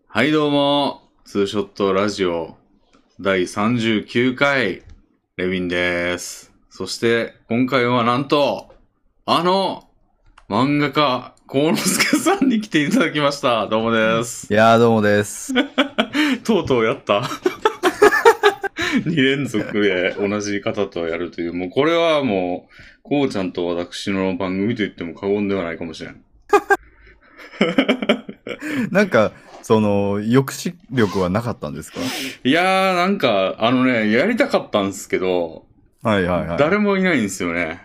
はいどうも、ツーショットラジオ第39回、レビンです。そして今回はなんと、漫画家、幸之助さんに来ていただきました。どうもです。 どうもです。 とうとうやった。2連続で同じ方とやるという、もうこれはもう、こうちゃんと私の番組と言っても過言ではないかもしれん。 なんか、抑止力はなかったんですか？ いやー、やりたかったんですけど、 はいはいはい。 誰もいないんですよね。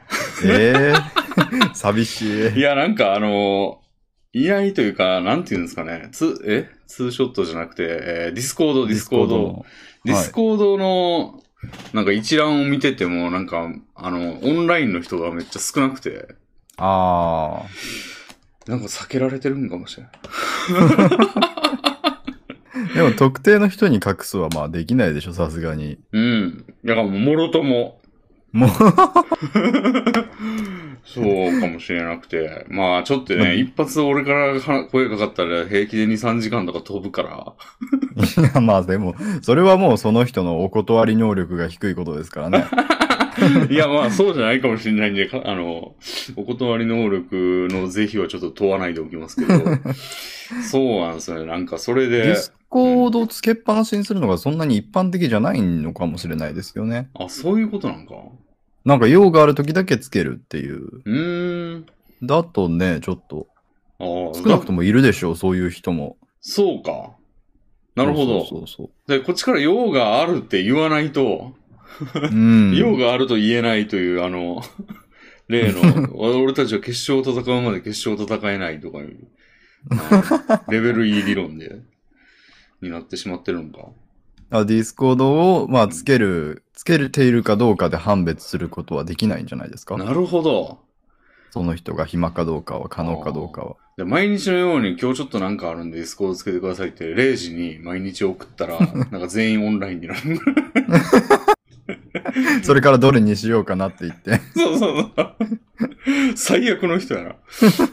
寂しい。 いや、いないというか、なんていうんですかね。ツーショットじゃなくて、ディスコード。 ディスコードの。 ディはい。 スコードの、一覧を見てても、オンラインの人がめっちゃ少なくて、 あ避けられてるんかもしれない。 でも特定の人に隠すはまあできないでしょ、さすがに。 うん。だからもろとも。 もうそうかもしれなくて。まあ、ちょっとまね、一発俺から声かかったら平気で2、3時間とか飛ぶから。 いやまあでも、それはもうその人のお断り能力が低いことですからね。 いや、まあ、そうじゃないかもしれないんで、お断り能力の是非はちょっと問わないでおきますけど、そうなんですよね。それで、 ディスコードをつけっぱなしにするのがそんなに一般的じゃないのかもしれないですよね。 あ、そういうことなんか。 なんか用がある時だけつけるっていう。 うーん。 だとね、ちょっと。 ああ、 少なくともいるでしょう、そういう人も。 そうか。なるほど。 そう。 で、こっちから用があるって言わないと、 うん。 用があると言えないという、例の、俺たちは決勝を戦うまで決勝を戦えないとかいう、レベル E 理論になってしまってるのか。 ディスコードを、まあ、つけているかどうかで判別することはできないんじゃないですか？ なるほど。 その人が暇かどうかは、可能かどうかは。 で毎日のように今日ちょっとなんかあるんでディスコードつけてくださいって0時に毎日送ったら、全員オンラインになる。 それからどれにしようかなって言って。 そう。最悪の人やな。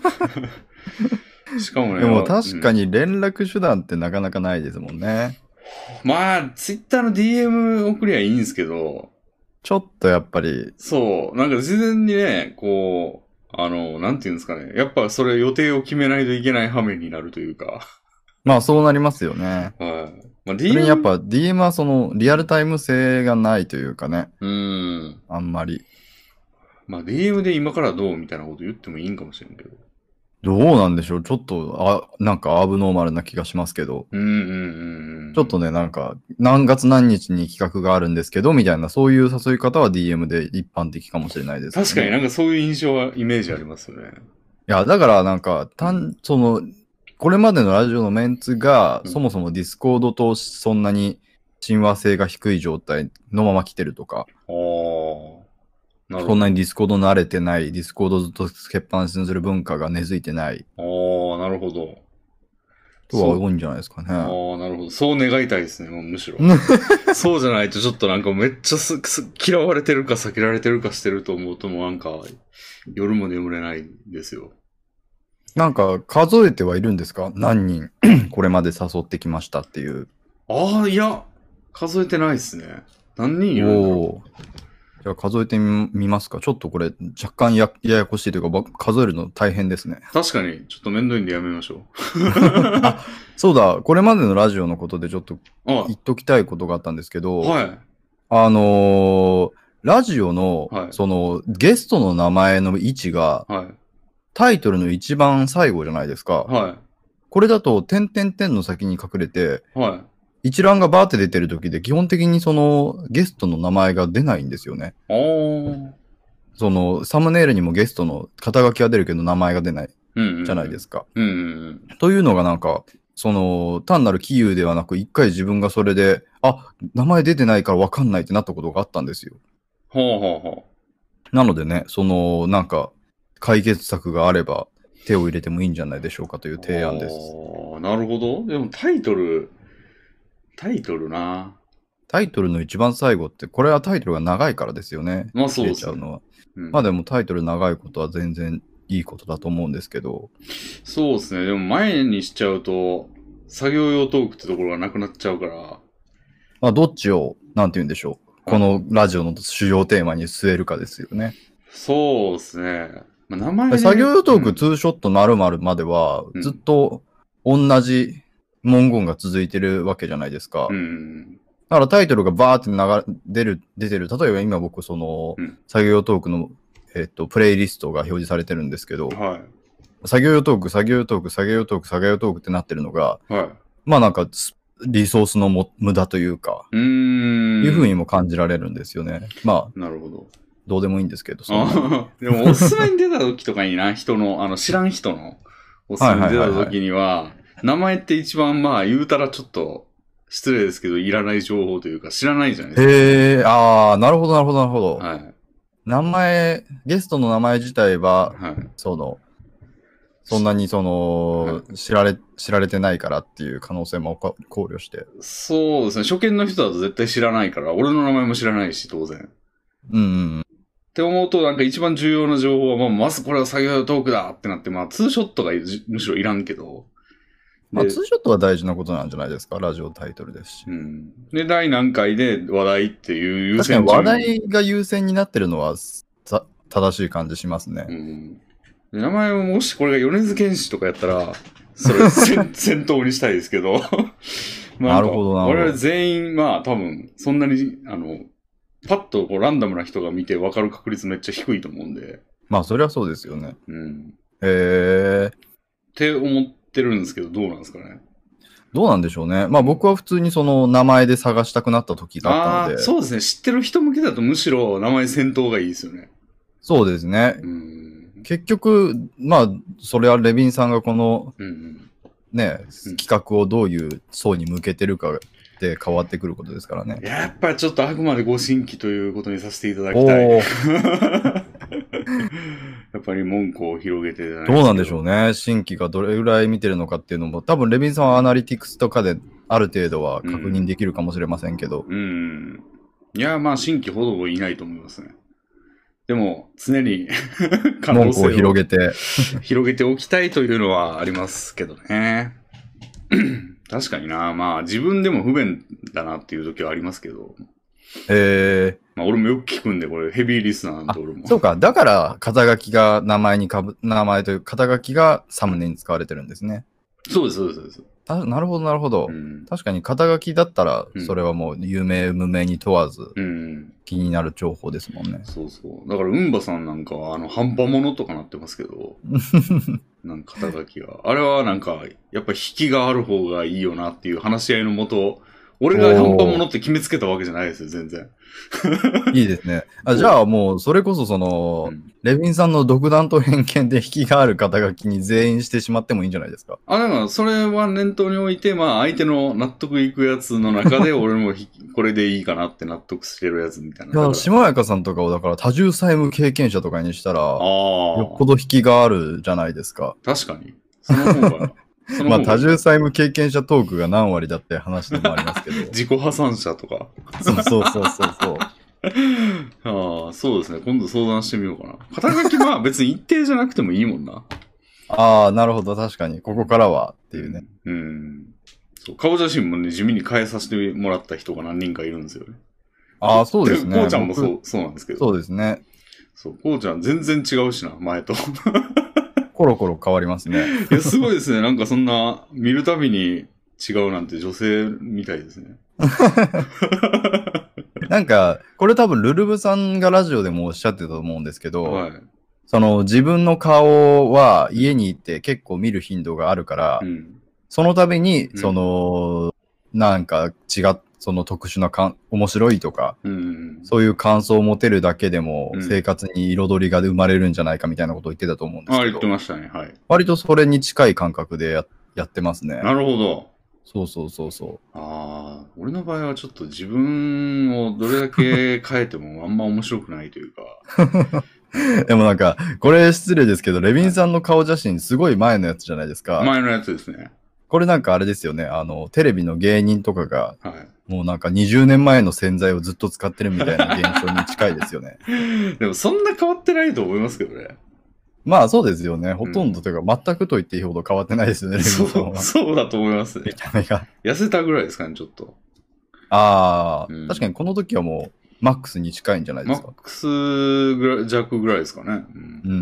しかもね。 でも確かに連絡手段ってなかなかないですもんね。 まあ、ツイッターの DM 送りゃいいんですけど、 ちょっとやっぱり。 そう、事前にね、なんていうんですかね。やっぱそれ予定を決めないといけない羽目になるというか。 まあそうなりますよね。 はい。まあ、 それにやっぱ DM はそのリアルタイム性がないというかね。あんまり。 まあ DM で今からどうみたいなこと言ってもいいんかもしれんけど。 どうなんでしょう。ちょっと、なんかアブノーマルな気がしますけど。ちょっとね、なんか、何月何日に企画があるんですけど、みたいな、そういう誘い方は DM で一般的かもしれないです、ね。 確かにそういう印象は、イメージありますよね。 いや、だからなんか、これまでのラジオのメンツが、そもそもディスコードとそんなに親和性が低い状態のまま来てるとか。そんなにディスコード慣れてない、ディスコードずっとつけっぱなしにする文化が根付いてない。 なるほど。 とは多いんじゃないですかね。 なるほど。そう願いたいですね、むしろ。そうじゃないとちょっとめっちゃ嫌われてるか避けられてるかしてると思うとも夜も眠れないですよ。 なんか、数えてはいるんですか？何人、これまで誘ってきましたっていう。 いや、数えてないですね。何人いるんだろう。 じゃあ数えてみますか。ちょっとこれ若干ややこしいというか、数えるの大変ですね。 確かに、ちょっと面倒いんでやめましょう。 そうだ、これまでのラジオのことでちょっと言っときたいことがあったんですけど、 はい。 ラジオの、 はい、 そのゲストの名前の位置が、 はい、 タイトルの一番最後じゃないですか。 はい。 これだと、点々点の先に隠れて、 はい。 一覧がバーって出てる時で基本的にそのゲストの名前が出ないんですよね。そのサムネイルにもゲストの肩書きは出るけど名前が出ないじゃないですか。というのがなんか、その単なる杞憂ではなく一回自分がそれで、名前出てないから分かんないってなったことがあったんですよ。なのでね、そのなんか解決策があれば手を入れてもいいんじゃないでしょうかという提案です。 なるほど。でもタイトルな。 タイトルの一番最後って、これはタイトルが長いからですよね。 まあそうですね。まあでもタイトル長いことは全然いいことだと思うんですけど。 そうですね。でも前にしちゃうと、 作業用トークってところがなくなっちゃうから。 まあ、どっちを、なんて言うんでしょう。このラジオの主要テーマに据えるかですよね。 そうですね。まあ、名前ね、 作業用トーク、ツーショット〇〇までは、ずっと同じ文言が続いてるわけじゃないですか。だからタイトルがバーって出てる。例えば今僕、その、作業用トークの、プレイリストが表示されてるんですけど、はい、作業用トーク、作業用トーク、作業用トーク、作業用トークってなってるのが、はい、まあなんか、リソースの無駄というか、いう風にも感じられるんですよね。まあ、 なるほど。 どうでもいいんですけど。 でも、おすすめに出た時とかにな、知らん人のおすすめに出た時には、名前って一番まあ言うたらちょっと失礼ですけど、いらない情報というか知らないじゃないですか。 へえ、ああ、なるほど、なるほど、なるほど。はい。名前、ゲストの名前自体は、はい、そんなにはい、知られてないからっていう可能性も考慮して。 そうですね。初見の人だと絶対知らないから、俺の名前も知らないし、当然。 うんうん。 って思うと、なんか一番重要な情報は、まずこれは作業用トークだってなって、まあ、ツーショットがむしろいらんけど。 まあ、ツーショットは大事なことなんじゃないですか、ラジオタイトルですし。 うん。で、第何回で話題っていう優先順位。 確かに話題が優先になってるのは、正しい感じしますね。 うん。名前をもしこれが米津玄師とかやったら、それ先頭にしたいですけど。 まあ、なるほどな。 我々全員、まあ多分、そんなに、パッとこうランダムな人が見て分かる確率めっちゃ低いと思うんで。 まあ、それはそうですよね。 うん。 へえ。 って思ってるんですけど、どうなんですかね。 どうなんでしょうね。まあ僕は普通にその名前で探したくなった時だったので。 そうですね。知ってる人向けだとむしろ名前先頭がいいですよね。 そうですね。結局、まあ、それはレビンさんがこの、ね、企画をどういう層に向けてるかで変わってくることですからね。 やっぱりちょっとあくまでご新規ということにさせていただきたい。やっぱり門戸を広げてじゃないですか。 どうなんでしょうね。新規がどれぐらい見てるのかっていうのも、多分レビンさんはアナリティクスとかである程度は確認できるかもしれませんけど。 いや、まあ新規ほどいないと思いますね。でも、常に可能性を広げておきたいというのはありますけどね。確かにな。まあ、自分でも不便だなっていう時はありますけど。まあ、俺もよく聞くんで、これヘビーリスナーなんて俺も。 そうか。だから、肩書きが名前という肩書きがサムネに使われてるんですね。 そうです、そうです、そうです。 なるほど、なるほど。確かに肩書きだったら、それはもう有名無名に問わず、気になる情報ですもんね。 そうそう。だから、うんばさんなんかは、半端者とかなってますけど、なんか肩書きが。あれはなんか、やっぱ引きがある方がいいよなっていう話し合いのもと、俺が半端者って決めつけたわけじゃないですよ、全然。 いいですね。じゃあもう、それこそレビンさんの独断と偏見で引きがある肩書きに全員してしまってもいいんじゃないですか。 だからそれは念頭に置いて、まあ相手の納得いくやつの中で俺もこれでいいかなって納得してるやつみたいな。 いや、島やかさんとかをだから多重債務経験者とかにしたら、よっぽど引きがあるじゃないですか。 確かに。その方が。 まあ多重債務経験者トークが何割だって話でもありますけど。 自己破産者とか。 そうそう。 そうですね。今度相談してみようかな。肩書きは別に一定じゃなくてもいいもんな。 なるほど。確かに。ここからはっていうね。 そう。顔写真もね、地味に変えさせてもらった人が何人かいるんですよね。 そうですね。 こうちゃんもそうなんですけど。 そうですね。 そう、こうちゃん全然違うしな、前と。 コロコロ変わりますね。 いや、すごいですね。なんかそんな、見るたびに違うなんて女性みたいですね。 なんか、これ多分ルルブさんがラジオでもおっしゃってたと思うんですけど、 はい、 自分の顔は家に行って結構見る頻度があるから、その度に、なんか特殊な面白いとか、そういう感想を持てるだけでも、生活に彩りが生まれるんじゃないかみたいなことを言ってたと思うんですけど。 言ってましたね。はい。 割とそれに近い感覚でやってますね。 なるほど。 そう。 俺の場合はちょっと自分をどれだけ変えてもあんま面白くないというか。 でもなんか、これ失礼ですけど、レビンさんの顔写真すごい前のやつじゃないですか。 前のやつですね。 これなんかあれですよね。テレビの芸人とかが、もうなんか20年前の洗剤をずっと使ってるみたいな現象に近いですよね。 でもそんな変わってないと思いますけどね。 まあそうですよね。ほとんどというか、全くと言っていいほど変わってないですよね、レビンさんは。 そうだと思いますね。 見た目が。 痩せたぐらいですかね、ちょっと。 ああ、 うん確かにこの時はもう、マックスに近いんじゃないですか。 マックスぐらい弱ぐらいですかね。 うん。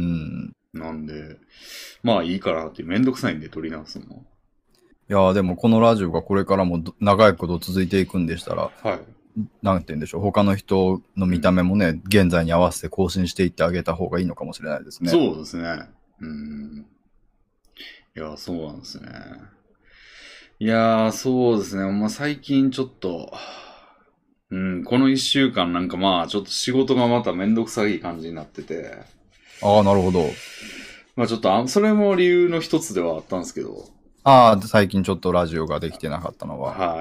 なんで、まあいいかなって、めんどくさいんで取り直すのも。 いやーでもこのラジオがこれからも長いこと続いていくんでしたら、 はい。 なんて言うんでしょう、他の人の見た目もね、現在に合わせて更新していってあげた方がいいのかもしれないですね。 そうですね。いや、そうなんですね。いやー、そうですね。まあ最近ちょっと、この一週間なんかまあちょっと仕事がまためんどくさい感じになってて。 ああ、なるほど。 まあちょっとそれも理由の一つではあったんですけど。 ああ、最近ちょっとラジオができてなかったのは。 はい。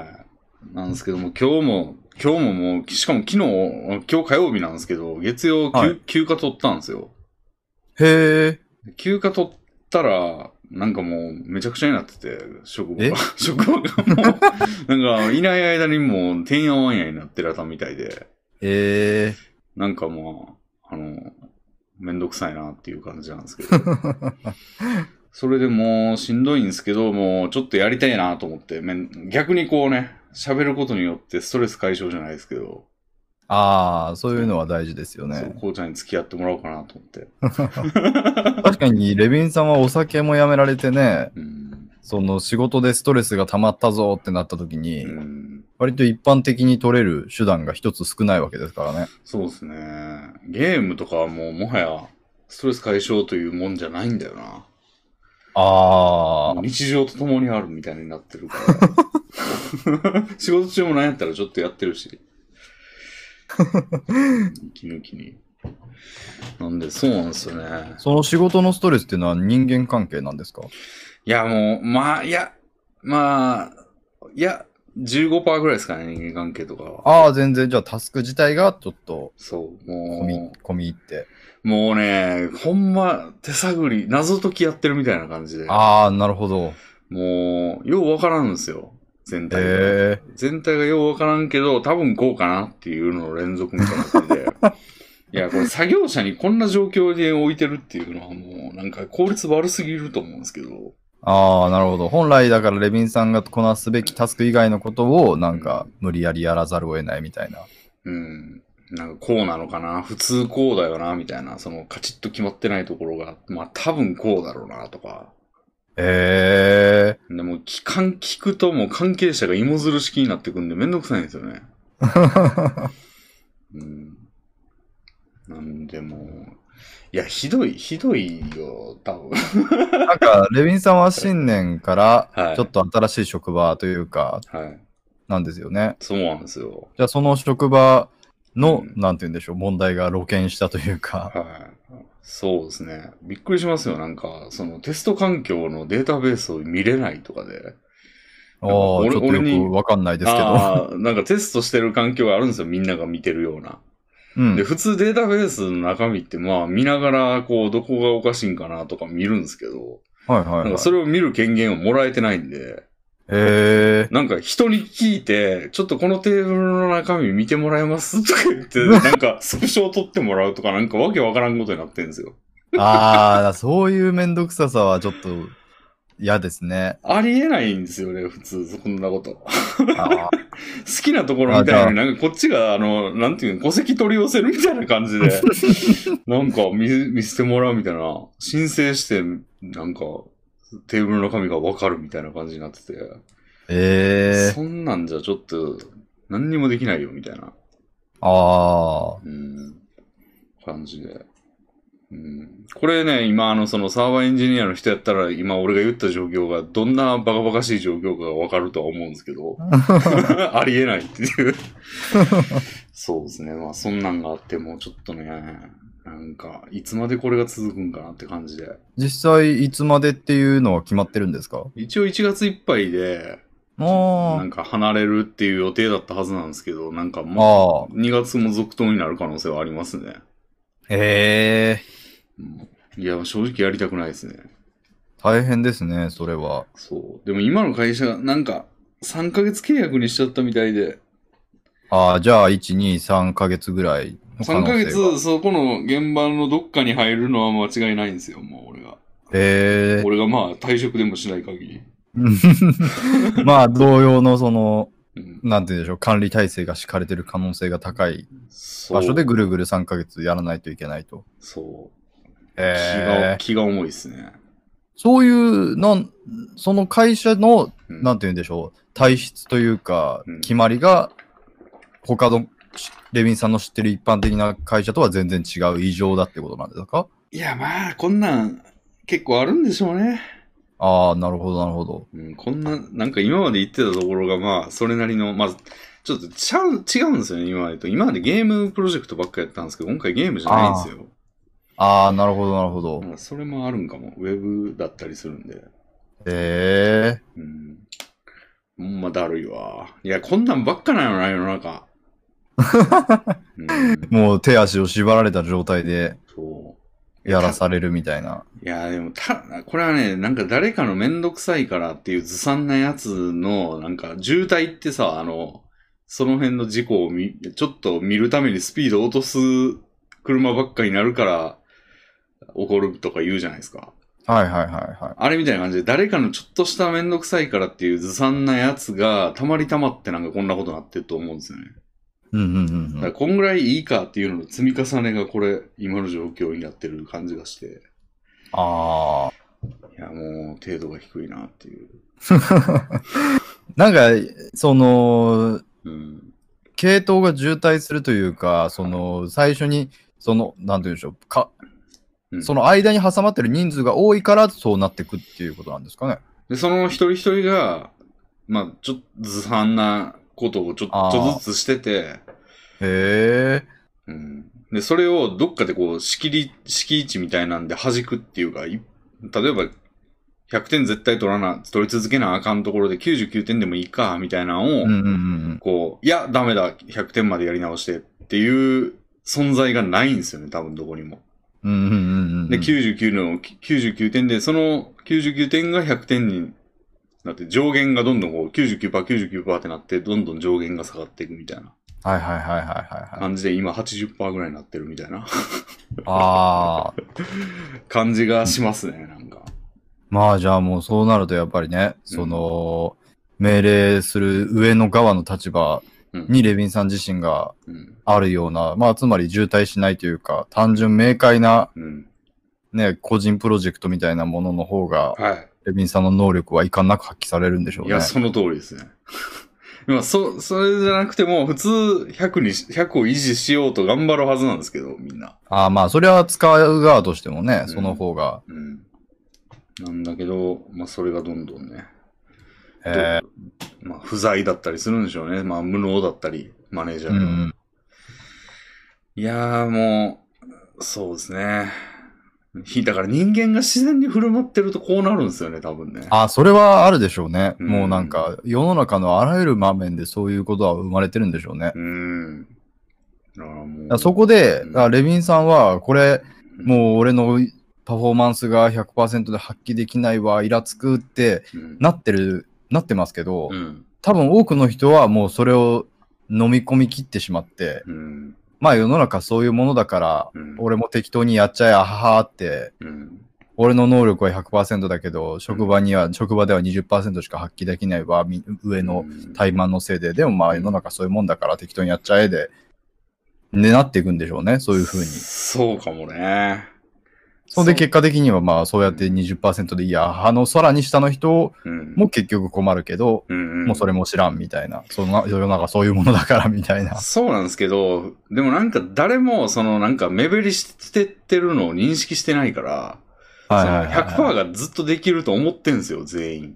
なんですけども、今日ももう、しかも今日火曜日なんですけど、月曜、 はい、 休暇取ったんですよ。 へえ。 休暇取ったら、なんかもうめちゃくちゃになってて、職場が。職場がもう、なんかいない間にもうてんやわんやになってるたみたいで。なんかまあ、めんどくさいなっていう感じなんですけど。それでもうしんどいんですけど、もうちょっとやりたいなと思って、逆にこうね、喋ることによってストレス解消じゃないですけど。 ああ、そういうのは大事ですよね。 そう、こうちゃんに付き合ってもらおうかなと思って。 確かに、レビンさんはお酒もやめられてね、その仕事でストレスが溜まったぞってなった時に、割と一般的に取れる手段が一つ少ないわけですからね。 そうですね。ゲームとかはもうもはやストレス解消というもんじゃないんだよな。 ああ。 日常と共にあるみたいになってるから。仕事中もなんやったらちょっとやってるし。息抜きに。なんで、そうなんですよね。 その仕事のストレスっていうのは人間関係なんですか？ いや、もう、15% ぐらいですかね、人間関係とかは。 ああ、全然、じゃあタスク自体がちょっと、 そう、も込み入って。 もうね、ほんま、手探り、謎解きやってるみたいな感じで。 ああ、なるほど。 もう、ようわからんんですよ。全体が。全体がようわからんけど、多分こうかなっていうのの連続みたいな感じで。いや、これ作業者にこんな状況で置いてるっていうのはもう、なんか効率悪すぎると思うんですけど。 ああ、なるほど。本来だからレビンさんがこなすべきタスク以外のことをなんか無理やりやらざるを得ないみたいな。 なんかこうなのかな、普通こうだよな、みたいな、そのカチッと決まってないところが、まあ多分こうだろうな、とか。でも聞くともう関係者が芋づる式になってくんでめんどくさいんですよね。なんでもう、いや、ひどいよ、多分。 なんか、レビンさんは新年から、ちょっと新しい職場というか、なんですよね。 そうなんですよ。 じゃあ、その職場の、なんて言うんでしょう、問題が露見したというか。 そうですね。びっくりしますよ。なんか、そのテスト環境のデータベースを見れないとかで。 ちょっとよくわかんないですけど。 なんかテストしてる環境があるんですよ。みんなが見てるような。で、普通データベースの中身ってまあ見ながらこうどこがおかしいんかなとか見るんですけど、なんかそれを見る権限をもらえてないんで、なんか人に聞いて、ちょっとこのテーブルの中身見てもらえますとか言って、なんかスクショを撮ってもらうとかなんかわけわからんことになってるんですよ。 そういうめんどくささはちょっと嫌ですね。 ありえないんですよね、普通、そんなこと。好きなところみたいに、なんかこっちが、なんていうの、戸籍取り寄せるみたいな感じで、なんか見せてもらうみたいな、申請して、なんか、テーブルの紙がわかるみたいな感じになってて。そんなんじゃちょっと、何にもできないよ、みたいな。感じで。これね、今そのサーバーエンジニアの人やったら、今俺が言った状況がどんなバカバカしい状況かがわかるとは思うんですけど、ありえないっていう。そうですね。まあそんなんがあってもちょっとね、なんか、いつまでこれが続くんかなって感じで。 実際、いつまでっていうのは決まってるんですか？ 一応1月いっぱいで、なんか離れるっていう予定だったはずなんですけど、なんかもう、2月も続投になる可能性はありますね。いや、正直やりたくないですね。 大変ですね、それは。 そう。でも今の会社、なんか、3ヶ月契約にしちゃったみたいで。 じゃあ、1、2、3ヶ月ぐらい 3ヶ月、そこの現場のどっかに入るのは間違いないんですよ、もう俺が。俺がまあ退職でもしない限り。 まあ、同様のその、なんて言うんでしょう、管理体制が敷かれてる可能性が高い場所でぐるぐる3ヶ月やらないといけないと。 そう。気が重いですね。 そういう、その会社の、なんて言うんでしょう、体質というか、決まりが、他のレビンさんの知ってる一般的な会社とは全然違う異常だってことなんですか？ いや、まあ、こんなん結構あるんでしょうね。 ああ、なるほど、なるほど。 こんな、なんか今まで言ってたところが、まあ、それなりの、まず、ちょっと違うんですよね、今までと。今までゲームプロジェクトばっかやったんですけど、今回ゲームじゃないんですよ。 ああ、なるほど、なるほど。 それもあるんかも。ウェブだったりするんで。ほんまだるいわ。いや、こんなんばっかなのな、世の中。 もう手足を縛られた状態で、やらされるみたいな。 いや、でもこれはね、なんか誰かのめんどくさいからっていうずさんなやつの、なんか渋滞ってさ、その辺の事故をちょっと見るためにスピードを落とす車ばっかになるから起こるとか言うじゃないですか。 はいはいはいはい。 あれみたいな感じで誰かのちょっとしためんどくさいからっていうずさんなやつがたまりたまってなんかこんなことになってると思うんですよね。だからこんぐらいいいかっていうのの積み重ねがこれ今の状況になってる感じがして。 ああ。 いやもう程度が低いなっていう。 なんか、その、系統が渋滞するというか、その、最初に、その、なんて言うんでしょう、その間に挟まってる人数が多いからそうなっていくっていうことなんですかね。 で、その一人一人が、まあ、ちょっとずさんなことをちょっとずつしてて、で、それをどっかでこう、敷地みたいなんで弾くっていうか、例えば、100点絶対取り続けなあかんところで99点でもいいか、みたいなのを、こう、いや、ダメだ、100点までやり直してっていう存在がないんですよね、多分どこにも。で、99点で、その99点が100点になって、上限がどんどんこう、99%、99% ってなって、どんどん上限が下がっていくみたいな。 はいはいはいはい感じで、今 80% ぐらいになってるみたいな。感じがしますね、なんか。 まあじゃあもうそうなるとやっぱりね、その、命令する上の側の立場にレビンさん自身があるような、まあつまり渋滞しないというか、単純明快な、ね、個人プロジェクトみたいなものの方が、レビンさんの能力は遺憾なく発揮されるんでしょうね。 いや、その通りですね。今、それじゃなくても、普通100を維持しようと頑張るはずなんですけど、みんな。 まあ、それは使う側としてもね、その方が。 なんだけど、まあ、それがどんどんね。まあ、不在だったりするんでしょうね。まあ、無能だったり、マネージャーでも。いやー、もう、そうですね。だから人間が自然に振る舞ってるとこうなるんですよね、多分ね。 それはあるでしょうね。もうなんか、世の中のあらゆる場面でそういうことは生まれてるんでしょうね。 だからもうそこで、レビンさんは、これ、もう俺のパフォーマンスが 100% で発揮できないわ、イラつくってなってますけど、多分多くの人はもうそれを飲み込み切ってしまって、まあ世の中そういうものだから、俺も適当にやっちゃえ、あははって、俺の能力は 100% だけど、職場では 20% しか発揮できないわ、上の怠慢のせいで、でもまあ世の中そういうもんだから適当にやっちゃえで、なっていくんでしょうね、そういう風に。 そうかもね。 それで結果的にはまあそうやって 20% でいいや、さらに下の人も結局困るけど、もうそれも知らんみたいな。世の中そういうものだからみたいな。 そうなんですけど、でもなんか誰もそのなんか目減りしてってるのを認識してないから、100% がずっとできると思ってんですよ、全員。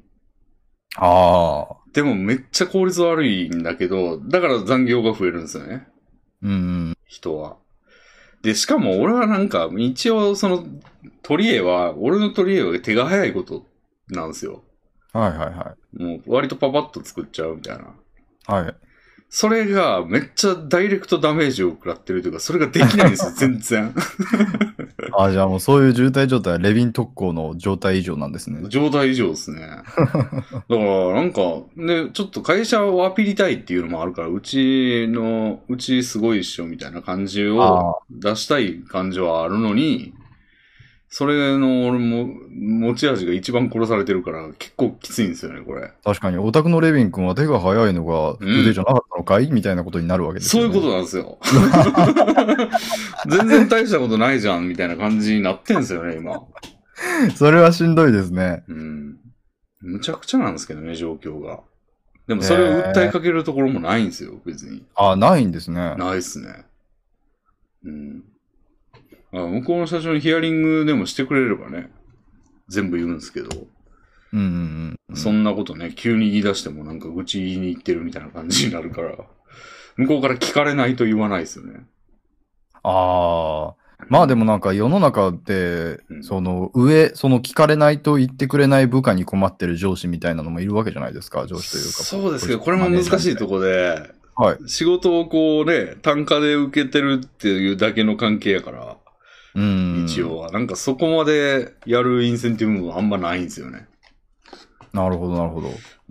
でもめっちゃ効率悪いんだけど、だから残業が増えるんですよね。人は。で、しかも俺はなんか、一応その、俺の取り柄は手が早いことなんですよ。もう割とパパッと作っちゃうみたいな。それがめっちゃダイレクトダメージを食らってるというか、それができないんですよ、全然。 あ、じゃあもうそういう渋滞状態はレビン特攻の状態以上なんですね。 状態以上ですね。だからなんか、ね、ちょっと会社をアピりたいっていうのもあるから、うちすごいっしょみたいな感じを出したい感じはあるのに、それの俺も持ち味が一番殺されてるから結構きついんですよね、これ。 確かに、オタクのレビン君は手が速いのが腕じゃなかったのかい、みたいなことになるわけですよね。 そういうことなんですよ。全然大したことないじゃん、みたいな感じになってんすよね、今。 それはしんどいですね。 むちゃくちゃなんですけどね、状況が。でもそれを訴えかけるところもないんですよ、別に。 ないんですね。 ないっすね。向こうの社長にヒアリングでもしてくれればね、全部言うんですけど。そんなことね、急に言い出してもなんか愚痴言いに行ってるみたいな感じになるから、向こうから聞かれないと言わないですよね。 まあでもなんか世の中で、その聞かれないと言ってくれない部下に困ってる上司みたいなのもいるわけじゃないですか、上司というか。 そうですけど、これも難しいとこで、 はい。 仕事をこうね、単価で受けてるっていうだけの関係やから、一応は。なんかそこまでやるインセンティブもあんまないんですよね。 なるほど、なるほど。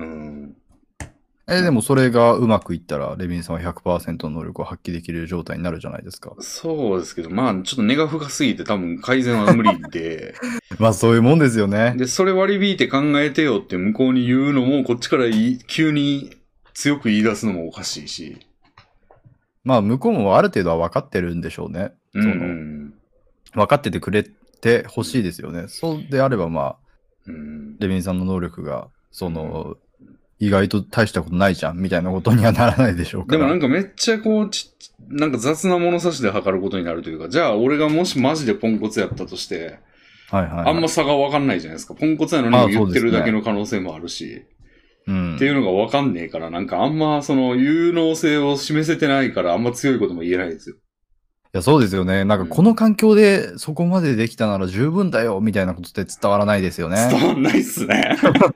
でもそれがうまくいったら、レビンさんは 100% の能力を発揮できる状態になるじゃないですか。 そうですけど、まあちょっと根が深すぎて多分改善は無理で。 まあそういうもんですよね。 で、それ割り引いて考えてよって向こうに言うのも、こっちから急に強く言い出すのもおかしいし。 まあ向こうもある程度は分かってるんでしょうね。分かっててくれてほしいですよね。そうであればまあ、レビンさんの能力が、意外と大したことないじゃんみたいなことにはならないでしょうから。 でもなんかめっちゃこうなんか雑な物差しで測ることになるというか、じゃあ俺がもしマジでポンコツやったとして、あんま差がわかんないじゃないですか。ポンコツやのに言ってるだけの可能性もあるし。っていうのがわかんねえから、なんかあんまその有能性を示せてないからあんま強いことも言えないですよ。 いや、そうですよね。なんかこの環境でそこまでできたなら十分だよみたいなことって伝わらないですよね。 伝わんないっすね。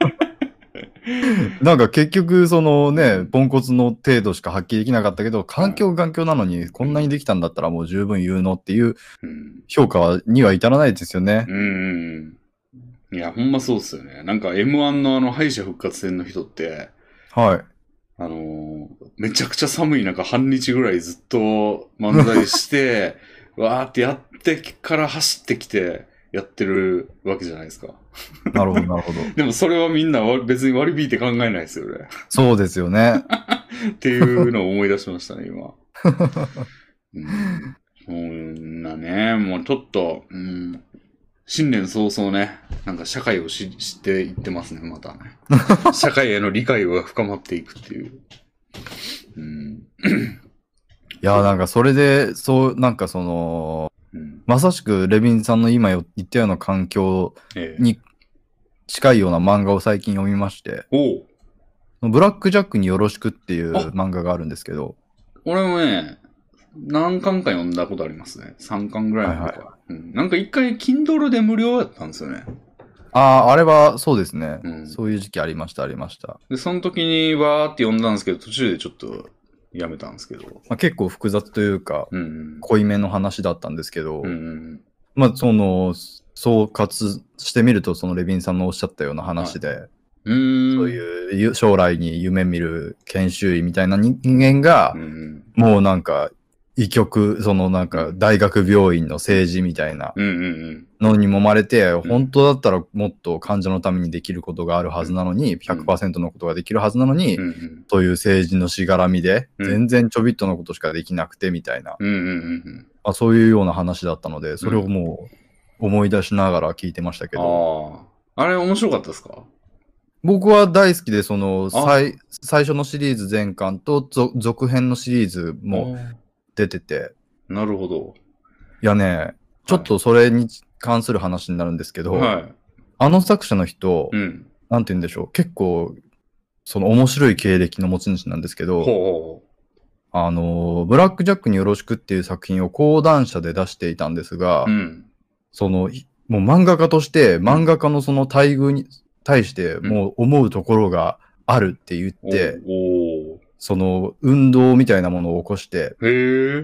なんか結局そのね、ポンコツの程度しか発揮できなかったけど、環境なのにこんなにできたんだったらもう十分有能っていう評価には至らないですよね。 いや、ほんまそうっすよね。なんか M1 の敗者復活戦の人って、めちゃくちゃ寒い中半日ぐらいずっと漫才して、わーってやってから走ってきてやってるわけじゃないですか。 なるほど、なるほど。 でもそれはみんな別に割り引いて考えないですよね。 そうですよね。 っていうのを思い出しましたね、今。そんなね、もうちょっと、新年早々ね、なんか社会を知っていってますね、またね。社会への理解が深まっていくっていう。 いや、なんかそれで、なんかまさしくレビンさんの今言ったような環境に近いような漫画を最近読みまして、ブラックジャックによろしくっていう漫画があるんですけど。 俺もね、何巻か読んだことありますね。3巻ぐらいのとか。なんか一回 Kindle で無料やったんですよね。 あれはそうですね、そういう時期ありました、ありました。 で、その時にわーって読んだんですけど、途中でちょっとやめたんですけど。 結構複雑というか、濃いめの話だったんですけど、まあ総括してみると、そのレビンさんのおっしゃったような話で、そういう将来に夢見る研修医みたいな人間が、もうなんか医局、なんか大学病院の政治みたいなのに揉まれて、本当だったらもっと患者のためにできることがあるはずなのに、100% のことができるはずなのに、そういう政治のしがらみで、全然ちょびっとのことしかできなくてみたいな、そういうような話だったので、それをもう思い出しながら聞いてましたけど。 あれ面白かったですか？ 僕は大好きで、最初のシリーズ全巻と続編のシリーズも出てて。 なるほど。 いやね、ちょっとそれに関する話になるんですけど、あの作者の人、なんて言うんでしょう、結構、面白い経歴の持ち主なんですけど、ブラックジャックによろしくっていう作品を講談社で出していたんですが、もう漫画家として漫画家のその待遇に対してもう思うところがあるって言って、その運動みたいなものを起こして、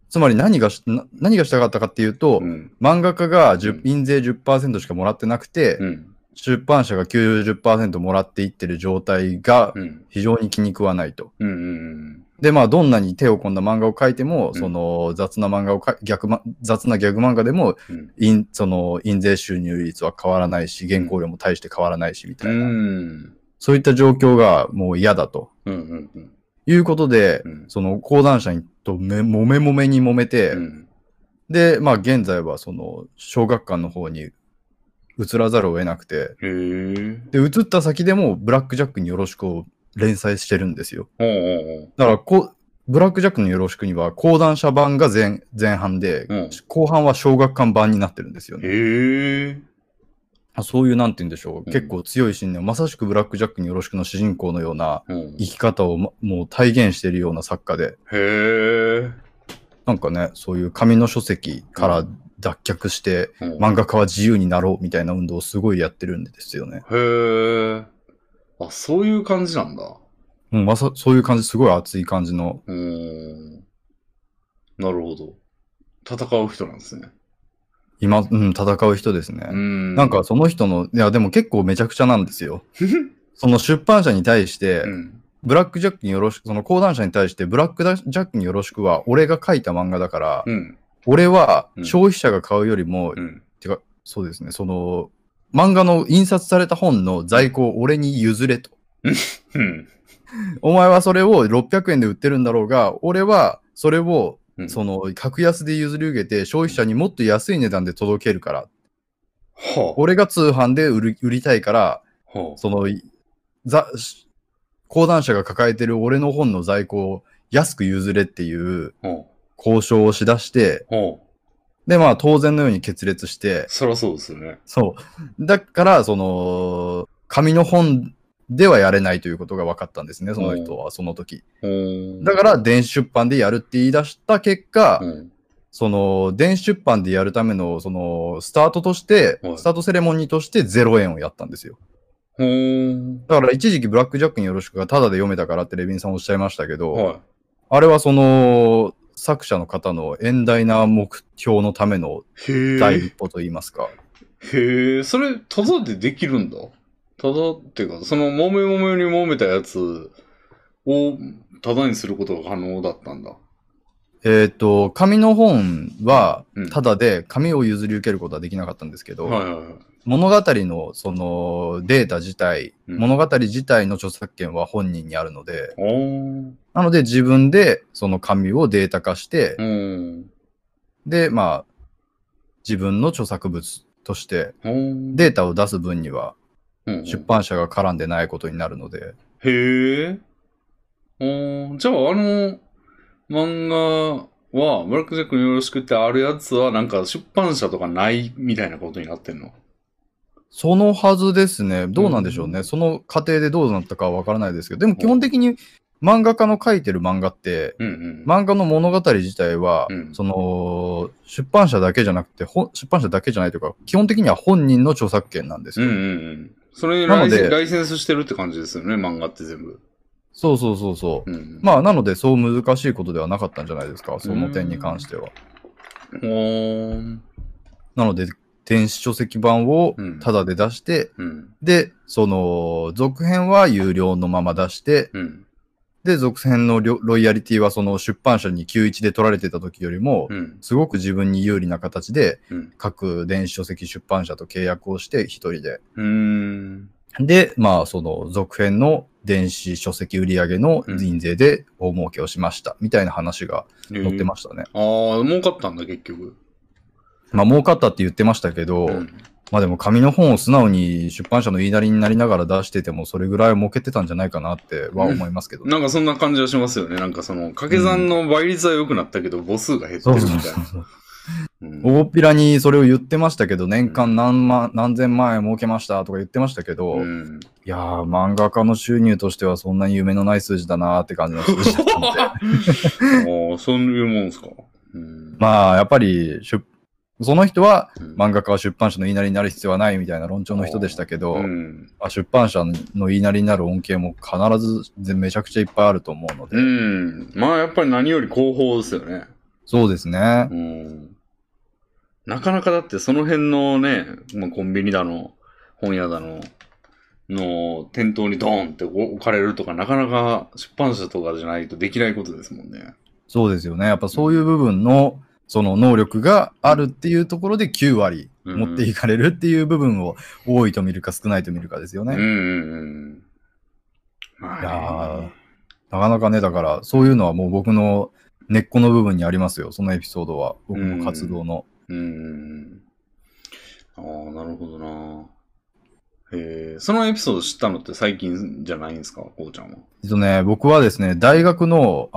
つまり何がしたかったかっていうと、漫画家が印税 10% しかもらってなくて、出版社が 90% もらっていってる状態が非常に気に食わないと。で、まあ、どんなに手を込んだ漫画を描いても、その雑なギャグ漫画でも、その印税収入率は変わらないし、原稿料も大して変わらないし、みたいな。そういった状況がもう嫌だと。いうことで、その講談社と揉めて、で、まあ現在はその小学館の方に移らざるを得なくて、で、移った先でもブラックジャックによろしくを連載してるんですよ。だからブラックジャックのよろしくには講談社版が前半で、後半は小学館版になってるんですよね。そういうなんて言うんでしょう、結構強い信念をまさしくブラックジャックによろしくの主人公のような生き方をもう体現しているような作家で、なんかね、そういう紙の書籍から脱却して、漫画家は自由になろうみたいな運動をすごいやってるんですよね。 あ、そういう感じなんだ。 そういう感じ、すごい熱い感じの。 なるほど。戦う人なんですね。 戦う人ですね。なんかその人の、いやでも結構めちゃくちゃなんですよ。その出版社に対して、ブラックジャックによろしく、その講談社に対してブラックジャックによろしくは俺が書いた漫画だから、俺は消費者が買うよりも、てか、そうですね、その、漫画の印刷された本の在庫を俺に譲れと。お前はそれを600円で売ってるんだろうが、俺はそれをその格安で譲り受けて消費者にもっと安い値段で届けるから。俺が通販で売りたいから、その講談社が抱えてる俺の本の在庫を安く譲れっていう交渉をしだして、で、まあ当然のように決裂して。 そりゃそうですよね。 そう。だから、その、紙の本ではやれないということが分かったんですね、その人は、その時。だから、電子出版でやるって言い出した結果、その、電子出版でやるための、その、スタートセレモニーとして0円をやったんですよ。だから、一時期ブラックジャックによろしくがタダで読めたからってレビンさんおっしゃいましたけど、あれはその、作者の方の遠大な目標のための第一歩といいますか。 それ、タダでできるんだ。タダっていうか、その、揉めたやつをタダにすることが可能だったんだ。 紙の本は、タダで紙を譲り受けることはできなかったんですけど、物語のそのデータ自体、物語自体の著作権は本人にあるので、なので自分でその紙をデータ化して、で、まあ、自分の著作物としてデータを出す分には出版社が絡んでないことになるので。 じゃあ漫画はブラックジャックによろしくってあるやつはなんか出版社とかないみたいなことになってんの？ そのはずですね。どうなんでしょうね。その過程でどうなったかはわからないですけど、でも基本的に漫画家の書いてる漫画って、漫画の物語自体は、その出版社だけじゃなくて、出版社だけじゃないというか、基本的には本人の著作権なんですよ。 それライセンスしてるって感じですよね、漫画って全部。 そう。まあ、なので、そう難しいことではなかったんじゃないですか、その点に関しては。なので、電子書籍版をタダで出して、で、その、続編は有料のまま出して、で、続編のロイヤリティはその出版社に91で取られてた時よりも、すごく自分に有利な形で、各電子書籍出版社と契約をして一人で。で、まあ、その続編の電子書籍売上の印税で大儲けをしました、みたいな話が載ってましたね。 儲かったんだ、結局。 まあ、儲かったって言ってましたけど、まあでも紙の本を素直に出版社の言いなりになりながら出してても、それぐらい儲けてたんじゃないかなっては思いますけど、 なんかそんな感じはしますよね。なんかその、掛け算の倍率は良くなったけど、母数が減ってるみたいな。 大っぴらにそれを言ってましたけど、年間何千万円儲けましたとか言ってましたけど、いやー、漫画家の収入としてはそんなに夢のない数字だなーって感じの数字だったんで。そういうもんですか。 まあ、やっぱりその人は漫画家は出版社の言いなりになる必要はないみたいな論調の人でしたけど、出版社の言いなりになる恩恵も必ずめちゃくちゃいっぱいあると思うので。 まあやっぱり何より広報ですよね。 そうですね。 うん。なかなかだってその辺のね、まあ、コンビニだの、本屋だの、店頭にドーンって置かれるとか、なかなか出版社とかじゃないとできないことですもんね。 そうですよね。やっぱそういう部分の、その能力があるっていうところで9割持っていかれるっていう部分を多いと見るか少ないと見るかですよね。 まあ、 いやなかなかね、だからそういうのはもう僕の根っこの部分にありますよ。そのエピソードは。僕の活動の。 ああ、なるほどな。そのエピソード知ったのって最近じゃないんですか、こうちゃんは。 僕はですね、大学の、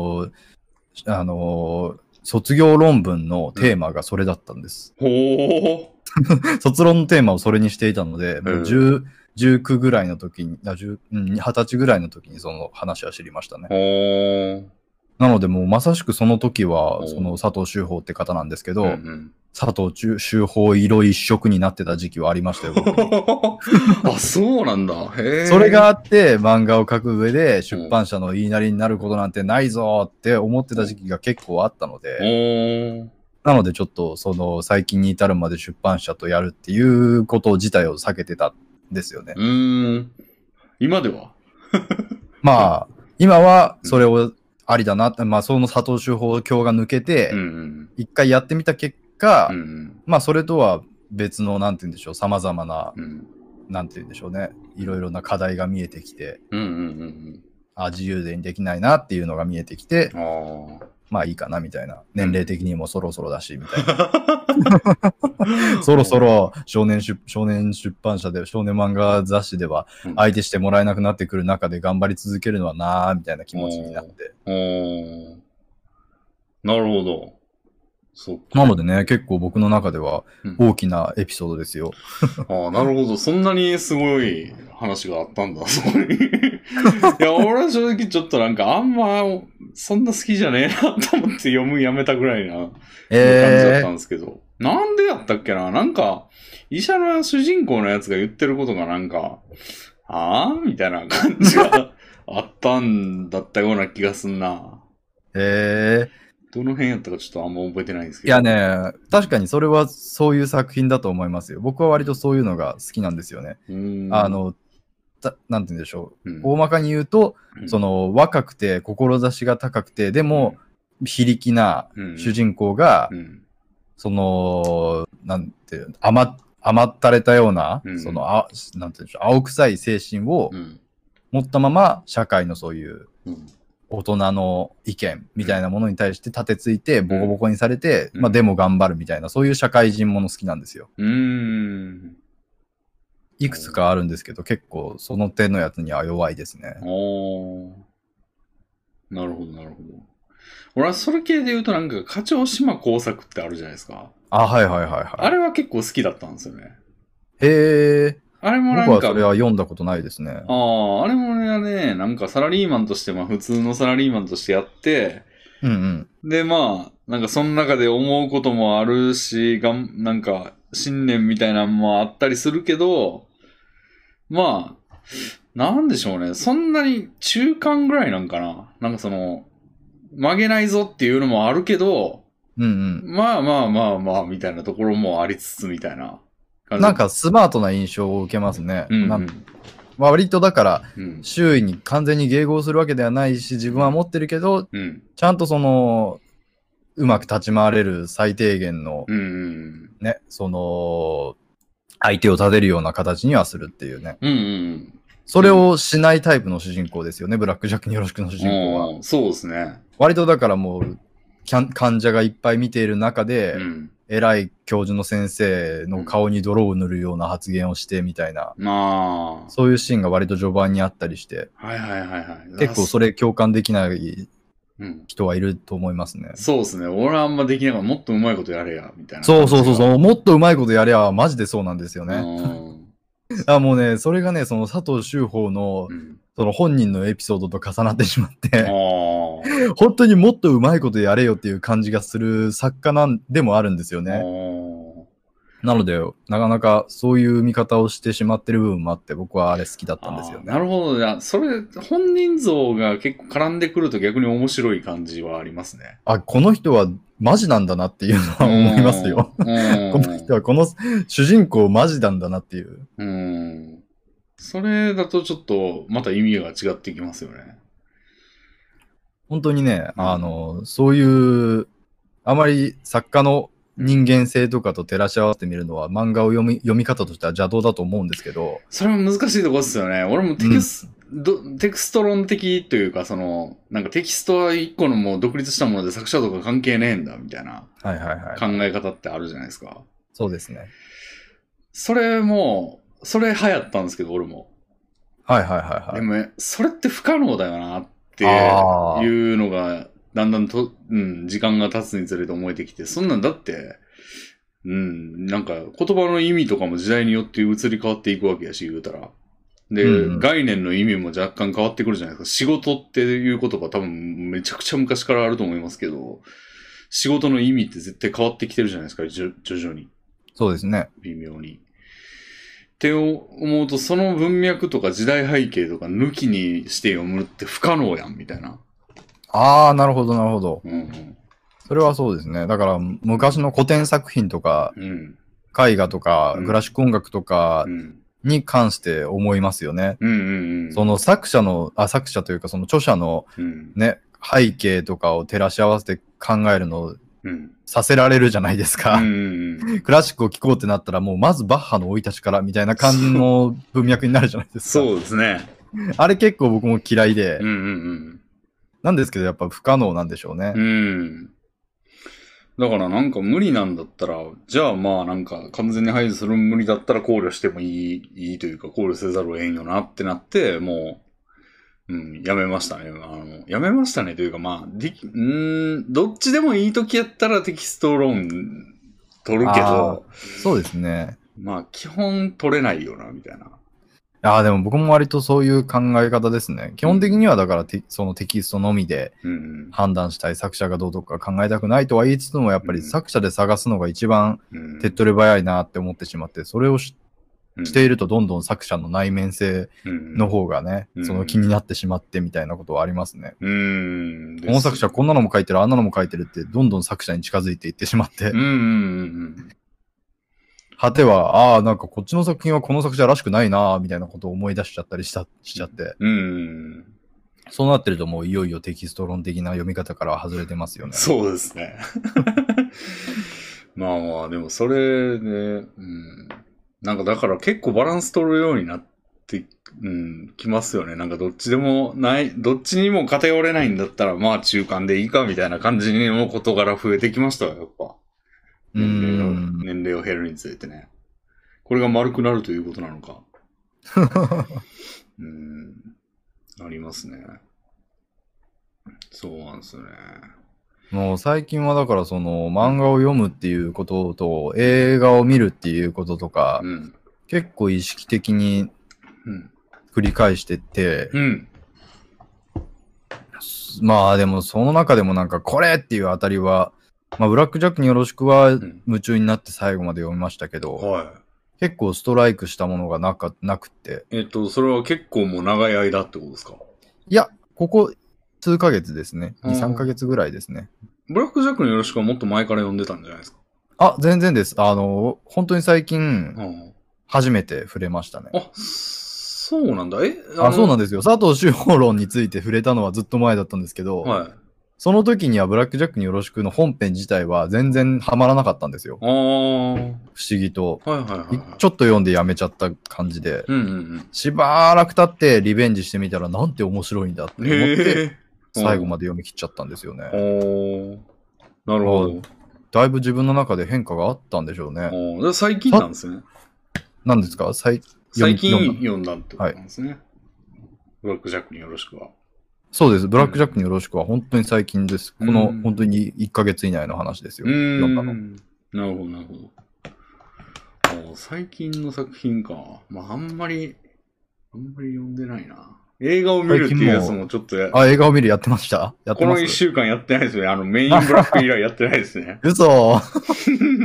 卒業論文のテーマがそれだったんです。 ほー。 卒論のテーマをそれにしていたので、もう19ぐらいの時に、20歳ぐらいの時にその話は知りましたね。 ほー。 なのでもうまさしくその時は、その佐藤修法って方なんですけど、佐藤修法色一色になってた時期はありましたよ、僕。 あ、そうなんだ。へー。 それがあって漫画を描く上で出版社の言いなりになることなんてないぞって思ってた時期が結構あったので、なのでちょっとその最近に至るまで出版社とやるっていうこと自体を避けてたんですよね。 今ではまあ、今はそれをありだなって、まあその佐藤修法教が抜けて、一回やってみた結果、まあそれとは別の、なんて言うんでしょう、様々な、なんて言うんでしょうね、いろいろな課題が見えてきて、自由でにできないなっていうのが見えてきて、まあいいかなみたいな。年齢的にもそろそろだし、みたいな。そろそろ少年出版社で、少年漫画雑誌では相手してもらえなくなってくる中で頑張り続けるのはなぁ、みたいな気持ちになって。 なるほど。 なのでね、結構僕の中では大きなエピソードですよ。 なるほど。そんなにすごい話があったんだ、そこに。いや、俺は正直ちょっとなんかあんま、そんな好きじゃねえなと思って読むやめたぐらいな感じだったんですけど。なんでやったっけな、なんか、医者の主人公のやつが言ってることがなんか、みたいな感じがあったんだったような気がすんな。どの辺やったかちょっとあんま覚えてないんですけど。 いやね、確かにそれはそういう作品だと思いますよ。僕は割とそういうのが好きなんですよね。なんて言うんでしょう。大まかに言うと、その若くて志が高くて、でも非力な主人公が、その、なんて甘ったれたような、そのなんて言うんでしょう、青臭い精神を持ったまま社会のそういう、大人の意見みたいなものに対して立てついてボコボコにされて、まあでも頑張るみたいな、そういう社会人もの好きなんですよ。いくつかあるんですけど、結構その手のやつには弱いですね。 なるほど、なるほど。俺はそれ系で言うとなんか、課長島工作ってあるじゃないですか。 はいはいはいはい。 あれは結構好きだったんですよね。 あれもなんか。僕はそれは読んだことないですね。 あれもね、なんかサラリーマンとして、まあ普通のサラリーマンとしてやって、で、まあ、なんかその中で思うこともあるし、なんか信念みたいなのもあったりするけど、まあ、なんでしょうね。そんなに中間ぐらいなんかな。なんかその、曲げないぞっていうのもあるけど、まあまあまあまあ、みたいなところもありつつみたいな。 なんかスマートな印象を受けますね。割とだから、周囲に完全に迎合するわけではないし、自分は持ってるけど、ちゃんとその、うまく立ち回れる最低限の、ね、その、相手を立てるような形にはするっていうね。それをしないタイプの主人公ですよね、ブラックジャックによろしくの主人公は。 そうですね。 割とだからもう、患者がいっぱい見ている中で、偉い教授の先生の顔に泥を塗るような発言をしてみたいな、そういうシーンが割と序盤にあったりして、結構それ共感できない人はいると思いますね。 そうですね。俺はあんまできながらもっとうまいことやれや、みたいな。 そう、もっとうまいことやれや、マジでそうなんですよね。もうね、それがね、その佐藤修法の、その本人のエピソードと重なってしまって、本当にもっとうまいことやれよっていう感じがする作家でもあるんですよね。 なので、なかなかそういう見方をしてしまってる部分もあって、僕はあれ好きだったんですよね。 なるほど。いや、それ、本人像が結構絡んでくると逆に面白い感じはありますね。 あ、この人はマジなんだなっていうのは思いますよ。この人はこの主人公マジなんだなっていう。 それだとちょっとまた意味が違ってきますよね。 本当にね、そういう、あまり作家の人間性とかと照らし合わせてみるのは、漫画を読み方としては邪道だと思うんですけど。 それは難しいところですよね。俺もテクスト論的というか、なんかテキストは一個のもう独立したもので作者とか関係ねえんだ、みたいな考え方ってあるじゃないですか。 そうですね。 それ流行ったんですけど、俺も。でも、それって不可能だよな、っていうのが、だんだんと、時間が経つにつれて思えてきて、そんなんだって、なんか言葉の意味とかも時代によって移り変わっていくわけやし、言うたら。で、概念の意味も若干変わってくるじゃないですか。仕事っていう言葉多分めちゃくちゃ昔からあると思いますけど、仕事の意味って絶対変わってきてるじゃないですか、徐々に。 そうですね。 微妙に。って思うと、その文脈とか時代背景とか抜きにして読むって不可能やん、みたいな。 なるほど、なるほど。それはそうですね。だから、昔の古典作品とか、絵画とか、クラシック音楽とかに関して思いますよね。その作者というか、その著者のね、背景とかを照らし合わせて考えるのをさせられるじゃないですか。クラシックを聴こうってなったら、もうまずバッハの生い立ちからみたいな感じの文脈になるじゃないですか。 そうですね。 あれ結構僕も嫌いで。なんですけど、やっぱ不可能なんでしょうね。 だからなんか無理なんだったら、じゃあまあなんか完全に排除する無理だったら考慮してもいいというか考慮せざるを得んよなってなって、もう、やめましたね。やめましたねというかまあ、どっちでもいい時やったらテキスト論取るけど、 そうですね。 まあ基本取れないよな、みたいな。 でも僕も割とそういう考え方ですね。基本的にはだからそのテキストのみで判断したい、作者がどうとか考えたくないとは言いつつも、やっぱり作者で探すのが一番手っ取り早いなって思ってしまって、それをしているとどんどん作者の内面性の方がね、その気になってしまってみたいなことはありますね。この作者こんなのも書いてる、あんなのも書いてるって、どんどん作者に近づいていってしまって。果ては、なんかこっちの作品はこの作者らしくないなみたいなことを思い出しちゃったりしちゃって。そうなってるともういよいよテキスト論的な読み方から外れてますよね。 そうですね。まあまあ、でもそれで、なんかだから結構バランス取るようになって、きますよね。なんかどっちでもどっちにも偏れないんだったら、まあ中間でいいかみたいな感じの事柄増えてきましたよ、やっぱ。年齢を減るにつれてね。これが丸くなるということなのか。ありますね。そうなんですよね。 もう最近はだからその漫画を読むっていうことと映画を見るっていうこととか、結構意識的に繰り返してって、まあでもその中でもなんかこれっていうあたりは、まあブラックジャックによろしくは夢中になって最後まで読みましたけど、結構ストライクしたものがなくて。 それは結構もう長い間ってことですか？ いや、ここ数ヶ月ですね。2、3ヶ月ぐらいですね。 ブラックジャックによろしくはもっと前から読んでたんじゃないですか？ 全然です。本当に最近、初めて触れましたね。 そうなんだ。 そうなんですよ。佐藤修法論について触れたのはずっと前だったんですけど、その時にはブラックジャックによろしくの本編自体は全然ハマらなかったんですよ。不思議と。ちょっと読んでやめちゃった感じで、しばらく経ってリベンジしてみたらなんて面白いんだって思って、最後まで読み切っちゃったんですよね。 なるほど。 だいぶ自分の中で変化があったんでしょうね。 最近なんですね。 何ですか？ 最近読んだってことなんですね。ブラックジャックによろしくは。 そうです。ブラックジャックによろしくは本当に最近です。この本当に1ヶ月以内の話ですよ。読んだの。 なるほど、なるほど。最近の作品か。まあ、あんまり読んでないな。映画を見るっていうやつもちょっと映画を見るやってました？やってます？ この1週間やってないですね。メインブラック以来やってないですね。 嘘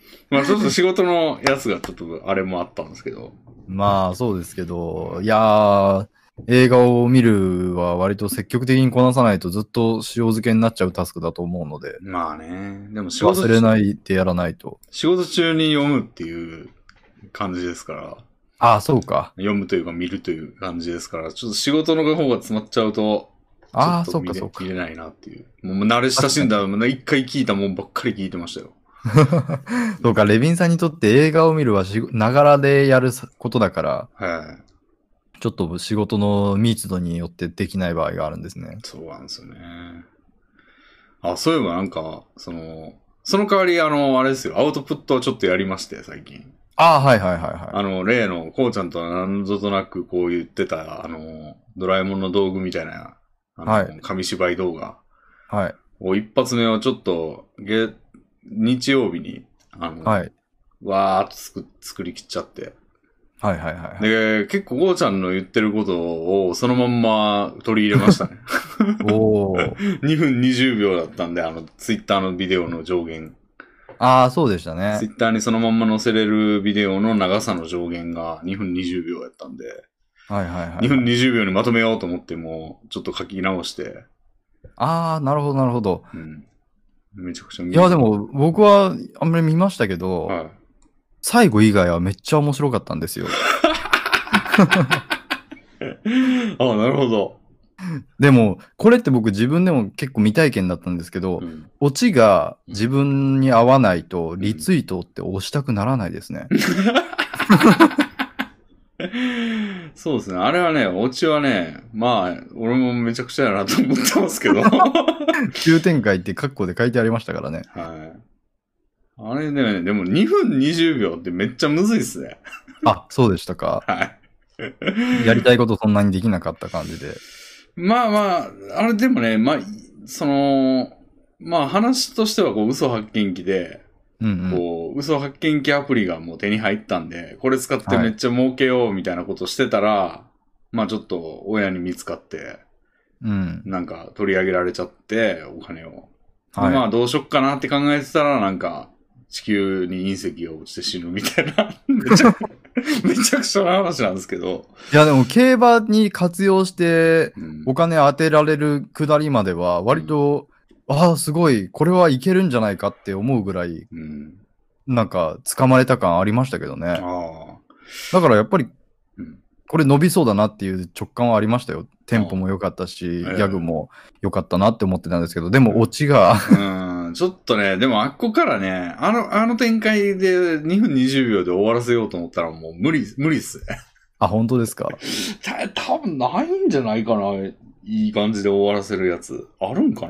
まあちょっと仕事のやつがちょっとあれもあったんですけど。 まあそうですけど、いやー、映画を見るは割と積極的にこなさないとずっと塩漬けになっちゃうタスクだと思うので。 まあね。でも忘れないでやらないと。 仕事中に読むっていう感じですから。 ああ、そうか。 読むというか見るという感じですから、ちょっと仕事の方が詰まっちゃうと、 ああ、そうかそうか。 見れないなっていう。もう慣れ親しんだ、一回聞いたもんばっかり聞いてましたよ。 そうか、レビンさんにとって映画を見るはながらでやることだから、 はい。 ちょっと仕事の密度によってできない場合があるんですね。 そうなんですよね。あ、そういえばなんか、その代わりあれですよ、アウトプットをちょっとやりまして、最近。 ああ、はいはいはいはい。 例の、こうちゃんとは何ぞとなくこう言ってた、ドラえもんの道具みたいな、 はい、 紙芝居動画。 はい。 一発目をちょっと、日曜日に、 はい。 わーっと作りきっちゃって。 はいはいはい、はい。 で、結構、ゴーちゃんの言ってることをそのまんま取り入れましたね。 おー。 2分20秒だったんで、ツイッターのビデオの上限。 ああ、そうでしたね。 ツイッターにそのまんま載せれるビデオの長さの上限が2分20秒やったんで、 はいはいはい、はい。 2分20秒にまとめようと思っても、ちょっと書き直して。 ああ、なるほどなるほど。 うん。めちゃくちゃいや、でも、僕はあんまり見ましたけど、はい、最後以外はめっちゃ面白かったんですよ。 ああ、なるほど。 でも、これって僕自分でも結構未体験だったんですけど、オチが自分に合わないと、リツイートって押したくならないですね。 そうですね。あれはね、オチはね、まあ、俺もめちゃくちゃやなと思ってますけど。 急展開ってカッコで書いてありましたからね。 はい。あれね、でも2分20秒ってめっちゃむずいっすね。 あ、そうでしたか。 はい。 やりたいことそんなにできなかった感じで。 まあまあ、あれでもね、まあ、まあ話としてはこう嘘発見器で、こう、嘘発見器アプリがもう手に入ったんで、これ使ってめっちゃ儲けようみたいなことしてたら、はい、まあちょっと親に見つかって、なんか取り上げられちゃって、お金を。はい、まあどうしよっかなって考えてたら、なんか、地球に隕石が落ちて死ぬみたいな、めちゃくちゃな話なんですけど。 いやでも競馬に活用してお金当てられるくだりまでは割と、ああすごいこれはいけるんじゃないかって思うぐらい、なんか掴まれた感ありましたけどね。だからやっぱりこれ伸びそうだなっていう直感はありましたよ。テンポも良かったし、ギャグも良かったなって思ってたんですけど、でもオチがちょっとね、でもあっこからね、あの展開で2分20秒で終わらせようと思ったらもう無理っすね。 あ、本当ですか？ 多分ないんじゃないかな。いい感じで終わらせるやつ。あるんかな？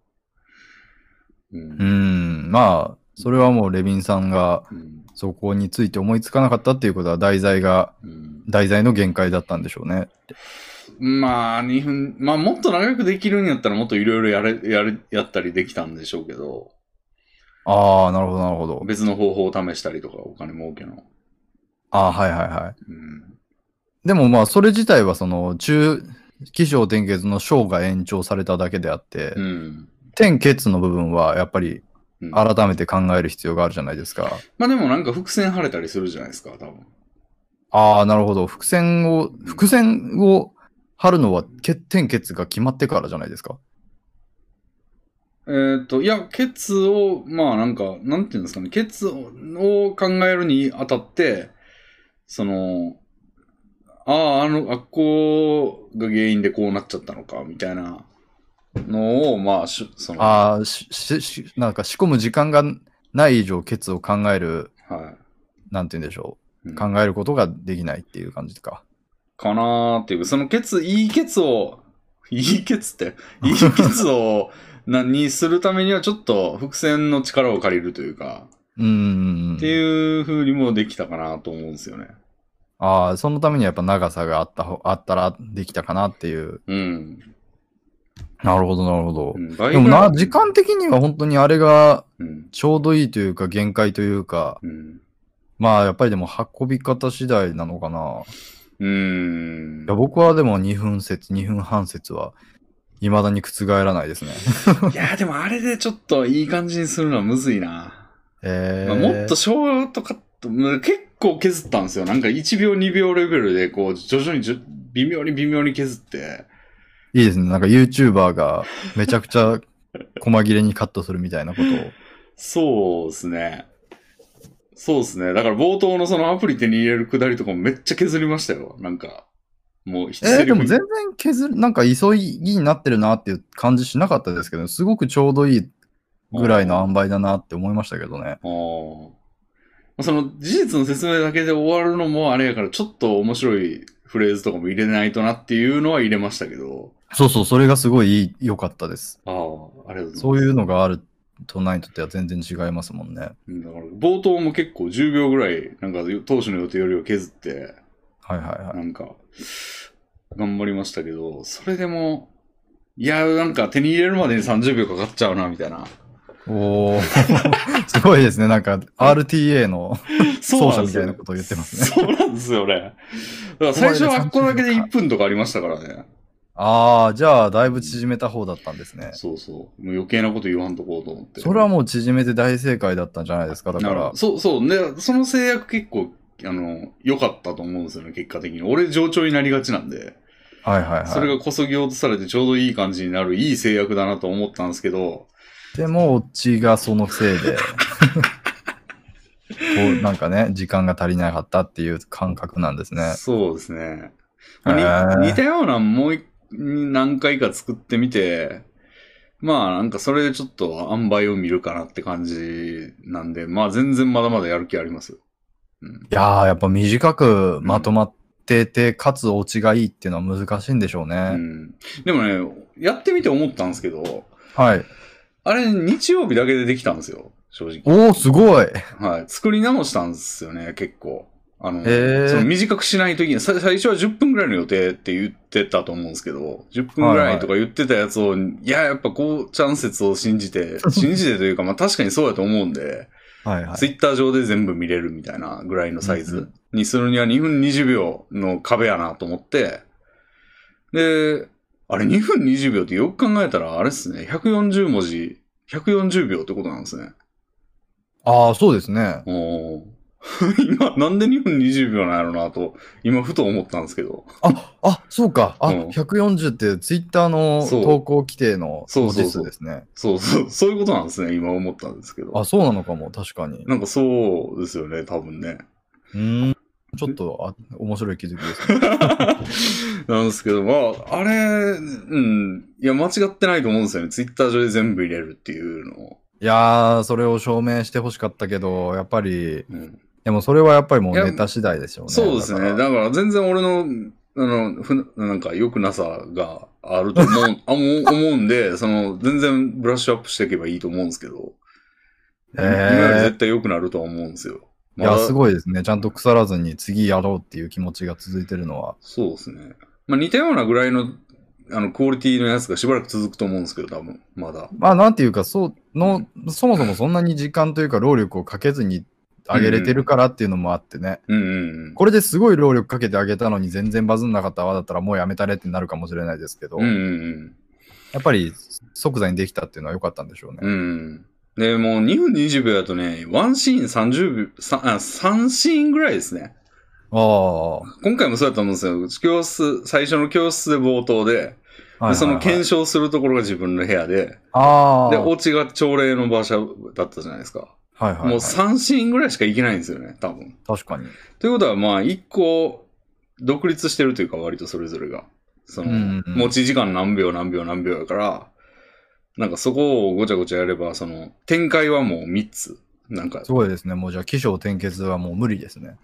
まあ、それはもうレビンさんがそこについて思いつかなかったっていうことは題材の限界だったんでしょうね。 まあ、2分、まあもっと長くできるんやったらもっといろいろやったりできたんでしょうけど。 ああ、なるほどなるほど。 別の方法を試したりとか、お金儲けの。 ああ、はいはいはい。でもまあ、それ自体はその、起承転結の章が延長されただけであって、転結の部分はやっぱり改めて考える必要があるじゃないですか。 まあでもなんか伏線張れたりするじゃないですか、多分。 ああ、なるほど。伏線を張るのは転結が決まってからじゃないですか。 いや、ケツを、まあなんか、なんていうんですかね、ケツを考えるにあたって、あっこが原因でこうなっちゃったのか、みたいなのを、まあ、 なんか仕込む時間がない以上、ケツを考える、なんて言うんでしょう、考えることができないっていう感じか。 かなーっていう、そのいいケツをにするためにはちょっと伏線の力を借りるというか、っていう風にもできたかなと思うんですよね。 ああ、そのためにはやっぱ長さがあったらできたかなっていう。なるほど、なるほど。でも時間的には本当にあれがちょうどいいというか、限界というか、まあやっぱりでも運び方次第なのかな。いや僕はでも2分半説は未だに覆らないですね。 いやでもあれでちょっといい感じにするのはむずいな。 まあ、もっとショートカット、結構削ったんですよ。なんか1秒2秒レベルで、こう、徐々に微妙に削って。 いいですね。なんか YouTuber がめちゃくちゃ細切れにカットするみたいなことを。 そうですね。そうですね。だから冒頭のそのアプリ手に入れるくだりとかもめっちゃ削りましたよ。なんか、もうでも全然なんか急ぎになってるなっていう感じしなかったですけど、すごくちょうどいいぐらいの塩梅だなって思いましたけどね。 その事実の説明だけで終わるのもあれやから、ちょっと面白いフレーズとかも入れないとなっていうのは入れましたけど。 そうそう、それがすごい良かったです。 ありがとうございます。 そういうのがあるとないとっては全然違いますもんね。だから冒頭も結構10秒ぐらい、なんか当初の予定よりは削って、 はいはいはい。 なんか、頑張りましたけど、それでも、いや、なんか手に入れるまでに30秒かかっちゃうな、みたいな。 おー、すごいですね。なんか RTA の奏者みたいなことを言ってますね。 そうなんですよね。だから最初はあっこだけで1分とかありましたからね。 ああ、じゃあだいぶ縮めた方だったんですね。 そうそう。もう余計なこと言わんとこうと思って。 それはもう縮めて大正解だったんじゃないですか、だから。 そう。で、その制約結構、良かったと思うんですよね、結果的に。俺、冗長になりがちなんで。 はいはいはい。 それがこそぎ落とされてちょうどいい感じになる、いい制約だなと思ったんですけど。 でも、オチがそのせいで、こう、なんかね、時間が足りなかったっていう感覚なんですね。 そうですね。似たようなもう何回か作ってみて、まあなんかそれでちょっと塩梅を見るかなって感じなんで、まあ全然まだまだやる気ありますよ。 いやー、やっぱ短くまとまってて、かつオチがいいっていうのは難しいんでしょうね。 でもね、やってみて思ったんですけど、 はい。 あれ日曜日だけでできたんですよ、正直。 おー、すごい。 はい。作り直したんですよね、結構。その短くしないといけない。最初は10分ぐらいの予定って言ってたと思うんですけど、10分ぐらいとか言ってたやつを、やっぱこう、チャン説を信じてというか、まあ確かにそうやと思うんで、ツイッター上で全部見れるみたいなぐらいのサイズにするには2分20秒の壁やなと思って、で、あれ2分20秒ってよく考えたら、あれっすね、140文字、140秒ってことなんですね。 ああ、そうですね。 今、なんで2分20秒なんやろなと、今ふと思ったんですけど。 そうか。140ってツイッターの投稿規定の文字数ですね。 そういうことなんですね、今思ったんですけど。 そうなのかも、確かに。 なんかそうですよね、多分ね。 ちょっと、面白い気づきですね。 なんですけど、まあ、あれ、いや、間違ってないと思うんですよね。ツイッター上で全部入れるっていうのを。 いやー、それを証明してほしかったけど、やっぱり、でもそれはやっぱりもうネタ次第でしょうね。 そうですね。だから全然俺の、なんか良くなさがあると思うんで、全然ブラッシュアップしていけばいいと思うんですけど、今より絶対良くなるとは思うんですよ。 いや、すごいですね。ちゃんと腐らずに次やろうっていう気持ちが続いてるのは。 そうですね。まあ似たようなぐらいの、クオリティのやつがしばらく続くと思うんですけど、多分、まだ。 まあ、なんていうか、そもそもそんなに時間というか労力をかけずに上げれてるからっていうのもあってね。これですごい労力かけてあげたのに全然バズんなかったわだったらもうやめたれってなるかもしれないですけど、やっぱり即座にできたっていうのは良かったんでしょうね。 で、もう2分20秒だとね、ワンシーン30秒、3シーンぐらいですね。今回もそうだと思うんですよ。最初の教室で冒頭で、その検証するところが自分の部屋で、で、お家が朝礼の場所だったじゃないですか。もう3シーンぐらいしか行けないんですよね、多分。 確かに。 ということは、まあ、1個、独立してるというか、割とそれぞれが。持ち時間何秒やから、なんかそこをごちゃごちゃやれば、展開はもう3つ。なんか。 すごいですね。もうじゃあ、起承転結はもう無理ですね。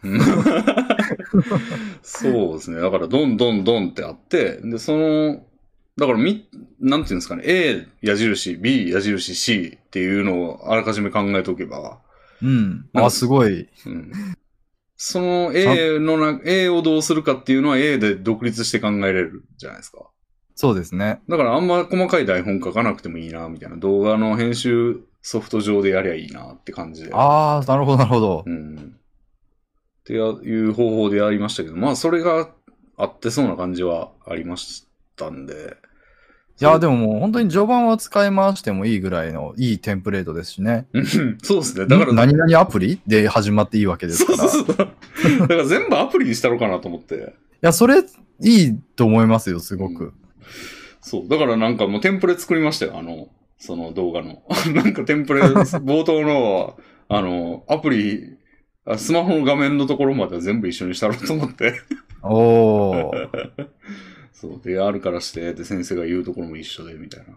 そうですね。だから、どんってあって、で、だからなんていうんですかね、A 矢印、B 矢印、C っていうのをあらかじめ考えておけば。 すごい。 その A をどうするかっていうのは A で独立して考えれるじゃないですか。 そうですね。 だからあんま細かい台本書かなくてもいいな、みたいな。動画の編集ソフト上でやりゃいいなって感じで。 なるほど。 っていう方法でやりましたけど、まあそれがあってそうな感じはありましたんで、 いや、でももう本当に序盤は使い回してもいいぐらいのいいテンプレートですしね。 そうですね。だから。 何々アプリで始まっていいわけですから。 そう。だから全部アプリにしたろうかなと思って。いや、それいいと思いますよ、すごく。 そう。だからなんかもうテンプレ作りましたよ。その動画の。なんかテンプレ、冒頭の、アプリ、スマホの画面のところまでは全部一緒にしたろうと思って。 おー。 そう。で、あるからして、で、先生が言うところも一緒で、みたいな。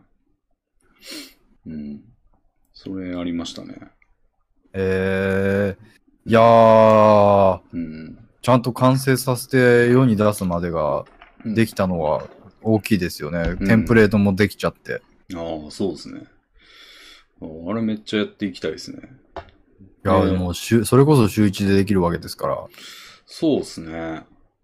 それありましたね。 いやー、ちゃんと完成させて世に出すまでができたのは大きいですよね。テンプレートもできちゃって。 ああ、そうですね。あれめっちゃやっていきたいですね。 いや、でもそれこそ週1でできるわけですから。 そうですね。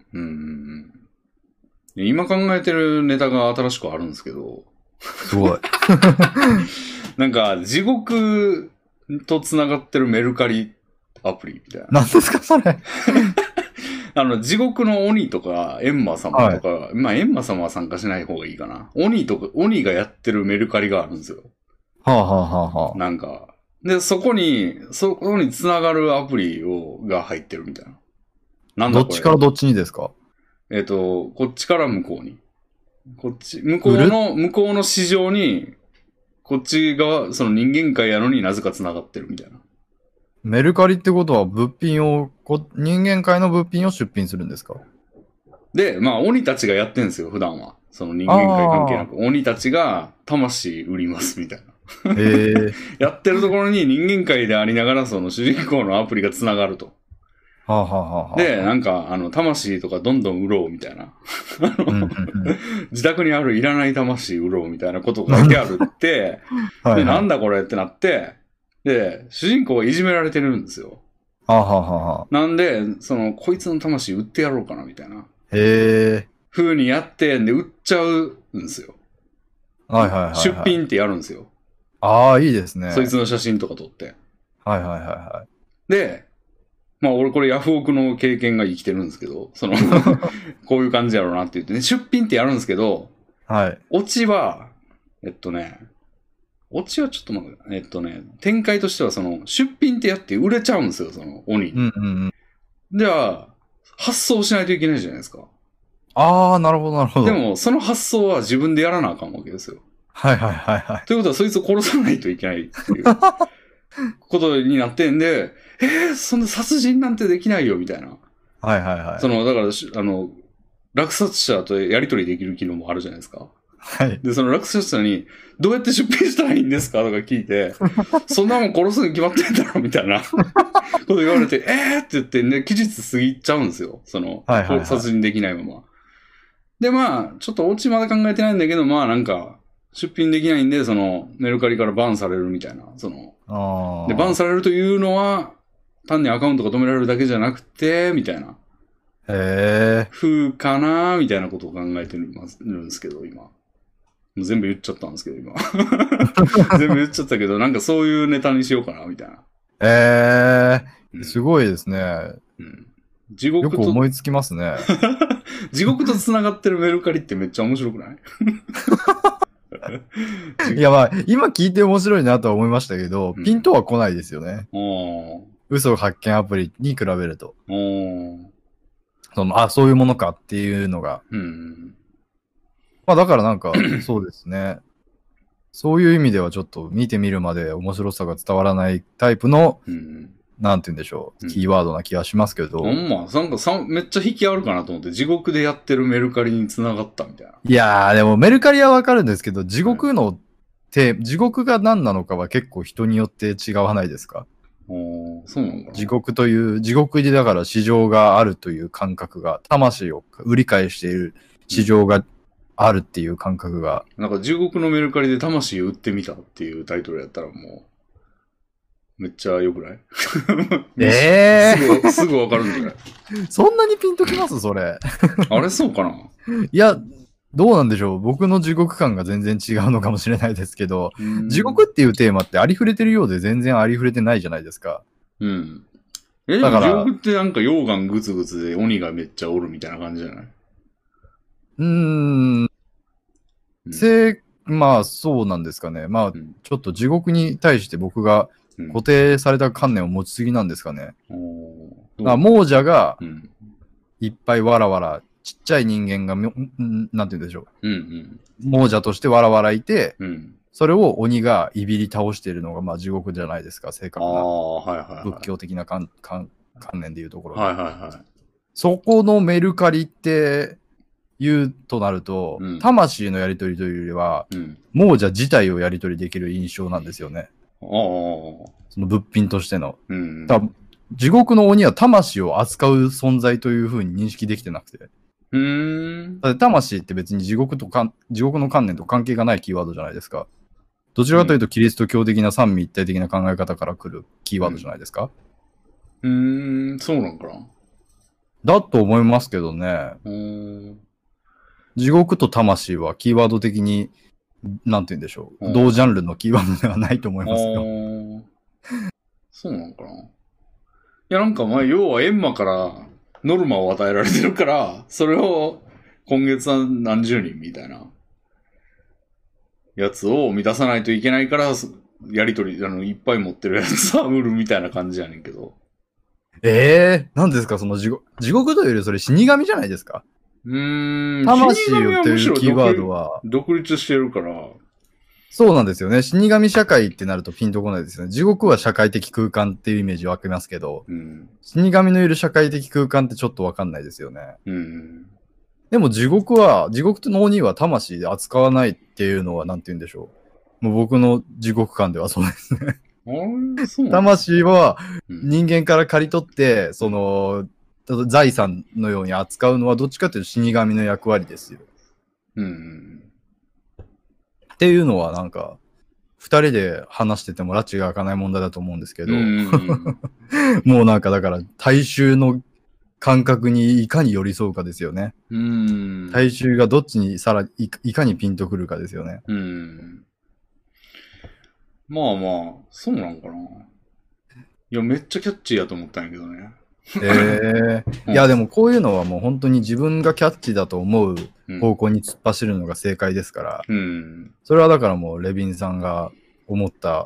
今考えてるネタが新しくあるんですけど。 すごい。 なんか、地獄と繋がってるメルカリアプリみたいな。 何ですか、それ。 地獄の鬼とか、エンマ様とか、はい、まあ、エンマ様は参加しない方がいいかな。鬼がやってるメルカリがあるんですよ。 はあはあはあはあ。 なんか、で、そこに繋がるアプリが入ってるみたいな。 なんだこれ。どっちからどっちにですか？ こっちから向こうに。向こうの市場に、こっち側、その人間界やのになぜか繋がってるみたいな。 メルカリってことは物品を、人間界の物品を出品するんですか？ で、まあ、鬼たちがやってんですよ、普段は。その人間界関係なく。鬼たちが魂売りますみたいな。やってるところに人間界でありながら、その主人公のアプリが繋がると。で、なんか、魂とかどんどん売ろうみたいな。自宅にあるいらない魂売ろうみたいなことが書いてあるって、で、なんだこれってなって、で、主人公はいじめられてるんですよ。なんで、こいつの魂売ってやろうかなみたいな。風にやってんで、売っちゃうんですよ。出品ってやるんですよ。 ああ、いいですね。 そいつの写真とか撮って。 はい。 で、まあ俺これヤフオクの経験が生きてるんですけど、こういう感じやろうなって言ってね、出品ってやるんですけど、 はい。 オチは、オチはちょっと待って、展開としては出品ってやって売れちゃうんですよ、鬼。じゃあ、発送しないといけないじゃないですか。 ああ、なるほど、なるほど。 でも、その発送は自分でやらなあかんわけですよ。 はい。 ということは、そいつを殺さないといけないっていうことになってんで、そんな殺人なんてできないよ、みたいな。 はい。 だから、落札者とやり取りできる機能もあるじゃないですか。 はい。 で、その落札者に、どうやって出品したらいいんですかとか聞いて、そんなもん殺すに決まってんだろみたいなこと言われて、って言ってね、期日過ぎちゃうんですよ。殺人できないまま。で、まあ、ちょっとオチまで考えてないんだけど、まあなんか、出品できないんで、メルカリからバンされるみたいな。で、バンされるというのは、単にアカウントが止められるだけじゃなくて、みたいな。風かなみたいなことを考えてるんですけど、今。もう全部言っちゃったんですけど、今。全部言っちゃったけど、なんかそういうネタにしようかな、みたいな。 すごいですね。よく思いつきますね。 地獄と繋がってるメルカリってめっちゃ面白くないいやまあ、今聞いて面白いなとは思いましたけど、ピンとは来ないですよね。嘘発見アプリに比べると。そういうものかっていうのが。まあだからなんか、そうですね。そういう意味ではちょっと見てみるまで面白さが伝わらないタイプの、なんて言うんでしょう、キーワードな気がしますけど。 なんかめっちゃ引きあるかなと思って、地獄でやってるメルカリに繋がったみたいな。 いやー、でもメルカリはわかるんですけど、地獄が何なのかは結構人によって違わないですか？ そうなのかな。 地獄でだから市場があるという感覚が、魂を売り買いしている市場があるっていう感覚が。 なんか地獄のメルカリで魂売ってみたっていうタイトルやったらもう、めっちゃ良くないすぐわかるんじゃないそんなにピンときますそれ。 あれそうかな。 いや、どうなんでしょう。僕の地獄感が全然違うのかもしれないですけど、地獄っていうテーマってありふれてるようで全然ありふれてないじゃないですか。 でも地獄ってなんか溶岩グツグツで鬼がめっちゃおるみたいな感じじゃない？ まあそうなんですかね。まあちょっと地獄に対して僕が固定された観念を持ちすぎなんですかね。亡者がいっぱいわらわら、ちっちゃい人間がなんて言うんでしょう。亡者としてわらわらいて、それを鬼がいびり倒しているのがまあ地獄じゃないですか、正確な仏教的な観念でいうところで。そこのメルカリって言うとなると、魂のやり取りというよりは、亡者自体をやり取りできる印象なんですよね。その物品としての。地獄の鬼は魂を扱う存在というふうに認識できてなくて。だって魂って別に地獄の観念と関係がないキーワードじゃないですか。どちらかというとキリスト教的な三位一体的な考え方から来るキーワードじゃないですか。 そうなんかな。 だと思いますけどね。地獄と魂はキーワード的に、なんて言うんでしょう。同ジャンルのキーワードではないと思いますよ。 そうなんかな。いやなんかまあ要はエンマからノルマを与えられてるから、それを今月は何十人みたいなやつを満たさないといけないから、やりとり、いっぱい持ってるやつは売るみたいな感じやねんけど。 何ですかその地獄というよりそれ死神じゃないですか。魂をというキーワードは独立してるから。 そうなんですよね。死神社会ってなるとピンとこないですよね。地獄は社会的空間っていうイメージ湧きますけど、死神のいる社会的空間ってちょっとわかんないですよね。でも地獄の鬼は魂で扱わないっていうのはなんて言うんでしょう。もう僕の地獄観ではそうですね。魂は人間から刈り取って、その財産のように扱うのはどっちかというと死神の役割ですよ。っていうのはなんか二人で話してても拉致が開かない問題だと思うんですけど、もうなんかだから大衆の感覚にいかに寄り添うかですよね。大衆がどっちにいかにピンとくるかですよね。 まあまあ、そうなんかな。いや、めっちゃキャッチーやと思ったんやけどね。 いやでもこういうのはもう本当に自分がキャッチーだと思う方向に突っ走るのが正解ですから、それはだからもうレビンさんが思った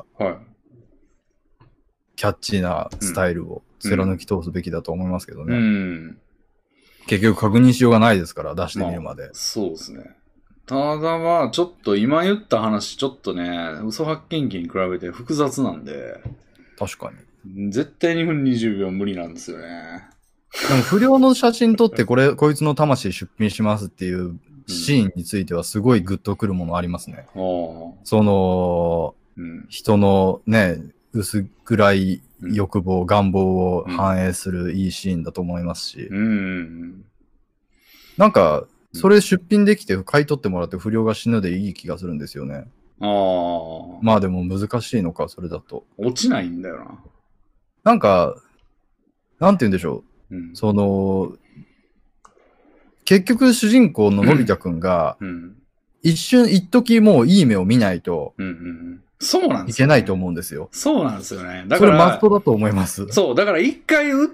キャッチーなスタイルを貫き通すべきだと思いますけどね。結局確認しようがないですから出してみるまで。 そうですね。ただまあちょっと今言った話ちょっとね、嘘発見器に比べて複雑なんで。 確かに。 絶対2分20秒無理なんですよね。 でも不良の写真撮ってこいつの魂出品しますっていうシーンについてはすごいグッとくるものありますね。その、人のね、薄暗い欲望、願望を反映するいいシーンだと思いますし。なんか、それ出品できて買い取ってもらって不良が死ぬでいい気がするんですよね。まあでも難しいのか、それだと。 落ちないんだよな。 なんか、なんて言うんでしょう。その、結局主人公ののび太くんが、一時もういい目を見ないと、 そうなんですよ、ね。 いけないと思うんですよ。 そうなんですよね。 だから、それマストだと思います。 そう、だから一回打って、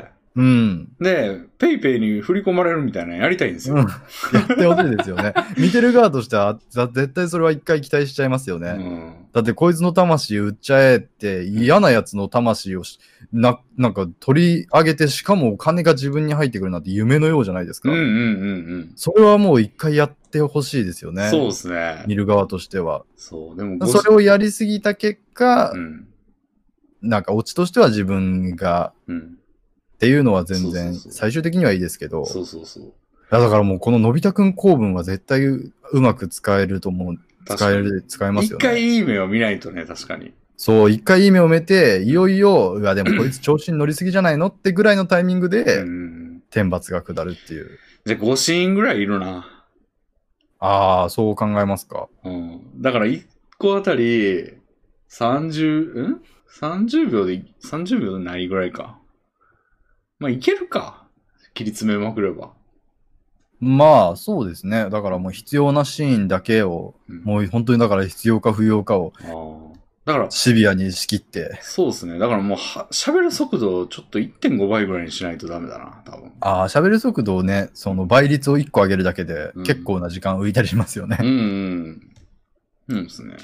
で、ペイペイに振り込まれるみたいなのやりたいんですよ。 やってほしいですよね。見てる側としては、絶対それは一回期待しちゃいますよね。だってこいつの魂売っちゃえって嫌なやつの魂をなんか取り上げて、しかもお金が自分に入ってくるなんて夢のようじゃないですか。それはもう一回やってほしいですよね。 そうですね。 見る側としては。 そう。でもそれをやりすぎた結果、なんかオチとしては自分が、っていうのは全然最終的にはいいですけど。だからもうこののび太くん構文は絶対うまく使えると思う。使えますよね。 一回いい目を見ないとね、確かに。 そう、一回いい目を見て、いよいよ、でもこいつ調子に乗りすぎじゃないのってぐらいのタイミングで、天罰が下るっていう。 じゃあ5シーンぐらいいるな。 ああ、そう考えますか。 だから1個あたり30秒でないぐらいか。まあ、いけるか。切り詰めまくれば。 まあ、そうですね。だからもう必要なシーンだけを、もう本当にだから必要か不要かをだから、 シビアに仕切って。 そうですね。だからもう喋る速度をちょっと 1.5 倍ぐらいにしないとダメだな、多分。 ああ、喋る速度をね、その倍率を1個上げるだけで、結構な時間浮いたりしますよね。 うんですね。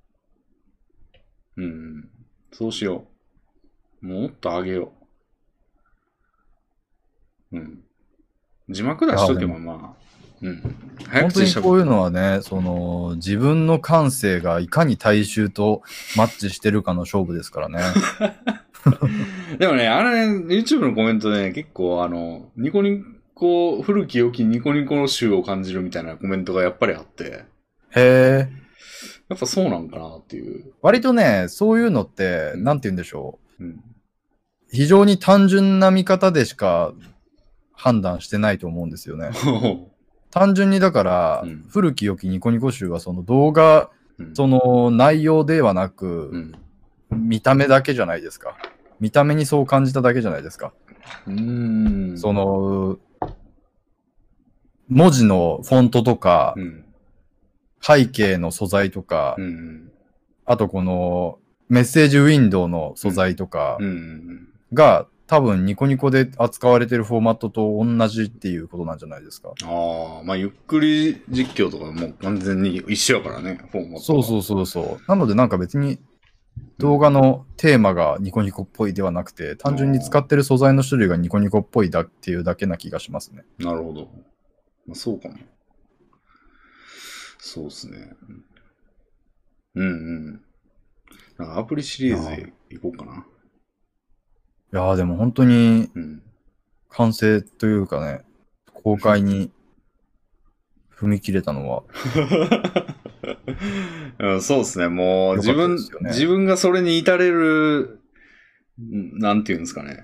そうしよう。もっと上げよう。字幕出しとけばまあ。 本当にこういうのはね、その、自分の感性がいかに大衆とマッチしてるかの勝負ですからね。 でもね、YouTube のコメントでね、結構ニコニコ、古き良きニコニコの集を感じるみたいなコメントがやっぱりあって。 へえ。 やっぱそうなんかなっていう。 割とね、そういうのって、なんて言うんでしょう。非常に単純な見方でしか判断してないと思うんですよね。単純にだから、古き良きニコニコ集はその動画、その内容ではなく、見た目だけじゃないですか。見た目にそう感じただけじゃないですか。その、文字のフォントとか、背景の素材とか、あとこのメッセージウィンドウの素材とかが、多分ニコニコで扱われてるフォーマットと同じっていうことなんじゃないですか。 まあゆっくり実況とかもう完全に一緒やからね、フォーマット。そう。なのでなんか別に動画のテーマがニコニコっぽいではなくて、単純に使ってる素材の種類がニコニコっぽいだっていうだけな気がしますね。 なるほど。まあ、そうかも。そうっすね。なんかアプリシリーズいこうかな。 いやーでも本当に完成というかね、公開に踏み切れたのはそうですね。もう自分がそれに至れる、なんていうんですかね。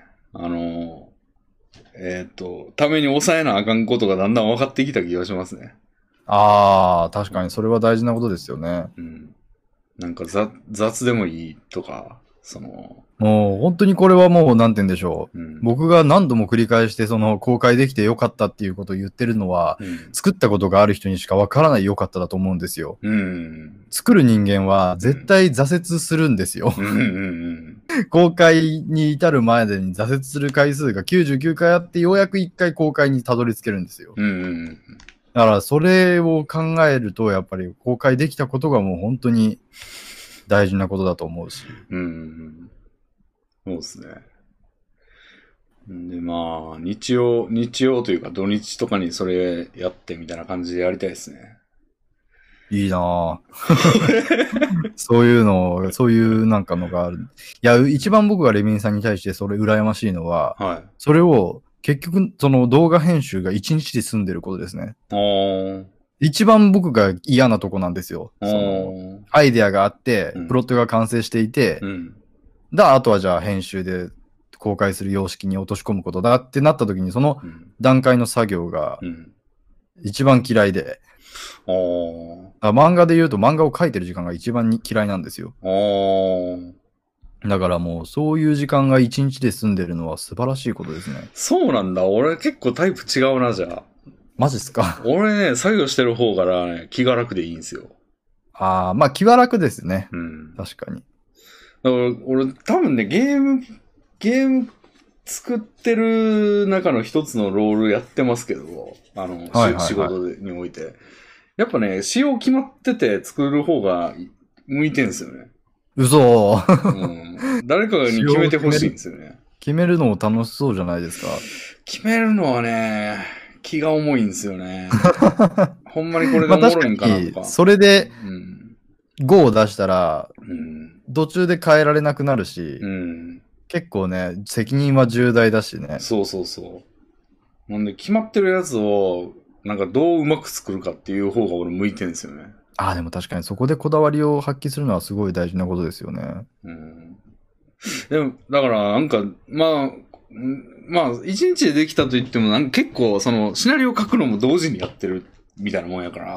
ために抑えなあかんことがだんだん分かってきた気がしますね。 確かにそれは大事なことですよね。 なんか雑でもいいとか、 もう本当にこれはもうなんて言うんでしょう。僕が何度も繰り返してその公開できてよかったっていうことを言ってるのは、作ったことがある人にしかわからないよかっただと思うんですよ。作る人間は絶対挫折するんですよ。公開に至る前でに挫折する回数が99回あってようやく1回公開にたどり着けるんですよ。だからそれを考えるとやっぱり公開できたことがもう本当に大事なことだと思うし。 そうですね。で、まあ、日曜というか土日とかにそれやってみたいな感じでやりたいですね。 いいなぁ。そういうなんかのがある。いや、一番僕がレミンさんに対してそれ羨ましいのは、それを結局その動画編集が1日で済んでることですね。一番僕が嫌なとこなんですよ。そのアイデアがあって、プロットが完成していて、あとはじゃあ編集で公開する様式に落とし込むことだってなった時に、その段階の作業が一番嫌いで。漫画で言うと漫画を描いてる時間が一番嫌いなんですよ。だからもうそういう時間が1日で済んでるのは素晴らしいことですね。 そうなんだ。俺結構タイプ違うな、じゃあ。 マジっすか。 俺ね、作業してる方からね、気が楽でいいんですよ。 まあ気は楽ですね。確かに。 だから俺多分ね、ゲーム作ってる中の一つのロールやってますけど、仕事において。やっぱね、仕様決まってて作る方が向いてんすよね。 嘘。 誰かに決めてほしいんですよね。 決めるのも楽しそうじゃないですか。 決めるのはね、気が重いんですよね。ほんまにこれがおもろいんかなとか。 それで、5を出したら、途中で変えられなくなるし、結構ね、責任は重大だしね。 そう。なんで、決まってるやつを、なんかどううまく作るかっていう方が俺向いてるんですよね。 でも確かにそこでこだわりを発揮するのはすごい大事なことですよね。 でも、だからなんか、まあ、一日でできたと言っても、なんか結構、その、シナリオ書くのも同時にやってるみたいなもんやから、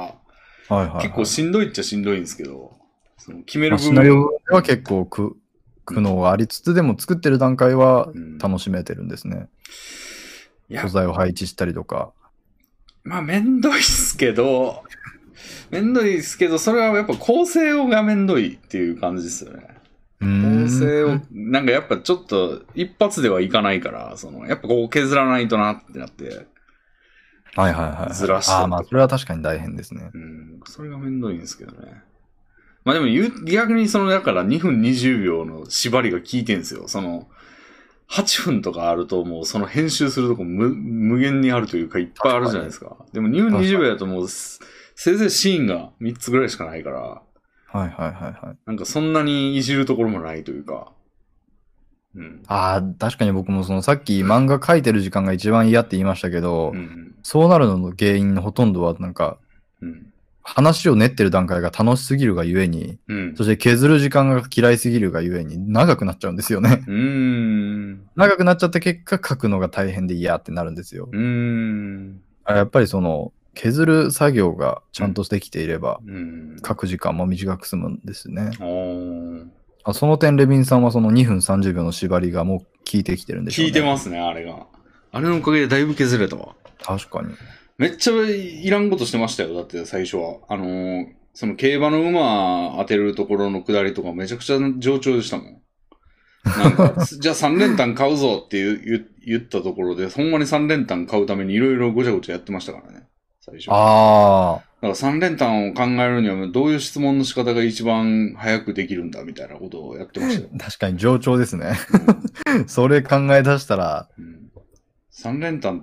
結構しんどいっちゃしんどいんですけど、その決める部分、 シナリオは結構苦悩がありつつでも作ってる段階は楽しめてるんですね。素材を配置したりとか。 まあ、めんどいっすけど、 めんどいですけど、それはやっぱ構成がめんどいっていう感じですよね。構成を、なんかやっぱちょっと一発ではいかないから、やっぱこう削らないとなってなって。 はいはいはい。 ずらして。 ああ、まあそれは確かに大変ですね。 それがめんどいんですけどね。まあでも逆にだから2分20秒の縛りが効いてんですよ。8分とかあるともう編集するとこ無限にあるというかいっぱいあるじゃないですか。でも2分20秒だともうせいぜいシーンが3つぐらいしかないから。 はいはいはいはい。 なんかそんなにいじるところもないというか。 ああ、確かに僕もさっき漫画描いてる時間が一番嫌って言いましたけど、そうなるのの原因のほとんどはなんか、話を練ってる段階が楽しすぎるがゆえに、そして削る時間が嫌いすぎるがゆえに長くなっちゃうんですよね。長くなっちゃった結果書くのが大変で嫌ってなるんですよ。やっぱり削る作業がちゃんとできていれば、書く時間も短く済むんですね。その点、レビンさんは2分30秒の縛りがもう効いてきてるんでしょうね。 効いてますね、あれが。あれのおかげでだいぶ削れたわ。 確かに。 めっちゃいらんことしてましたよ、だって最初は。競馬の馬当てるところの下りとかめちゃくちゃ上調でしたもん。なんか、じゃあ3連単買うぞって言ったところで、ほんまに3連単買うためにいろいろごちゃごちゃやってましたからね、最初。だから3連単を考えるにはどういう質問の仕方が一番早くできるんだみたいなことをやってましたよ。 確かに上調ですね。それ考え出したら。 3連単って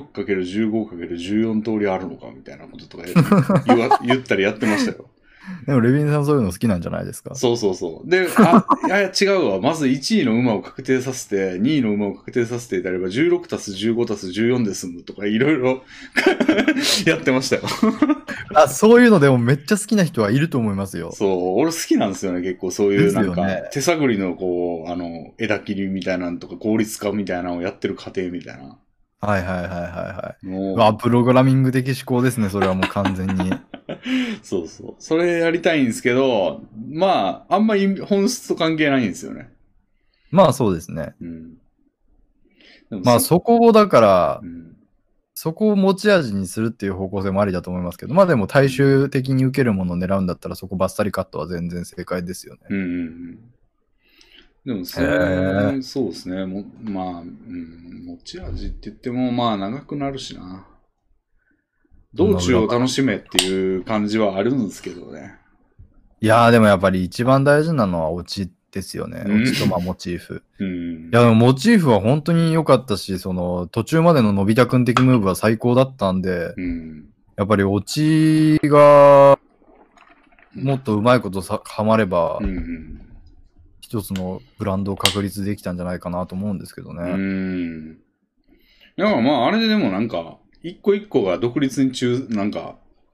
16×15×14 通りあるのかみたいなこととか言ったりやってましたよ。 でもレビンさんそういうの好きなんじゃないですか？ そうそうそう。で、いや違うわ。まず1位の馬を確定させて、2位の馬を確定させていたれば、16たす15たす14で済むとか、いろいろやってましたよ。 そういうのでもめっちゃ好きな人はいると思いますよ。 そう、俺好きなんですよね、結構そういうなんか、手探りの枝切りみたいなのとか、効率化みたいなのをやってる過程みたいな。 はいはいはいはいはい。プログラミング的思考ですね、それはもう完全に。 そうそう。それやりたいんですけど、まあ、あんまり本質と関係ないんですよね。 まあそうですね。まあそこをだから、そこを持ち味にするっていう方向性もありだと思いますけど、まあでも大衆的に受けるものを狙うんだったらそこバッサリカットは全然正解ですよね。 でもそうですね。まあ、持ち味って言ってもまあ長くなるしな。道中を楽しめっていう感じはあるんですけどね。 いやーでもやっぱり一番大事なのはオチですよね。オチとモチーフ。いやでもモチーフは本当に良かったし、途中までののび太くん的ムーブは最高だったんで、やっぱりオチがもっとうまいことはまれば、一つのブランドを確立できたんじゃないかなと思うんですけどね。 だからまああれででもなんか、一個一個が独立になんか、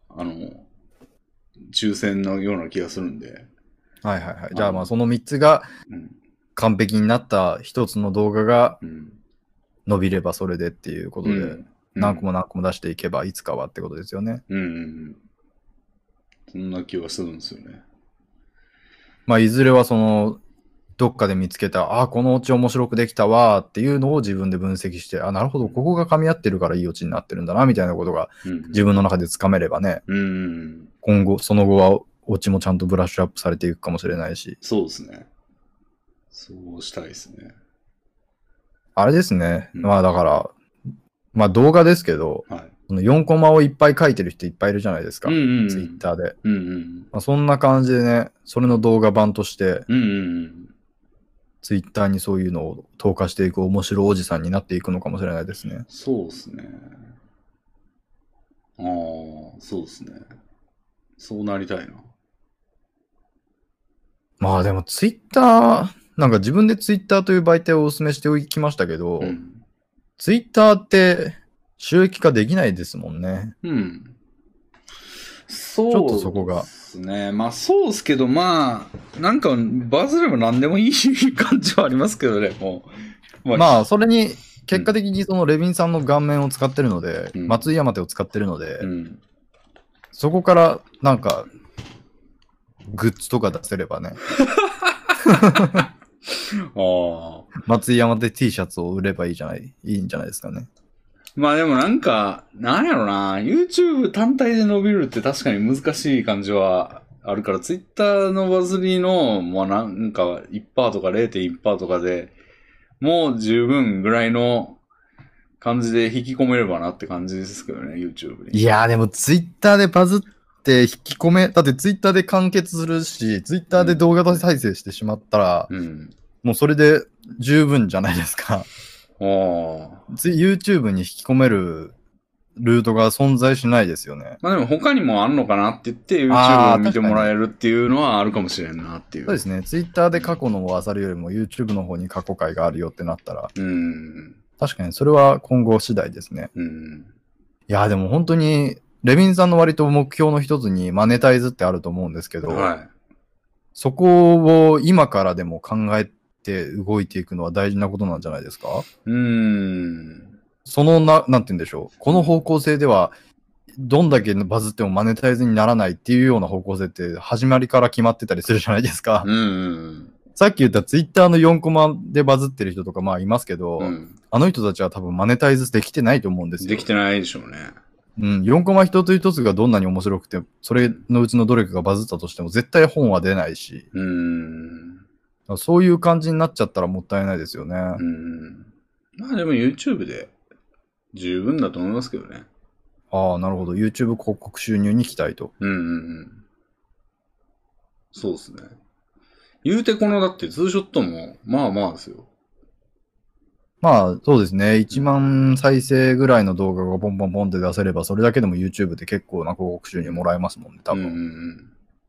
抽選のような気がするんで。 はいはいはい。じゃあまあその3つが完璧になった一つの動画が伸びればそれでっていうことで、何個も何個も出していけばいつかはってことですよね。 そんな気はするんですよね。 まあいずれはどっかで見つけた、このオチ面白くできたわっていうのを自分で分析して、なるほど、ここが噛み合ってるからいいオチになってるんだなみたいなことが自分の中でつかめればね、今後、その後はオチもちゃんとブラッシュアップされていくかもしれないし。 そうですね。そうしたいですね。 あれですね。まあだから、まあ動画ですけど、4コマをいっぱい書いてる人いっぱいいるじゃないですか。ツイッターで。まあ、そんな感じでね、それの動画版として、ツイッターにそういうのを投下していく面白おじさんになっていくのかもしれないですね。 そうですね。そうですね。そうなりたいな。 まあでもツイッター、なんか自分でツイッターという媒体をお勧めしておきましたけど、ツイッターって収益化できないですもんね。 そうちょっとそこが。 ですね。まあそうですけど、まあ、なんかバズれば何でもいい感じはありますけどね、もう。まあそれに結果的にレビンさんの顔面を使ってるので、松井山手を使ってるので、そこからなんかグッズとか出せればね。松井山手 T シャツを売ればいいんじゃないですかね。 まあでもなんか、なんやろな、YouTube 単体で伸びるって確かに難しい感じはあるから、Twitter のバズりの、まあなんか1%とか 0.1% とかでもう十分ぐらいの感じで引き込めればなって感じですけどね、YouTube に。 いやーでも Twitter でバズって引き込め、だって Twitter で完結するし、Twitter で動画再生してしまったら、もうそれで十分じゃないですか。YouTube に引き込めるルートが存在しないですよね。 まあでも他にもあんのかなって言って YouTube を見てもらえるっていうのはあるかもしれんなっていう。 そうですね。Twitter で過去のを漁るよりも YouTube の方に過去回があるよってなったら。確かにそれは今後次第ですね。いやでも本当にレビンさんの割と目標の一つにマネタイズってあると思うんですけど、そこを今からでも考えて動いていくのは大事なことなんじゃないですか？そのなんて言うんでしょう。この方向性では、どんだけバズってもマネタイズにならないっていうような方向性って始まりから決まってたりするじゃないですか。さっき言ったツイッターの4コマでバズってる人とかまあいますけど、あの人たちは多分マネタイズできてないと思うんですよ。 できてないでしょうね。 4コマ一つ一つがどんなに面白くて、それのうちのどれかがバズったとしても絶対本は出ないし。そういう感じになっちゃったらもったいないですよね。 まあでも YouTube で十分だと思いますけどね。 ああ、なるほど。YouTube 広告収入に期待と。 そうですね。言うてこのだってツーショットもまあまあですよ。 まあそうですね。1万再生ぐらいの動画がポンポンポンって出せれば、それだけでも YouTube で結構な広告収入もらえますもんね、多分。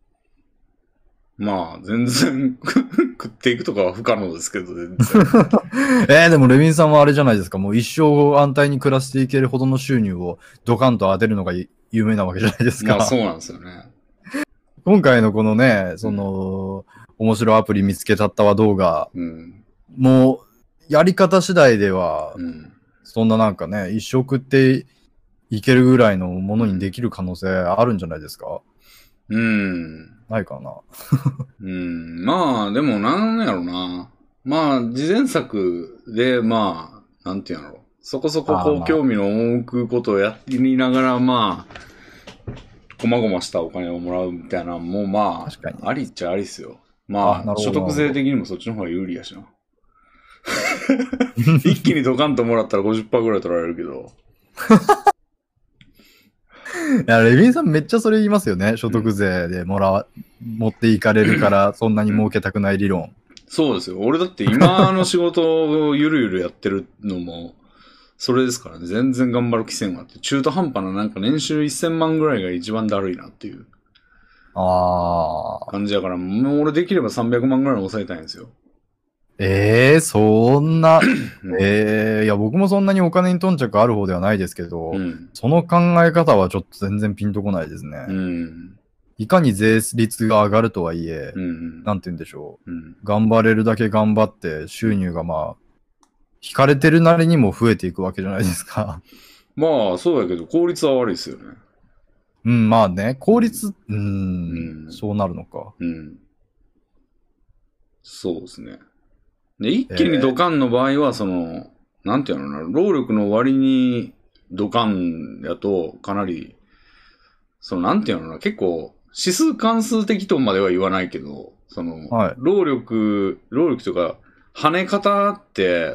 まあ全然食っていくとかは不可能ですけど、全然。でもレビンさんはあれじゃないですか。もう一生安泰に暮らしていけるほどの収入をドカンと当てるのが有名なわけじゃないですか。 まあそうなんですよね。 今回のこのね、面白いアプリ見つけたったわ動画、もうやり方次第では、そんななんかね、一生食っていけるぐらいのものにできる可能性あるんじゃないですか？ないかな。 まあ、でもなんやろな。まあ、事前作で、まあ、なんていうの、そこそここう興味の赴くことをやりながら、まあ、こまごましたお金をもらうみたいな、もうまあ、ありっちゃありっすよ。まあ、所得税的にもそっちの方が有利やしな。一気にドカンともらったら 50% ぐらい取られるけど。 いや、レビンさんめっちゃそれ言いますよね。所得税で持っていかれるからそんなに儲けたくない理論。 そうですよ。俺だって今の仕事をゆるゆるやってるのも、それですからね。全然頑張る気せんわって。中途半端ななんか年収1000万ぐらいが一番だるいなっていう。感じだから、もう俺できれば300万ぐらいに抑えたいんですよ。 そんな、いや、僕もそんなにお金に頓着ある方ではないですけど、その考え方はちょっと全然ピンとこないですね。いかに税率が上がるとはいえ、なんて言うんでしょう、頑張れるだけ頑張って収入がまあ、引かれてるなりにも増えていくわけじゃないですか。 まあ、そうやけど、効率は悪いですよね。 まあね、効率、そうなるのか。 そうですね。で、一気にドカンの場合は、なんていうのかな、労力の割にドカンやと、かなり、なんていうのかな、結構、指数関数的とまでは言わないけど、労力というか、跳ね方って、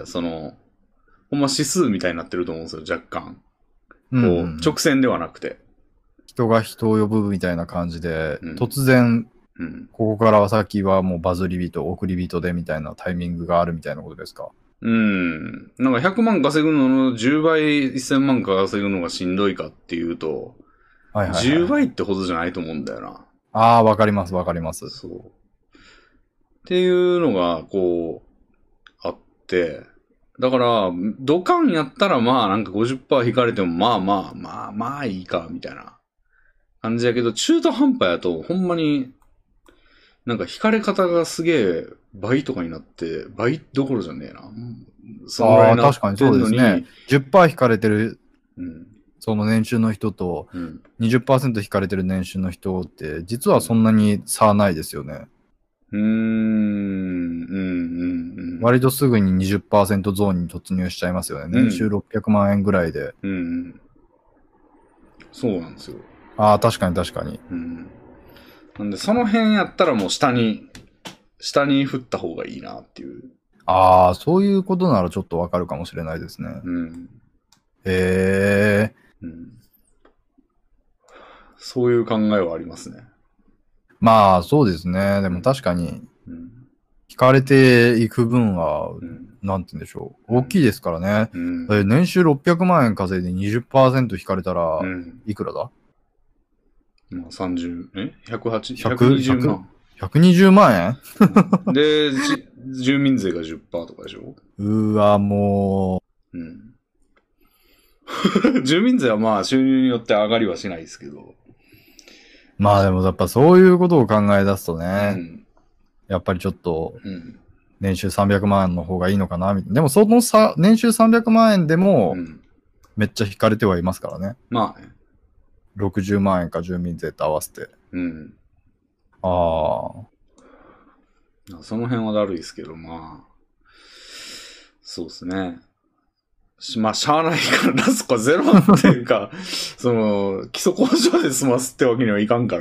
ほんま指数みたいになってると思うんですよ、若干。直線ではなくて。 人が人を呼ぶみたいな感じで、突然、ここから先はもうバズり人、送り人でみたいなタイミングがあるみたいなことですか？ なんか100万稼ぐのの10倍1000万稼ぐのがしんどいかっていうと、10倍ってほどじゃないと思うんだよな。 わかります、わかります。 そう。っていうのが、あって、だから、ドカンやったらまあなんか 50% 引かれてもまあいいか、みたいな感じやけど、中途半端やとほんまになんか引かれ方がすげえ倍とかになって、倍どころじゃねえな。 そのぐらい確かにそうですね。10% 引かれてる、その年収の人と、20% 引かれてる年収の人って、実はそんなに差はないですよね。 割とすぐに 20% ゾーンに突入しちゃいますよね。年収600万円ぐらいで。 そうなんですよ。 ああ、確かに確かに。 なんで、その辺やったらもう下に振った方がいいなっていう。 ああ、そういうことならちょっとわかるかもしれないですね。へえ。 そういう考えはありますね。 まあ、そうですね。でも確かに、引かれていく分は、なんて言うんでしょう。大きいですからね。年収600万円稼いで 20% 引かれたら、いくらだ？ まあ、120万。 120万円で、住民税が 10% とかでしょ？ うわ、もう。 住民税はまあ収入によって上がりはしないですけど。 まあでもやっぱそういうことを考え出すとね、やっぱりちょっと、年収300万円の方がいいのかなみたいな。でもその年収300万円でも、めっちゃ引かれてはいますからね。 まあね。 60万円か住民税と合わせて。ああ。 その辺はだるいですけど、まあ。そうですね。まあ、しゃあないから出すかゼロっていうか、基礎控除で済ますってわけにはいかんから。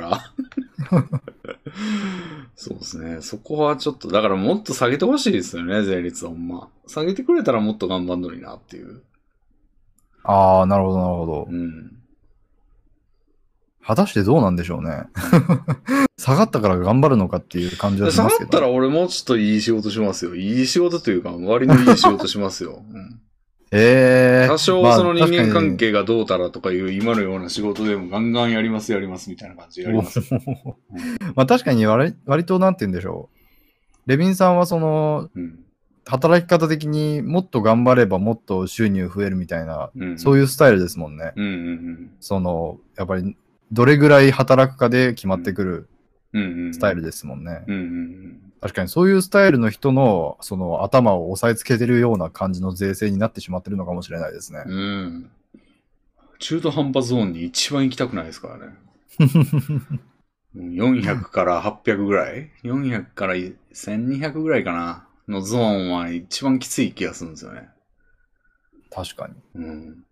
そうですね。そこはちょっと、だからもっと下げてほしいですよね、税率はほんま。下げてくれたらもっと頑張んのになっていう。 ああ、なるほど、なるほど。果たしてどうなんでしょうね。下がったから頑張るのかっていう感じはしますけど。 下がったら俺もうちょっといい仕事しますよ。いい仕事というか、割のいい仕事しますよ。多少その人間関係がどうたらとかいう今のような仕事でもガンガンやりますみたいな感じでやります。 まあ確かに割となんて言うんでしょう。レビンさんは働き方的にもっと頑張ればもっと収入増えるみたいな、そういうスタイルですもんね。やっぱりどれぐらい働くかで決まってくるスタイルですもんね。確かにそういうスタイルの人の頭を押さえつけてるような感じの税制になってしまってるのかもしれないですね。 中途半端ゾーンに一番行きたくないですからね。400から800ぐらい ?400 から1200ぐらいかなのゾーンは一番きつい気がするんですよね。 確かに。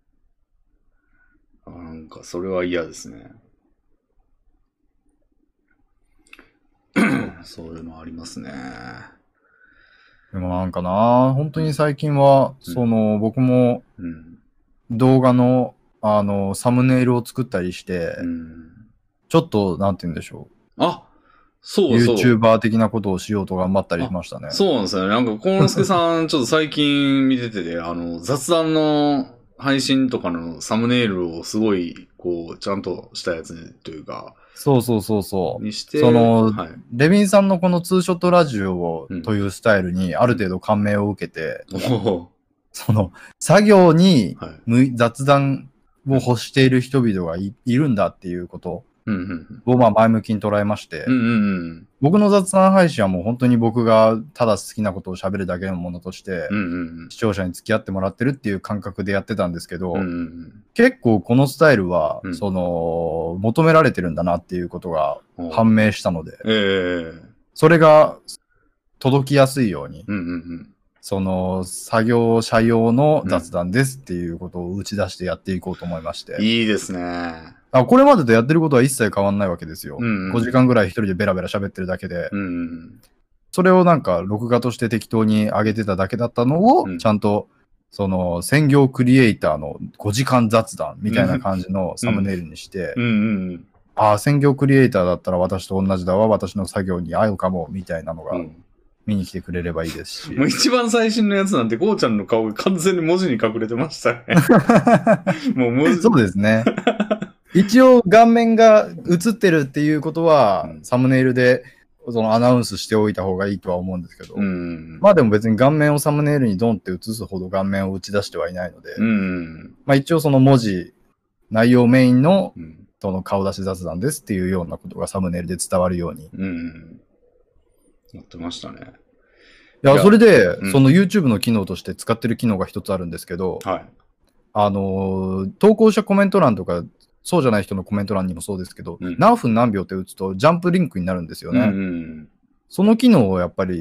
なんかそれは嫌ですね。そういうのありますね。 でもなんかな、本当に最近は、僕も、動画の、サムネイルを作ったりして、ちょっと、なんて言うんでしょう。 そう。 YouTuber 的なことをしようと頑張ったりしましたね。 そうなんですよね。なんか、コウノスケさん、ちょっと最近見てて、雑談の配信とかのサムネイルをすごい、ちゃんとしたやつというか、 そう。 にして、 レビンさんのこのツーショットラジオというスタイルにある程度感銘を受けて、作業に雑談を欲している人々がいるんだっていうことを前向きに捉えまして、僕の雑談配信はもう本当に僕がただ好きなことを喋るだけのものとして、視聴者に付き合ってもらってるっていう感覚でやってたんですけど、結構このスタイルは、求められてるんだなっていうことが判明したので、それが届きやすいように、作業者用の雑談ですっていうことを打ち出してやっていこうと思いまして。 いいですね。 これまでとやってることは一切変わんないわけですよ。5時間ぐらい一人でベラベラ喋ってるだけで。それをなんか録画として適当に上げてただけだったのを、ちゃんと専業クリエイターの5時間雑談みたいな感じのサムネイルにして、専業クリエイターだったら私と同じだわ、私の作業に合うかも、みたいなのが見に来てくれればいいですし。 もう一番最新のやつなんて、こうちゃんの顔が完全に文字に隠れてましたね。もう文字。 そうですね。一応顔面が映ってるっていうことは、サムネイルでアナウンスしておいた方がいいとは思うんですけど、まあでも別に顔面をサムネイルにドンって映すほど顔面を打ち出してはいないので、まあ一応文字、内容メインの顔出し雑談ですっていうようなことがサムネイルで伝わるように。 やってましたね。 いや、それで、YouTube の機能として使ってる機能が一つあるんですけど、投稿者コメント欄とか、そうじゃない人のコメント欄にもそうですけど、何分何秒って打つとジャンプリンクになるんですよね。その機能をやっぱり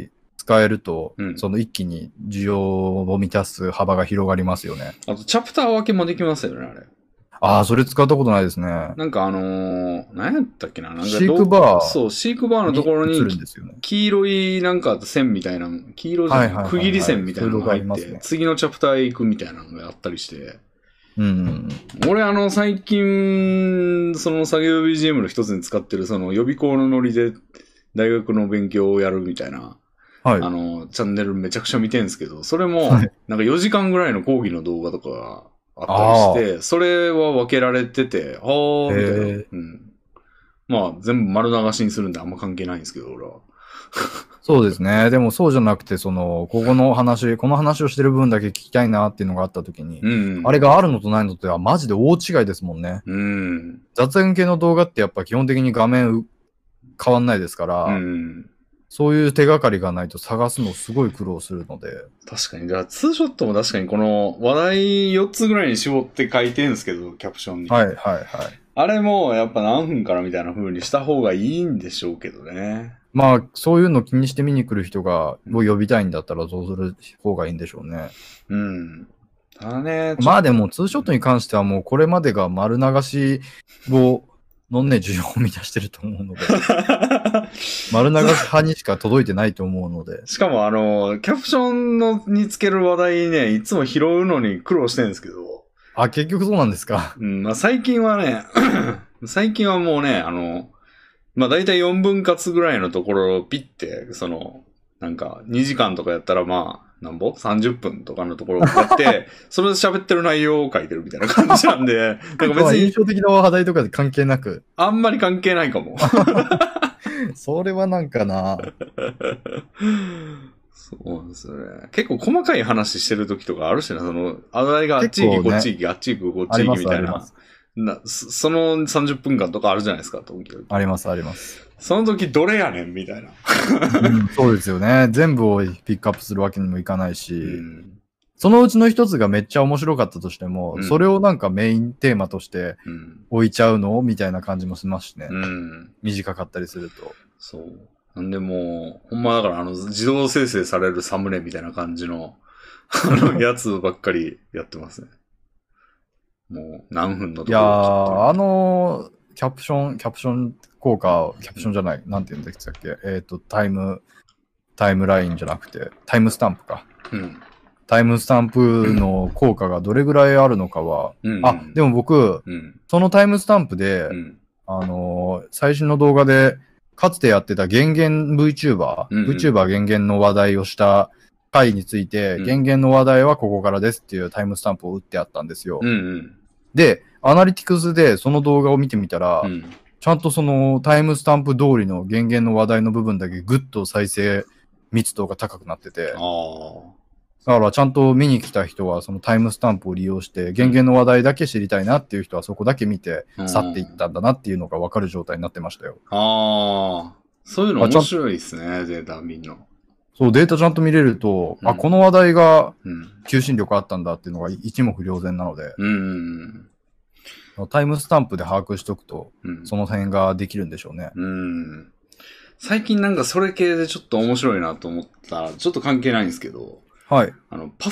使えると、 うんその一気に需要を満たす幅が広がりますよね。 あと、チャプター分けもできますよね、あれ。 ああ、それ使ったことないですね。 なんか何やったっけな、なんかシークバー。 そう、シークバーのところに、 映るんですよね。 黄色いなんか線みたいな、黄色じゃない、区切り線みたいなのが入って、次のチャプターへ行くみたいなのがあったりして、俺最近、その作業 BGM の一つに使ってるその予備校のノリで大学の勉強をやるみたいな、チャンネルめちゃくちゃ見てんですけど、それも、なんか4時間ぐらいの講義の動画とかがあったりして、それは分けられてて、みたいな。まあ、全部丸流しにするんであんま関係ないんですけど、俺は。 そうですね。でもそうじゃなくて、この話をしてる分だけ聞きたいなっていうのがあったときに、あれがあるのとないのとはマジで大違いですもんね。雑談系の動画ってやっぱ基本的に画面変わんないですから、そういう手がかりがないと探すのすごい苦労するので。 確かに。だからツーショットも確かにこの話題4つぐらいに絞って書いてるんですけど、キャプションに。あれもやっぱ何分からみたいな風にした方がいいんでしょうけどね。 まあ、そういうの気にして見に来る人を呼びたいんだったらそうする方がいいんでしょうね。 だね。 まあでも、ツーショットに関してはもうこれまでが丸流しのね、需要を満たしてると思うので。丸流し派にしか届いてないと思うので。 しかもキャプションにつける話題ね、いつも拾うのに苦労してるんですけど。 あ、結局そうなんですか。 まあ最近はもうね、まあ大体4分割ぐらいのところをピッて、なんか2時間とかやったらまあ、30分とかのところをやって、それで喋ってる内容を書いてるみたいな感じなんで、なんか別に。 印象的な話題とかで関係なく。 あんまり関係ないかも。 それはなんかな。 そうですね。結構細かい話してる時とかあるしな、あれがあっち行き、こっち行き、あっち行く、こっち行きみたいな。その30分間とかあるじゃないですか、 あります、あります。 その時どれやねんみたいな、 そうですよね。全部をピックアップするわけにもいかないし、そのうちの一つがめっちゃ面白かったとしても、それをなんかメインテーマとして置いちゃうのみたいな感じもしますしね。短かったりすると。 そう。なんでもう、ほんまだから自動生成されるサムネみたいな感じの、やつばっかりやってますね。もう何分のところ。 いやー、キャプション効果、キャプションじゃない、なんて言うんでしたっけ、タイムラインじゃなくて、タイムスタンプか。タイムスタンプの効果がどれぐらいあるのかは、でも僕、そのタイムスタンプで、最新の動画で、かつてやってた減減 VTuber 減減の話題をした回について、減減の話題はここからですっていうタイムスタンプを打ってあったんですよ。で、アナリティクスでその動画を見てみたら、ちゃんとそのタイムスタンプ通りの減減の話題の部分だけぐっと再生密度が高くなってて、だからちゃんと見に来た人はそのタイムスタンプを利用して減減の話題だけ知りたいなっていう人はそこだけ見て去っていったんだなっていうのが分かる状態になってましたよ。 そういうの面白いですね、データ見んの。 そう、データちゃんと見れると、この話題が求心力あったんだっていうのが一目瞭然なので、タイムスタンプで把握しとくと、その辺ができるんでしょうね。 最近なんかそれ系でちょっと面白いなと思ったら、ちょっと関係ないんですけど、 はい。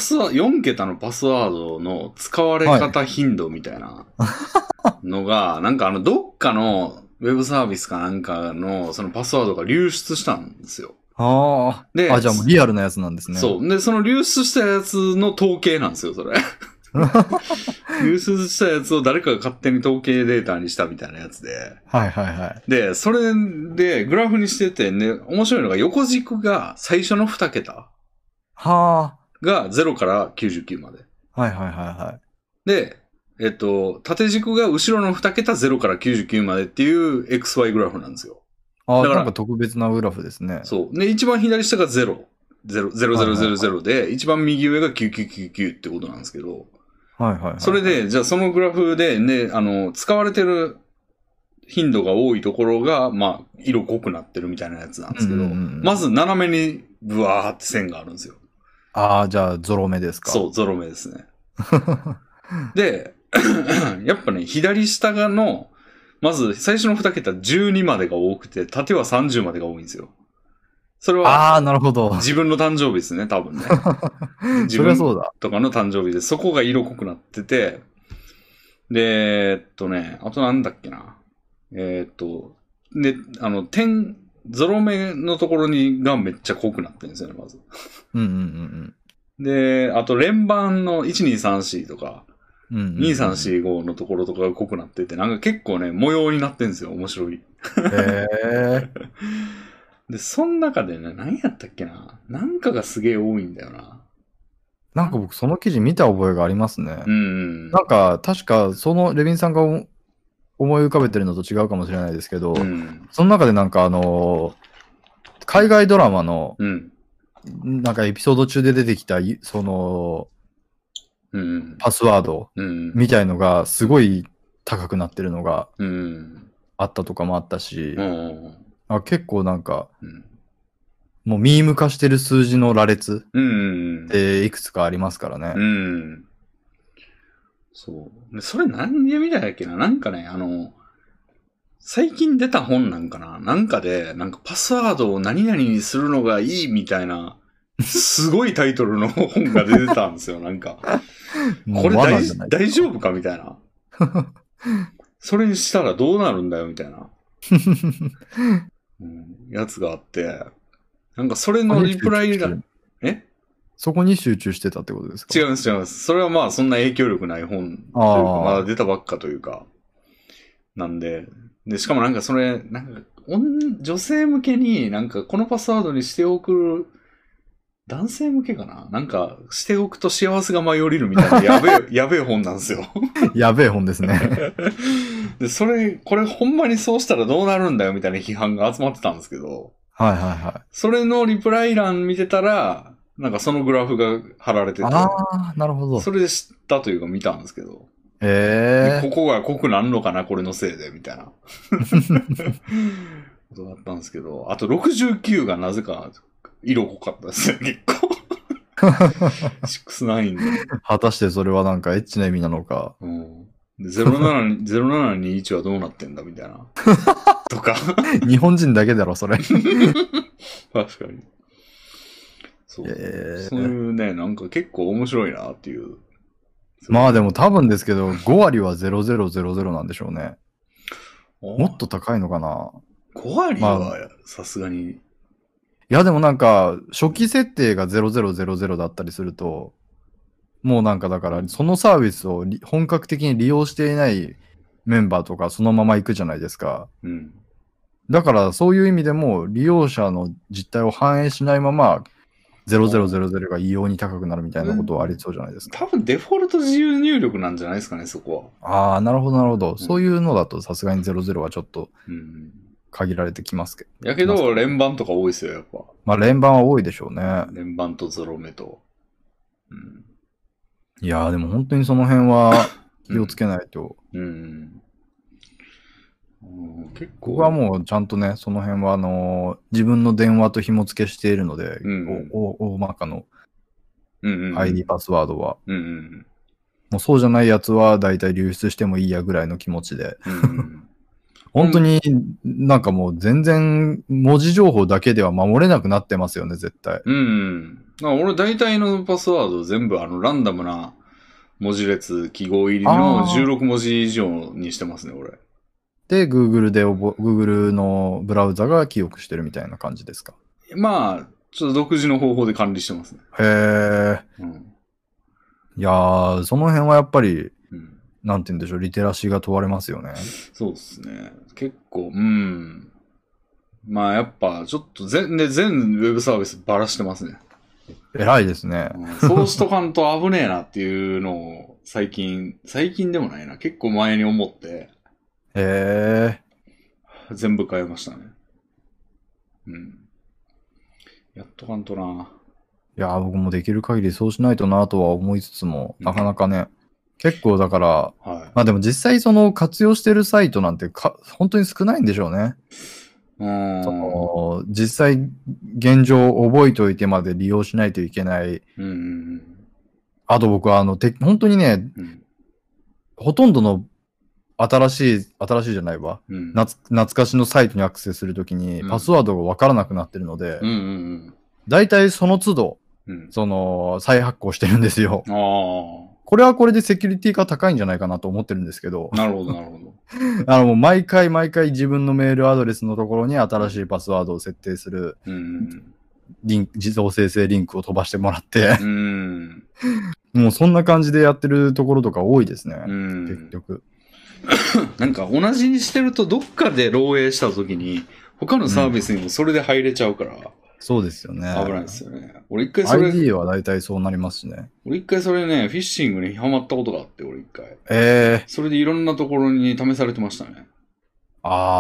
4桁のパスワードの使われ方頻度みたいなのが、なんかどっかのウェブサービスかなんかのそのパスワードが流出したんですよ。 じゃあもうリアルなやつなんですね。 そう。で、その流出したやつの統計なんですよ、それ。流出したやつを誰かが勝手に統計データにしたみたいなやつで。で、それでグラフにしててね、面白いのが横軸が最初の2桁。が0から99まで。で、縦軸が後ろの2桁0から99までっていう XY グラフなんですよ。 なんか特別なグラフですね。 そう。で、一番左下が0。0000で、一番右上が9999ってことなんですけど。それで、じゃあそのグラフでね、使われてる頻度が多いところが、まあ、色濃くなってるみたいなやつなんですけど、まず斜めにブワーって線があるんですよ。 じゃあ、ゾロ目ですか。 そう、ゾロ目ですね。で、やっぱね、左下の、まず最初の2桁12までが多くて、縦は30までが多いんですよ。 それは、 なるほど。 自分の誕生日ですね、多分ね。自分とかの誕生日で、そこが色濃くなってて、で、あとなんだっけな。で、ゾロ目のところがめっちゃ濃くなってるんですよね、まず。で、あと連番の1234とか、2345のところとかが濃くなってて、なんか結構ね、模様になってるんですよ、面白い。で、その中でね、何やったっけな。なんかがすげえ多いんだよな。 なんか僕その記事見た覚えがありますね。なんか確かそのレビンさんが思い浮かべてるのと違うかもしれないですけど、その中でなんか海外ドラマの、なんかエピソード中で出てきた、その、パスワードみたいのがすごい高くなってるのがあったとかもあったし、結構なんか、もうミーム化してる数字の羅列っていくつかありますからね。 そう。それ何で見たんやっけな。なんかね、最近出た本なんかな。なんかで、なんかパスワードを何々にするのがいいみたいな、すごいタイトルの本が出てたんですよ。なんか。これ大丈夫かみたいな。それにしたらどうなるんだよみたいな。やつがあって、なんかそれのリプライが、 そこに集中してたってことですか？ 違います。それはまあそんな影響力ない本というか、まだ出たばっかというか、なんで、しかもなんかそれ、なんか女性向けになんかこのパスワードにしておく、男性向けかな？なんかしておくと幸せが舞い降りるみたいなやべえ本なんですよ。 やべえ本ですね。 で、これほんまにそうしたらどうなるんだよみたいな批判が集まってたんですけど、それのリプライ欄見てたら、なんかそのグラフが貼られてて。 なるほど。 それで知ったというか見たんですけど。ここが濃くなんのかな、これのせいで、みたいな。ことだったんですけど。あと69がなぜか色濃かったですね、結構。69で。 果たしてそれはなんかエッチな意味なのか。 0721はどうなってんだみたいな。とか。 日本人だけだろ、それ。 確かに。そういうね、なんか結構面白いなっていう。 まあでも多分ですけど、5割は0000なんでしょうね。もっと高いのかな？ 5 割はさすがに。 いやでもなんか、初期設定が0000だったりすると、もうなんかだから、そのサービスを本格的に利用していないメンバーとかそのまま行くじゃないですか。だからそういう意味でも利用者の実態を反映しないまま、0000が異様に高くなるみたいなことはありそうじゃないですか。 多分デフォルト自由入力なんじゃないですかね、そこは。なるほど。そういうのだとさすがに00はちょっと限られてきますけど。 やけど、連番とか多いですよ、やっぱ。 まあ連番は多いでしょうね。 連番とゾロ目と。 いやーでも本当にその辺は気をつけないと。結構僕はもうちゃんとね、その辺は自分の電話と紐付けしているので、大まかの ID パスワードは。もうそうじゃないやつはだいたい流出してもいいやぐらいの気持ちで。本当になんかもう全然文字情報だけでは守れなくなってますよね、絶対。 俺大体のパスワード全部ランダムな文字列記号入りの16文字以上にしてますね、俺。 で、Google のブラウザが記憶してるみたいな感じですか？ まあ、ちょっと独自の方法で管理してますね。 いやー、その辺はやっぱり、なんて言うんでしょう、リテラシーが問われますよね。 そうですね。結構、まあやっぱ、ちょっと全ウェブサービスばらしてますね。 偉いですね。 そうしとかんと危ねえなっていうのを最近でもないな。結構前に思って。全部変えましたね。やっとかんとな。 いやー、僕もできる限りそうしないとなとは思いつつも、なかなかね、結構だから、まあでも実際その活用してるサイトなんて本当に少ないんでしょうね。実際現状覚えておいてまで利用しないといけない。あと僕は本当にね、ほとんどの新しいじゃないわ。懐かしのサイトにアクセスするときに、パスワードがわからなくなってるので、だいたいその都度、再発行してるんですよ。これはこれでセキュリティが高いんじゃないかなと思ってるんですけど。 なるほど、なるほど。 もう毎回自分のメールアドレスのところに新しいパスワードを設定する、自動生成リンクを飛ばしてもらって、もうそんな感じでやってるところとか多いですね。結局。 なんか同じにしてるとどっかで漏洩した時に他のサービスにもそれで入れちゃうから、 そうですよね。 危ないですよね。俺一回それ ID は大体そうなりますしね。 俺一回それね、フィッシングにハマったことがあって、俺一回。それでいろんなところに試されてましたね。も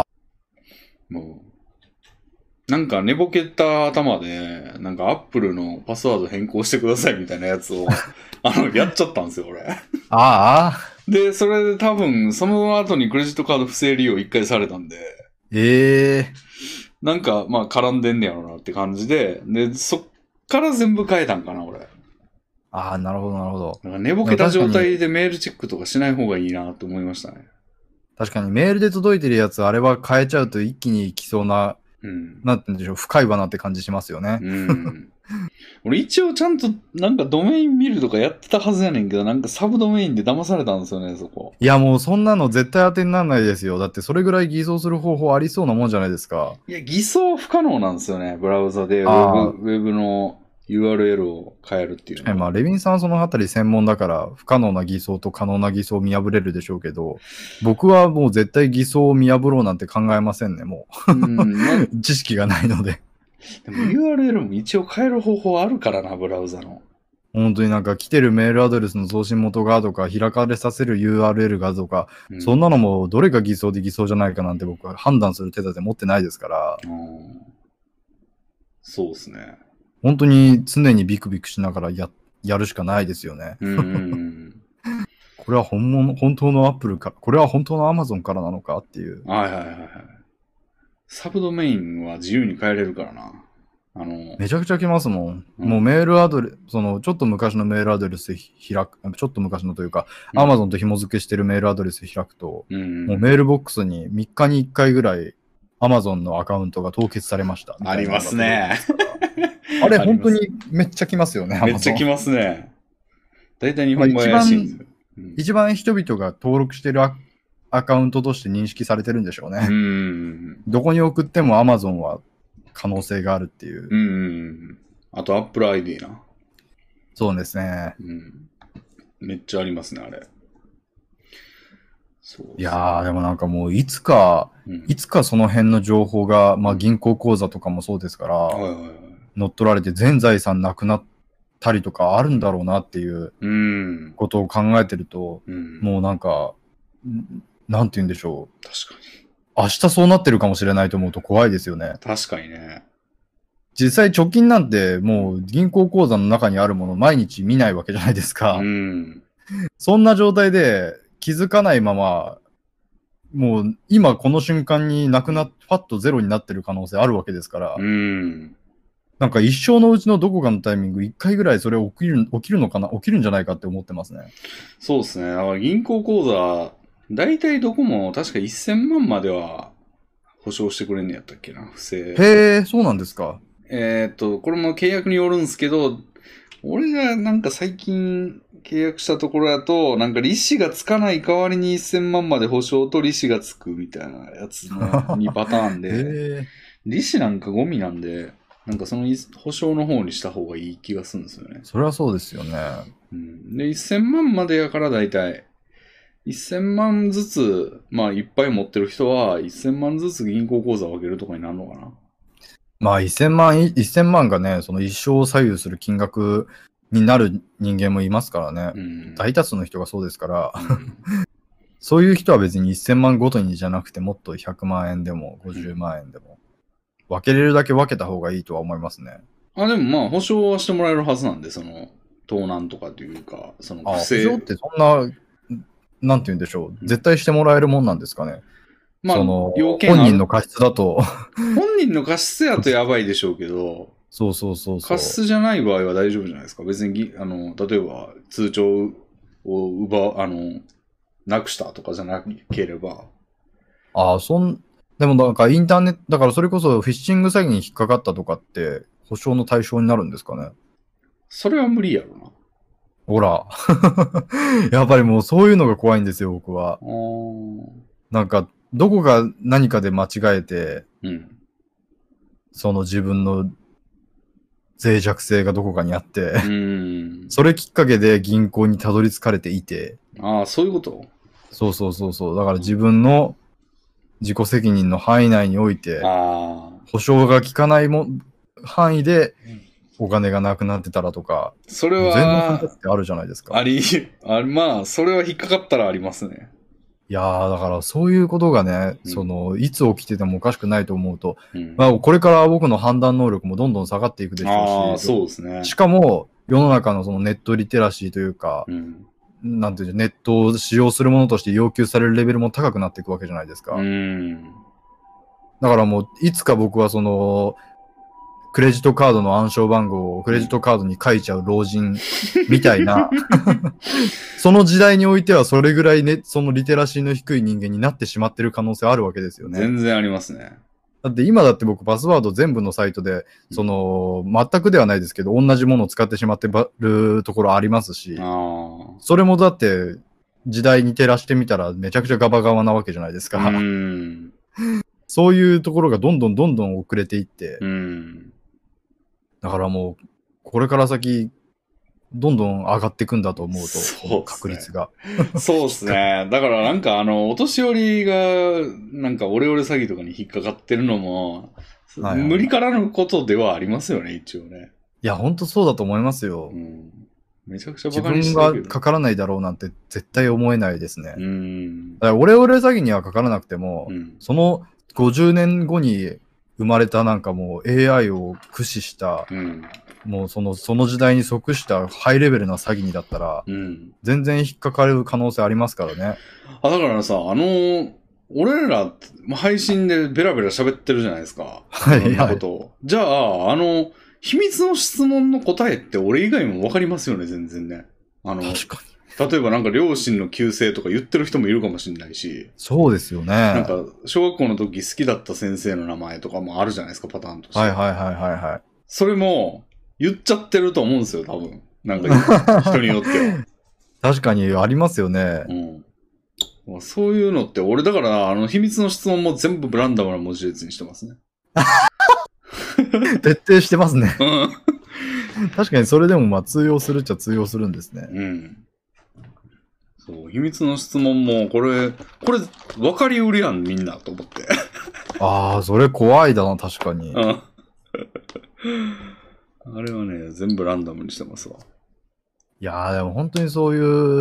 うなんか寝ぼけた頭でなんかアップルのパスワード変更してくださいみたいなやつをやっちゃったんですよ、俺。で、それで多分、その後にクレジットカード不正利用一回されたんで。なんか、まあ、絡んでんねやろなって感じで、そっから全部変えたんかな、俺。 なるほど、なるほど。 なんか寝ぼけた状態でメールチェックとかしない方がいいなと思いましたね。 確かにメールで届いてるやつ、あれは変えちゃうと一気に来そうな、なんて言うんでしょう、深い罠って感じしますよね。 俺一応ちゃんとなんかドメイン見るとかやってたはずやねんけど、なんかサブドメインで騙されたんですよね、そこ。 いやもうそんなの絶対当てにならないですよ。だってそれぐらい偽装する方法ありそうなもんじゃないですか。 いや、偽装不可能なんですよね、ブラウザでウェブの URL を変えるっていうのは。 まあレビンさんはそのあたり専門だから不可能な偽装と可能な偽装を見破れるでしょうけど、僕はもう絶対偽装を見破ろうなんて考えませんね、もう。知識がないので。 でも URL も一応変える方法あるからな、ブラウザの。 本当になんか来てるメールアドレスの送信元がとか開かれさせる URL がとか、そんなのもどれが偽装で偽装じゃないかなんて僕は判断する手立て持ってないですから。 そうですね。 本当に常にビクビクしながらやるしかないですよね。これは本当のアップルか、これは本当のアマゾンからなのかっていう。 サブドメインは自由に変えれるからな。 めちゃくちゃ来ますもん。もうメールアドレス、ちょっと昔のメールアドレス開く、ちょっと昔のというか、Amazon と紐付けしてるメールアドレス開くと、もうメールボックスに3日に1回ぐらい Amazon のアカウントが凍結されました。 ありますね。 あれ本当にめっちゃ来ますよね、 めっちゃ来ますね。大体日本語怪しいんですよ。 一番人々が登録してるアカウントとして認識されてるんでしょうね。どこに送っても Amazon は可能性があるっていう。 あと Apple ID な。 そうですね。 めっちゃありますね、あれ。 いやー、でもなんかもういつかその辺の情報が、まあ銀行口座とかもそうですから、乗っ取られて全財産なくなったりとかあるんだろうなっていうことを考えてると、もうなんか、なんて言うんでしょう。 確かに。 明日そうなってるかもしれないと思うと怖いですよね。 確かにね。 実際貯金なんてもう銀行口座の中にあるもの毎日見ないわけじゃないですか。そんな状態で気づかないまま、もう今この瞬間にパッとゼロになってる可能性あるわけですから。なんか一生のうちのどこかのタイミング1回ぐらいそれ起きるのかな、起きるんじゃないかって思ってますね。 そうですね。だから銀行口座、大体どこも確か1000万までは保証してくれんねやったっけな、不正。 へー、そうなんですか。 これも契約によるんですけど、俺がなんか最近契約したところだと、なんか利子がつかない代わりに1000万まで保証と利子がつくみたいなやつの2パターンで、利子なんかゴミなんで、なんかその保証の方にした方がいい気がするんですよね。 それはそうですよね。 で、1000万までやから大体、1000万ずつ、まあいっぱい持ってる人は、1000万ずつ銀行口座を分けるとかになるのかな。 まあ1000万がね、その一生を左右する金額になる人間もいますからね。大多数の人がそうですから、そういう人は別に1000万ごとにじゃなくてもっと100万円でも50万円でも、分けれるだけ分けた方がいいとは思いますね。 でもまあ保証はしてもらえるはずなんで、その盗難とかというか、その不正。 保証ってそんな、なんて言うんでしょう。絶対してもらえるもんなんですかね。まあ、本人の過失だと。 本人の過失やとやばいでしょうけど、 そう。 過失じゃない場合は大丈夫じゃないですか。別に、例えば通帳をなくしたとかじゃなければ。 ああ、でもなんかインターネット、だからそれこそフィッシング詐欺に引っかかったとかって、保証の対象になるんですかね。 それは無理やろな。 ほら。やっぱりもうそういうのが怖いんですよ、僕は。なんか、どこが何かで間違えて、うん、その自分の脆弱性がどこかにあって、それきっかけで銀行にたどり着かれていて。 ああ、そういうこと？ そうそうそうそう。だから自分の自己責任の範囲内において、保証が効かない範囲でお金がなくなってたらとか、 それは、 全の選択ってあるじゃないですか。 まあ、それは引っかかったらありますね。 いやー、だからそういうことがね、いつ起きててもおかしくないと思うと、まあ、これから僕の判断能力もどんどん下がっていくでしょうし、 そうですね。 しかも、世の中のそのネットリテラシーというか、なんていうネットを使用するものとして要求されるレベルも高くなっていくわけじゃないですか。だからもう、いつか僕はクレジットカードの暗証番号をクレジットカードに書いちゃう老人みたいな、その時代においてはそれぐらいね、そのリテラシーの低い人間になってしまってる可能性あるわけですよね。 全然ありますね。 だって今だって僕パスワード全部のサイトで、全くではないですけど、同じものを使ってしまってるところありますし、それもだって時代に照らしてみたらめちゃくちゃガバガバなわけじゃないですか。そういうところがどんどん遅れていって、だからもう、これから先、どんどん上がっていくんだと思うと、確率が。 そうですね。だからなんかお年寄りが、なんかオレオレ詐欺とかに引っかかってるのも、無理からぬことではありますよね、一応ね。 いや、ほんとそうだと思いますよ。 めちゃくちゃバカにしてるけど。 自分がかからないだろうなんて絶対思えないですね。だからオレオレ詐欺にはかからなくても、その50年後に生まれたなんかもう AI を駆使した、もうその時代に即したハイレベルな詐欺にだったら、全然引っかかる可能性ありますからね。 だからさ、俺ら配信でベラベラ喋ってるじゃないですか。 はい、 はい。じゃあ、秘密の質問の答えって俺以外もわかりますよね、全然ね。 確かに。 例えばなんか両親の旧姓とか言ってる人もいるかもしれないし。 そうですよね。 なんか小学校の時好きだった先生の名前とかもあるじゃないですか、パターンとして。 はい。 それも言っちゃってると思うんですよ、多分。なんか人によっては。 確かにありますよね。 そういうのって俺だから秘密の質問も全部ランダムな文字列にしてますね。 徹底してますね。確かにそれでもまあ通用するっちゃ通用するんですね。 そう、秘密の質問もこれ分かりうるやんみんなと思って。 ああ、それ怖いだな、確かに。 あれはね、全部ランダムにしてますわ。 いやー、でも本当にそういう、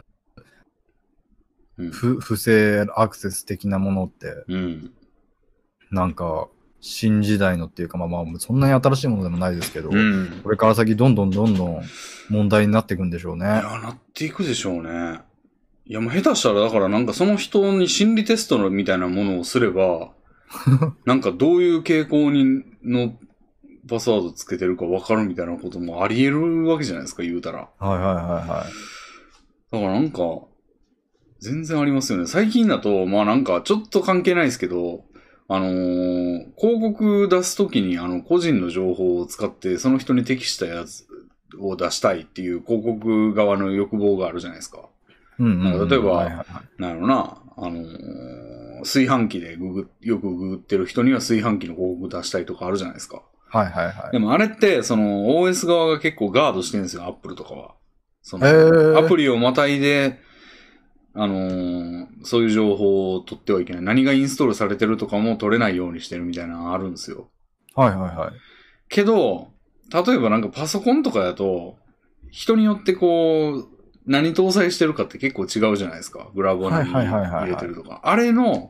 不正アクセス的なものって、なんか、新時代のっていうか、まあそんなに新しいものでもないですけど、これから先どんどん問題になっていくんでしょうね。いや、 なっていくでしょうね。いや、もう下手したらだからなんかその人に心理テストみたいなものをすれば、なんかどういう傾向のパスワードつけてるか分かるみたいなこともあり得るわけじゃないですか、言うたら。 はい。 だからなんか、全然ありますよね。最近だと、まあなんかちょっと関係ないですけど、広告出すときに個人の情報を使ってその人に適したやつを出したいっていう広告側の欲望があるじゃないですか。例えば、なんやろな、炊飯器でよくググってる人には炊飯器の広告出したいとかあるじゃないですか。でもあれって、OS 側が結構ガードしてるんですよ、Apple とかは。アプリをまたいで、そういう情報を取ってはいけない。何がインストールされてるとかも取れないようにしてるみたいなのがあるんですよ。けど、例えばなんかパソコンとかだと、人によって何搭載してるかって結構違うじゃないですか。グラボに入れてるとか。あ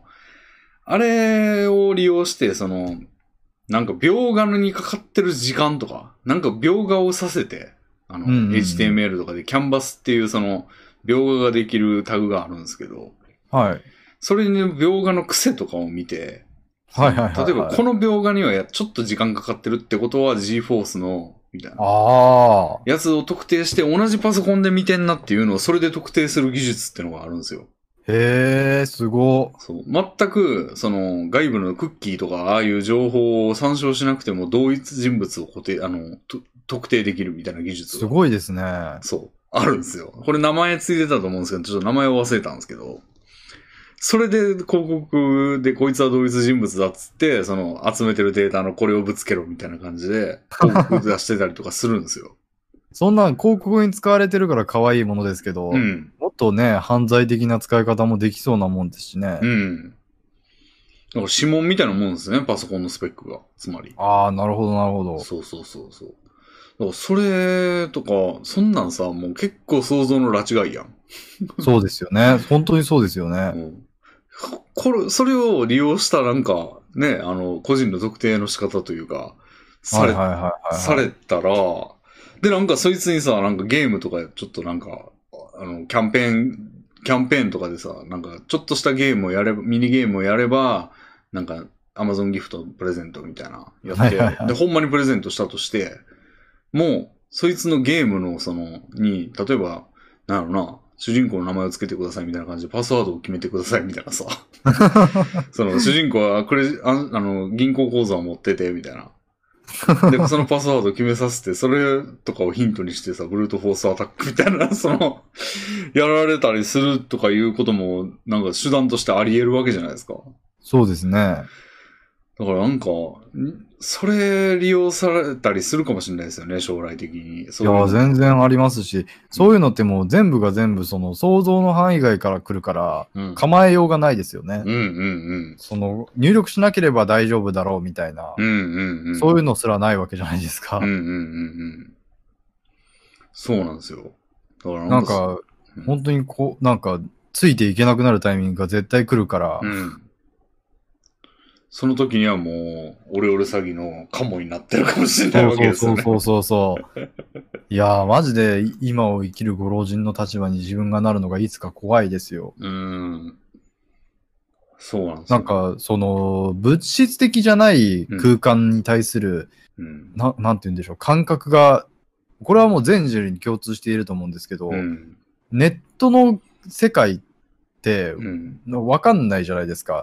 れを利用して、なんか描画にかかってる時間とか、なんか描画をさせて、HTML とかでキャンバスっていう描画ができるタグがあるんですけど、それに描画の癖とかを見て、例えばこの描画にはちょっと時間かかってるってことは GForce のみたいなやつを特定して同じパソコンで見てんなっていうのをそれで特定する技術ってのがあるんですよ。 へえ、すご。 そう。全く、その、外部のクッキーとか、ああいう情報を参照しなくても、同一人物を特定できるみたいな技術が。 すごいですね。 そう。あるんですよ。これ名前ついてたと思うんですけど、ちょっと名前を忘れたんですけど、それで広告でこいつは同一人物だっつって、その集めてるデータのこれをぶつけろみたいな感じで、広告出してたりとかするんですよ。 そんな広告に使われてるから可愛いものですけど、 うん。 もっとね、犯罪的な使い方もできそうなもんですしね。 うん。だから指紋みたいなもんですね、パソコンのスペックが。つまり。 ああ、なるほど、なるほど。 そうそうそうそう。だからそれとか、そんなんさ、もう結構想像の拉致がいやん。 そうですよね。本当にそうですよね。 うん。それを利用したなんか、ね、個人の特定の仕方というか、されたら、で、なんかそいつにさ、なんかゲームとか、ちょっとなんか、キャンペーンとかでさ、なんか、ちょっとしたゲームをやれば、ミニゲームをやれば、なんか、Amazon ギフトプレゼントみたいな、やって、で、ほんまにプレゼントしたとして、もう、そいつのゲームの、例えば、なんやろな、主人公の名前をつけてくださいみたいな感じで、パスワードを決めてくださいみたいなさ。主人公は銀行口座を持ってて、みたいな。で、そのパスワードを決めさせて、それとかをヒントにしてさ、ブルートフォースアタックみたいな、やられたりするとかいうことも、なんか手段としてあり得るわけじゃないですか。 そうですね。 だからなんか、それ利用されたりするかもしれないですよね、将来的に。 いや、全然ありますし、そういうのってもう全部が全部その想像の範囲外から来るから、構えようがないですよね。入力しなければ大丈夫だろうみたいな、そういうのすらないわけじゃないですか。 そうなんですよ。 だからなんか、本当になんか、ついていけなくなるタイミングが絶対来るから、 その時にはもう、オレオレ詐欺のカモになってるかもしれないわけですよね。 そう。いやー、マジで今を生きるご老人の立場に自分がなるのがいつか怖いですよ。 そうなんですよ。 なんか、物質的じゃない空間に対する、なんて言うんでしょう、感覚が、これはもう全人類に共通していると思うんですけど、ネットの世界って、わかんないじゃないですか。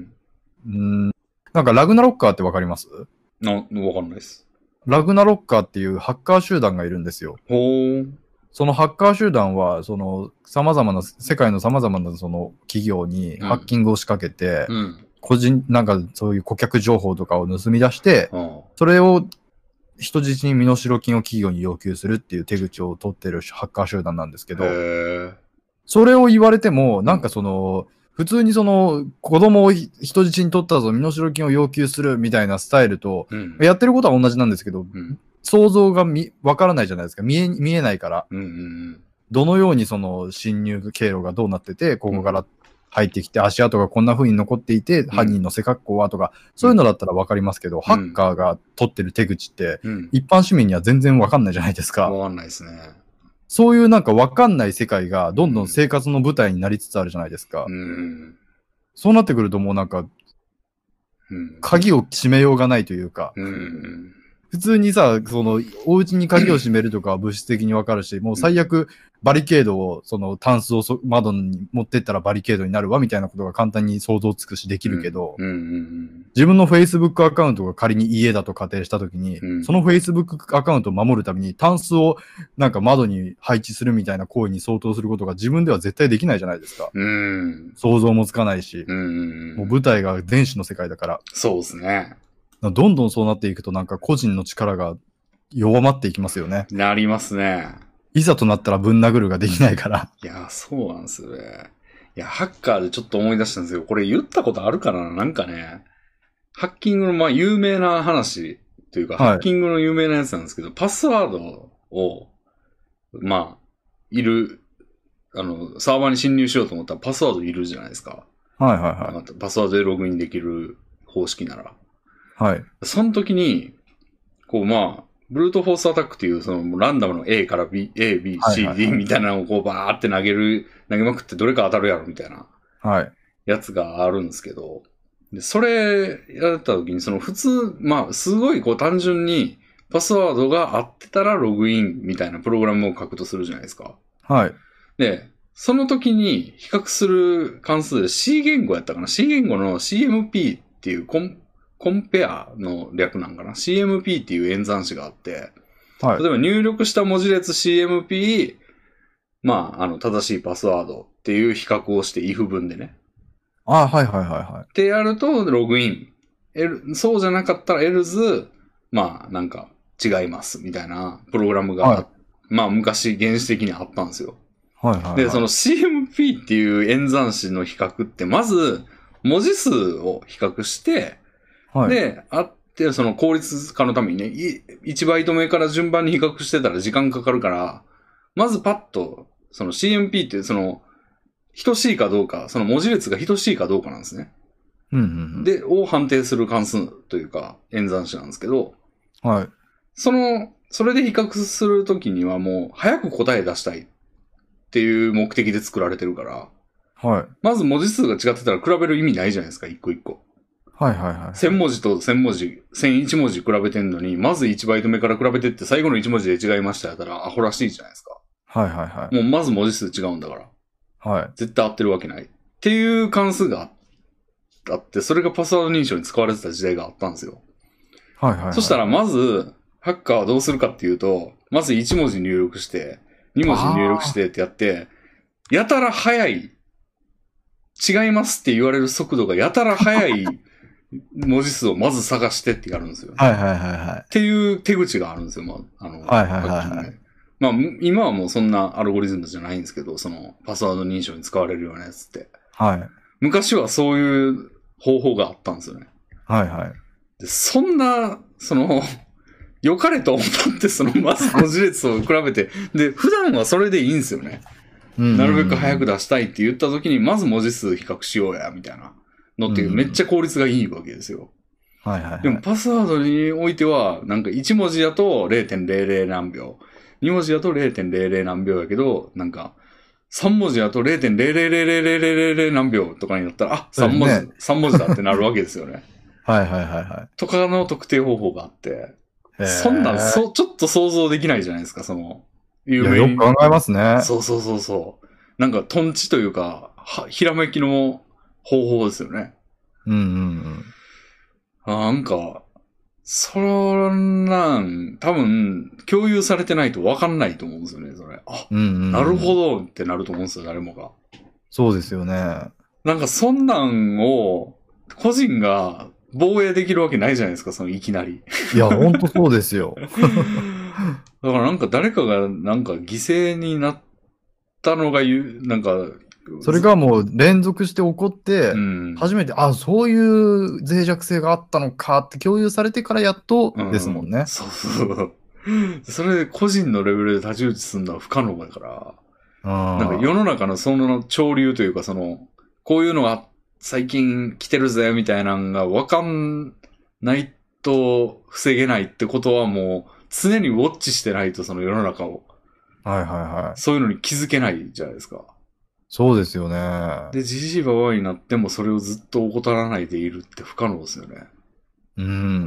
なんかラグナロッカーってわかります？ わかんないです。 ラグナロッカーっていうハッカー集団がいるんですよ。そのハッカー集団は、世界の様々な企業にハッキングを仕掛けて、なんかそういう顧客情報とかを盗み出して、それを人質に身代金を企業に要求するっていう手口を取ってるハッカー集団なんですけど、それを言われても、なんか普通に子供を人質に取ったぞ、身代金を要求するみたいなスタイルと、やってることは同じなんですけど、想像がわからないじゃないですか。見えないから。どのように侵入経路がどうなってて、ここから入ってきて、足跡がこんな風に残っていて、犯人の背格好はとか、そういうのだったらわかりますけど、ハッカーが取ってる手口って、一般市民には全然わかんないじゃないですか。 わかんないですね。 そういうなんかわかんない世界がどんどん生活の舞台になりつつあるじゃないですか。そうなってくるともうなんか、鍵を閉めようがないというか、普通にさ、お家に鍵を閉めるとかは物質的にわかるし、もう最悪、バリケードを、タンスを窓に持ってったらバリケードになるわ、みたいなことが簡単に想像つくしできるけど、自分の Facebook アカウントが仮に家だと仮定したときに、その Facebook アカウントを守るために、タンスをなんか窓に配置するみたいな行為に相当することが自分では絶対できないじゃないですか。想像もつかないし、もう舞台が電子の世界だから。 そうですね。 どんどんそうなっていくとなんか個人の力が弱まっていきますよね。 なりますね。 いざとなったらぶん殴るができないから。 いや、そうなんですよね。いや、ハッカーでちょっと思い出したんですけど、これ言ったことあるかな？なんかね、ハッキングの有名な話というか、ハッキングの有名なやつなんですけど、パスワードを、サーバーに侵入しようと思ったらパスワードいるじゃないですか。パスワードでログインできる方式なら。その時に、ブルートフォースアタックっていうランダムの A から A、B、C、D みたいなのをバーって投げまくってどれか当たるやろみたいなやつがあるんですけど、でそれやった時に普通、すごい単純にパスワードが合ってたらログインみたいなプログラムを書くとするじゃないですか。で、 その時に比較する関数で C 言語やったかな？ C 言語の CMP っていうコンペアの略なんかな？ CMP っていう演算子があって、はい、例えば入力した文字列 CMP、まあ、正しいパスワードっていう比較をして if 文でね。 はいはいはいはい。 ってやると、ログイン。そうじゃなかったら else、まあ、なんか違いますみたいなプログラムが、はい、まあ、昔原始的にあったんですよ。 はいはいはい、 で、その CMP っていう演算子の比較って、まず、文字数を比較して、はい、で、その効率化のためにね、1バイト目から順番に比較してたら時間かかるから、まずパッと、その CMP ってその、等しいかどうか、その文字列が等しいかどうかなんですね。 うんうんうん、 で、を判定する関数というか、演算子なんですけど、 はい。 それで比較するときにはもう、早く答え出したいっていう目的で作られてるから、 はい。 まず文字数が違ってたら比べる意味ないじゃないですか、一個一個。 はいはいはい。 1000文字と1000文字、1001文字比べてんのに、まず1バイト目から比べてって最後の1文字で違いましたやったらアホらしいじゃないですか。 はいはいはい。 もうまず文字数違うんだから。 はい。 絶対合ってるわけない。っていう関数があって、それがパスワード認証に使われてた時代があったんですよ。 はいはいはい。 そしたらまず、ハッカーはどうするかっていうと、まず1文字入力して、2文字入力してってやって、やたら早い、違いますって言われる速度がやたら早い文字数をまず探してってやるんですよ。 はいはいはいはい。 っていう手口があるんですよ。まあ、 はいはいはいはい。 まあ、今はもうそんなアルゴリズムじゃないんですけど、そのパスワード認証に使われるようなやつって。 はい。 昔はそういう方法があったんですよね。 はいはい。 で、そんな、良かれと思ってまず文字列を比べて、で、普段はそれでいいんですよね。なるべく早く出したいって言った時に、まず文字数比較しようや、みたいなのってめっちゃ効率がいいわけですよ。 はいはいはい。 でもパスワードにおいては、なんか1文字だと 0.00 何秒、2文字だと 0.00 何秒やけど、なんか、3文字だと 0.000000 何秒とかになったら、あ、3文字、3文字だってなるわけですよね。 はいはいはいはい。 とかの特定方法があって、そんなん、ちょっと想像できないじゃないですか、 有名に。よく考えますね。 そうそうそうそう。なんか、トンチというか、ひらめきの方法ですよね。 うんうんうん。なんか、そんなん、多分、共有されてないと分かんないと思うんですよね、それ。あ、なるほどってなると思うんですよ、誰もが。 そうですよね。 なんか、そんなんを、個人が防衛できるわけないじゃないですか、いきなり。 いや、ほんとそうですよ。 だからなんか誰かがなんか犠牲になったのがなんか、 それがもう連続して起こって、初めて、あ、そういう脆弱性があったのかって共有されてからやっとですもんね。 そうそう。それで個人のレベルで太刀打ちするのは不可能だから、なんか世の中のその潮流というかこういうのが最近来てるぜみたいなのが分かんないと防げないってことはもう常にウォッチしてないと世の中を。 はいはいはい。 そういうのに気づけないじゃないですか。 そうですよね。 で、じじいばばになってもそれをずっと怠らないでいるって不可能ですよね。 うん。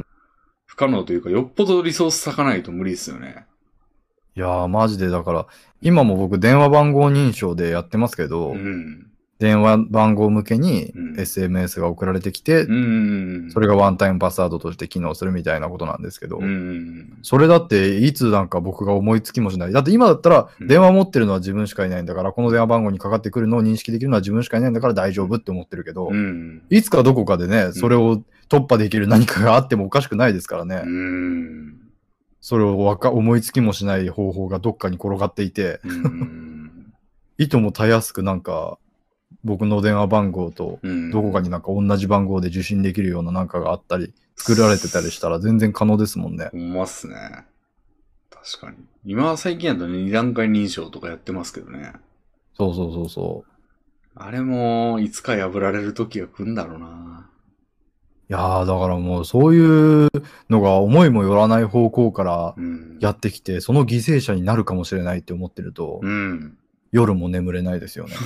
不可能というか、よっぽどリソース割かないと無理ですよね。 いやー、マジでだから、今も僕電話番号認証でやってますけど、電話番号向けに SMS が送られてきて、それがワンタイムパスワードとして機能するみたいなことなんですけど、それだっていつなんか僕が思いつきもしない。だって今だったら電話持ってるのは自分しかいないんだから、この電話番号にかかってくるのを認識できるのは自分しかいないんだから大丈夫って思ってるけど、いつかどこかでね、それを突破できる何かがあってもおかしくないですからね。それを思いつきもしない方法がどっかに転がっていて、いともたやすくなんか、僕の電話番号とどこかになんか同じ番号で受信できるようななんかがあったり、作られてたりしたら全然可能ですもんね。 ほんまっすね。確かに。今最近やとね、2段階認証とかやってますけどね。 そうそうそうそう。 あれも、いつか破られる時が来るんだろうな。 いやー、だからもうそういうのが思いもよらない方向からやってきて、その犠牲者になるかもしれないって思ってると、夜も眠れないですよね。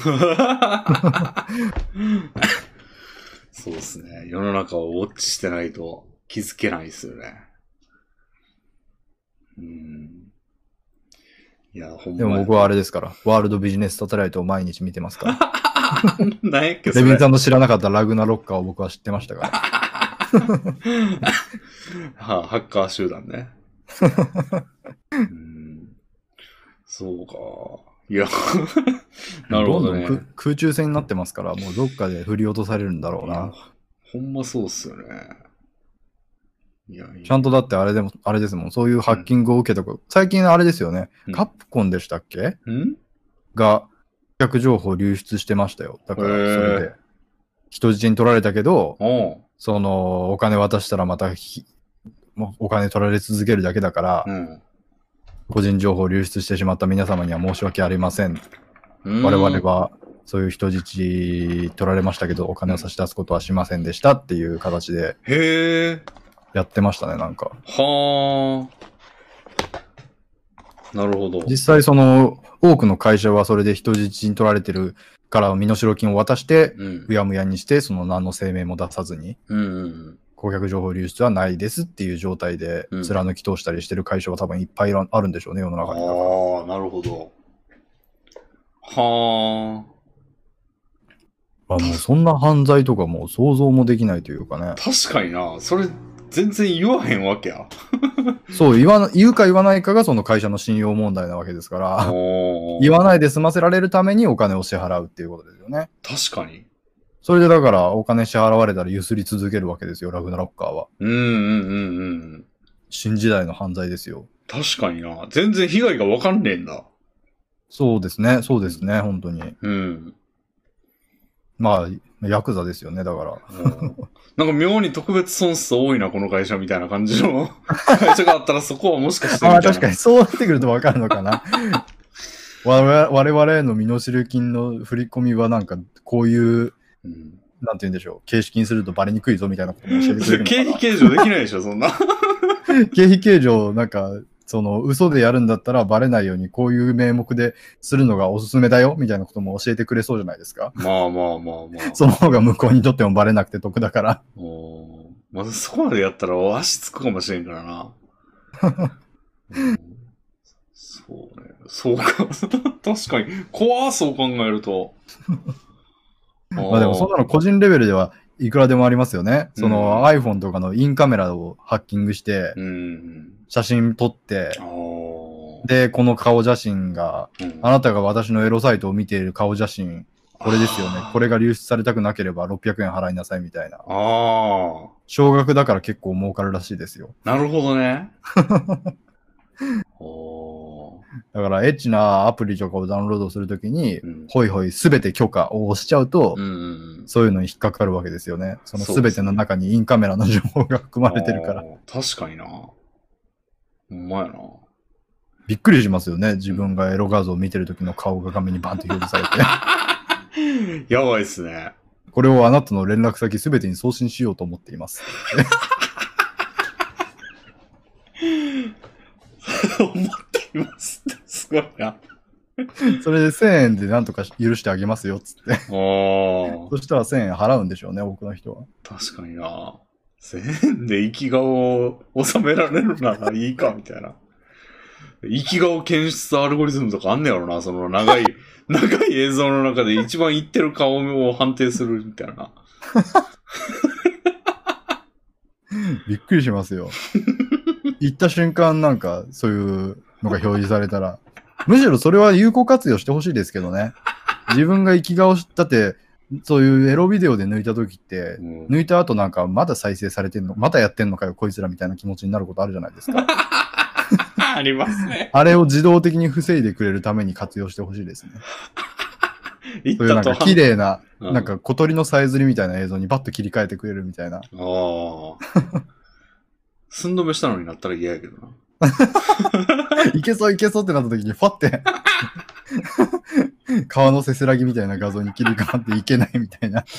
そうですね。世の中をウォッチしてないと気づけないですよね。いいや、ほんまでも僕はあれですから、ワールドビジネスサテライトを毎日見てますから。 何やっけそれ。 レビンさんの知らなかったラグナロッカーを僕は知ってましたから。 はあ、ハッカー集団ね。そうか。いや、なるほどね。 どんどん空中戦になってますから、もうどっかで振り落とされるんだろうな。 ほんまそうっすよね。 ちゃんとだってあれですもん、そういうハッキングを受けたこと、最近あれですよね、カップコンでしたっけが、顧客情報流出してましたよ。だからそれで、人質に取られたけど、その、お金渡したらまたもうお金取られ続けるだけだから、個人情報流出してしまった皆様には申し訳ありません。我々はそういう人質取られましたけど、お金を差し出すことはしませんでしたっていう形でやってましたね、なんか。 はあ。なるほど。 実際その多くの会社はそれで人質に取られてるから身代金を渡して、うやむやにしてその何の声明も出さずに、顧客情報流出はないですっていう状態で貫き通したりしてる会社は多分いっぱいあるんでしょうね、世の中に。 ああ、なるほど。はあ。もうそんな犯罪とかもう想像もできないというかね。 確かにな。それ全然言わへんわけや。 そう、言うか言わないかがその会社の信用問題なわけですから、言わないで済ませられるためにお金を支払うっていうことですよね。 確かに。 それでだからお金支払われたらゆすり続けるわけですよ、ラグナロッカーは。新時代の犯罪ですよ。 確かにな。全然被害がわかんねえんだ。 そうですね、そうですね、本当に。まあ、ヤクザですよね、だから。 なんか妙に特別損失多いな、この会社みたいな感じの会社があったらそこはもしかしてみたいな。 確かにそうなってくるとわかるのかな。我々への身代金の振り込みはなんかこういう、なんて言うんでしょう、形式にするとバレにくいぞみたいなことも教えてくれるのかな。 経費計上できないでしょ、そんな。 経費計上、なんか、その嘘でやるんだったらバレないようにこういう名目でするのがおすすめだよみたいなことも教えてくれそうじゃないですか。 まあ。 その方が向こうにとってもバレなくて得だから。 まずそこまでやったら足つくかもしれんからな。そうね。そうか。確かに。怖そう考えると。 まあでもそんなの個人レベルではいくらでもありますよね。その iPhone とかのインカメラをハッキングして、写真撮って、で、この顔写真が、あなたが私のエロサイトを見ている顔写真、これですよね。これが流出されたくなければ600円払いなさいみたいな。少額だから結構儲かるらしいですよ。 なるほどね。 だからエッチなアプリとかをダウンロードするときに、ほいほいすべて許可を押しちゃうと、そういうのに引っかかるわけですよね。そのすべての中にインカメラの情報が含まれてるから。 確かにな。ほんまやな。 びっくりしますよね。自分がエロ画像を見てる時の顔が画面にバンと表示されて。やばいっすね。 これをあなたの連絡先すべてに送信しようと思っています。 思っています。すごいな。 それで1000円でなんとか許してあげますよっつって。そしたら1000円払うんでしょうね、多くの人は。 確かにな。1000円で生き顔を収められるならいいかみたいな。生き顔検出アルゴリズムとかあんねやろな。その長い映像の中で一番いってる顔を判定するみたいな。 びっくりしますよ。行った瞬間なんかそういうのが表示されたら、むしろそれは有効活用してほしいですけどね。自分が生き顔だってそういうエロビデオで抜いた時って、抜いた後なんかまだ再生されてんの、まだやってんのかよこいつらみたいな気持ちになることあるじゃないですか。 ありますね。 あれを自動的に防いでくれるために活用してほしいですね。そういうなんか綺麗な、なんか小鳥のさえずりみたいな映像にバッと切り替えてくれるみたいな。 寸止めしたのになったら嫌やけどな。 いけそういけそうってなった時にファって川のせせらぎみたいな画像に切り替わっていけないみたいな。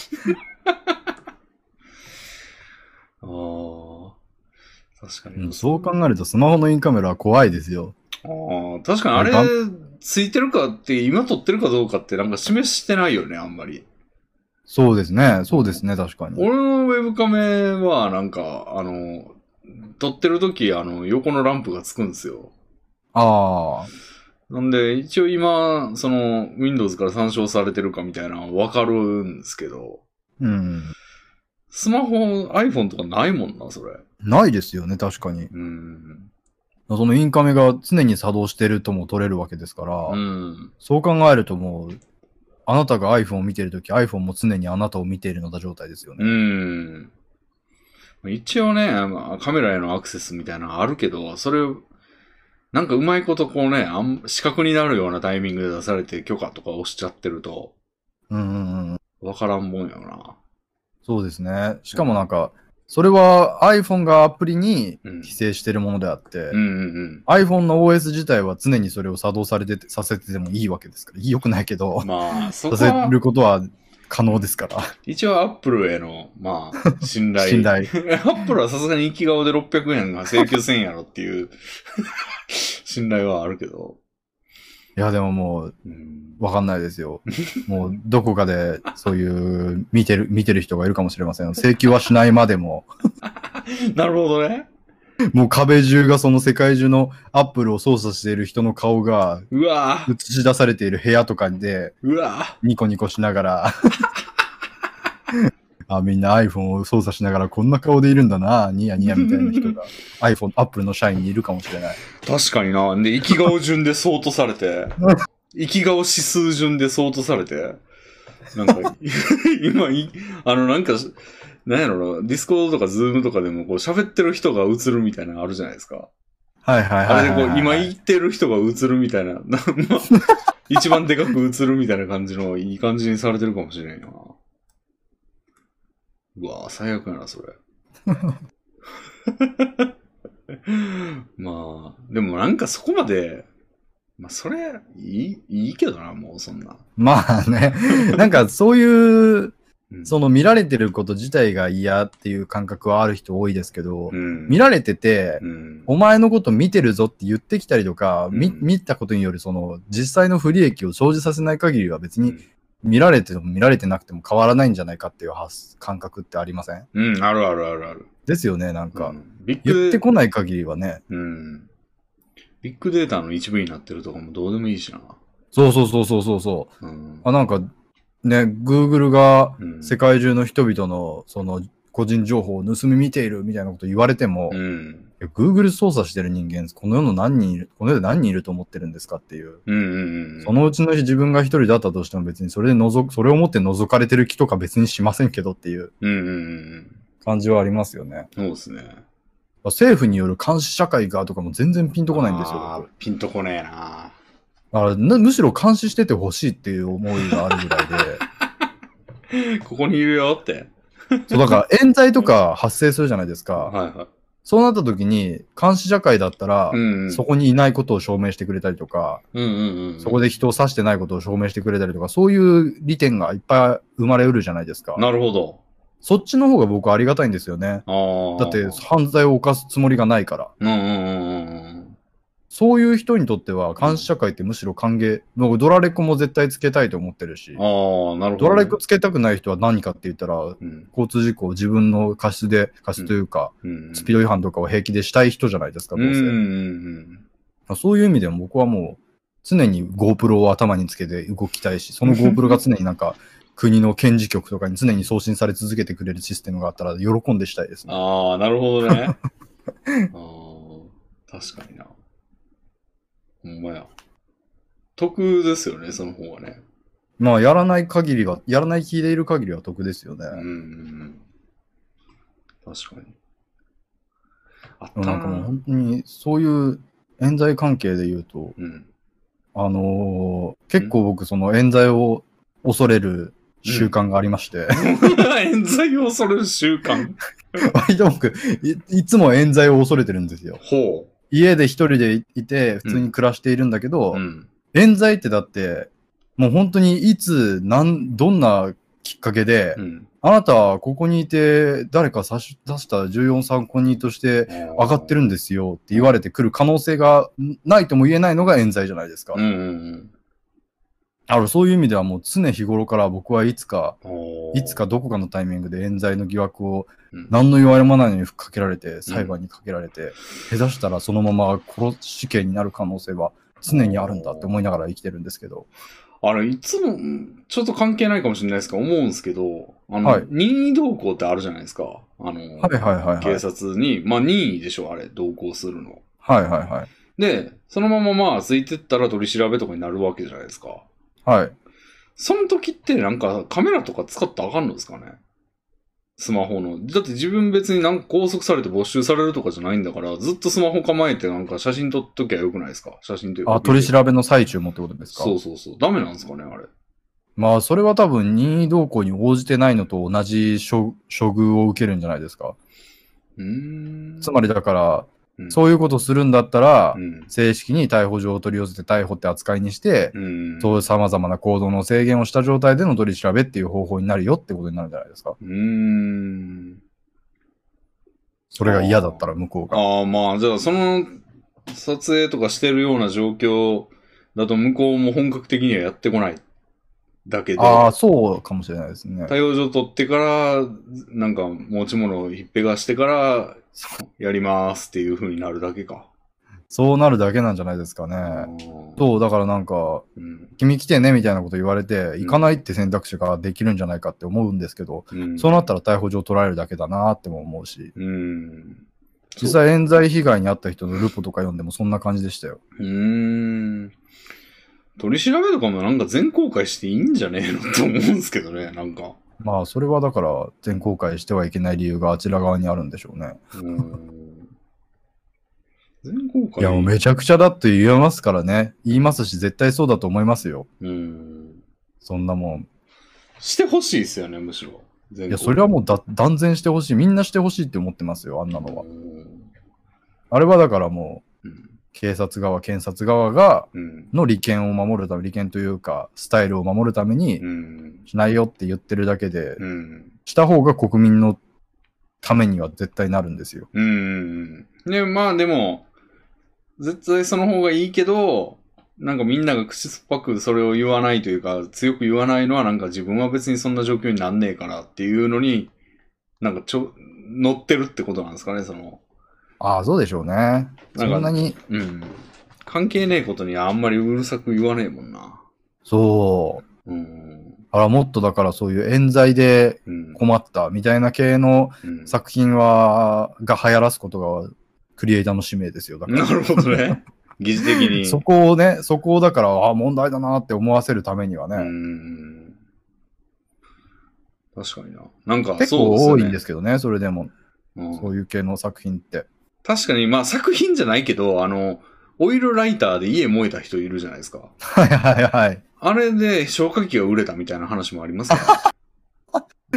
確かに、 そう考えるとスマホのインカメラは怖いですよ。 確かにあれついてるかって今撮ってるかどうかってなんか示してないよね、あんまり。 そうですね、そうですね、確かに。 俺のウェブカメはなんか撮ってる時横のランプがつくんですよ。 なんで、一応今、Windows から参照されてるかみたいなのわかるんですけど。 うん。 スマホ、iPhone とかないもんな、それ。 ないですよね、確かに。そのインカメが常に作動してるとも取れるわけですから、そう考えるともう、あなたが iPhone を見てるとき、iPhone も常にあなたを見ているような状態ですよね。 一応ね、カメラへのアクセスみたいなのあるけど、それ、なんかうまいことこうね、視覚になるようなタイミングで出されて許可とか押しちゃってると、わからんもんよな。 そうですね。しかもなんか、それは iPhone がアプリに規制してるものであって、iPhone の OS 自体は常にそれを作動させててもいいわけですから、良くないけど、させることは可能ですから。 一応 Apple への、信頼。信頼。Apple はさすがに行き顔で600円が請求せんやろっていう信頼はあるけど。 いや、でももう、わかんないですよ。もう、どこかで、そういう、見てる人がいるかもしれません。請求はしないまでも。 なるほどね。 もう壁中がその世界中のアップルを操作している人の顔が、映し出されている部屋とかで、ニコニコしながら、みんな iPhone を操作しながらこんな顔でいるんだな、ニヤニヤみたいな人が iPhone、Apple の社員にいるかもしれない。 確かにな。で、生き顔順で相当されて、生き顔指数順で相当されて、なんか、今、なんか、なんやろな、ディスコードとかズームとかでもこう喋ってる人が映るみたいなのあるじゃないですか。 はいはいはい。 あれでこう、今言ってる人が映るみたいな、一番でかく映るみたいな感じの、いい感じにされてるかもしれんよな。うわぁ、最悪やな、それ。まあ、でもなんかそこまで、それ、いいけどな、もうそんな。 まあね、なんかそういう、その見られてること自体が嫌っていう感覚はある人多いですけど、見られてて、お前のこと見てるぞって言ってきたりとか、見たことによるその実際の不利益を生じさせない限りは別に、見られても見られてなくても変わらないんじゃないかっていう感覚ってありません？ あるあるあるある。 ですよね、なんか。言ってこない限りはね。 ビッグデータの一部になってるとかもどうでもいいしな。 そう。なんか、ね、Google が世界中の人々のその個人情報を盗み見ているみたいなこと言われても、Google 操作してる人間、この世で何人いると思ってるんですかっていう。そのうちの自分が一人だったとしても別にそれをもって覗かれてる気とか別にしませんけどっていう感じはありますよね。 そうですね。 政府による監視社会がとかも全然ピンとこないんですよ。 ピンとこねえな。 むしろ監視しててほしいっていう思いがあるぐらいで。ここにいるよって。 そう、だから冤罪とか発生するじゃないですか。そうなった時に、監視社会だったら、そこにいないことを証明してくれたりとか、そこで人を刺してないことを証明してくれたりとか、そういう利点がいっぱい生まれうるじゃないですか。 なるほど。 そっちの方が僕はありがたいんですよね。だって犯罪を犯すつもりがないから。そういう人にとっては監視社会ってむしろ歓迎。ドラレコも絶対つけたいと思ってるし。 なるほど、ね。 ドラレコつけたくない人は何かって言ったら、交通事故を自分の過失というか、スピード違反とかを平気でしたい人じゃないですか、どうせ。そういう意味でも僕はもう常に GoPro を頭につけて動きたいし、その GoPro が常になんか国の検事局とかに常に送信され続けてくれるシステムがあったら喜んでしたいですね。 なるほどね。確かにな。ほんまや。得ですよね、その方がね。 まあ、やらない気でいる限りは得ですよね。 確かに。 なんかもう本当に、そういう冤罪関係で言うと、結構僕その冤罪を恐れる習慣がありまして。 冤罪を恐れる習慣割と僕いつも冤罪を恐れてるんですよ。家で一人でいて普通に暮らしているんだけど、冤罪ってだって、もう本当にいつ、どんなきっかけで、あなたはここにいて誰か差し出した14参考人として上がってるんですよって言われてくる可能性がないとも言えないのが冤罪じゃないですか。そういう意味ではもう常日頃から僕はいつかどこかのタイミングで冤罪の疑惑を何の言われもないのにかけられて、裁判にかけられて、下手したらそのまま死刑になる可能性は常にあるんだって思いながら生きてるんですけど。 いつも、ちょっと関係ないかもしれないですけど、思うんですけど、 はい任意同行ってあるじゃないですか。 はいはいはいはい。 警察に、まあ任意でしょ、あれ、同行するの。 はいはいはい。 で、そのまままあ、ついてったら取り調べとかになるわけじゃないですか。 はい。 その時ってなんかカメラとか使ったらあかんのですかね？スマホの。だって自分別になんか拘束されて没収されるとかじゃないんだから、ずっとスマホ構えてなんか写真撮っときゃよくないですか？写真というか。 あ、取り調べの最中もってことですか？ そうそうそう。ダメなんですかね、あれ。 まあ、それは多分任意同行に応じてないのと同じ処遇を受けるんじゃないですか。つまりだから、そういうことをするんだったら、正式に逮捕状を取り寄せて逮捕って扱いにして、そういう様々な行動の制限をした状態での取り調べっていう方法になるよってことになるんじゃないですか。それが嫌だったら向こうが。 ああ、まあ、じゃあその撮影とかしてるような状況だと向こうも本格的にはやってこないだけで。 ああ、そうかもしれないですね。 逮捕状取ってから、なんか持ち物をひっぺがしてから、やりますっていう風になるだけか。 そうなるだけなんじゃないですかね。そう、だからなんか、君来てねみたいなこと言われて、行かないって選択肢ができるんじゃないかって思うんですけど、そうなったら逮捕状取られるだけだなっても思うし。実際冤罪被害に遭った人のルポとか読んでもそんな感じでしたよ。 取り調べとかもなんか全公開していいんじゃねえのって思うんですけどね、なんか。 まあ、それはだから全公開してはいけない理由があちら側にあるんでしょうね。 全公開いや、もうめちゃくちゃだって言えますからね。言いますし、絶対そうだと思いますよ。そんなもん。 してほしいですよね、むしろ。 いや、それはもう断然してほしい。みんなしてほしいって思ってますよ、あんなのは。あれはだからもう、警察側、検察側が、の利権を守るため、利権というか、スタイルを守るために、しないよって言ってるだけで、した方が国民のためには絶対なるんですよ。 ね、まあでも、絶対その方がいいけど、なんかみんなが口酸っぱくそれを言わないというか、強く言わないのはなんか自分は別にそんな状況になんねえからっていうのに、なんか乗ってるってことなんですかね、その。 ああ、そうでしょうね。そんなに。 関係ねえことにあんまりうるさく言わねえもんな。 そう。もっとだからそういう冤罪で困ったみたいな系の作品が流行らすことがクリエイターの使命ですよ。だからなるほどね。疑似的に。 そこをだから、問題だなって思わせるためにはね。 確かにな。なんか、 結構多いんですけどね、それでも。そういう系の作品って。 確かに、まあ作品じゃないけど、オイルライターで家燃えた人いるじゃないですか。 はいはいはい。 あれで消火器が売れたみたいな話もありますから、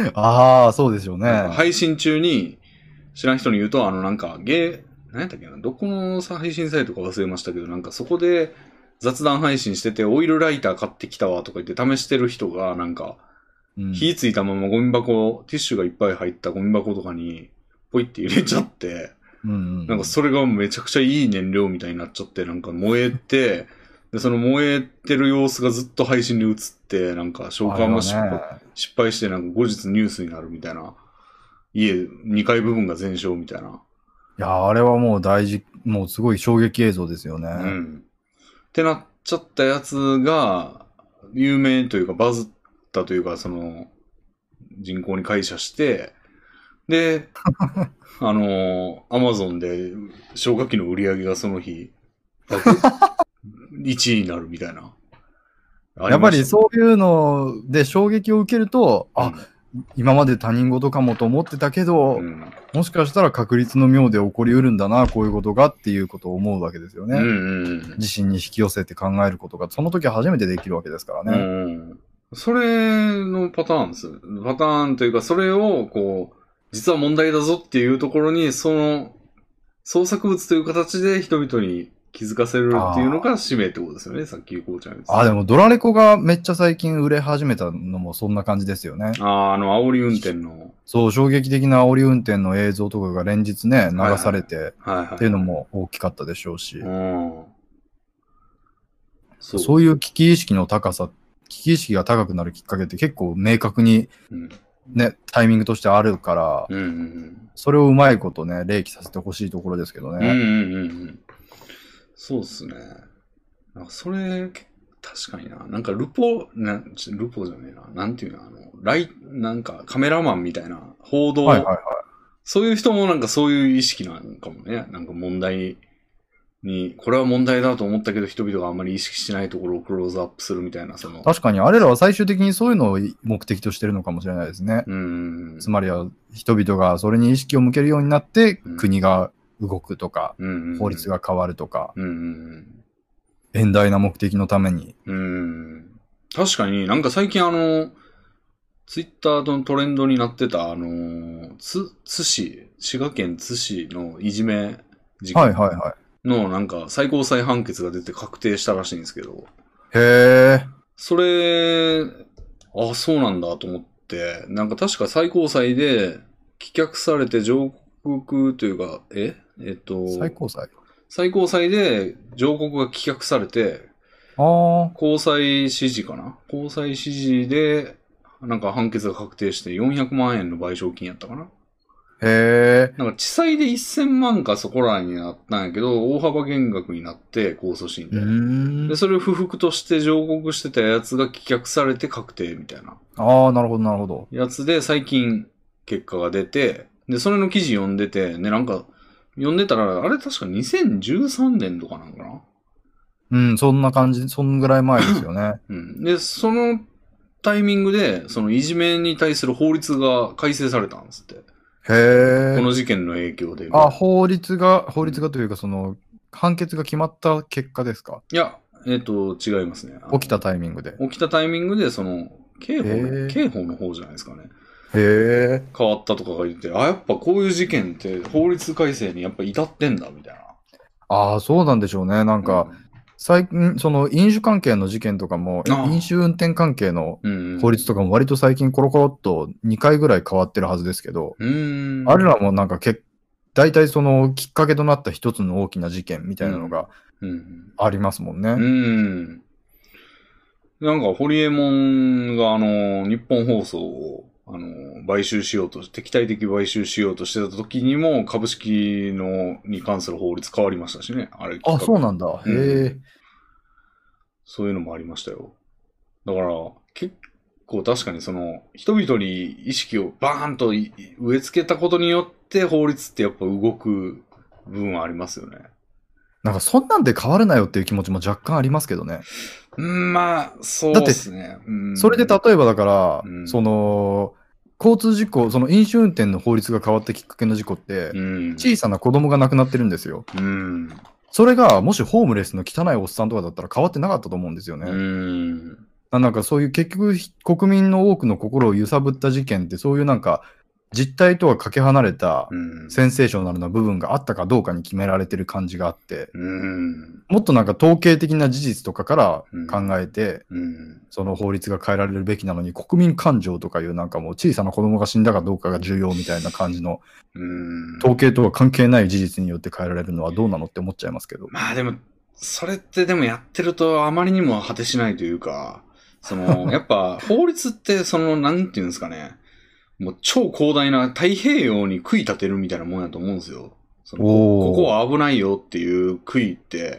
ああ、そうでしょうね。 配信中に、知らん人に言うと、なんか、何やったっけな、どこの配信サイトか忘れましたけど、なんかそこで雑談配信してて、オイルライター買ってきたわとか言って試してる人が、なんか、火ついたままゴミ箱、ティッシュがいっぱい入ったゴミ箱とかに、ポイって入れちゃって、なんかそれがめちゃくちゃいい燃料みたいになっちゃって、なんか燃えて、で、その燃えてる様子がずっと配信に映って、なんか消火も失敗して、なんか後日ニュースになるみたいな。家、2階部分が全焼みたいな。 いや、あれはもうもうすごい衝撃映像ですよね。 ってなっちゃったやつが、有名というかバズったというか、その、人口に感謝して、で、アマゾンで消火器の売り上げがその日、1位になるみたいな。 やっぱりそういうので衝撃を受けると、今まで他人事かもと思ってたけど、もしかしたら確率の妙で起こりうるんだな、こういうことがっていうことを思うわけですよね。自身に引き寄せて考えることが、その時初めてできるわけですからね。 それのパターンです。パターンというか、それを、こう、実は問題だぞっていうところに、その、創作物という形で人々に気づかせるっていうのが使命ってことですよね、さっきこうちゃんです。 でもドラレコがめっちゃ最近売れ始めたのもそんな感じですよね。 煽り運転の。 そう、衝撃的な煽り運転の映像とかが連日ね、流されて、っていうのも大きかったでしょうし。そういう危機意識の高さ、危機意識が高くなるきっかけって結構明確に、ね、タイミングとしてあるから、それをうまいことね、例記させてほしいところですけどね。 そうっすね。 なんかそれ、確かにな。なんかルポじゃねえな。なんていうの、なんかカメラマンみたいな報道、 はいはいはい。 そういう人もなんかそういう意識なんかもね。なんか問題に、これは問題だと思ったけど人々があんまり意識しないところをクローズアップするみたいな、 確かに、あれらは最終的にそういうのを目的としてるのかもしれないですね。つまりは、人々がそれに意識を向けるようになって、国が動くとか、法律が変わるとか、遠大な目的のために。 確かになんか最近ツイッターのトレンドになってた、滋賀県津市のいじめ事件のなんか最高裁判決が出て確定したらしいんですけど。 へー。 それ、あ、そうなんだと思って、なんか確か最高裁で棄却されて上告というか、最高裁で上告が棄却されて、高裁支持かな高裁支持で、なんか判決が確定して400万円の賠償金やったかなへー。 なんか地裁で1000万かそこらになったんやけど、大幅減額になって控訴審で。で、それを不服として上告してたやつが棄却されて確定みたいな。 ああ、なるほどなるほど。 やつで最近結果が出て、で、それの記事読んでて、ね、なんか、読んでたら、あれ確か2013年とかなんかなうん、そんな感じ、そんぐらい前ですよね。 うん。で、そのタイミングで、そのいじめに対する法律が改正されたんですって。 へー。 この事件の影響で。 法律がというか、その、判決が決まった結果ですか？ いや、違いますね。 起きたタイミングで。 起きたタイミングで、その、刑法の方じゃないですかね。 へー。 変わったとかが言って、あ、やっぱこういう事件って法律改正にやっぱ至ってんだ、みたいな。 ああ、そうなんでしょうね。なんか、最近、その飲酒関係の事件とかも、飲酒運転関係の法律とかも割と最近コロコロっと2回ぐらい変わってるはずですけど、あれらもなんか大体そのきっかけとなった一つの大きな事件みたいなのがありますもんね。 なんか、ホリエモンが日本放送を買収しようと、敵対的買収しようとしてた時にも、株式に関する法律変わりましたしね。あれ。 あ、そうなんだ。へえ。 そういうのもありましたよ。だから、結構確かにその、人々に意識をバーンと植え付けたことによって法律ってやっぱ動く部分はありますよね。 なんかそんなんで変わるなよっていう気持ちも若干ありますけどね。 まあ、そうですね。 それで例えばだから、その、交通事故、その飲酒運転の法律が変わったきっかけの事故って、小さな子供が亡くなってるんですよ。それが、もしホームレスの汚いおっさんとかだったら変わってなかったと思うんですよね。なんかそういう結局国民の多くの心を揺さぶった事件ってそういうなんか実態とはかけ離れたセンセーショナルな部分があったかどうかに決められてる感じがあって、もっとなんか統計的な事実とかから考えて、その法律が変えられるべきなのに国民感情とかいうなんかもう小さな子供が死んだかどうかが重要みたいな感じの統計とは関係ない事実によって変えられるのはどうなのって思っちゃいますけど。 まあでもそれってでもやってるとあまりにも果てしないというか、やっぱ法律ってなんていうんですかね。もう超広大な太平洋に杭立てるみたいなもんやと思うんですよ。ここは危ないよっていう杭って。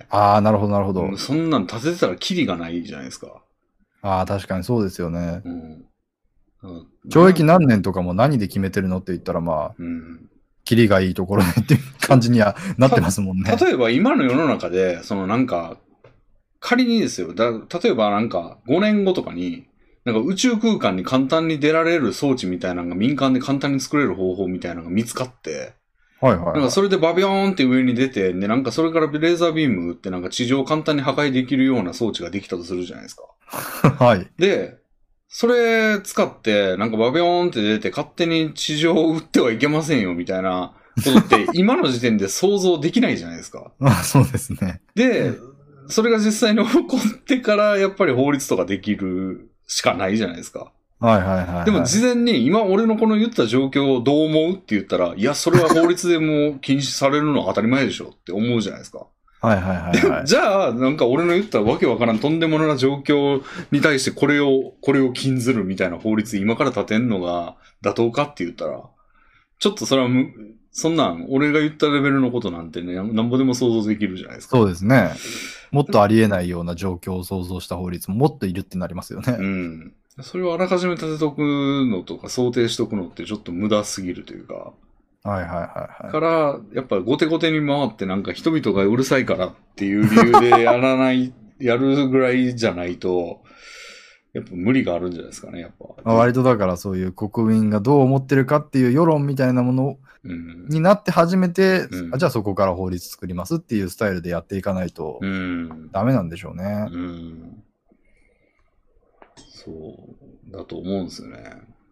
ああ、なるほどなるほど。 そんなん立ててたらキリがないじゃないですか。 ああ、確かにそうですよね。懲役何年とかも何で決めてるのって言ったらまあ、キリがいいところでっていう感じにはなってますもんね。 例えば今の世の中で、なんか、仮にですよ。例えばなんか5年後とかに、なんか宇宙空間に簡単に出られる装置みたいなのが民間で簡単に作れる方法みたいなのが見つかって、なんかそれでバビョーンって上に出て、で、なんかそれからレーザービーム打ってなんか地上を簡単に破壊できるような装置ができたとするじゃないですか。 はい。 で、それ使って、なんかバビョーンって出て勝手に地上を撃ってはいけませんよみたいなことって今の時点で想像できないじゃないですか。 そうですね。 で、それが実際に起こってからやっぱり法律とかできるしかないじゃないですか。でも事前に今俺のこの言った状況をどう思うって言ったら、いや、それは法律でも禁止されるのは当たり前でしょって思うじゃないですか。じゃあ、なんか俺の言ったわけわからんとんでもない状況に対してこれを禁ずるみたいな法律今から立てんのが妥当かって言ったら、ちょっとそれはそんなん俺が言ったレベルのことなんてね、なんぼでも想像できるじゃないですか。 そうですね。 もっとありえないような状況を想像した法律ももっといるってなりますよね。 うん。それをあらかじめ立てとくのとか想定しとくのってちょっと無駄すぎるというか。 はいはいはいはい。 から、やっぱ後手後手に回ってなんか人々がうるさいからっていう理由でやらない、やるぐらいじゃないと、やっぱ無理があるんじゃないですかね、やっぱ。 割とだからそういう国民がどう思ってるかっていう世論みたいなものになって初めて、じゃあそこから法律作りますっていうスタイルでやっていかないとダメなんでしょうね。 そうだと思うんですよね。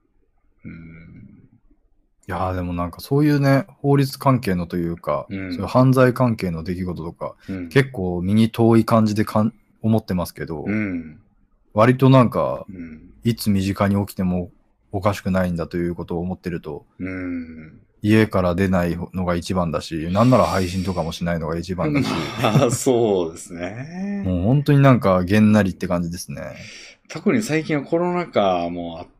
いやーでもなんかそういうね、法律関係のというか、そういう犯罪関係の出来事とか、結構身に遠い感じで思ってますけど、割となんか、いつ身近に起きてもおかしくないんだということを思ってると、家から出ないのが一番だし、なんなら配信とかもしないのが一番だし。 そうですね。 もう本当になんかげんなりって感じですね。 特に最近はコロナ禍もあって、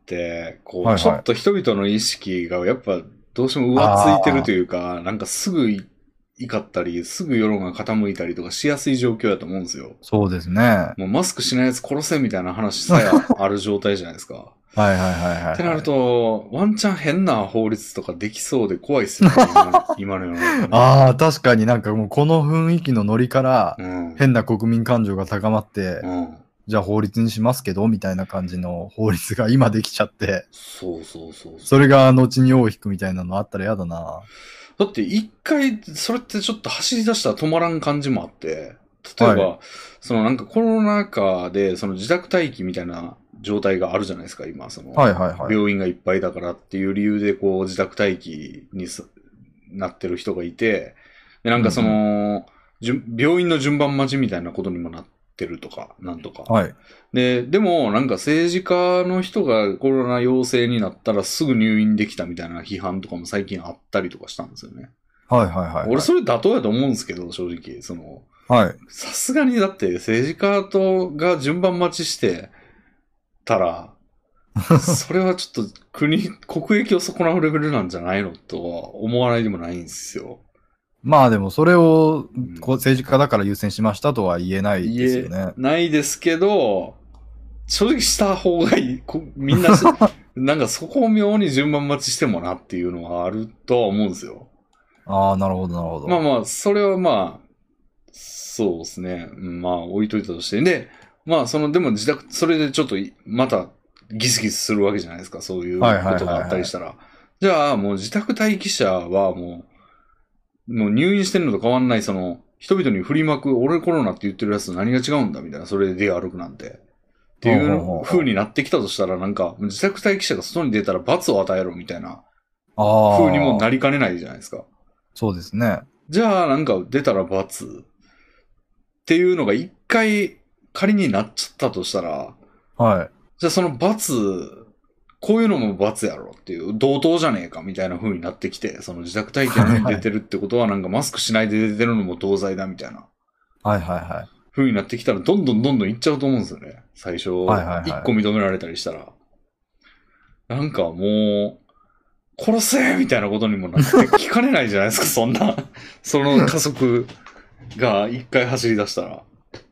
こう、ちょっと人々の意識がやっぱどうしても浮ついてるというか、なんかすぐ怒ったり、すぐ世論が傾いたりとかしやすい状況だと思うんですよ。 そうですね。 もうマスクしないやつ殺せみたいな話さえある状態じゃないですか。 はいはいはいはい。 ってなると、ワンチャン変な法律とかできそうで怖いっすよね、今のような、 ああ、確かになんかもうこの雰囲気のノリから、変な国民感情が高まって、じゃあ法律にしますけど、みたいな感じの法律が今できちゃって。 そうそうそう。 それが後に尾を引くみたいなのあったら嫌だな。 だって一回、それってちょっと走り出したら止まらん感じもあって、例えば、そのなんかコロナ禍でその自宅待機みたいな状態があるじゃないですか、今。その、病院がいっぱいだからっていう理由でこう自宅待機になってる人がいて、で、なんかその、病院の順番待ちみたいなことにもなってるとか、なんとか。でもなんか政治家の人がコロナ陽性になったらすぐ入院できたみたいな批判とかも最近あったりとかしたんですよね。俺それ妥当やと思うんですけど、正直。その、さすがにだって政治家が順番待ちしてたら、それはちょっと国益を損なうレベルなんじゃないのとは思わないでもないんですよ。 まあでもそれを政治家だから優先しましたとは言えないですよね。 言えないですけど、正直した方がいい。みんななんかそこを妙に順番待ちしてもなっていうのはあるとは思うんですよ。 ああ、なるほどなるほど。 まあまあ、それはまあ、そうですね。まあ置いといたとして。で、まあでも自宅、それでちょっとまたギスギスするわけじゃないですか。そういうことがあったりしたら。じゃあもう自宅待機者はもう入院してるのと変わんない、その、人々に振りまく、俺コロナって言ってるやつと何が違うんだみたいな、それで歩くなんて。っていう風になってきたとしたら、なんか、自宅待機者が外に出たら罰を与えろみたいな風にもなりかねないじゃないですか。 そうですね。 じゃあ、なんか出たら罰っていうのが一回仮になっちゃったとしたら、じゃあその罰、こういうのも罰やろっていう、同等じゃねえかみたいな風になってきて、その自宅待機に出てるってことはなんかマスクしないで出てるのも同罪だみたいな。風になってきたらどんどんいっちゃうと思うんですよね。最初、一個認められたりしたら。なんかもう、殺せみたいなことにもなって聞かれないじゃないですか、そんな。その加速が一回走り出したら。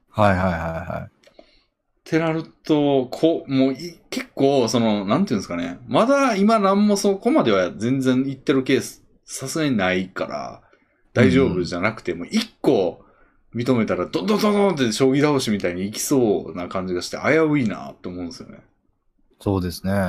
ってなると、もう結構、その、なんていうんですかね。まだ今なんもそこまでは全然言ってるケース、さすがにないから、大丈夫じゃなくて、もう一個認めたら、どんどんって将棋倒しみたいにいきそうな感じがして、危ういなって思うんですよね。 そうですね。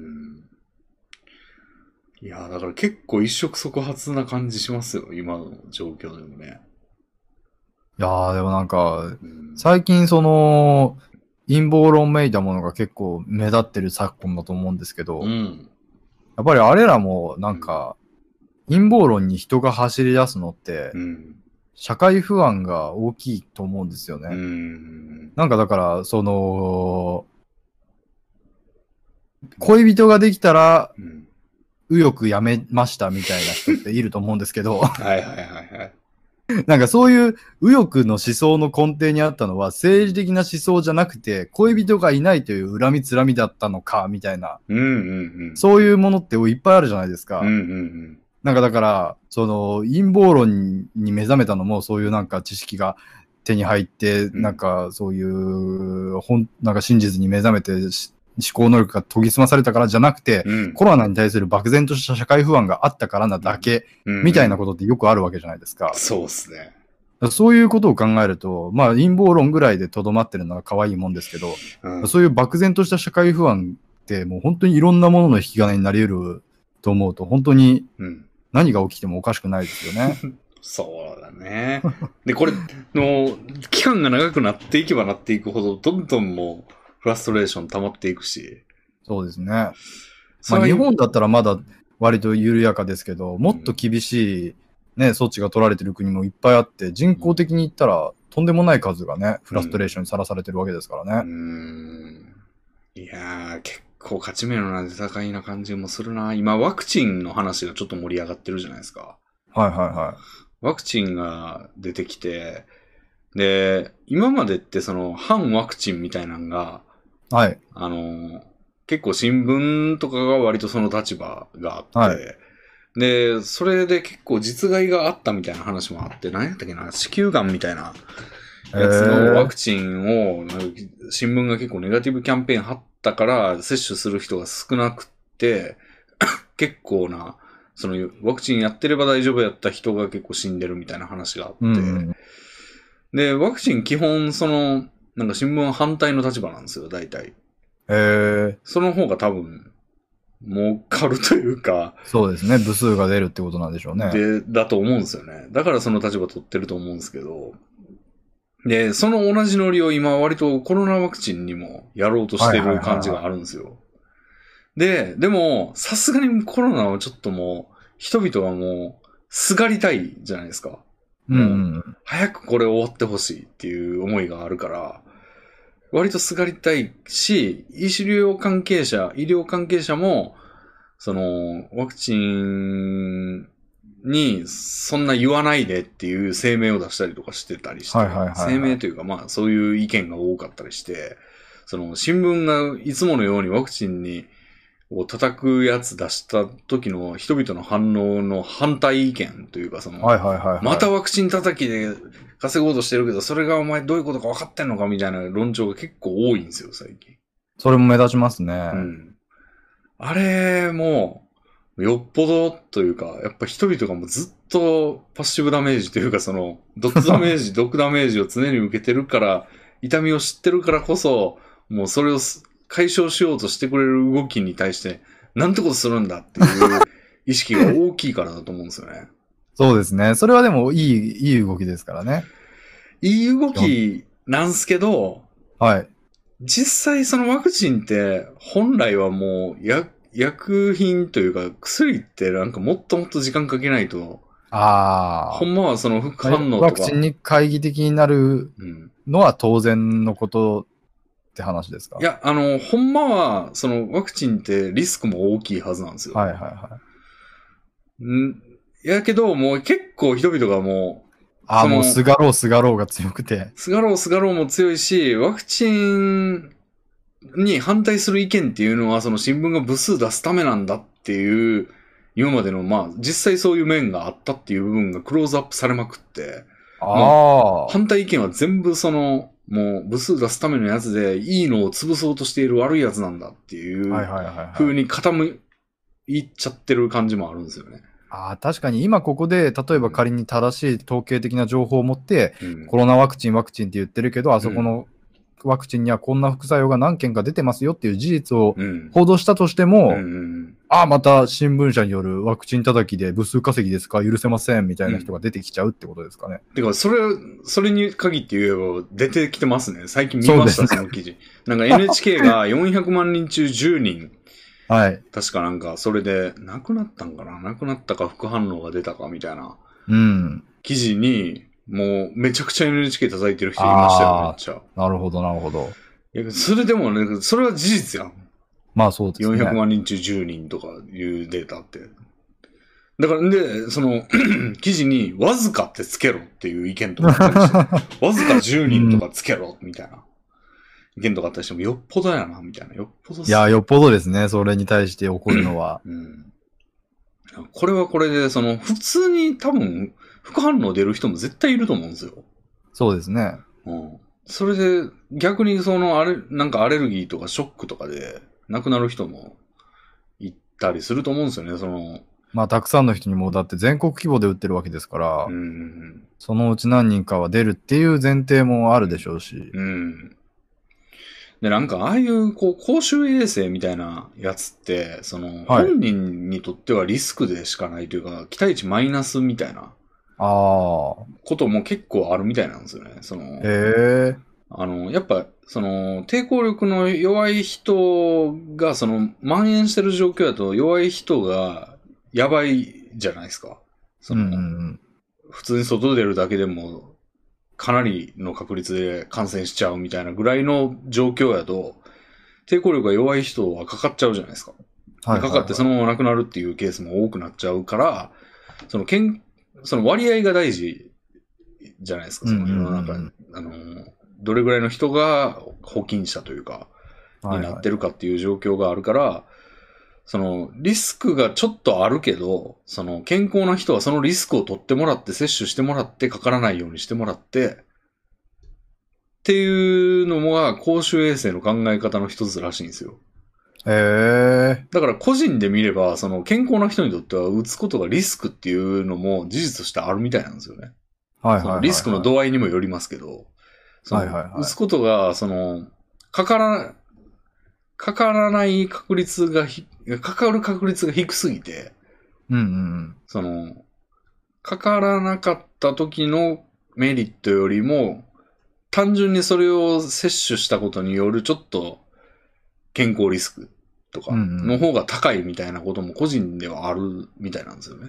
いやだから結構一触即発な感じしますよ、今の状況でもね。 いやでもなんか、最近その、陰謀論めいたものが結構目立ってる昨今だと思うんですけど、やっぱりあれらもなんか、陰謀論に人が走り出すのって、社会不安が大きいと思うんですよね。なんかだから、その、恋人ができたら、右翼やめましたみたいな人っていると思うんですけど、なんかそういう右翼の思想の根底にあったのは政治的な思想じゃなくて恋人がいないという恨みつらみだったのかみたいな、そういうものっていっぱいあるじゃないですか。なんかだからその陰謀論に目覚めたのもそういうなんか知識が手に入って、なんかそういう、なんか真実に目覚めて、思考能力が研ぎ澄まされたからじゃなくて、コロナに対する漠然とした社会不安があったからなだけ、みたいなことってよくあるわけじゃないですか。 そうですね。 そういうことを考えると、まあ陰謀論ぐらいでとどまってるのは可愛いもんですけど、そういう漠然とした社会不安ってもう本当にいろんなものの引き金になり得ると思うと、本当に何が起きてもおかしくないですよね。 そうだね。で、これの期間が長くなっていけばなっていくほど、どんどんもうフラストレーション溜まっていくし。 そうですね。まあ日本だったらまだ割と緩やかですけど、もっと厳しいね、措置が取られてる国もいっぱいあって、人口的に言ったらとんでもない数がね、フラストレーションにさらされてるわけですからね。 いやー、結構勝ち目のない戦いな感じもするな。今ワクチンの話がちょっと盛り上がってるじゃないですか。 はいはいはい。 ワクチンが出てきて、で、今までってその反ワクチンみたいなのが、 はい。 結構新聞とかが割とその立場があって、はい、で、それで結構実害があったみたいな話もあって、何やったっけな、子宮癌みたいなやつのワクチンを、新聞が結構ネガティブキャンペーン貼ったから接種する人が少なくって結構なそのワクチンやってれば大丈夫やった人が結構死んでるみたいな話があって、でワクチン基本そのなんか新聞は反対の立場なんですよ大体。その方が多分儲かるというか、 そうですね、部数が出るってことなんでしょうね。 だと思うんですよね。だからその立場取ってると思うんですけど。で、その同じノリを今割とコロナワクチンにもやろうとしてる感じがあるんですよ。でも、さすがにコロナはちょっともう、人々はもう、すがりたいじゃないですか。早くこれ終わってほしいっていう思いがあるから、割とすがりたいし、医療関係者も、その、ワクチンにそんな言わないでっていう声明を出したりとかしてたりして、声明というかまあそういう意見が多かったりして、その新聞がいつものようにワクチンにを叩くやつ出した時の人々の反応の反対意見というかその、またワクチン叩きで稼ごうとしてるけど、それがお前どういうことか分かってんのかみたいな論調が結構多いんですよ、最近。 それも目立ちますね。 あれも、よっぽどというか、やっぱ人々がもうずっとパッシブダメージというかその、毒ダメージを常に受けてるから、痛みを知ってるからこそ、もうそれを解消しようとしてくれる動きに対して、なんてことするんだっていう意識が大きいからだと思うんですよね。 そうですね。それはでもいい動きですからね。 いい動きなんすけど、 はい。 実際そのワクチンって本来はもう薬品というか薬ってなんかもっともっと時間かけないと、ほんまはその副反応とか。 ワクチンに懐疑的になるのは当然のことって話ですか？ いや、ほんまはそのワクチンってリスクも大きいはずなんですよ。やけどもう結構人々がもう、 もうすがろうが強くて。 すがろうも強いし、ワクチンに反対する意見っていうのは、その新聞が部数出すためなんだっていう、今までの、まあ、実際そういう面があったっていう部分がクローズアップされまくって、反対意見は全部その、もう部数出すためのやつで、いいのを潰そうとしている悪いやつなんだっていう風に傾いちゃってる感じもあるんですよね。 確かに今ここで、例えば仮に正しい統計的な情報を持って、コロナワクチンって言ってるけど、あそこのワクチンにはこんな副作用が何件か出てますよっていう事実を報道したとしても、また新聞社によるワクチン叩きで部数稼ぎですか許せませんみたいな人が出てきちゃうってことですかね。 てか、それに限って言えば出てきてますね。最近見ました、その記事。なんか NHK が400万人中10人。 はい。 確かなんか、それで、亡くなったんかな亡くなったか副反応が出たかみたいな。記事に、もう、めちゃくちゃ NHK 叩いてる人いましたよ、めっちゃ。 なるほど。 いや、それでもね、それは事実やん。 まあそうですね。 400万人中10人とかいうデータって。だから、で、その、記事に、わずかってつけろっていう意見とかあったりして、わずか10人とかつけろ、みたいな。意見とかあったりしても、よっぽどやな、みたいな。よっぽどいや、よっぽどですね。それに対して起こるのは。 これはこれで、その、普通に多分、副反応出る人も絶対いると思うんですよ。 そうですね。 うん。それで、逆になんかアレルギーとかショックとかで亡くなる人もいたりすると思うんですよね、 まあ、たくさんの人にもだって全国規模で打ってるわけですから、そのうち何人かは出るっていう前提もあるでしょうし。 で、なんか、ああいう、公衆衛生みたいなやつって、本人にとってはリスクでしかないというか、期待値マイナスみたいな、ことも結構あるみたいなんですよね。やっぱ、抵抗力の弱い人が、蔓延してる状況だと、弱い人が、やばいじゃないですか。普通に外出るだけでも、かなりの確率で感染しちゃうみたいなぐらいの状況やと、抵抗力が弱い人はかかっちゃうじゃないですか。かかってそのまま亡くなるっていうケースも多くなっちゃうから、その割合が大事じゃないですか。世の中に。どれぐらいの人が保菌者というか、になってるかっていう状況があるから、リスクがちょっとあるけど、健康な人はそのリスクを取ってもらって、接種してもらって、かからないようにしてもらって、っていうのも公衆衛生の考え方の一つらしいんですよ。だから個人で見れば、健康な人にとっては、打つことがリスクっていうのも事実としてあるみたいなんですよね。リスクの度合いにもよりますけど、打つことが、かからない確率がかかる確率が低すぎて、かからなかった時のメリットよりも、単純にそれを摂取したことによるちょっと健康リスクとかの方が高いみたいなことも個人ではあるみたいなんですよね。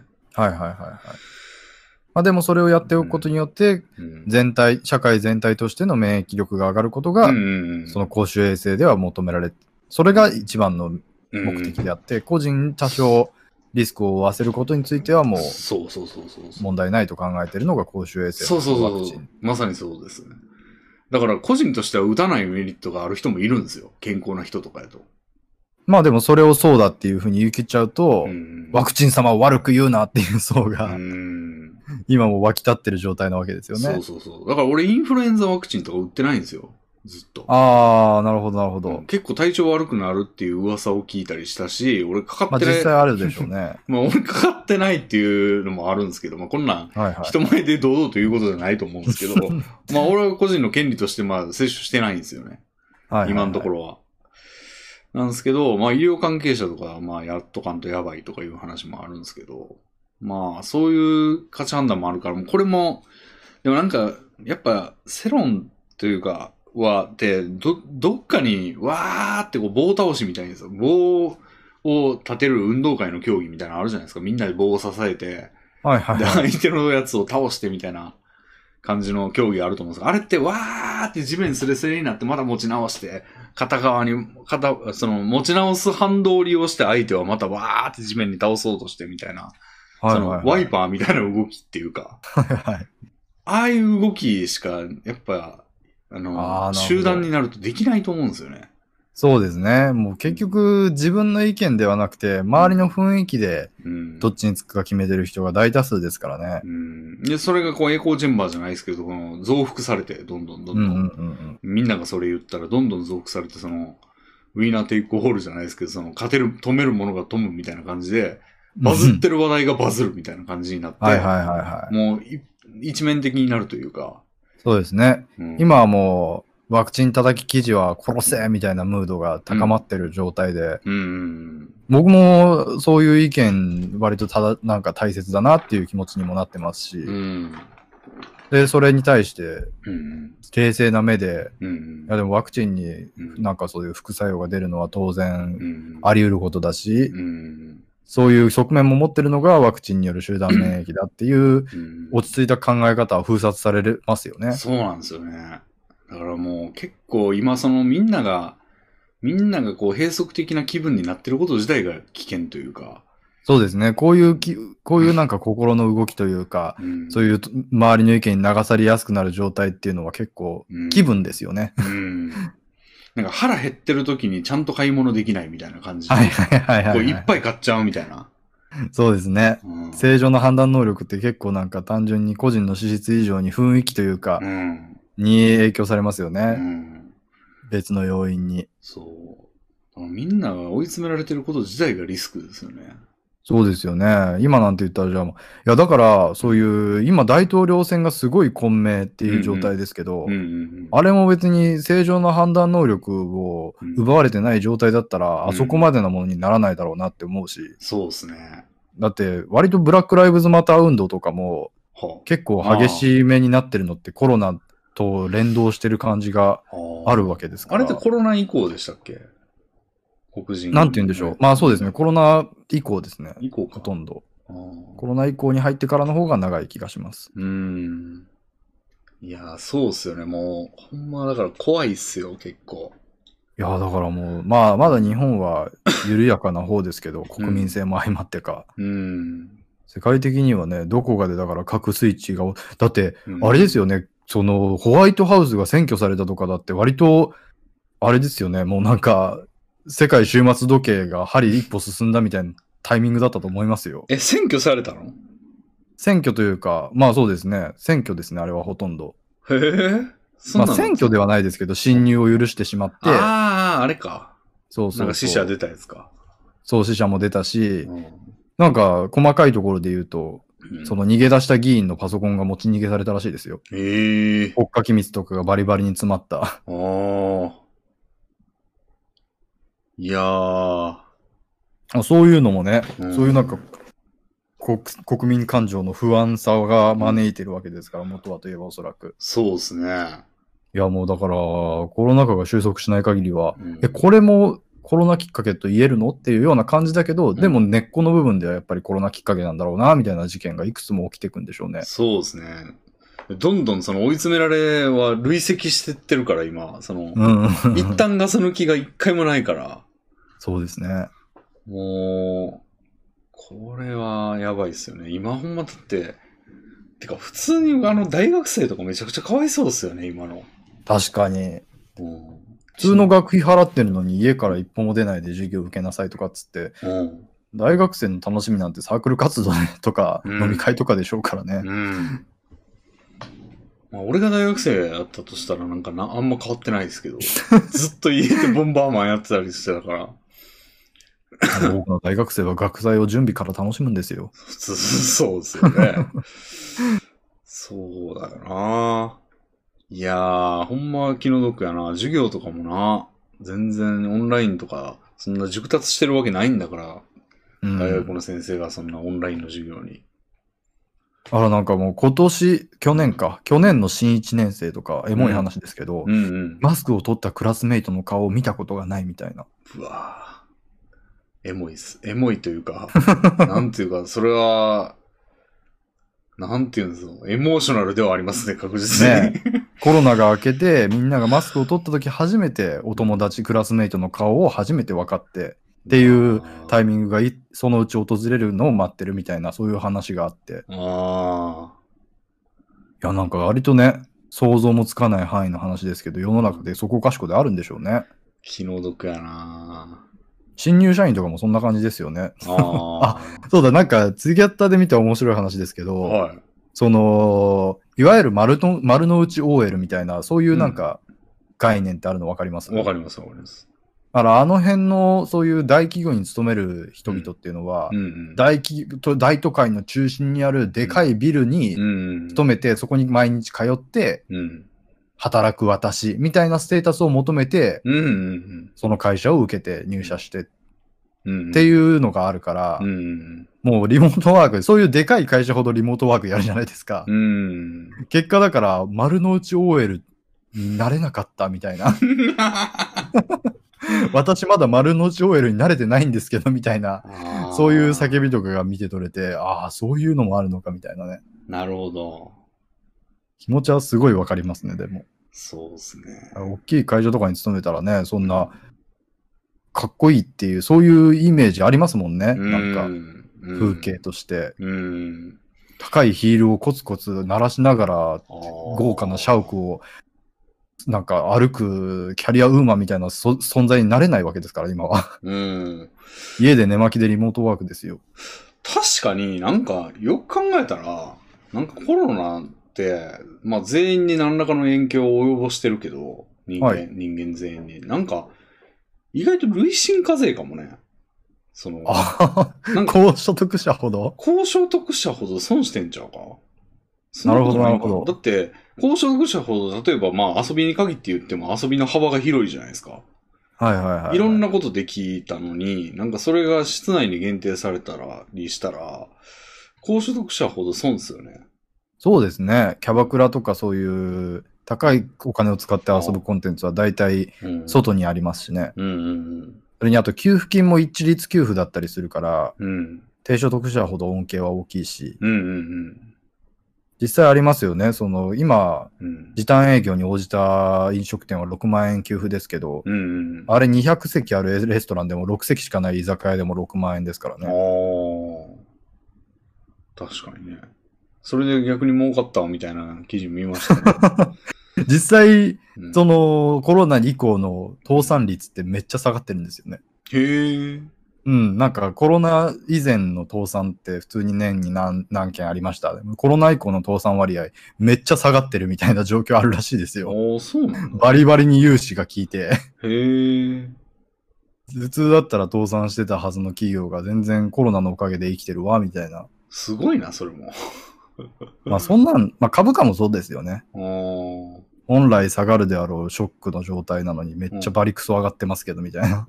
まあでもそれをやっておくことによって、社会全体としての免疫力が上がることが、その公衆衛生では求められ、それが一番の目的であって、個人多少リスクを負わせることについてはもう、問題ないと考えているのが公衆衛生のワクチン。 まさにそうですね。だから個人としては打たないメリットがある人もいるんですよ。健康な人とかやと。 まあでもそれをそうだっていうふうに言い切っちゃうと、ワクチン様を悪く言うなっていう層が、今も湧き立ってる状態なわけですよね。 だから俺インフルエンザワクチンとか打ってないんですよ。ずっと。 ああ、なるほど、なるほど。 結構体調悪くなるっていう噂を聞いたりしたし、俺かかってない。まあ実際あるでしょうね。 まあ俺かかってないっていうのもあるんですけど、まあこんなん人前で堂々ということじゃないと思うんですけど、まあ俺は個人の権利としてまあ接種してないんですよね。今のところは。なんですけど、まあ医療関係者とかまあやっとかんとやばいとかいう話もあるんですけど、まあそういう価値判断もあるから、もうこれも、でもなんかやっぱ世論というか、どっかに、わーって棒倒しみたいにさ、棒を立てる運動会の競技みたいなのあるじゃないですか。みんなで棒を支えて、で、相手のやつを倒してみたいな感じの競技あると思うんですが、あれってわーって地面スレスレになってまた持ち直して、片側に、持ち直す反動を利用して相手はまたわーって地面に倒そうとしてみたいな、ワイパーみたいな動きっていうか、ああいう動きしか、やっぱ、集団になるとできないと思うんですよね。 そうですね。もう結局自分の意見ではなくて、周りの雰囲気でどっちにつくか決めてる人が大多数ですからね。 で、それがエコーチェンバーじゃないですけど、増幅されて、どんどん、みんながそれ言ったらどんどん増幅されて、ウィーナーテイクホールじゃないですけど、止めるものが止むみたいな感じで、バズってる話題がバズるみたいな感じになって、もう一面的になるというか、 そうですね。今はもう、ワクチン叩き記事は殺せみたいなムードが高まってる状態で、僕もそういう意見割となんか大切だなっていう気持ちにもなってますし、で、それに対して、冷静な目で、いやでもワクチンになんかそういう副作用が出るのは当然あり得ることだし、そういう側面も持ってるのがワクチンによる集団免疫だっていう落ち着いた考え方は封殺されますよね。 そうなんですよね。だからもう結構今みんなが閉塞的な気分になってること自体が危険というか。 そうですね。こういうなんか心の動きというか、そういう周りの意見に流されやすくなる状態っていうのは結構気分ですよね。 なんか腹減ってる時にちゃんと買い物できないみたいな感じで。いっぱい買っちゃうみたいな。 そうですね。 うん、 正常な判断能力って結構なんか単純に個人の資質以上に雰囲気というか、に影響されますよね。別の要因に。 そう。みんなが追い詰められてること自体がリスクですよね。 そうですよね。今なんて言ったらじゃあもう、いやだからそういう、今大統領選がすごい混迷っていう状態ですけど、あれも別に正常な判断能力を奪われてない状態だったら、あそこまでのものにならないだろうなって思うし。 そうですね。 だって割とブラックライブズマター運動とかも結構激しめになってるのってコロナと連動してる感じがあるわけですから。 あれってコロナ以降でしたっけ？黒人。 なんて言うんでしょう。まあそうですね。コロナ以降ですね。ほとんど。コロナ以降に入ってからの方が長い気がします。 いや、そうっすよね。もう、ほんまだから怖いっすよ、結構。 いや、だからもう、まあまだ日本は緩やかな方ですけど、国民性も相まってか。世界的にはね、どこかでだから核スイッチが、だって、あれですよね、その、ホワイトハウスが占拠されたとかだって割と、あれですよね、もうなんか、世界終末時計が針一歩進んだみたいなタイミングだったと思いますよ。 占拠されたの？ 選挙というか、まあそうですね、選挙ですね、あれはほとんど。 へえ。 まあ選挙ではないですけど、侵入を許してしまって。 ああ、あれか。 そうそうそう。 なんか死者出たやつか。 そう、死者も出たし、なんか細かいところで言うと、その逃げ出した議員のパソコンが持ち逃げされたらしいですよ。国家機密とかがバリバリに詰まった。ああ。いやー。そういうのもね、そういうなんか、国民感情の不安さが招いてるわけですから、元はといえばおそらく。 そうですね。 いやもうだから、コロナ禍が収束しない限りは、これもコロナきっかけと言えるのっていうような感じだけど、でも根っこの部分ではやっぱりコロナきっかけなんだろうな、みたいな事件がいくつも起きていくんでしょうね。 そうですね。どんどんその追い詰められは累積してってるから今、その、一旦ガス抜きが一回もないから。 そうですね。 もう、これはやばいっすよね。今ほんまだって、てか普通に大学生とかめちゃくちゃかわいそうっすよね、今の。 確かに。普通の学費払ってるのに家から一歩も出ないで授業受けなさいとかっつって、大学生の楽しみなんてサークル活動とか飲み会とかでしょうからね。 まあ、俺が大学生だったとしたらなんかあんま変わってないですけど、ずっと家でボンバーマンやってたりしてたから。 多くの大学生は学祭を準備から楽しむんですよ。 そうですよね。そうだよな。いやー、ほんま気の毒やな。授業とかもな、全然オンラインとか、そんな熟達してるわけないんだから、大学の先生がそんなオンラインの授業に。 なんかもう去年の新1年生とか、エモい話ですけど、マスクを取ったクラスメイトの顔を見たことがないみたいな。 うわぁ。エモいっす。エモいというか、なんていうか、それは、なんていうんですか、エモーショナルではありますね、確実に。ね、 コロナが明けて、みんながマスクを取った時初めてお友達、クラスメイトの顔を初めて分かって、っていうタイミングがそのうち訪れるのを待ってるみたいな、そういう話があって。いや、なんか割とね、想像もつかない範囲の話ですけど、世の中でそこかしこであるんでしょうね。 気の毒やなぁ。 新入社員とかもそんな感じですよね。そうだ、なんかツイキャッターで見た面白い話ですけど、その、いわゆる丸の内 OL みたいな、そういうなんか概念ってあるの分かります？ わかります、わかります。 あの辺のそういう大企業に勤める人々っていうのは、大都会の中心にあるでかいビルに勤めて、そこに毎日通って、働く私みたいなステータスを求めて、その会社を受けて入社してっていうのがあるから、もうリモートワーク、そういうでかい会社ほどリモートワークやるじゃないですか。結果だから丸の内 OL になれなかったみたいな。私まだ丸の内 OL に慣れてないんですけどみたいな、そういう叫びとかが見て取れて、ああ、そういうのもあるのかみたいなね。 なるほど。 気持ちはすごいわかりますね、でも。 そうですね。 大きい会社とかに勤めたらね、そんな、かっこいいっていう、そういうイメージありますもんね。なんか、風景として。高いヒールをコツコツ鳴らしながら、豪華な社屋を、なんか歩くキャリアウーマンみたいな存在になれないわけですから、今は。家で寝巻きでリモートワークですよ。 確かになんかよく考えたら、なんかコロナって、まあ全員に何らかの影響を及ぼしてるけど、人間全員に。なんか、意外と累進課税かもね。 なんか高所得者ほど高所得者ほど損してんちゃうか。 なるほど、なるほど。 だって、高所得者ほど、例えばまあ遊びに限って言っても遊びの幅が広いじゃないですか。 はいはいはい。 いろんなことできたのに、なんかそれが室内に限定されたりしたら、高所得者ほど損ですよね。 そうですね。キャバクラとかそういう高いお金を使って遊ぶコンテンツは大体外にありますしね。それにあと給付金も一律給付だったりするから、低所得者ほど恩恵は大きいし、実際ありますよね。今、時短営業に応じた飲食店は6万円給付ですけど、あれ200席あるレストランでも6席しかない居酒屋でも6万円ですからね。 確かにね。それで逆に儲かったみたいな記事見ましたね。 実際、コロナ以降の倒産率ってめっちゃ下がってるんですよね。 へえ。 なんかコロナ以前の倒産って普通に年に何件ありました。コロナ以降の倒産割合めっちゃ下がってるみたいな状況あるらしいですよ。 そうなんだ。 バリバリに融資が効いて。 へえ。 普通だったら倒産してたはずの企業が全然コロナのおかげで生きてるわ、みたいな。 すごいな、それも。 まあそんなん、まあ株価もそうですよね。本来下がるであろうショックの状態なのにめっちゃバリクソ上がってますけど、みたいな。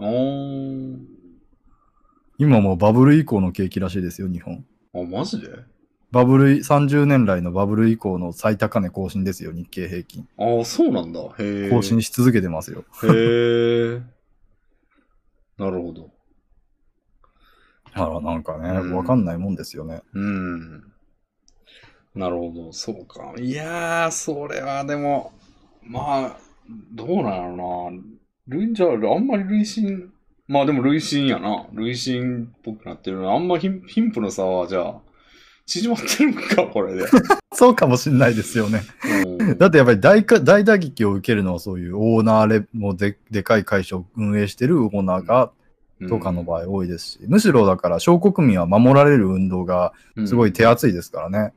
今もうバブル以降の景気らしいですよ、日本。 マジで 30年来のバブル以降の最高値更新ですよ、日経平均。 そうなんだ。へえ。 更新し続けてますよ。 へえ。なるほど。 なんかね、わかんないもんですよね。 なるほど、そうか。いやー、それはでも、まあ、どうなんやろな。じゃあ、あんまり累進、まあでも累進やな。累進っぽくなってるな。あんま貧富の差は、じゃあ、縮まってるんか、これで。 そうかもしんないですよね。だってやっぱり大打撃を受けるのはそういうオーナーもでかい会社を運営してるオーナーが、とかの場合多いですし、むしろだから小国民は守られる運動がすごい手厚いですからね。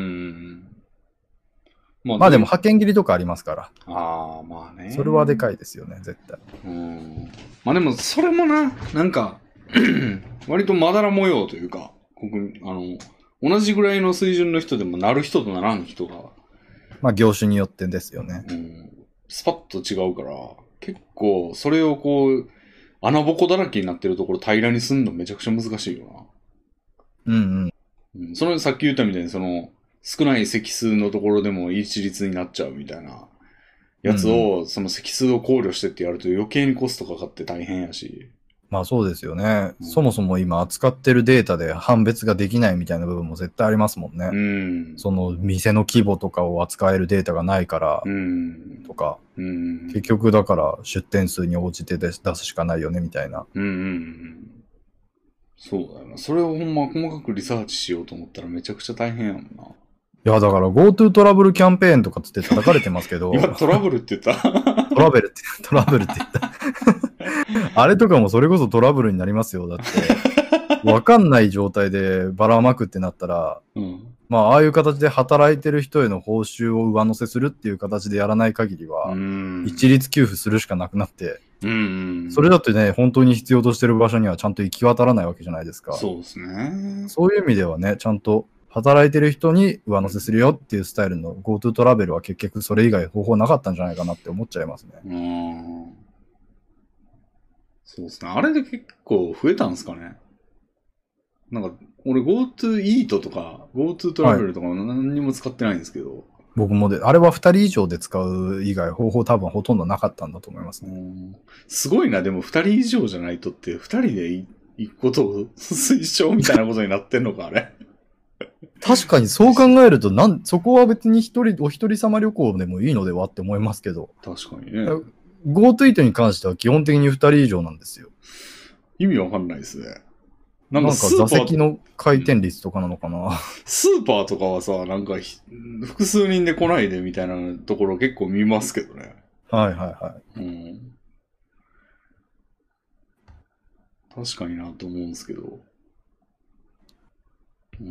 まあでも派遣切りとかありますから。 まあね。 それはでかいですよね、絶対。 まあでもそれもな、なんか、割とまだら模様というか、同じぐらいの水準の人でもなる人とならん人が。 まあ業種によってですよね。 スパッと違うから、結構それをこう、穴ぼこだらけになってるところ平らにすんのめちゃくちゃ難しいよな。さっき言ったみたいに少ない席数のところでも一律になっちゃうみたいなやつを、その席数を考慮してってやると余計にコストかかって大変やし。 まあそうですよね。そもそも今扱ってるデータで判別ができないみたいな部分も絶対ありますもんね。その店の規模とかを扱えるデータがないから、とか、結局だから出店数に応じて出すしかないよねみたいな。 そうだよな。それをほんま細かくリサーチしようと思ったらめちゃくちゃ大変やもんな。 いや、だから GoTo トラブルキャンペーンとかつって叩かれてますけど。 今トラブルって言ったトラブルって言った。あれとかもそれこそトラブルになりますよ。だって、わかんない状態でばらまくってなったら、まあ、ああいう形で働いてる人への報酬を上乗せするっていう形でやらない限りは、一律給付するしかなくなって、それだってね、本当に必要としてる場所にはちゃんと行き渡らないわけじゃないですか。 そうですね。 そういう意味ではね、ちゃんと働いてる人に上乗せするよっていうスタイルの GoTo トラベルは結局それ以外方法なかったんじゃないかなって思っちゃいますね。 そうですね。あれで結構増えたんですかね。なんか、俺 GoTo イートとか GoTo トラベルとか何にも使ってないんですけど。 僕もあれは2人以上で使う以外方法多分ほとんどなかったんだと思いますね。 すごいな、でも2人以上じゃないとって2人で行くことを推奨みたいなことになってんのか、あれ。 確かにそう考えると、そこは別にお一人様旅行でもいいのではって思いますけど。 確かにね。 GoTo イートに関しては基本的に2人以上なんですよ。 意味わかんないですね。 なんか座席の回転率とかなのかな。 スーパーとかはさ、なんか複数人で来ないでみたいなところ結構見ますけどね。 はいはいはい。 確かになと思うんですけど。 うん、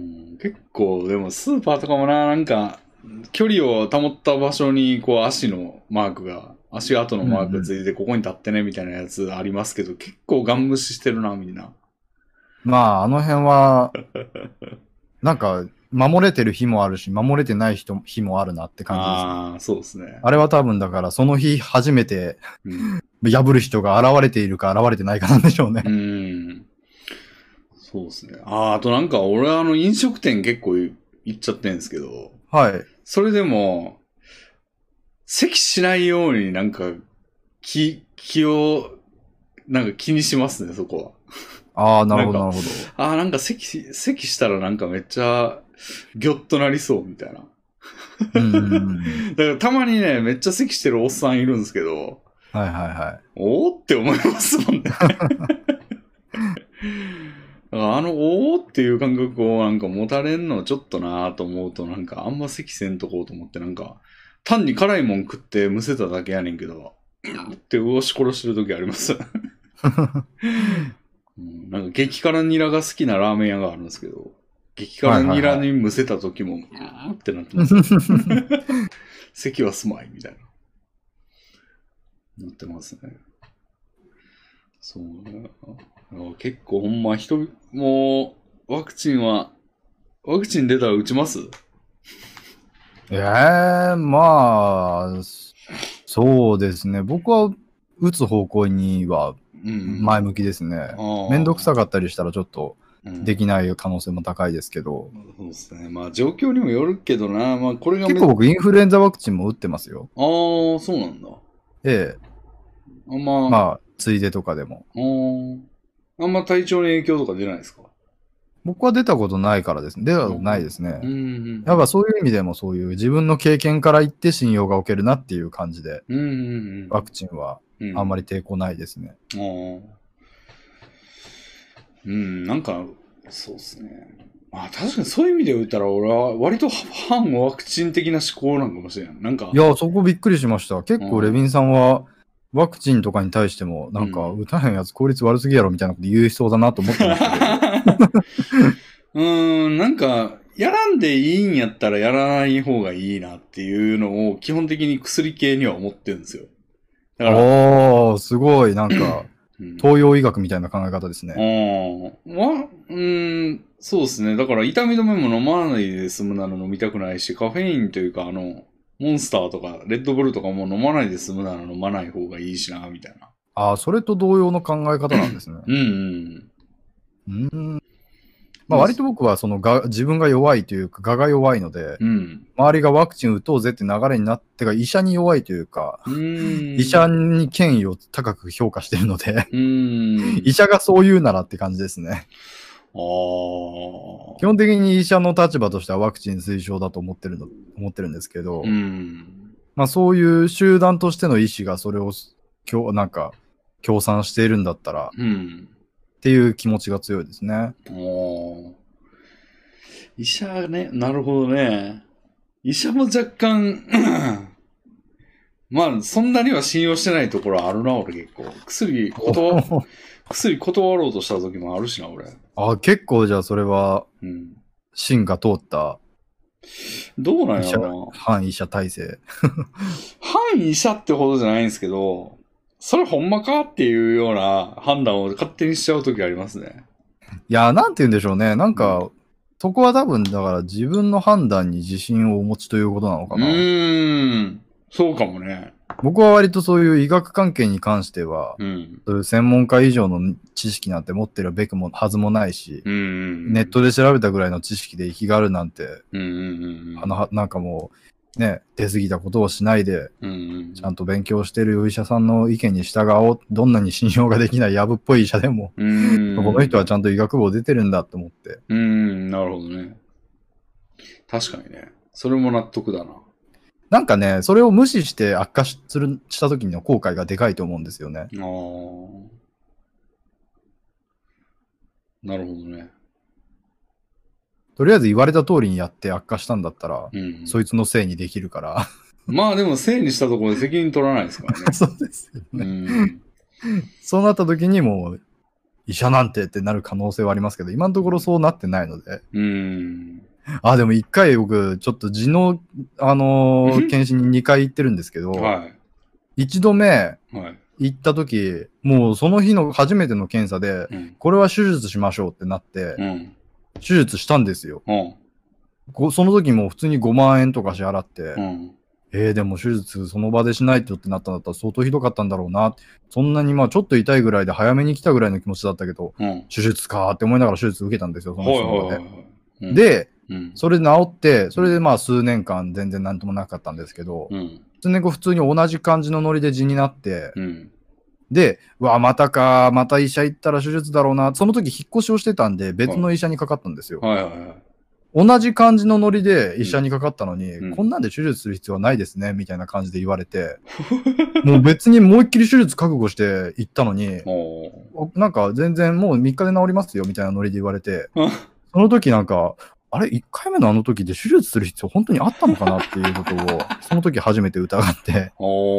結構、でもスーパーとかもな、なんか、距離を保った場所に、こう、足のマークが、足跡のマークがついて、ここに立ってね、みたいなやつありますけど、結構ガン無視してるな、みんな。 まあ、あの辺は、なんか、守れてる日もあるし、守れてない日もあるなって感じですね。 ああ、そうですね。 あれは多分だから、その日初めて、破る人が現れているか現れてないかなんでしょうね。 そうですね。あとなんか、俺飲食店結構行っちゃってんですけど。 はい。 それでも、席しないようになんか、気を、なんか気にしますね、そこは。ああ、なるほど、なるほど。 ああ、なんか席したらなんかめっちゃ、ギョッとなりそうみたいな。だからたまにね、めっちゃ席してるおっさんいるんですけど、 はいはいはい。 おーって思いますもんね。おーっていう感覚をなんか持たれんのちょっとなーと思うとなんかあんま席せんとこうと思ってなんか、単に辛いもん食ってむせただけやねんけど、って押し殺してる時あります。なんか激辛ニラが好きなラーメン屋があるんですけど、激辛ニラにむせた時も、ってなってます。席は住まいみたいな。なってますね。そうね。結構ほんまもう、ワクチン出たら打ちます？ まあ、そうですね。僕は打つ方向には前向きですね。めんどくさかったりしたらちょっとできない可能性も高いですけど。 そうですね。まあ状況にもよるけどな。まあこれが結構僕インフルエンザワクチンも打ってますよ。 ああ、そうなんだ。 ええ。まあ、ついでとかでも。 あんま体調に影響とか出ないですか？ 僕は出たことないからですね。出たことないですね。やっぱそういう意味でもそういう自分の経験から言って信用がおけるなっていう感じで、ワクチンはあんまり抵抗ないですね。 なんか、そうですね。まあ確かにそういう意味で言ったら俺は割と反ワクチン的な思考なんかもしれない。なんか。 いや、そこびっくりしました。結構レビンさんはワクチンとかに対してもなんか打たへんやつ効率悪すぎやろみたいなこと言いそうだなと思ってましたけど。 なんか、やらんでいいんやったらやらない方がいいなっていうのを基本的に薬系には思ってるんですよ。 だから。すごい、なんか、東洋医学みたいな考え方ですね。 そうですね。だから痛み止めも飲まないで済むなら飲みたくないし、カフェインというかモンスターとかレッドブルとかも飲まないで済むなら飲まない方がいいしな、みたいな。 それと同様の考え方なんですね。まあ割と僕は自分が弱いというか、我が弱いので、周りがワクチン打とうぜって流れになってが医者に弱いというか、医者に権威を高く評価しているので、医者がそう言うならって感じですね。基本的に医者の立場としてはワクチン推奨だと思ってるんですけど、まあそういう集団としての意思がそれをなんか協賛しているんだったら、っていう気持ちが強いですね。 医者ね、なるほどね。医者も若干まあ、そんなには信用してないところあるな、俺結構。薬断ろうとした時もあるしな、俺。 結構じゃあそれは、芯が通った。 どうなんやろな。 反医者体制。 反医者ってほどじゃないんですけど、それほんまかっていうような判断を勝手にしちゃう時ありますね。 いや、なんて言うんでしょうね。なんか、そこは多分、だから自分の判断に自信をお持ちということなのかな。 そうかもね。 僕は割とそういう医学関係に関しては、そういう専門家以上の知識なんて持ってるべくもはずもないし、ネットで調べたぐらいの知識で生きがるなんて、なんかもう、ね、出過ぎたことをしないで、ちゃんと勉強してるお医者さんの意見に従おう、どんなに信用ができないやぶっぽい医者でも、この人はちゃんと医学部を出てるんだと思って。 なるほどね。確かにね。それも納得だな。 なんかね、それを無視して悪化した時の後悔がでかいと思うんですよね。 なるほどね。 とりあえず言われた通りにやって悪化したんだったら、そいつのせいにできるから。 まあでもせいにしたところで責任取らないですからね。 そうですよね。そうなった時にもう、 医者なんてってなる可能性はありますけど、今のところそうなってないので。でも一回僕、ちょっと痔の、検診に2回行ってるんですけど、1度目、行った時、もうその日の初めての検査で、これは手術しましょうってなって、手術したんですよ。その時も普通に5万円とか支払って、でも手術その場でしないとってなったんだったら相当ひどかったんだろうな。そんなにまあちょっと痛いぐらいで早めに来たぐらいの気持ちだったけど、手術かーって思いながら手術受けたんですよ、その人の場で。で、それで治って、それでまあ数年間全然なんともなかったんですけど、数年後普通に同じ感じのノリで痔になって、で、またか、また医者行ったら手術だろうな。その時引っ越しをしてたんで別の医者にかかったんですよ。同じ感じのノリで医者にかかったのに、こんなんで手術する必要はないですね、みたいな感じで言われて、もう別にもう一気り手術覚悟して行ったのに、なんか全然もう3日で治りますよ、みたいなノリで言われて、その時なんか、あれ、1回目のあの時で手術する必要本当にあったのかなっていうことを、その時初めて疑って、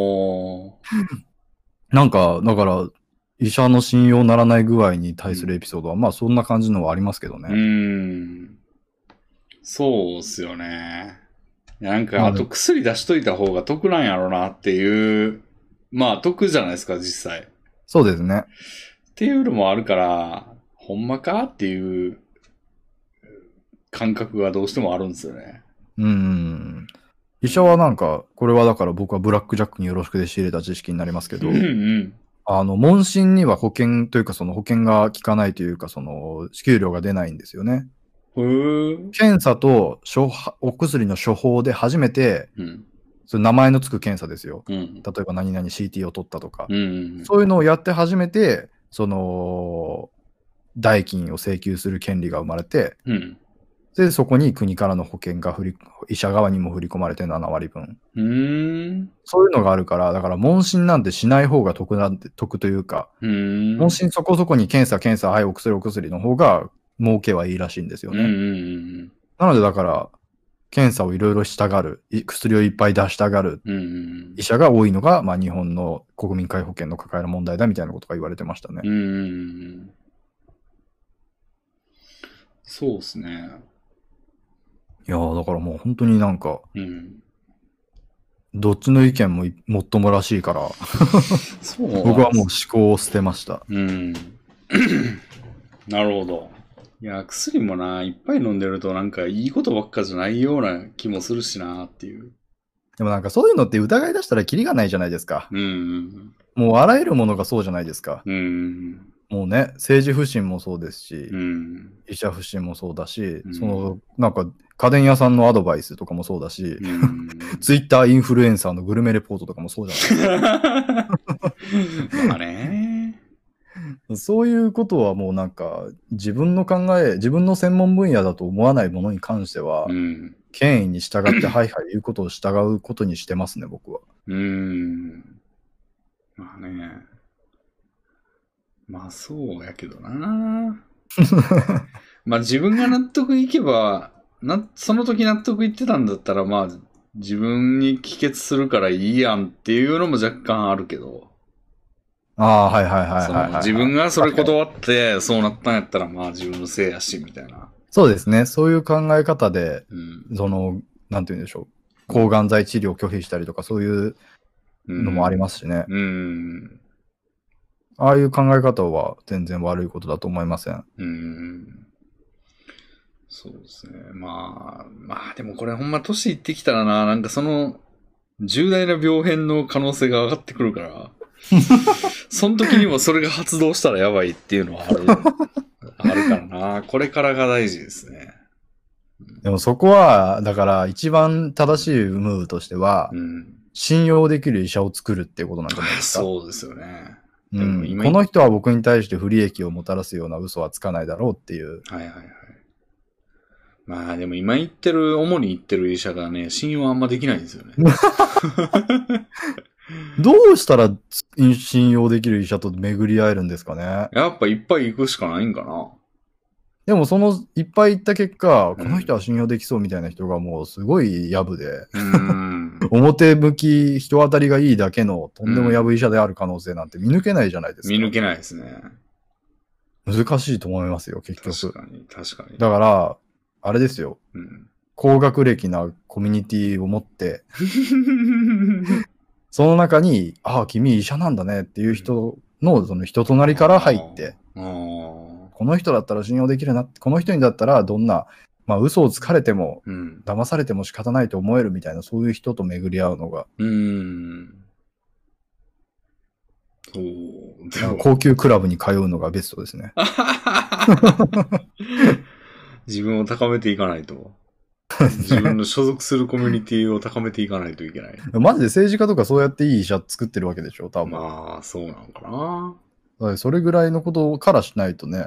なんか、だから、医者の信用ならない具合に対するエピソードは、まあそんな感じのはありますけどね。 そうっすよね。なんか、あと薬出しといた方が得なんやろなっていう、まあ得じゃないですか、実際。 そうですね。 っていうのもあるから、ほんまかっていう感覚がどうしてもあるんですよね。 医者はなんか、これはだから僕はブラックジャックによろしくで仕入れた知識になりますけど、問診には保険というかその保険が効かないというか、その支給料が出ないんですよね。検査とお薬の処方で初めて、それ名前のつく検査ですよ。例えば何々 CT を取ったとか、そういうのをやって初めて、その、代金を請求する権利が生まれて、で、そこに国からの保険が医者側にも振り込まれて7割分。そういうのがあるから、だから問診なんてしない方が得というか、問診そこそこに検査、はい、お薬の方が儲けはいいらしいんですよね。なのでだから、検査をいろいろしたがる、薬をいっぱい出したがる医者が多いのが、まあ日本の国民皆保険の抱える問題だみたいなことが言われてましたね。 そうですね。 いやー、だからもう本当になんか、どっちの意見ももっともらしいから僕はもう思考を捨てました。 なるほど。いや、薬もな、いっぱい飲んでるとなんかいいことばっかじゃないような気もするしなっていう。 でもなんかそういうのって疑い出したらキリがないじゃないですか。もうあらゆるものがそうじゃないですか。もうね、政治不信もそうですし、医者不信もそうだし、そのなんか家電屋さんのアドバイスとかもそうだし、ツイッターインフルエンサーのグルメレポートとかもそうじゃないですか。 まあね。 そういうことはもうなんか自分の専門分野だと思わないものに関しては、権威に従ってはいはい言うことを従うことにしてますね、僕は。 まあね。まあそうやけどな。まあ自分が納得いけば、その時納得いってたんだったら、まあ自分に帰結するからいいやんっていうのも若干あるけど。自分がそれ断ってそうなったんやったらまあ自分のせいやしみたいな。 そうですね。そういう考え方で、なんて言うんでしょう。抗がん剤治療を拒否したりとかそういうのもありますしね。ああいう考え方は全然悪いことだと思いません。 そうですね。まあでもこれほんま年いってきたらな、なんかその重大な病変の可能性が上がってくるから、その時にもそれが発動したらやばいっていうのはあるからな。これからが大事ですね。 でもそこは、だから一番正しいムーブとしては、信用できる医者を作るっていうことなんじゃないですか。 そうですよね。 この人は僕に対して不利益をもたらすような嘘はつかないだろうっていう。 まあでも主に言ってる医者がね、信用あんまできないんですよね。 どうしたら信用できる医者と巡り合えるんですかね。 やっぱいっぱい行くしかないんかな。 でもいっぱい行った結果、この人は信用できそうみたいな人がもうすごいやぶで、表向き人当たりがいいだけのとんでもやぶ医者である可能性なんて見抜けないじゃないですか。 見抜けないですね。 難しいと思いますよ、結局。 確かに、確かに。 だから、あれですよ。うん、高学歴なコミュニティを持って、その中に、ああ、君医者なんだねっていう人の、その人となりから入って、この人だったら信用できるな、この人にだったらどんな、まあ嘘をつかれても、騙されても仕方ないと思えるみたいな、そういう人と巡り合うのが。高級クラブに通うのがベストですね。 自分を高めていかないと。自分の所属するコミュニティを高めていかないといけない。 マジで政治家とかそうやっていい医者作ってるわけでしょ、多分。 まあ、そうなのかな。それぐらいのことからしないとね。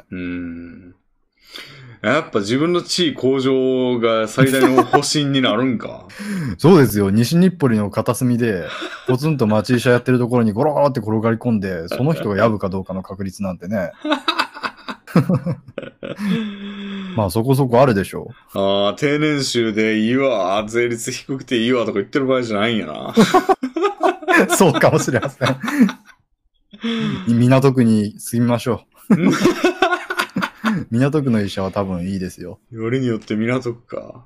やっぱ自分の地位向上が最大の方針になるんか。 そうですよ。西日暮里の片隅で、ポツンと町医者やってるところにゴロゴロって転がり込んで、その人がやぶかどうかの確率なんてね。まあそこそこあるでしょう。ああ、低年収でいいわ、税率低くていいわとか言ってる場合じゃないんやな。 そうかもしれません。港区に住みましょう。港区の医者は多分いいですよ。 よりによって港区か。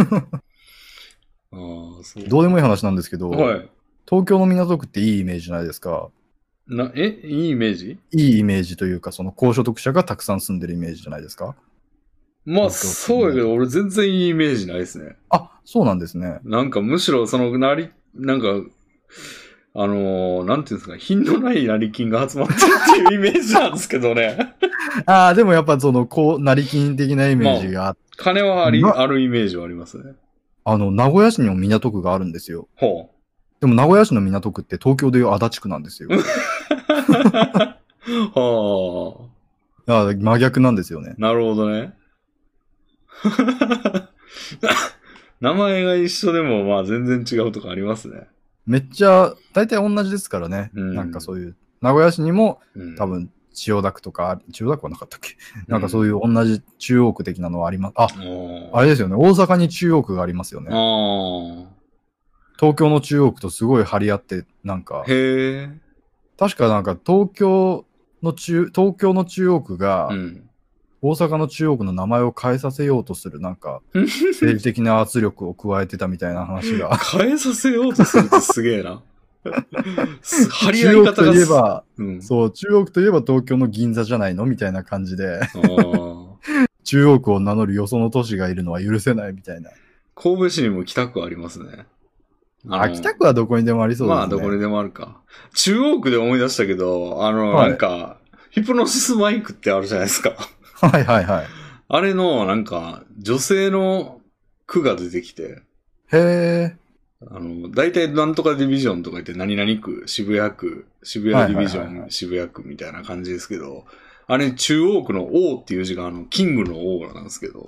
そうどうでもいい話なんですけど、はい、東京の港区っていいイメージじゃないですか。 いいイメージ？ いいイメージというか、その高所得者がたくさん住んでるイメージじゃないですか。 まあ、そうやけど、俺全然いいイメージないですね。 あ、そうなんですね。 なんかむしろ、なんか、なんていうんですか、品のない成金が集まってるっていうイメージなんですけどね。 でもやっぱその、成金的なイメージがあって。 金はあるイメージはありますね。 名古屋市にも港区があるんですよ。 ほう。 でも名古屋市の港区って東京でいう足立区なんですよ。はあ。真逆なんですよね。 なるほどね。名前が一緒でもまあ全然違うとかありますね。 めっちゃ、大体同じですからね。なんかそういう、名古屋市にも、多分、千代田区とか、千代田区はなかったっけ、なんかそういう同じ中央区的なのはあります。あれですよね。大阪に中央区がありますよね。東京の中央区とすごい張り合って、なんか、確かなんか東京の中央区が、大阪の中央区の名前を変えさせようとする、なんか、政治的な圧力を加えてたみたいな話が。 変えさせようとするってすげえな。張り合い方が。 中央区といえば、そう、中央区といえば東京の銀座じゃないのみたいな感じで。中央区を名乗るよその都市がいるのは許せないみたいな。 神戸市にも北区ありますね。 北区はどこにでもありそうですね。 まあ、どこにでもあるか。中央区で思い出したけど、なんか、ヒプノシスマイクってあるじゃないですか。 はいはいはい。 あれの、なんか、女性の区が出てきて。 へー。大体なんとかディビジョンとか言って何々区、渋谷区、渋谷ディビジョン、渋谷区みたいな感じですけど、あれ中央区の O っていう字がキングの O なんですけど、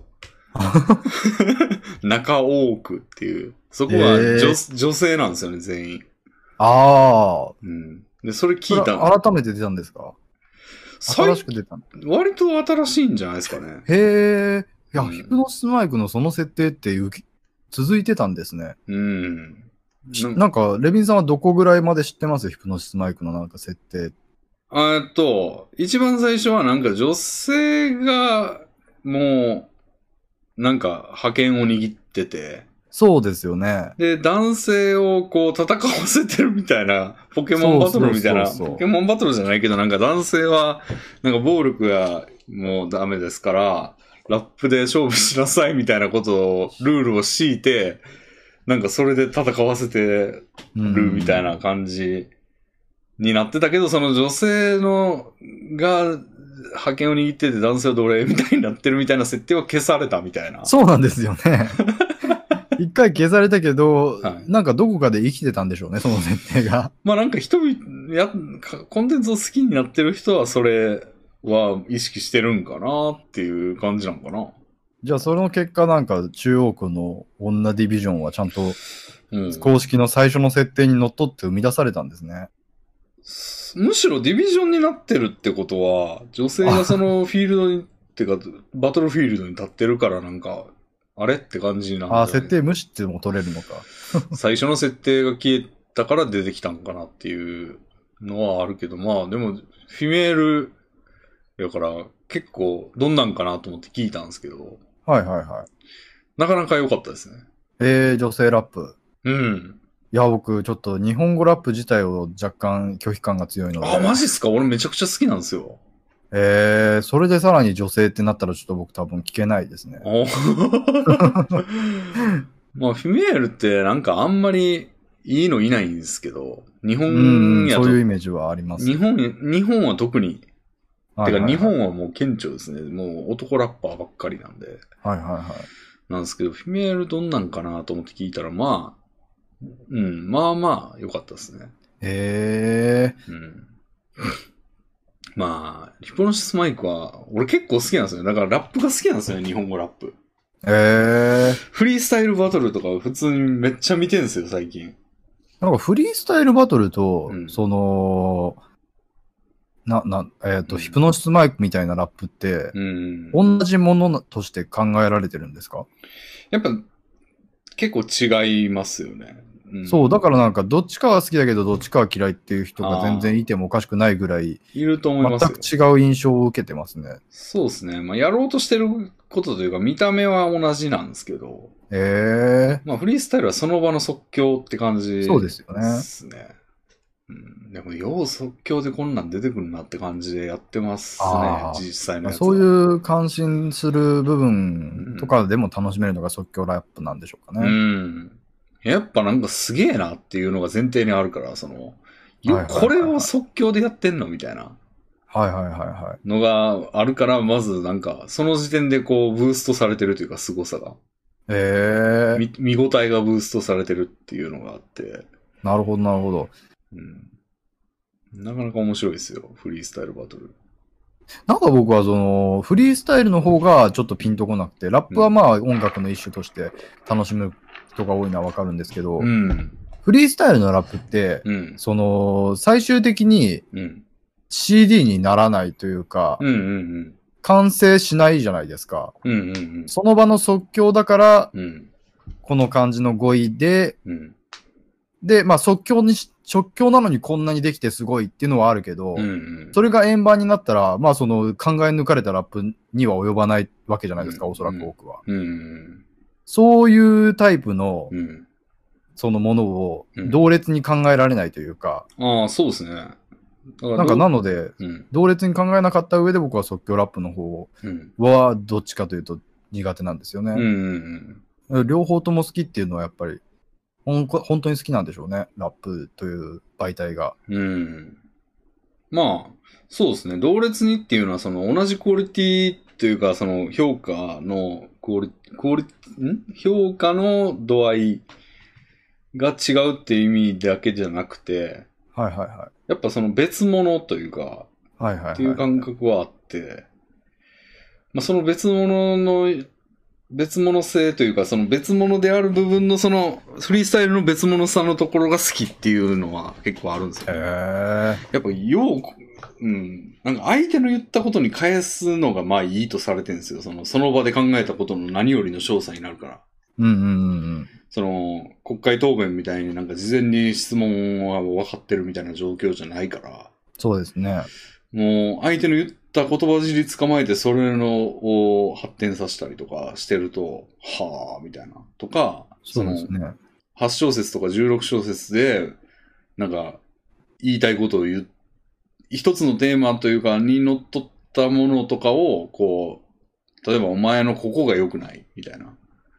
中央区っていう、そこは女性なんですよね、全員。 ああ。 うん。で、それ聞いた改めて出たんですか？新しく出たの？ 割と新しいんじゃないですかね。 へえ。いや、ヒプノシスマイクのその設定って続いてたんですね。なんか、レビンさんはどこぐらいまで知ってます？ヒプノシスマイクのなんか設定。 一番最初はなんか女性が、もう、なんか覇権を握ってて。 そうですよね。 で、男性をこう戦わせてるみたいな、ポケモンバトルみたいな、ポケモンバトルじゃないけど、なんか男性は、なんか暴力がもうダメですから、ラップで勝負しなさいみたいなことを、ルールを敷いて、なんかそれで戦わせてるみたいな感じになってたけど、その女性が覇権を握ってて男性は奴隷みたいになってるみたいな設定は消されたみたいな。 そうなんですよね。一回消されたけど、なんかどこかで生きてたんでしょうね、その設定が。 まあなんかコンテンツを好きになってる人はそれは意識してるんかなっていう感じなのかな。 じゃあその結果なんか中央区の女ディビジョンはちゃんと公式の最初の設定にのっとって生み出されたんですね。 むしろディビジョンになってるってことは、女性がそのフィールドに、ってかバトルフィールドに立ってるからなんか、あれって感じなんだ、ね。 設定無視っても取れるのか。 最初の設定が消えたから出てきたんかなっていうのはあるけど、まあでも、フィメール、だから、 結構どんなんかなと思って聞いたんですけど。 はいはいはい。 なかなか良かったですね。 女性ラップ。 うん。 いや、僕、ちょっと日本語ラップ自体を若干拒否感が強いので。 あ、マジっすか？俺めちゃくちゃ好きなんですよ。 それでさらに女性ってなったらちょっと僕多分聞けないですね。 まあ、フィメールってなんかあんまりいいのいないんですけど、日本やと。 そういうイメージはあります。 日本は特に、 はいはいはい、 てか日本はもう顕著ですね。もう男ラッパーばっかりなんで。 はいはいはい。 なんですけど、フィメールどんなんかなと思って聞いたら、まあ、まあまあ良かったですね。うん。まあ、ヒポノシスマイクは、俺結構好きなんですよ。だからラップが好きなんですよね、日本語ラップ。フリースタイルバトルとか普通にめっちゃ見てるんですよ、最近。 なんかフリースタイルバトルと、その、ヒプノシスマイクみたいなラップって、同じものとして考えられてるんですか？ やっぱ、結構違いますよね。 そう、だからなんかどっちかは好きだけどどっちかは嫌いっていう人が全然いてもおかしくないぐらい、 いると思いますよ。 全く違う印象を受けてますね。 そうですね。まあ、やろうとしてることというか、見た目は同じなんですけど。まあ、フリースタイルはその場の即興って感じですね。 そうですよね。 でも、よう即興でこんなん出てくるなって感じでやってますね、実際のやつは。 そういう感心する部分とかでも楽しめるのが即興ラップなんでしょうかね。 やっぱなんかすげえなっていうのが前提にあるから、これを即興でやってんのみたいな。のがあるから、まずなんか、その時点でこう、ブーストされてるというか、凄さが。見応えがブーストされてるっていうのがあって。 なるほど、なるほど。 なかなか面白いですよ、フリースタイルバトル。 なんか僕はフリースタイルの方がちょっとピンとこなくて、ラップはまあ音楽の一種として楽しむ人が多いのはわかるんですけど、フリースタイルのラップって、最終的に CD にならないというか、完成しないじゃないですか。その場の即興だから、この感じの語彙で、で、まあ即興なのにこんなにできてすごいっていうのはあるけど、それが円盤になったら、まあその考え抜かれたラップには及ばないわけじゃないですか、おそらく多くは。そういうタイプの、そのものを同列に考えられないというか。 そうですね。 なんかなので、同列に考えなかった上で僕は即興ラップの方はどっちかというと苦手なんですよね。両方とも好きっていうのはやっぱり本当に好きなんでしょうね。ラップという媒体が。 まあ、そうですね。同列にっていうのは同じクオリティというか評価の評価の度合いが違うっていう意味だけじゃなくて、やっぱ別物というか、っていう感覚はあって、まあその別物性というか、その別物である部分のフリースタイルの別物さのところが好きっていうのは結構あるんですよね。やっぱなんか相手の言ったことに返すのがまあいいとされてるんですよ。その場で考えたことの何よりの詳細になるから。国会答弁みたいになんか事前に質問は分かってるみたいな状況じゃないから。 そうですね。 もう相手の言った言葉尻捕まえてそれを発展させたりとかしてると、はぁ、みたいな。とか、 そうですね。 8小節とか16小節で、なんか、言いたいことを一つのテーマというか、にのっとったものとかを、こう、例えばお前のここが良くない、みたいな。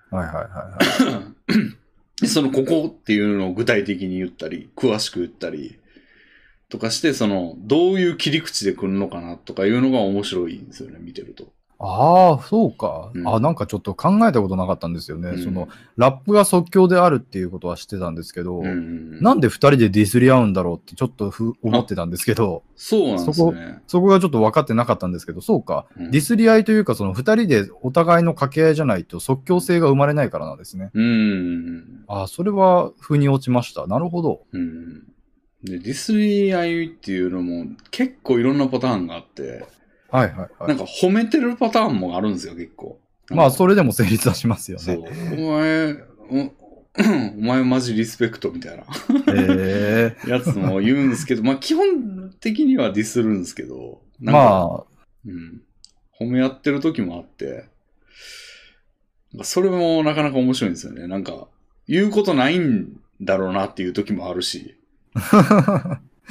ここっていうのを具体的に言ったり、詳しく言ったり、とかして、どういう切り口で来るのかなとかいうのが面白いんですよね、見てると。 そうか。なんかちょっと考えたことなかったんですよね。ラップが即興であるっていうことは知ってたんですけど、なんで二人でディスり合うんだろうってちょっと思ってたんですけど、 そうなんですね。 そこがちょっと分かってなかったんですけど、そうか。ディスり合いというか、二人でお互いの掛け合いじゃないと即興性が生まれないからなんですね。それは腑に落ちました。なるほど。 で、ディスり合いっていうのも結構いろんなパターンがあって、なんか褒めてるパターンもあるんですよ、結構。 まあ、それでも成立はしますよね。 お前マジリスペクトみたいなやつも言うんですけど、まあ基本的にはディスるんですけど、 褒め合ってる時もあって、それもなかなか面白いんですよね。なんか、言うことないんだろうなっていう時もあるし。うん、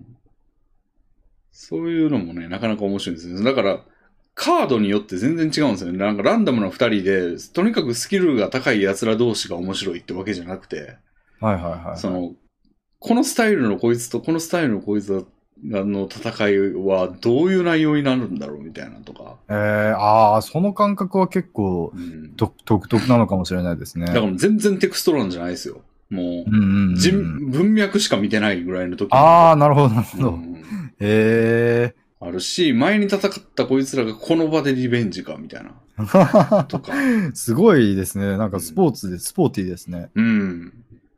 そういうのもね、なかなか面白いんですよ。だから、カードによって全然違うんですよね。なんかランダムな二人で、とにかくスキルが高い奴ら同士が面白いってわけじゃなくて、 はいはいはい、はい。 その、このスタイルのこいつとこのスタイルのこいつの戦いはどういう内容になるんだろうみたいなとか。 ああ、その感覚は結構、独特なのかもしれないですね。 だから全然テクストなんじゃないですよ。もう、文脈しか見てないぐらいの時ああ、なるほど、なるほど。 あるし、前に戦ったこいつらがこの場でリベンジか、みたいな。とか。 すごいですね。なんかスポーティーですね。 うん。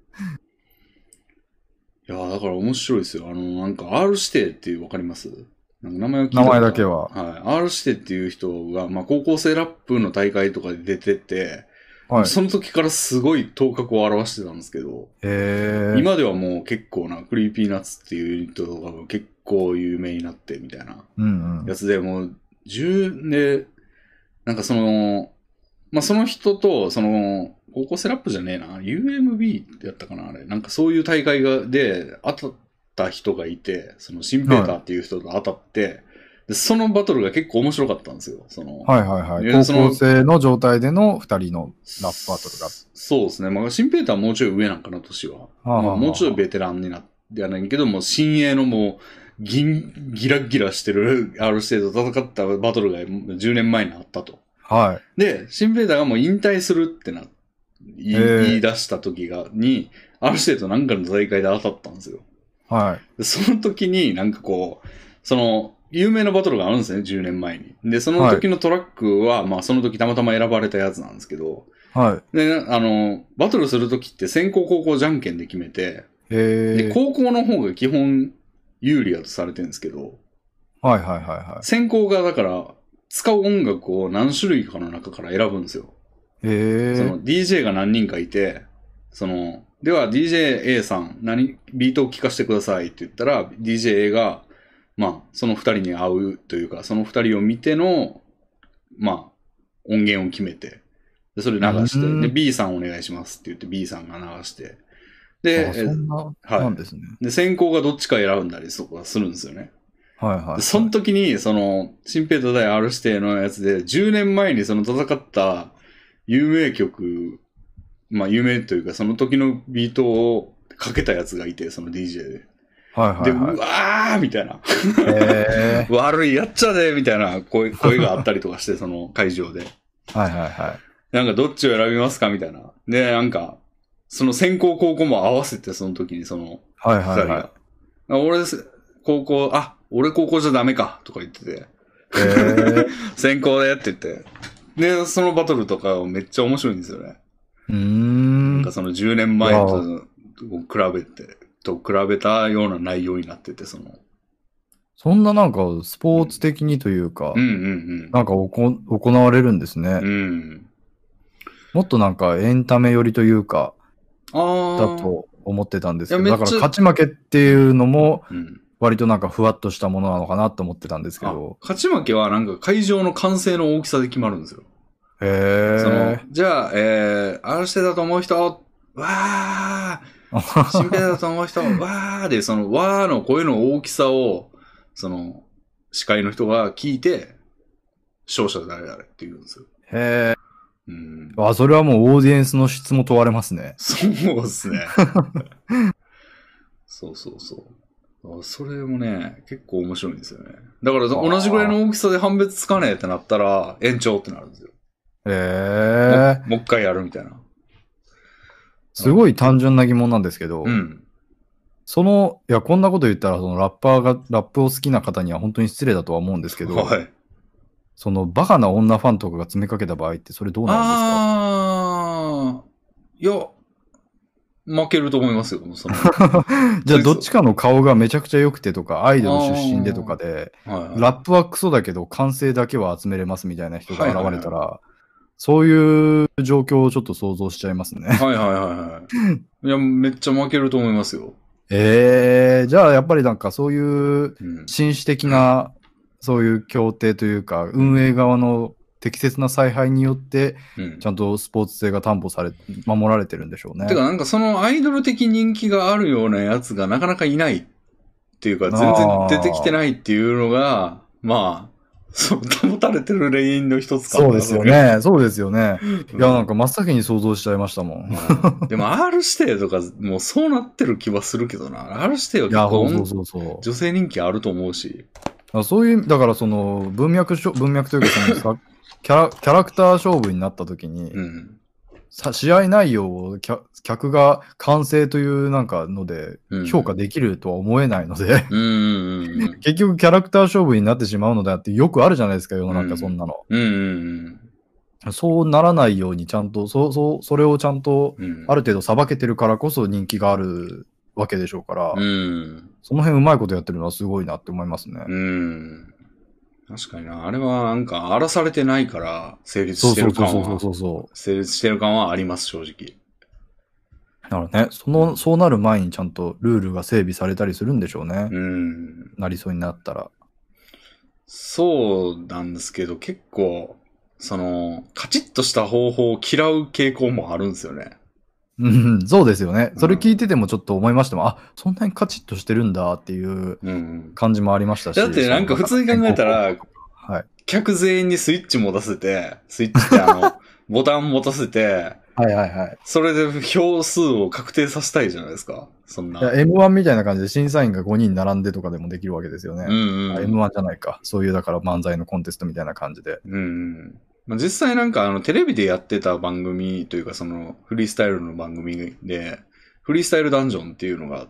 いやだから面白いですよ。なんか R 指定ってわかります？なんか名前を聞いた。 名前だけは。 はい。R 指定っていう人が、まあ高校生ラップの大会とかで出てて、はい、その時からすごい頭角を現してたんですけど、今ではもう結構な、クリーピーナッツっていうユニットが結構有名になってみたいなやつで、もう10で、なんかその、まあその人と、その、高校生ラップじゃねえな、UMB ってやったかな、あれ。なんかそういう大会で当たった人がいて、そのシンペーターっていう人と当たって、はい、でそのバトルが結構面白かったんですよ。 はいはいはい。高校生の状態での2人のラップバトルが。 そうですね。まあ、シンペーターはもうちょい上なんかな、年は。まあ、もうちょいベテランになってやないけども、新鋭のもう、ギラギラしてる R 指定と戦ったバトルが10年前にあったと。 はい。 で、シンペーターがもう引退するって言い出した時に、R 指定となんかの大会で当たったんですよ。 はい。 でその時になんかこう、その、有名なバトルがあるんですね、10年前に。で、その時のトラックは、はい、まあその時たまたま選ばれたやつなんですけど、 はい。 で、バトルする時って先攻後攻じゃんけんで決めて、で、後攻の方が基本有利やとされてるんですけど、 はいはいはいはい。 先攻がだから、使う音楽を何種類かの中から選ぶんですよ。その DJ が何人かいて、では DJ A さん、ビートを聴かせてくださいって言ったら、DJ A が、まあ、その二人に合うというか、その二人を見ての、まあ、音源を決めて、でそれ流して、で、B さんお願いしますって言って B さんが流して、で、 なんですね。 で、先行がどっちか選んだりとかするんですよね。 はいはい、はい。 その時に、シンペーター対 R 指定のやつで、10年前にその戦った有名曲、まあ有名というか、その時のビートをかけたやつがいて、その DJ で。 はいはいはい、 で、うわーみたいな。悪いやっちゃでみたいな声があったりとかして、その会場で。 はいはいはい。 なんかどっちを選びますかみたいな。で、なんか、その先行後攻も合わせて、その時にはいはいはい。 俺高校じゃダメかとか言ってて。先行でって言って。で、そのバトルとかめっちゃ面白いんですよね。なんかその10年前と比べたような内容になってて、そんななんかスポーツ的にというか、なんか行われるんですね。もっとなんかエンタメ寄りというか、だと思ってたんですけど、だから勝ち負けっていうのも、割となんかふわっとしたものなのかなと思ってたんですけど。 勝ち負けはなんか会場の歓声の大きさで決まるんですよ。じゃあ、R 指定だと思う人、わーシンペーターだと思う人、わーで、そのわーの声の大きさを、司会の人が聞いて、勝者誰々って言うんですよ。 へー。それはもうオーディエンスの質も問われますね。 そうですね。そうそうそう。それもね、結構面白いんですよね。だから同じぐらいの大きさで判別つかねえってなったら、延長ってなるんですよ。もう一回やるみたいな。 すごい単純な疑問なんですけど、いや、こんなこと言ったら、ラップを好きな方には本当に失礼だとは思うんですけど、はい。バカな女ファンとかが詰めかけた場合って、それどうなるんですか？いや、負けると思いますよ。 じゃあどっちかの顔がめちゃくちゃ良くてとか、アイドル出身でとかで、ラップはクソだけど完成だけは集めれますみたいな人が現れたら、そういう状況をちょっと想像しちゃいますね。 はいはいはいはい。いや、めっちゃ負けると思いますよ。 じゃあやっぱりなんかそういう紳士的なそういう協定というか、運営側の適切な采配によって、ちゃんとスポーツ性が担保され、守られてるんでしょうね。 てかなんかそのアイドル的人気があるようなやつがなかなかいないっていうか、全然出てきてないっていうのが、まあ、そう、保たれてるレインの一つかそうですよね。そうですよね。いや、なんか真っ先に想像しちゃいましたもん。 でも R 指定とか、もうそうなってる気はするけどな。R 指定は結構、女性人気あると思うし。 そういう、だからその、文脈というかそのキャラクター勝負になった時に、試合内容を客が完成というなんかので評価できるとは思えないので、結局キャラクター勝負になってしまうのであってよくあるじゃないですか、世の中そんなの。そうならないようにちゃんと、それをちゃんとある程度さばけてるからこそ人気があるわけでしょうから、その辺うまいことやってるのはすごいなって思いますね。 確かにな。あれはなんか荒らされてないから成立してる感は、成立してる感はあります、正直。 だからね、そうなる前にちゃんとルールが整備されたりするんでしょうね。なりそうになったら。 そうなんですけど、結構、カチッとした方法を嫌う傾向もあるんですよね。 そうですよね。それ聞いててもちょっと思いましたもん。あ、そんなにカチッとしてるんだっていう感じもありましたし。 だってなんか普通に考えたら、客全員にスイッチ持たせて、スイッチってボタン持たせて、それで票数を確定させたいじゃないですか。そんな。 M1 みたいな感じで審査員が5人並んでとかでもできるわけですよね。M1 じゃないか。そういうだから漫才のコンテストみたいな感じで。 実際なんかテレビでやってた番組というかフリースタイルの番組で、フリースタイルダンジョンっていうのがあって、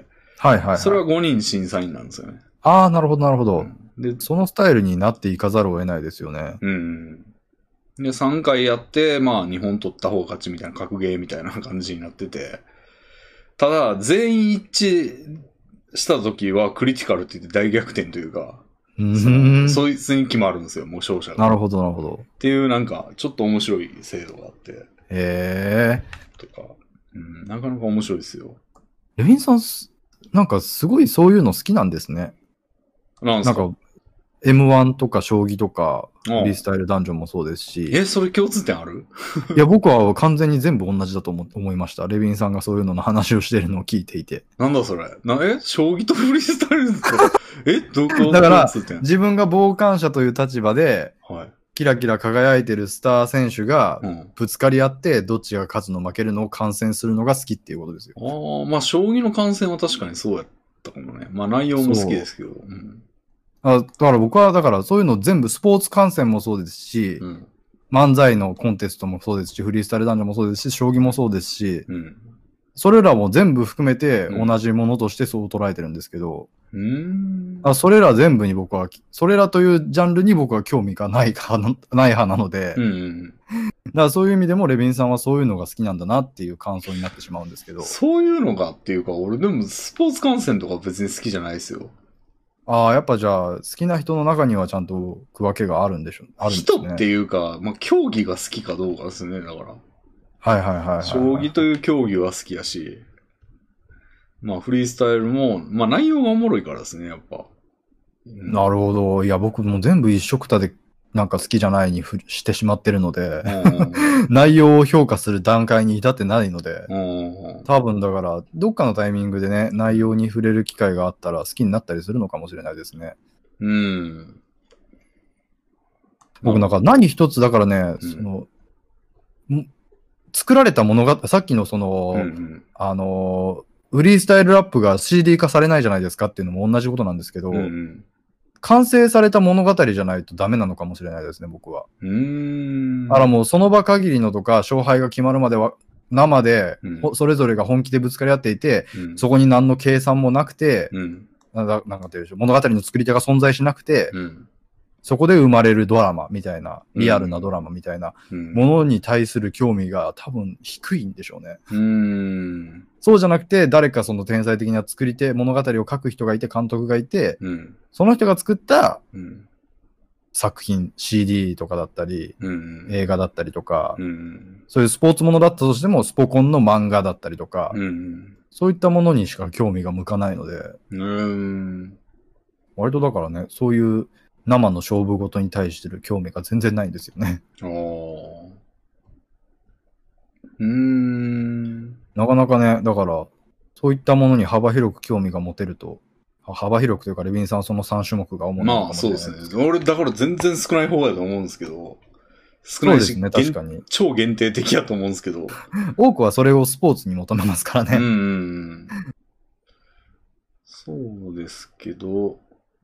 それは5人審査員なんですよね。 ああ、なるほど、なるほど。で、そのスタイルになっていかざるを得ないですよね。 で、3回やって、まあ、2本取った方が勝ちみたいな、格ゲーみたいな感じになってて、ただ、全員一致した時はクリティカルって言って大逆転というか、そいつに決まるんですよ、もう勝者が。 なるほど、なるほど。 っていう、なんか、ちょっと面白い制度があって。とか、なかなか面白いですよ。 レヴィンさん、なんかすごいそういうの好きなんですね。 なんか、 M1 とか将棋とか、フリースタイルダンジョンもそうですし。 それ共通点ある？ いや、僕は完全に全部同じだと思いました。レヴィンさんがそういうのの話をしてるのを聞いていて。 なんだそれ？将棋とフリースタイルとどこだから、自分が傍観者という立場で、キラキラ輝いてるスター選手がぶつかり合って、どっちが勝つの負けるのを観戦するのが好きっていうことですよ。 まあ、将棋の観戦は確かにそうやったかもね。まあ、内容も好きですけど。 だから僕は、そういうの全部、スポーツ観戦もそうですし、漫才のコンテストもそうですし、フリースタイルダンジョンもそうですし、将棋もそうですし、それらも全部含めて同じものとしてそう捉えてるんですけど、それら全部に僕は、それらというジャンルに僕は興味がない派なので、だからそういう意味でもレヴィンさんはそういうのが好きなんだなっていう感想になってしまうんですけど。 そういうのがっていうか、俺でもスポーツ観戦とか別に好きじゃないですよ。 やっぱじゃあ、好きな人の中にはちゃんと区分けがあるんでしょう。 人っていうか、まあ、競技が好きかどうかですね、だから。将棋という競技は好きやし、まあ、フリースタイルも、まあ、内容がおもろいからですね、やっぱ。 なるほど。いや、僕も全部一緒くたでなんか好きじゃないにしてしまってるので、内容を評価する段階に至ってないので、多分だから、どっかのタイミングでね、内容に触れる機会があったら好きになったりするのかもしれないですね。僕なんか何一つだからね、作られた物語、さっきのフリースタイルラップが CD 化されないじゃないですかっていうのも同じことなんですけど、完成された物語じゃないとダメなのかもしれないですね、僕は。だからもうその場限りのとか、勝敗が決まるまでは、生で、それぞれが本気でぶつかり合っていて、そこに何の計算もなくて、なんか言うでしょう、物語の作り手が存在しなくて、そこで生まれるドラマみたいな、リアルなドラマみたいなものに対する興味が多分低いんでしょうね。そうじゃなくて、誰かその天才的な作り手、物語を書く人がいて、監督がいて、その人が作った作品、CD とかだったり、映画だったりとか、そういうスポーツものだったとしても、スポコンの漫画だったりとか、そういったものにしか興味が向かないので、割とだからね、そういう生の勝負事に対してる興味が全然ないんですよね。なかなかね、だから、そういったものに幅広く興味が持てると、幅広くというか、レビンさんはその3種目が主なのかもしれない。 まあそうですね。俺、だから全然少ない方だと思うんですけど、少ないし、 そうですね、確かに。 超限定的やと思うんですけど。 多くはそれをスポーツに求めますからね。 そうですけど、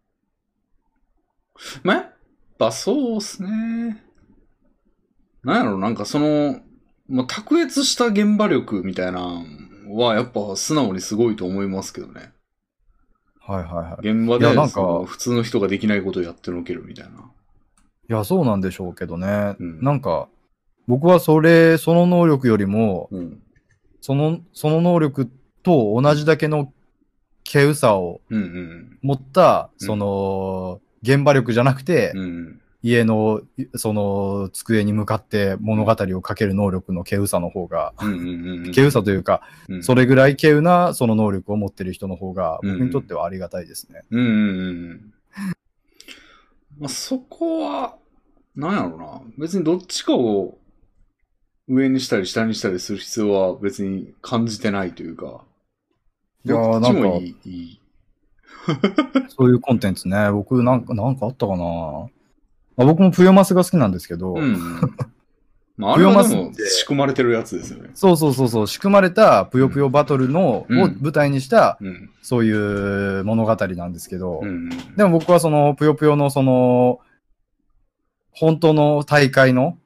まあ、やっぱそうっすね。なんやろ、なんかその、まあ、卓越した現場力みたいなのはやっぱ素直にすごいと思いますけどね。 はいはいはい。 現場でなんか普通の人ができないことをやってのけるみたいな。いや、そうなんでしょうけどね。なんか、僕はその能力よりも、その能力と同じだけの稀有さを持った、その、現場力じゃなくて、家の、その、机に向かって物語を書ける能力の稀有さの方が、稀有さというか、それぐらい稀有なその能力を持ってる人の方が、僕にとってはありがたいですね。 まあ、そこは、なんやろな。別にどっちかを上にしたり下にしたりする必要は別に感じてないというか。 いやー、なんか、いいそういうコンテンツね、僕なんかあったかな。僕もぷよマスが好きなんですけど、 まあ、あれはでも仕組まれてるやつですよね。 そう、仕組まれたぷよぷよバトルを舞台にした、そういう物語なんですけど、でも僕はそのぷよぷよのその、本当の大会の、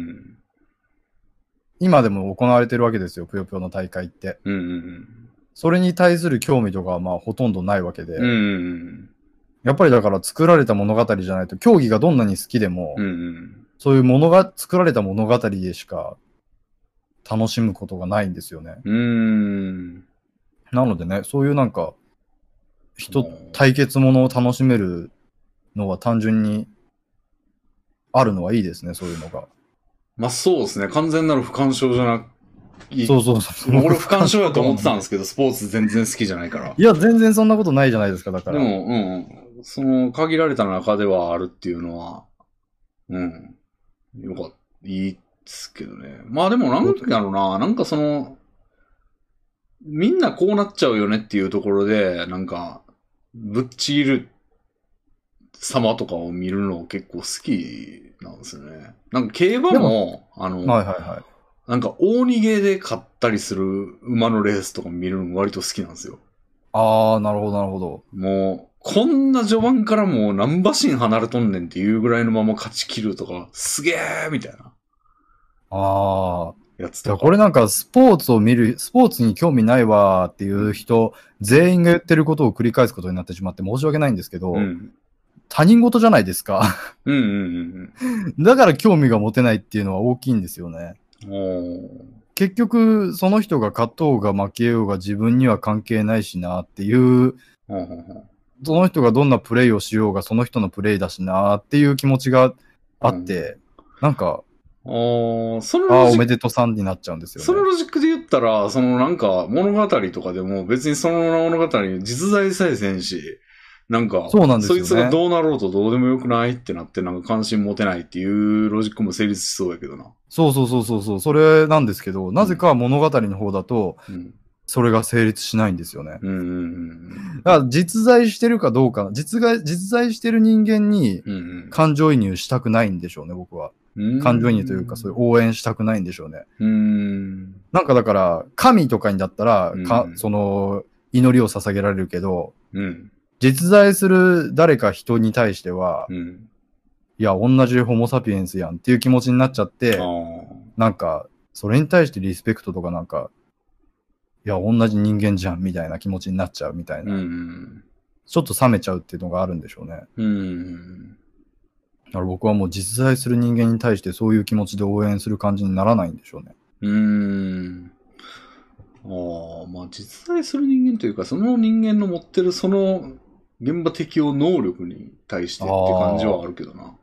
今でも行われてるわけですよ、ぷよぷよの大会って。それに対する興味とかはまあほとんどないわけで、やっぱりだから作られた物語じゃないと、競技がどんなに好きでも、そういう作られた物語でしか楽しむことがないんですよね。なのでね、そういうなんか、対決ものを楽しめるのは単純にあるのはいいですね、そういうのが。 まあそうですね、完全なる不干渉じゃなくそう。 俺不干渉やと思ってたんですけど、スポーツ全然好きじゃないから。 いや、全然そんなことないじゃないですか、だから。 でも、その限られた中ではあるっていうのは、よかった。いいっすけどね。まあでもなんやろな、なんかその、みんなこうなっちゃうよねっていうところで、なんか、ぶっちぎる様とかを見るの結構好きなんですよね。なんか競馬も、なんか大逃げで勝ったりする馬のレースとか見るの割と好きなんですよ。 ああ、なるほど。 もう、こんな序盤からもう何馬身離れとんねんっていうぐらいのまま勝ち切るとか、すげーみたいな。やつとか。 これなんかスポーツに興味ないわっていう人、全員が言ってることを繰り返すことになってしまって申し訳ないんですけど、他人事じゃないですか。だから興味が持てないっていうのは大きいんですよね。結局、その人が勝とうが負けようが自分には関係ないしなっていう、その人がどんなプレイをしようがその人のプレイだしなっていう気持ちがあって、なんか、おめでとさんになっちゃうんですよね。 そのロジックで言ったら、そのなんか物語とかでも別にその物語実在さえせんし、なんか、そいつがどうなろうとどうでもよくないってなって、なんか関心持てないっていうロジックも成立しそうやけどな。 そう。それなんですけど、なぜか物語の方だと、それが成立しないんですよね。だから実在してるかどうか、実在してる人間に感情移入したくないんでしょうね、僕は。感情移入というか、そういう応援したくないんでしょうね。なんかだから、神とかにだったら、その、祈りを捧げられるけど、実在する誰か人に対しては、いや、同じホモサピエンスやんっていう気持ちになっちゃって、なんか、それに対してリスペクトとかなんか、いや、同じ人間じゃんみたいな気持ちになっちゃうみたいな。ちょっと冷めちゃうっていうのがあるんでしょうね。だから僕はもう実在する人間に対してそういう気持ちで応援する感じにならないんでしょうね。 まあ実在する人間というか、その人間の持ってるその現場適応能力に対してって感じはあるけどな。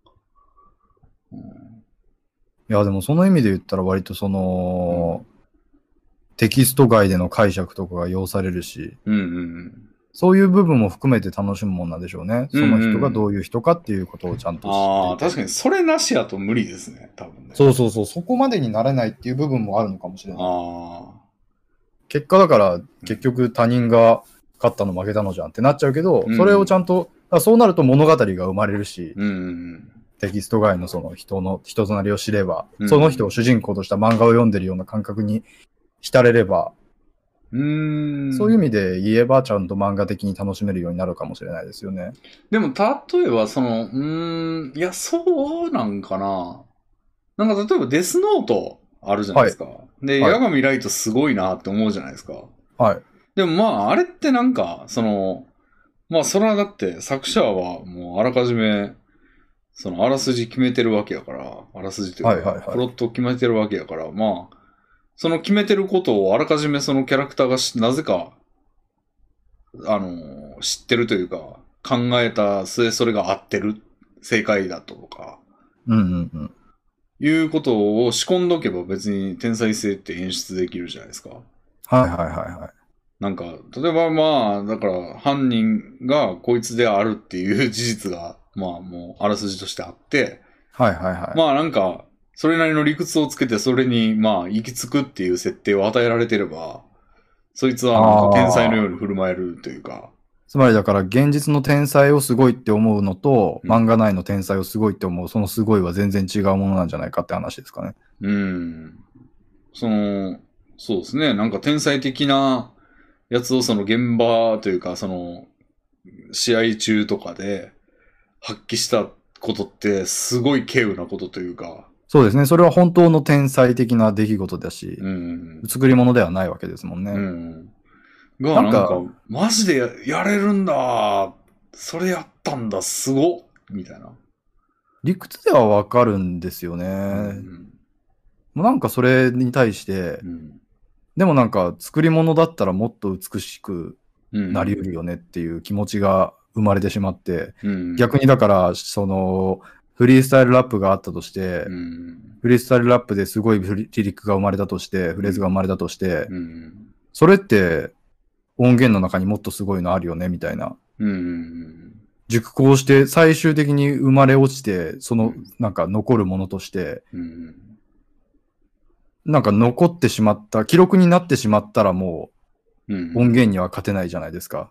いや、でもその意味で言ったら割とその、テキスト外での解釈とかが要されるし、 そういう部分も含めて楽しむもんなんでしょうね。その人がどういう人かっていうことをちゃんと知って。 ああ、確かにそれなしやと無理ですね、多分ね。 そうそうそう、そこまでになれないっていう部分もあるのかもしれない。 ああ。 結果だから、結局他人が勝ったの負けたのじゃんってなっちゃうけど、それをちゃんと、そうなると物語が生まれるし、テキスト外のその人となりを知れば、その人を主人公とした漫画を読んでるような感覚に浸れれば、そういう意味で言えばちゃんと漫画的に楽しめるようになるかもしれないですよね。 でも例えばいや、そうなんかな。なんか例えばデスノートあるじゃないですか。はい、で、八神ライトすごいなって思うじゃないですか。 はい。 でもまあ、あれってなんか、まあ、それはだって作者はもうあらかじめ、あらすじ決めてるわけやから、あらすじというか、プロット決めてるわけやから、まあ、その決めてることをあらかじめそのキャラクターがなぜか、知ってるというか、考えた末それが合ってる、正解だとか、いうことを仕込んどけば別に天才性って演出できるじゃないですか。 はいはいはいはい。 なんか、例えばまあ、だから犯人がこいつであるっていう事実が、まあもうあらすじとしてあって、 はいはいはい。 まあなんか、それなりの理屈をつけてそれにまあ行き着くっていう設定を与えられてれば、そいつはなんか天才のように振る舞えるというか。 つまりだから現実の天才をすごいって思うのと、漫画内の天才をすごいって思う、そのすごいは全然違うものなんじゃないかって話ですかね。 そうですね。なんか天才的なやつをその現場というか、試合中とかで発揮したことってすごい稀有なことというか。 そうですね。それは本当の天才的な出来事だし、作り物ではないわけですもんね。 が、なんか、マジでやれるんだ。それやったんだ。すごっみたいな。 理屈ではわかるんですよね。もうなんかそれに対して、でもなんか作り物だったらもっと美しくなりうるよねっていう気持ちが生まれてしまって、逆にだからフリースタイルラップがあったとして、フリースタイルラップですごいリリックが生まれたとして、フレーズが生まれたとして、それって音源の中にもっとすごいのあるよねみたいな。熟考して最終的に生まれ落ちて、なんか残るものとして、なんか残ってしまった、記録になってしまったらもう音源には勝てないじゃないですか。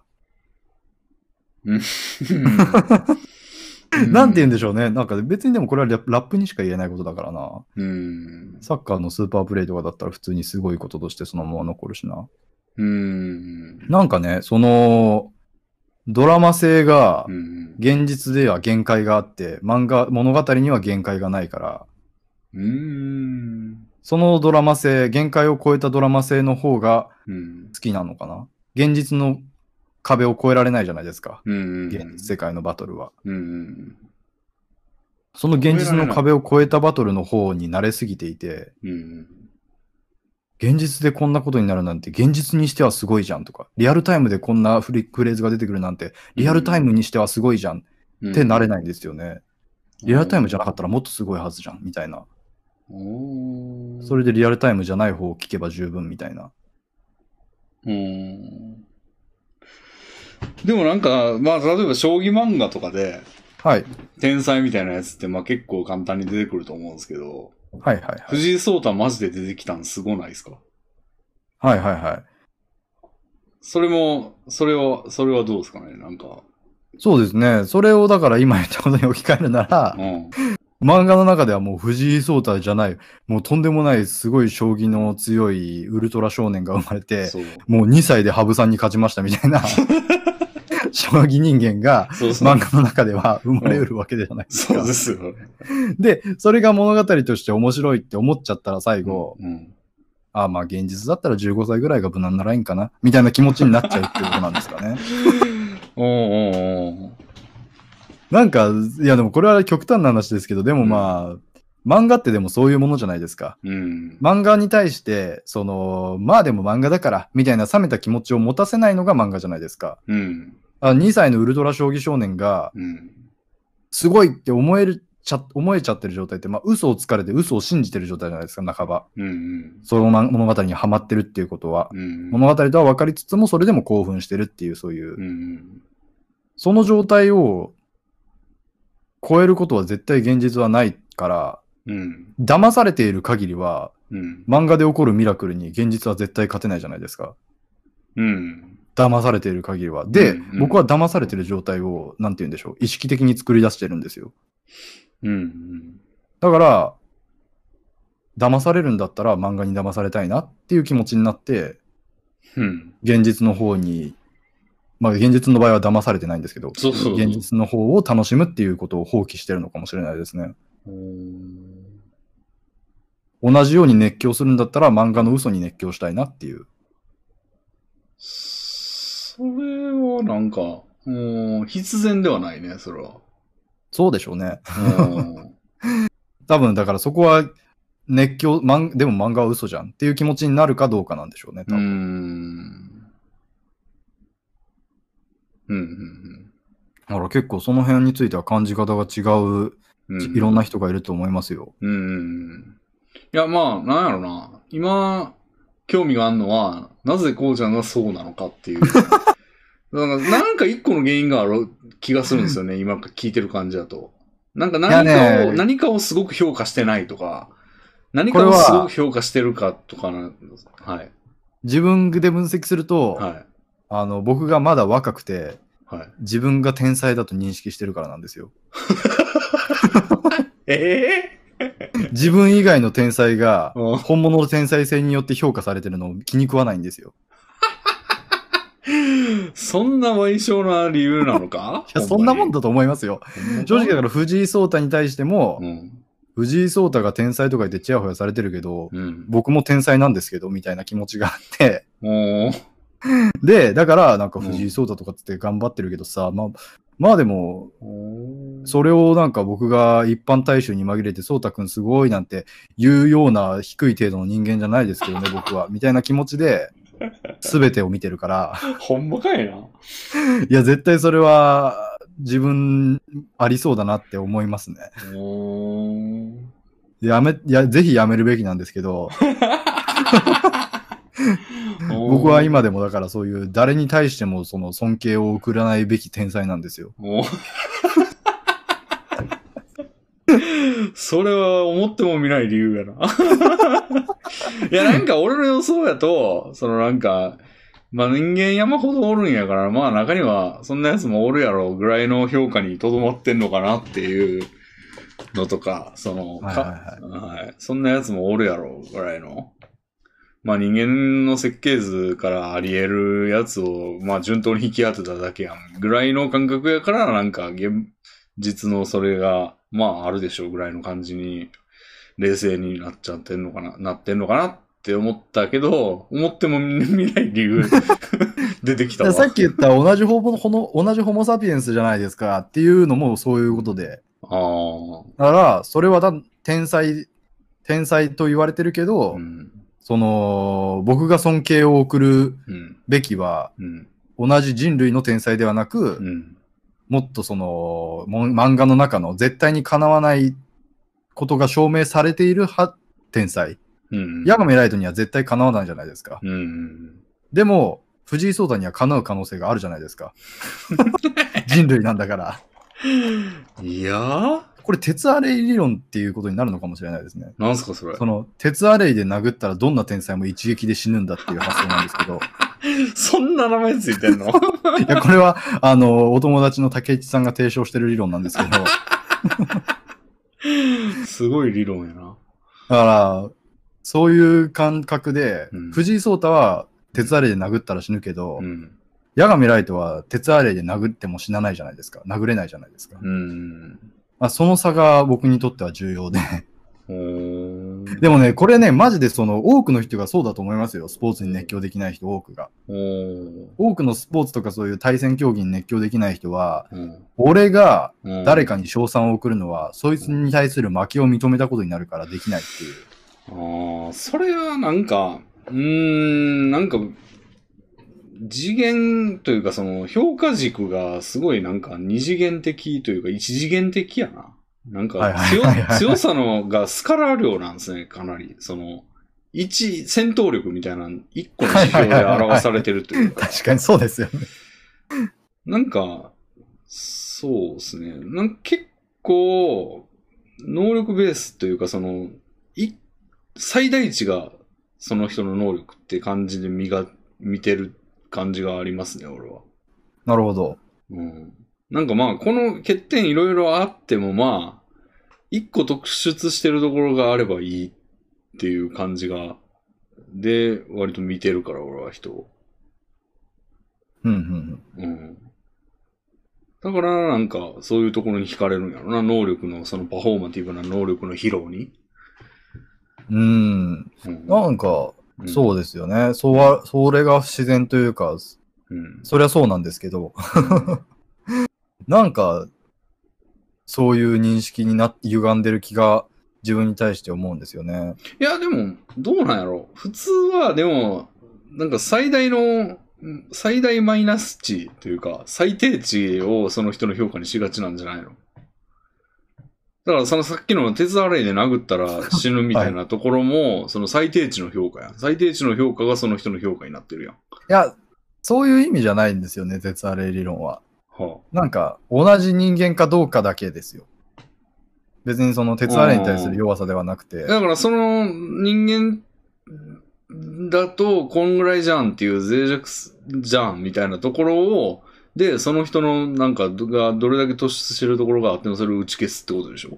なんて言うんでしょうね。なんか別にでもこれはラップにしか言えないことだからな。サッカーのスーパープレイとかだったら普通にすごいこととしてそのまま残るしな。なんかね、ドラマ性が現実では限界があって、物語には限界がないから、そのドラマ性、限界を超えたドラマ性の方が好きなのかな。現実の壁を越えられないじゃないですか。現実世界のバトルは。その現実の壁を越えたバトルの方に慣れすぎていて、現実でこんなことになるなんて現実にしてはすごいじゃんとか、リアルタイムでこんなフレーズが出てくるなんてリアルタイムにしてはすごいじゃんってなれないんですよね。リアルタイムじゃなかったらもっとすごいはずじゃんみたいな。それでリアルタイムじゃない方を聞けば十分みたいな。 でもなんか、まあ例えば将棋漫画とかで、 はい。 天才みたいなやつってまあ結構簡単に出てくると思うんですけど、 はいはいはい。 藤井聡太マジで出てきたんすごないですか？ はいはいはい。 それはどうですかねなんか。 そうですね。それをだから今言ったことに置き換えるなら、漫画の中ではもう藤井聡太じゃない、もうとんでもないすごい将棋の強いウルトラ少年が生まれて、もう2歳で羽生さんに勝ちましたみたいな将棋人間が漫画の中では生まれうるわけじゃないですか。 そうですよ。 で、それが物語として面白いって思っちゃったら最後、まあ現実だったら15歳ぐらいが無難なラインかなみたいな気持ちになっちゃうっていうことなんですかね。なんか、いやでもこれは極端な話ですけど、でもまあ、漫画ってでもそういうものじゃないですか。漫画に対して、まあでも漫画だから、みたいな冷めた気持ちを持たせないのが漫画じゃないですか。2歳のウルトラ将棋少年が、すごいって思える思えちゃってる状態って、まあ、嘘をつかれて嘘を信じてる状態じゃないですか、半ば。 うんうん、 その物語にはまってるっていうことは、 うん、 物語とは分かりつつも、それでも興奮してるっていう、そういう、 うん、 その状態を超えることは絶対現実はないから、 うん、 騙されている限りは、 うん、 漫画で起こるミラクルに現実は絶対勝てないじゃないですか。 うん、 騙されている限りは。で、 うん、 僕は騙されている状態を、なんて言うんでしょう、意識的に作り出してるんですよ。 うん、 だから、騙されるんだったら漫画に騙されたいなっていう気持ちになって、 うん、 現実の方に、まあ現実の場合は騙されてないんですけど、 そうそうそう、 現実の方を楽しむっていうことを放棄してるのかもしれないですね。同じように熱狂するんだったら漫画の嘘に熱狂したいなっていう。 それはなんか、必然ではないね、それは。 そうでしょうね。多分だからそこは熱狂、でも漫画は嘘じゃんっていう気持ちになるかどうかなんでしょうね、多分。だから結構その辺については感じ方が違う、いろんな人がいると思いますよ。 いや、まあ、なんやろな。今、興味があるのは、なぜこうちゃんがそうなのかっていう。なんか一個の原因がある気がするんですよね。今聞いてる感じだと。なんか何かをすごく評価してないとか、何かをすごく評価してるかとかはい。 自分で分析すると、 はい、 僕がまだ若くて、 はい、 自分が天才だと認識してるからなんですよ。自分以外の天才が本物の天才性によって評価されてるのを気に食わないんですよ。 そんな賠償な理由なのか？ いや、そんなもんだと思いますよ。正直だから藤井聡太に対しても、藤井聡太が天才とか言ってチヤホヤされてるけど、僕も天才なんですけど、みたいな気持ちがあって、で、だからなんか藤井聡太とかって頑張ってるけどさ、まあでも、それをなんか僕が一般大衆に紛れて聡太くんすごいなんて言うような低い程度の人間じゃないですけどね、僕は。みたいな気持ちで、全てを見てるから。 ほんまかいな。 いや、絶対それは自分ありそうだなって思いますね。ぜひやめるべきなんですけど。僕は今でもだからそういう誰に対してもその尊敬を送らないべき天才なんですよ。 それは思ってもみない理由やな。いや、なんか俺の予想やと、なんか、まあ人間山ほどおるんやから、まあ中にはそんなやつもおるやろぐらいの評価にとどまってんのかなっていうのとか、はい、そんなやつもおるやろぐらいの。まあ人間の設計図からあり得るやつを、まあ順当に引き当てただけやんぐらいの感覚やから、なんか現実のそれが、まああるでしょうぐらいの感じに、冷静になっちゃってんのかな、なってんのかなって思ったけど、思っても見ない理由出てきたわ。 さっき言った同じホモサピエンスじゃないですかっていうのもそういうことで。だから、それは天才と言われてるけど、僕が尊敬を送るべきは、同じ人類の天才ではなく、もっと漫画の中の絶対に叶わないことが証明されている天才。ヤガメライトには絶対叶わないじゃないですか。でも、藤井聡太には叶う可能性があるじゃないですか。人類なんだから。 いやーこれ、鉄アレイ理論っていうことになるのかもしれないですね。 なんすか、それ。 鉄アレイで殴ったらどんな天才も一撃で死ぬんだっていう発想なんですけど。 そんな名前ついてんの？いや、これは、お友達の竹内さんが提唱してる理論なんですけど。 すごい理論やな。 だから、そういう感覚で、藤井聡太は鉄アレイで殴ったら死ぬけど、ヤガミライトは鉄アレイで殴っても死なないじゃないですか。殴れないじゃないですか。その差が僕にとっては重要で。でもね、これね、マジで多くの人がそうだと思いますよ。スポーツに熱狂できない人、多くが。多くのスポーツとかそういう対戦競技に熱狂できない人は、俺が誰かに称賛を送るのは、そいつに対する負けを認めたことになるからできないっていう。 それはなんか、なんか、次元というか評価軸がすごいなんか二次元的というか一次元的やな。 なんか強さのがスカラ量なんですね、かなり。戦闘力みたいな、一個の指標で表されてるというか。 確かにそうですよね。 なんか、そうですね。結構、能力ベースというか、最大値がその人の能力って感じで見てる感じがありますね、俺は。 なるほど。 うん。なんかまあ、この欠点いろいろあってもまあ、一個突出してるところがあればいいっていう感じが、で、割と見てるから、俺は人を。うん。だから、なんか、そういうところに惹かれるんやろな、能力の、そのパフォーマティブな能力の披露に。 なんか、そうですよね。それが自然というか、そりゃそうなんですけど、なんか、そういう認識に歪んでる気が自分に対して思うんですよね。 いや、でも、どうなんやろ。普通は、でも、なんか最大マイナス値というか、最低値をその人の評価にしがちなんじゃないの？だからさっきの鉄アレイで殴ったら死ぬみたいなところも、その最低値の評価や。最低値の評価がその人の評価になってるやん。いや、そういう意味じゃないんですよね、鉄アレイ理論は。なんか、同じ人間かどうかだけですよ。別にその鉄アレイに対する弱さではなくて。 だからその人間だとこんぐらいじゃんっていう脆弱じゃんみたいなところを、で、その人のなんかがどれだけ突出してるところがあってもそれを打ち消すってことでしょ？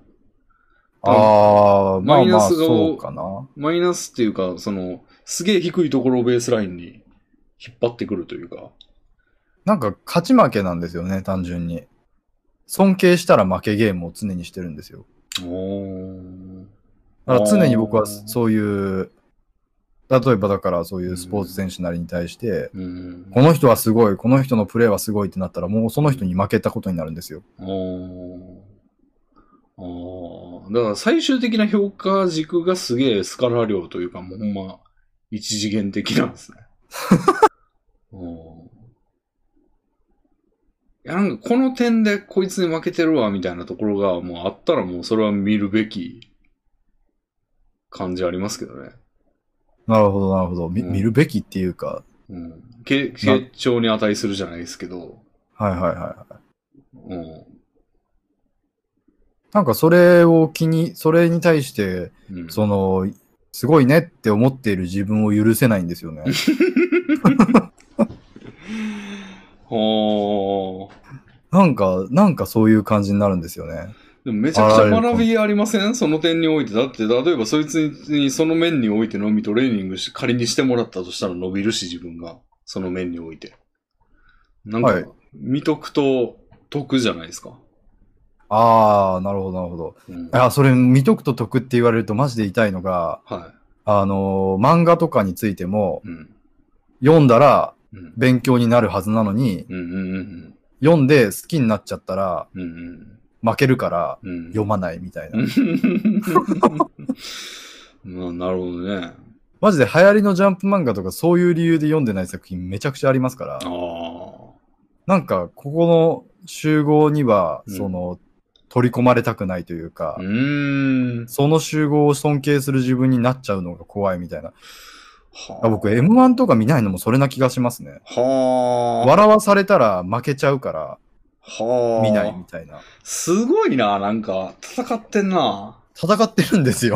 マイナスが、そうかな。 マイナスっていうか、すげえ低いところをベースラインに引っ張ってくるというか。 なんか勝ち負けなんですよね、単純に。尊敬したら負けゲームを常にしてるんですよ。だから常に僕はそういう、例えばだからそういうスポーツ選手なりに対して、この人はすごい、この人のプレーはすごいってなったら、もうその人に負けたことになるんですよ。 だから最終的な評価軸がすげえスカラ量というか、もうほんま一次元的なんですね。いや、なんかこの点でこいつに負けてるわみたいなところがもうあったらもうそれは見るべき感じありますけどね。 なるほど、なるほど。見るべきっていうか。 傾聴に値するじゃないですけど。 なんかそれに対して、すごいねって思っている自分を許せないんですよね。なんかそういう感じになるんですよね。 でもめちゃくちゃ学びありません？その点において。だって、例えばそいつにその面においてのみトレーニング仮にしてもらったとしたら伸びるし、自分が。その面において。なんか、見とくと得じゃないですか。 なるほど、なるほど。それ見とくと得って言われるとマジで痛いのが、漫画とかについても、読んだら勉強になるはずなのに、読んで好きになっちゃったら、負けるから読まないみたいな。 なるほどね。 マジで流行りのジャンプ漫画とかそういう理由で読んでない作品めちゃくちゃありますから。なんかここの集合には、取り込まれたくないというか、その集合を尊敬する自分になっちゃうのが怖いみたいな。僕 M1 とか見ないのもそれな気がしますね。笑わされたら負けちゃうから、見ないみたいな。 すごいな、なんか、戦ってんな。 戦ってるんですよ。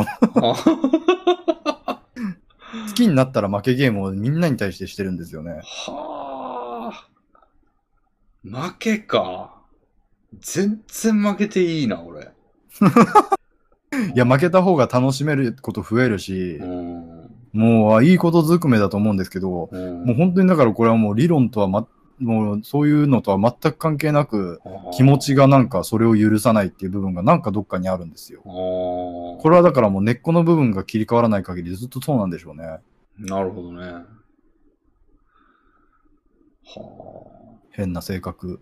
好きになったら負けゲームをみんなに対してしてるんですよね。 負けか。全然負けていいな、俺。いや、負けた方が楽しめること増えるし、もういいことずくめだと思うんですけど、もう本当にだからこれはもう理論とはもうそういうのとは全く関係なく、気持ちがなんかそれを許さないっていう部分がなんかどっかにあるんですよ。これはだからもう根っこの部分が切り替わらない限りずっとそうなんでしょうね。 なるほどね。 変な性格。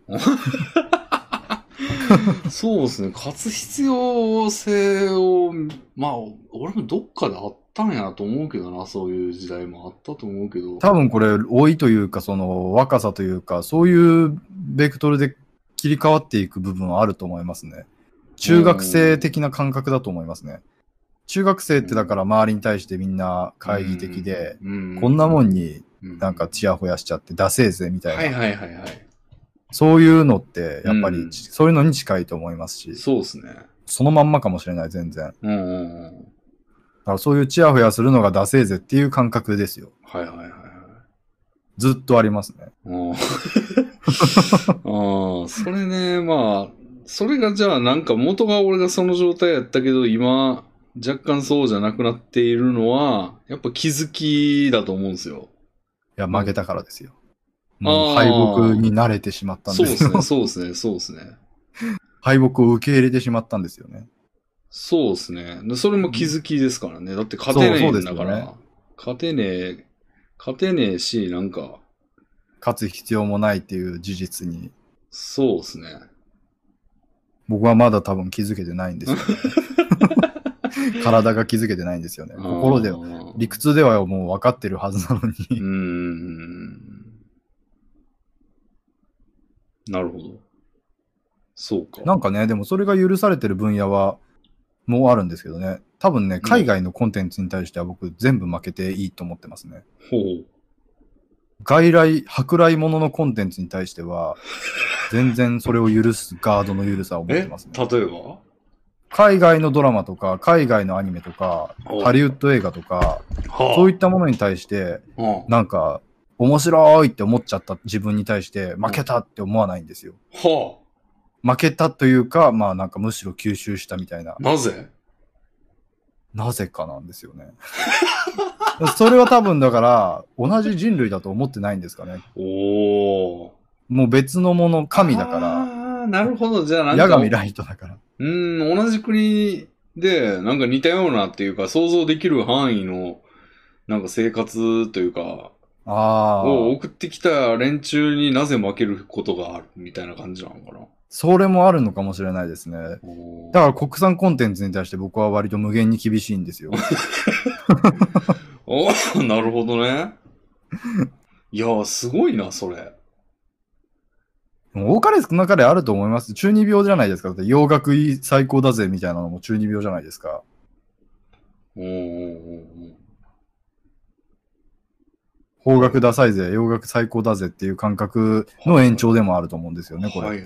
そうですね。勝つ必要性を、まあ、俺もどっかであったんやと思うけどな、そういう時代もあったと思うけど。 多分これ、老いというか、若さというか、そういうベクトルで切り替わっていく部分はあると思いますね。 中学生的な感覚だと思いますね。中学生ってだから周りに対してみんな懐疑的で、こんなもんになんかチヤホヤしちゃってダセーぜみたいな。そういうのってやっぱりそういうのに近いと思いますし。 そうですね。 そのまんまかもしれない、全然。だからそういうチヤホヤするのがダセーぜっていう感覚ですよ。ずっとありますね。 それね、まあ、それがじゃあなんか元が俺がその状態やったけど、今、若干そうじゃなくなっているのは、やっぱ気づきだと思うんですよ。 いや、負けたからですよ。もう敗北に慣れてしまったんですよ。 そうですね。 敗北を受け入れてしまったんですよね。 そうですね。それも気づきですからね。だって勝てねえんだから。勝てねえし、なんか。 勝つ必要もないっていう事実に。 そうですね。 僕はまだ多分気づけてないんですよね。体が気づけてないんですよね。心で、理屈ではもう分かってるはずなのに。 なるほど。そうか。 なんかね、でもそれが許されてる分野は、もうあるんですけどね。多分ね、海外のコンテンツに対しては僕全部負けていいと思ってますね。外来、舶来物のコンテンツに対しては、全然それを許すガードの緩さを持ってますね。 例えば海外のドラマとか、海外のアニメとか、ハリウッド映画とか、そういったものに対して、なんか、面白いって思っちゃった自分に対して、負けたって思わないんですよ。負けたというか、まあなんかむしろ吸収したみたいな。 なぜかなんですよね。それは多分だから、同じ人類だと思ってないんですかね。もう別のもの、神だから。 なるほど、じゃあなんか。 八神ライトだから。 同じ国で、なんか似たようなっていうか、想像できる範囲の、なんか生活というか、を送ってきた連中になぜ負けることがあるみたいな感じなのかな。 それもあるのかもしれないですね。だから国産コンテンツに対して僕は割と無限に厳しいんですよ。 なるほどね。いや、すごいな、それ。 多かれ少なかれあると思います。中二病じゃないですか。洋楽最高だぜみたいなのも中二病じゃないですか。邦楽ダサいぜ、洋楽最高だぜっていう感覚の延長でもあると思うんですよね、これって。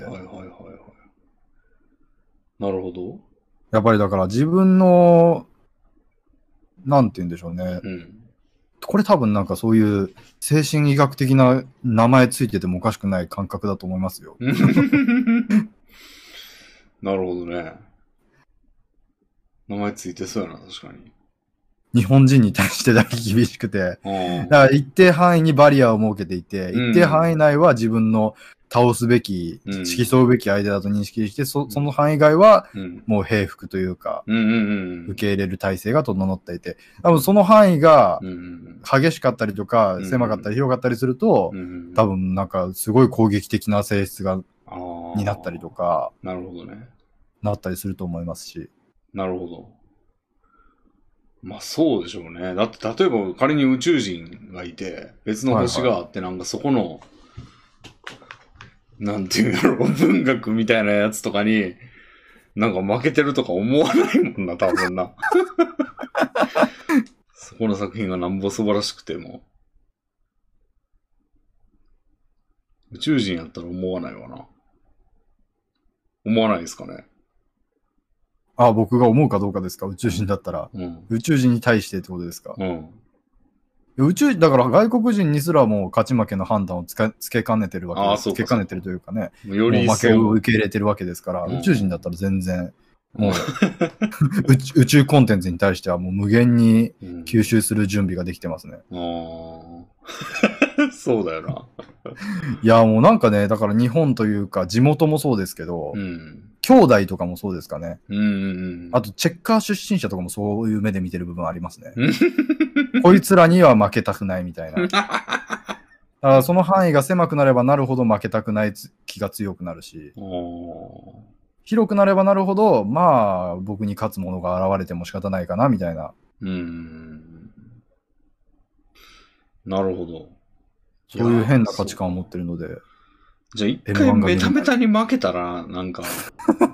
なるほど。 やっぱりだから自分の、なんて言うんでしょうね。これ多分なんかそういう精神医学的な名前ついててもおかしくない感覚だと思いますよ。 なるほどね。名前ついてそうやな、確かに。 日本人に対してだけ厳しくて。だから一定範囲にバリアを設けていて、一定範囲内は自分の倒すべき、付き添うべき相手だと認識して、その範囲外はもう平服というか、受け入れる体制が整っていて、多分その範囲が激しかったりとか、狭かったり広かったりすると、多分なんかすごい攻撃的な性質になったりとか、 なるほどね。 なったりすると思いますし。 なるほど。まあそうでしょうね。だって例えば仮に宇宙人がいて、別の星があってなんかそこの、なんていうんだろう、文学みたいなやつとかに、なんか負けてるとか思わないもんな、多分な。そこの作品がなんぼ素晴らしくても。宇宙人やったら思わないわな。思わないですかね。 僕が思うかどうかですか、宇宙人だったら。宇宙人に対してってことですか。だから外国人にすらもう勝ち負けの判断をつけかねてるわけです。つけかねてるというかね。より負けを受け入れてるわけですから、宇宙人だったら全然、もう宇宙コンテンツに対してはもう無限に吸収する準備ができてますね。 そうだよな。 いや、もうなんかね、だから日本というか地元もそうですけど、兄弟とかもそうですかね。あと、チェッカー出身者とかもそういう目で見てる部分ありますね。こいつらには負けたくないみたいな。だからその範囲が狭くなればなるほど負けたくない気が強くなるし、広くなればなるほど、まあ、僕に勝つものが現れても仕方ないかな、みたいな。 なるほど。 そういう変な価値観を持ってるので。 じゃあ一回メタメタに負けたら、なんか、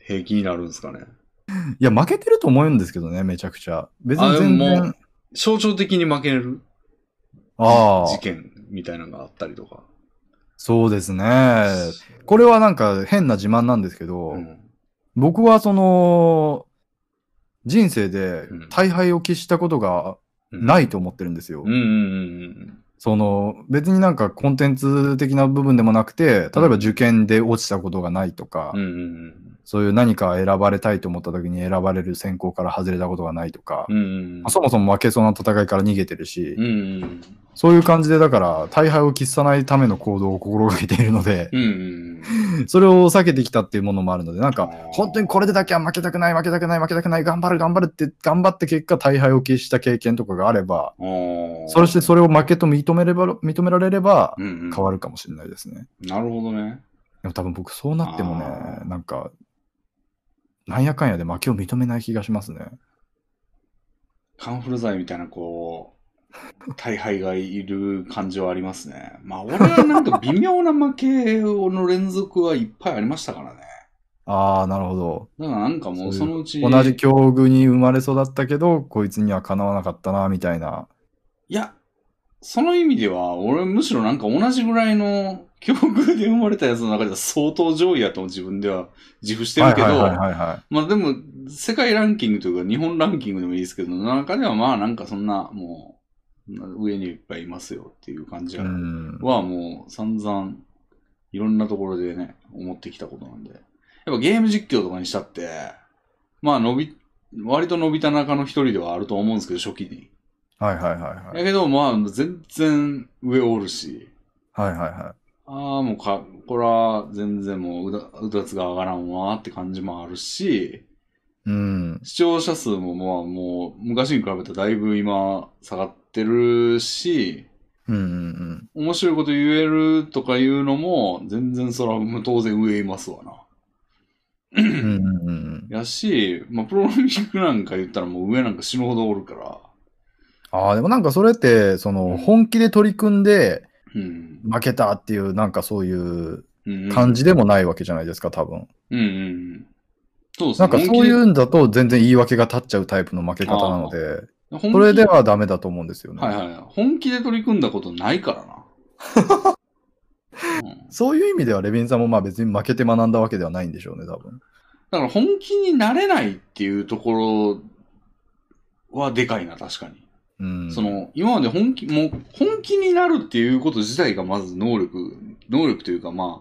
平気になるんですかね。 いや、負けてると思うんですけどね、めちゃくちゃ。別に全然。 象徴的に負ける事件みたいなのがあったりとか。 そうですね。これはなんか変な自慢なんですけど、僕はその、人生で大敗を喫したことがないと思ってるんですよ。その、別になんかコンテンツ的な部分でもなくて、例えば受験で落ちたことがないとか、そういう何か選ばれたいと思った時に選ばれる選考から外れたことがないとか、そもそも負けそうな戦いから逃げてるし、そういう感じでだから大敗を喫さないための行動を心がけているので、それを避けてきたっていうものもあるので、なんか本当にこれでだけは負けたくない、頑張るって頑張って結果大敗を喫した経験とかがあれば、そしてそれを負けと認められれば変わるかもしれないですね。 なるほどね。 でも多分僕そうなってもね、なんか、なんやかんやで負けを認めない気がしますね。 カンフル剤みたいなこう、大敗がいる感じはありますね。まあ俺はなんか微妙な負けの連続はいっぱいありましたからね。 ああ、なるほど。 だからなんかもうそのうち。 同じ境遇に生まれ育ったけど、こいつにはかなわなかったな、みたいな。 いや、その意味では、俺むしろなんか同じぐらいの境遇で生まれたやつの中では相当上位やと自分では自負してるけど、まあでも、世界ランキングというか日本ランキングでもいいですけど、中ではまあなんかそんな、もう、上にいっぱいいますよっていう感じはもう散々、いろんなところでね、思ってきたことなんで。やっぱゲーム実況とかにしたって、まあ割と伸びた中の一人ではあると思うんですけど、初期に。だけど、まあ、全然上おるし。もうこれは全然もううだつが上がらんわって感じもあるし、視聴者数もまあもう昔に比べたらだいぶ今下がってるし、面白いこと言えるとかいうのも全然そら当然上いますわな。やし、まあプロランキングなんか言ったらもう上なんか死ぬほどおるから。 ああ、でもなんかそれって、その本気で取り組んで負けたっていう、なんかそういう感じでもないわけじゃないですか、多分。そうですね。なんかそういうんだと全然言い訳が立っちゃうタイプの負け方なので、それではダメだと思うんですよね。 本気で取り組んだことないからな。 そういう意味ではレビンさんもまあ別に負けて学んだわけではないんでしょうね、多分。 だから本気になれないっていうところはでかいな、確かに。その、今まで本気になるっていうこと自体がまず能力というかま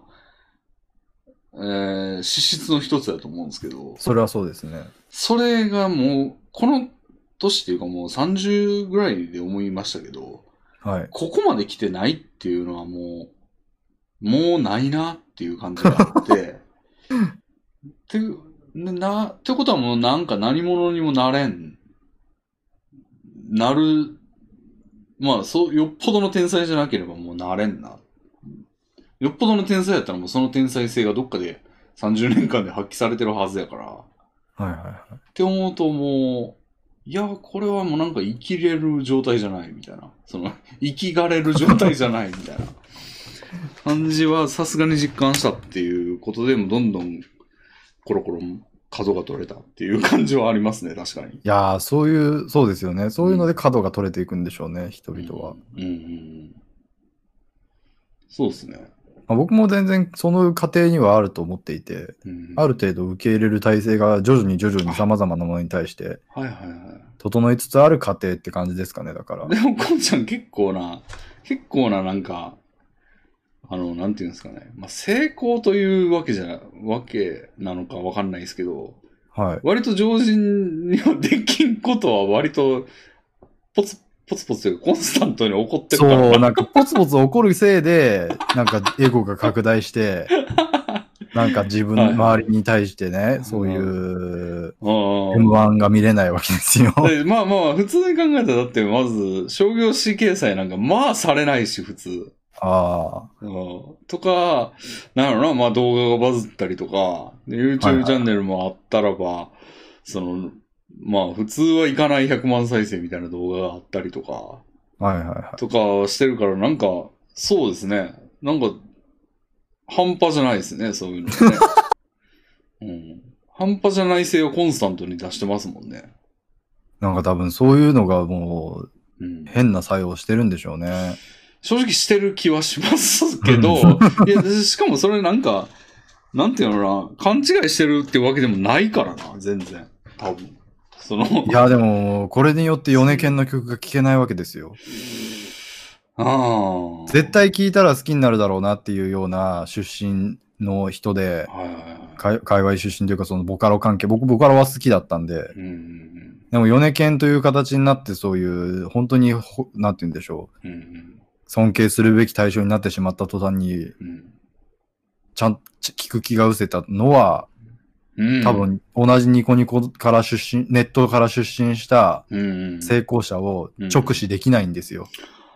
あ、資質の一つだと思うんですけど。 それはそうですね。 それがもう、この年っていうかもう30ぐらいで思いましたけど、ここまで来てないっていうのはもうないなっていう感じがあって、ってことはもうなんか何者にもなれん。なる、まあよっぽどの天才じゃなければもうなれんな。よっぽどの天才やったらもうその天才性がどっかで30年間で発揮されてるはずやから。って思うともう、いや、これはもうなんか生きれる状態じゃないみたいな。その、生きがれる状態じゃないみたいな感じはさすがに実感したっていうことでもどんどんコロコロ角が取れたっていう感じはありますね、確かに。 いやー、そうですよね。そういうので角が取れていくんでしょうね、人々は。 そうですね。 僕も全然その過程にはあると思っていて、ある程度受け入れる体制が徐々に様々なものに対して整いつつある過程って感じですかね、だから。 でもこんちゃん結構ななんか、なんていうんですかね。まあ、成功というわけなのかわかんないですけど、割と常人にはできんことは割とポツポツというかコンスタントに起こってるから。 そう、なんかポツポツ起こるせいで、なんかエゴが拡大して、なんか自分の周りに対してね、そういう M1 が見れないわけですよ。 まあまあ、普通に考えたらだってまず商業誌掲載なんかまあされないし、普通。とか、なんやろな、まあ動画がバズったりとか、YouTube チャンネルもあったらば、まあ普通はいかない100万再生みたいな動画があったりとか、とかしてるからなんか、そうですね。なんか、半端じゃないですね、そういうのね。 半端じゃない性をコンスタントに出してますもんね。 なんか多分そういうのがもう、変な作用してるんでしょうね。 正直してる気はしますけど、いや、しかもそれなんか、なんていうのな、勘違いしてるってわけでもないからな、全然。多分。 いや、でも、これによって米健の曲が聴けないわけですよ。絶対聴いたら好きになるだろうなっていうような出身の人で、界隈出身というかそのボカロ関係、僕ボカロは好きだったんで、でも米健という形になってそういう本当になんて言うんでしょう、尊敬するべき対象になってしまった途端に、ちゃんと聞く気が失せたのは、多分同じニコニコからネットから出身した成功者を直視できないんですよ。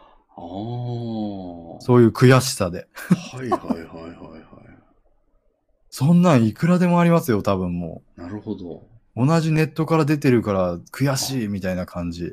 そういう悔しさで。 はいはいはいはいはい。 そんなんいくらでもありますよ、多分もう。なるほど。 同じネットから出てるから悔しいみたいな感じ。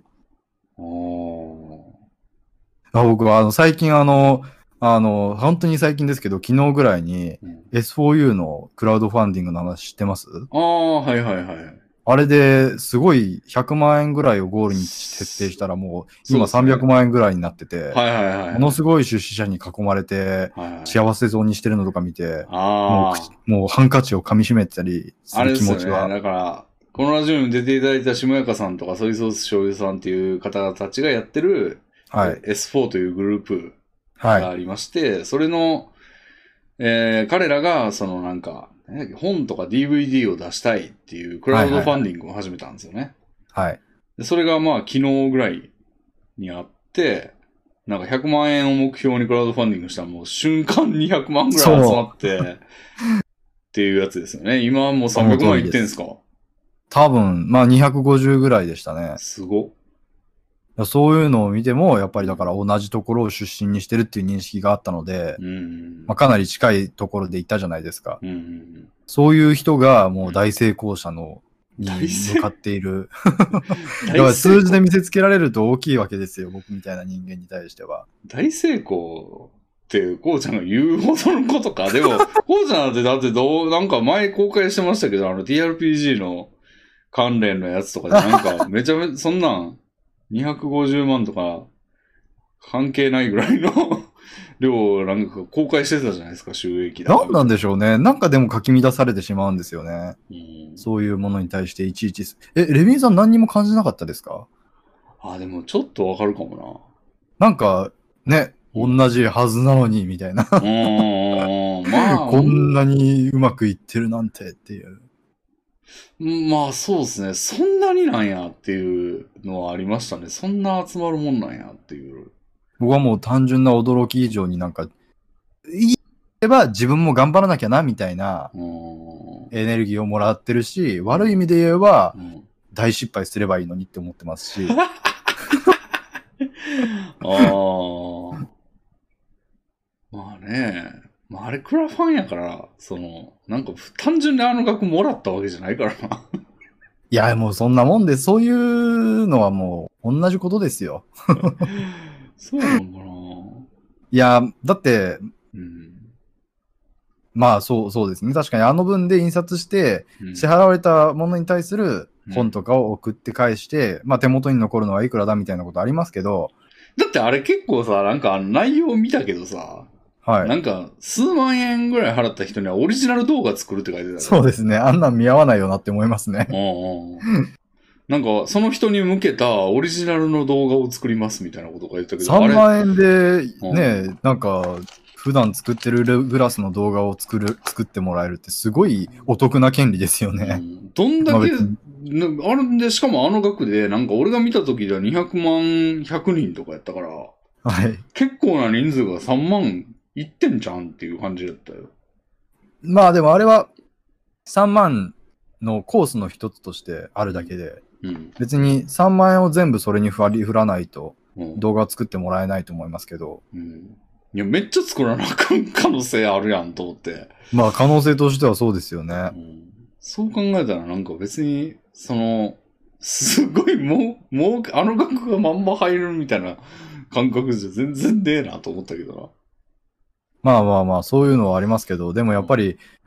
僕は最近本当に最近ですけど、昨日ぐらいに S4U のクラウドファンディングの話知ってます？ はいはいはい。 あれですごい100万円ぐらいをゴールに設定したらもう今300万円ぐらいになってて、ものすごい出資者に囲まれて幸せそうにしてるのとか見て、もうハンカチを噛み締めたりする気持ちは。 あれですよね。だから、このラジオに出ていただいた下中さんとかソイソース醤油さんっていう方たちがやってる、S4 というグループがありまして、それの、彼らがなんか、本とか DVD を出したいっていうクラウドファンディングを始めたんですよね。でそれがまあ昨日ぐらいにあって、なんか100万円を目標にクラウドファンディングしたらもう瞬間200万ぐらい集まって、っていうやつですよね。今はもう300万いってんすか？ 多分、まあ250ぐらいでしたね。 すご。 そういうのを見ても、やっぱりだから同じところを出身にしてるっていう認識があったので、まあ、かなり近いところでいたじゃないですか。そういう人がもう大成功者のに向かっている。だから数字で見せつけられると大きいわけですよ、僕みたいな人間に対しては。 大成功って、こうちゃんが言うほどのことか。でも、こうちゃんってだってなんか前公開してましたけど、TRPG の関連のやつとかでなんかめちゃめちゃ、そんなん250万とか関係ないぐらいの量なんか公開してたじゃないですか、収益だ。 なんなんでしょうね。なんかでもかき乱されてしまうんですよね。そういうものに対していちいち。レミンさん何にも感じなかったですか？ でもちょっとわかるかもな。 なんか、ね、同じはずなのに、みたいな。まあ。こんなにうまくいってるなんてっていう。 まあそうですね。そんなになんやっていうのはありましたね。そんな集まるもんなんやっていう。 僕はもう単純な驚き以上になんか、言えば自分も頑張らなきゃなみたいなエネルギーをもらってるし、悪い意味で言えば、大失敗すればいいのにって思ってますし。 まあね。まああれクラファンやから、なんか単純に額もらったわけじゃないからな。 いや、もうそんなもんで、そういうのはもう同じことですよ。 そうなのかな。 いや、だって、まあそうですね。確かに分で印刷して支払われたものに対する本とかを送って返して、まあ手元に残るのはいくらだみたいなことありますけど。 だってあれ結構さ、なんか内容見たけどさ、なんか数万円ぐらい払った人にはオリジナル動画作るって書いてた。 そうですね。あんなん見合わないよなって思いますね。 なんか、その人に向けたオリジナルの動画を作りますみたいなことが言ったけど。 3万円で、ね、なんか、普段作ってるグラスの動画を作ってもらえるってすごいお得な権利ですよね。 どんだけ、あるんで、しかも額で、なんか俺が見た時では200万100人とかやったから、結構な人数が3万いってんじゃんっていう感じだったよ。 まあでもあれは3万のコースの一つとしてあるだけで、別に3万円を全部それに振らないと動画を作ってもらえないと思いますけど、 いやめっちゃ作らなあかん可能性あるやんと思って。 まあ可能性としてはそうですよね。 そう考えたらなんか別にすごいもう額がまんま入るみたいな感覚じゃ全然ねえなと思ったけどな。 まあそういうのはありますけど、でもやっぱり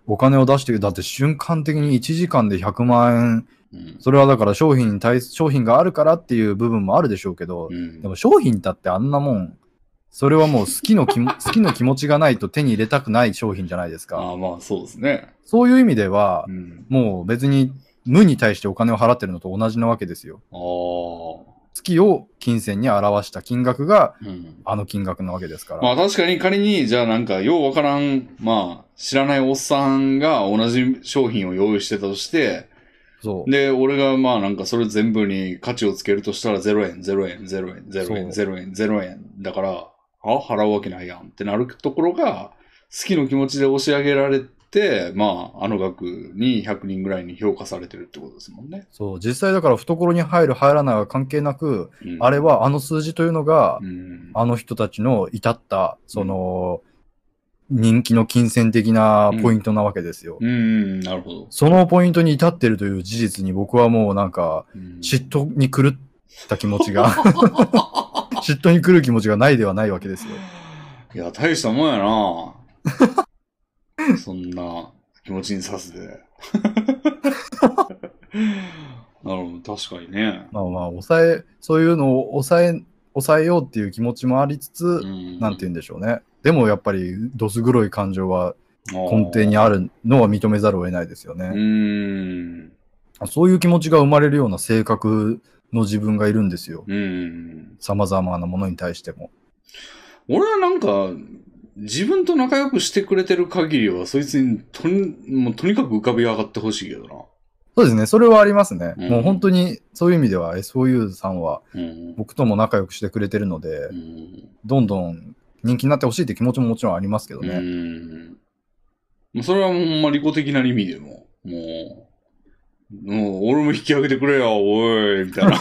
お金を出して、だって瞬間的に1時間で100万円、それはだから商品があるからっていう部分もあるでしょうけど、でも商品だってあんなもん、それはもう好きの気持ちがないと手に入れたくない商品じゃないですか。 ああ、まあそうですね。 そういう意味では、もう別に無に対してお金を払ってるのと同じなわけですよ。月を金銭に表した金額が、あの金額なわけですから。 まあ確かに仮に、じゃあなんか、ようわからん、まあ、知らないおっさんが同じ商品を用意してたとして、で、俺がまあなんかそれ全部に価値をつけるとしたら0円、0円、0円、0円、0円、0円。だから、払うわけないやんってなるところが、好きの気持ちで押し上げられて、まあ、あの額に100人ぐらいに評価されてるってことですもんね。 そう、実際だから懐に入る入らないは関係なく、あれはあの数字というのが、あの人たちの至った、その、人気の金銭的なポイントなわけですよ。 なるほど。 そのポイントに至ってるという事実に僕はもうなんか、嫉妬に狂った気持ちが、嫉妬に狂う気持ちがないではないわけですよ。 いや、大したもんやなそんな気持ちにさせて。なるほど、確かにね。 まあまあ、そういうのを抑えようっていう気持ちもありつつ、なんて言うんでしょうね。でもやっぱり、どす黒い感情は根底にあるのは認めざるを得ないですよね。そういう気持ちが生まれるような性格の自分がいるんですよ。様々なものに対しても。 俺はなんか、自分と仲良くしてくれてる限りは、そいつにもうとにかく浮かび上がってほしいけどな。 そうですね。それはありますね。もう本当にそういう意味では SOU さんは僕とも仲良くしてくれてるので、どんどん人気になってほしいって気持ちももちろんありますけどね。 それはほんま利己的な意味でも、もう俺も引き上げてくれよ、おい、みたいな。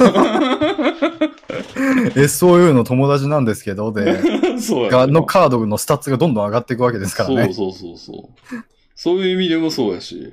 SOU の友達なんですけど、のカードのスタッツがどんどん上がっていくわけですからね。 そう。そういう意味でもそうやし。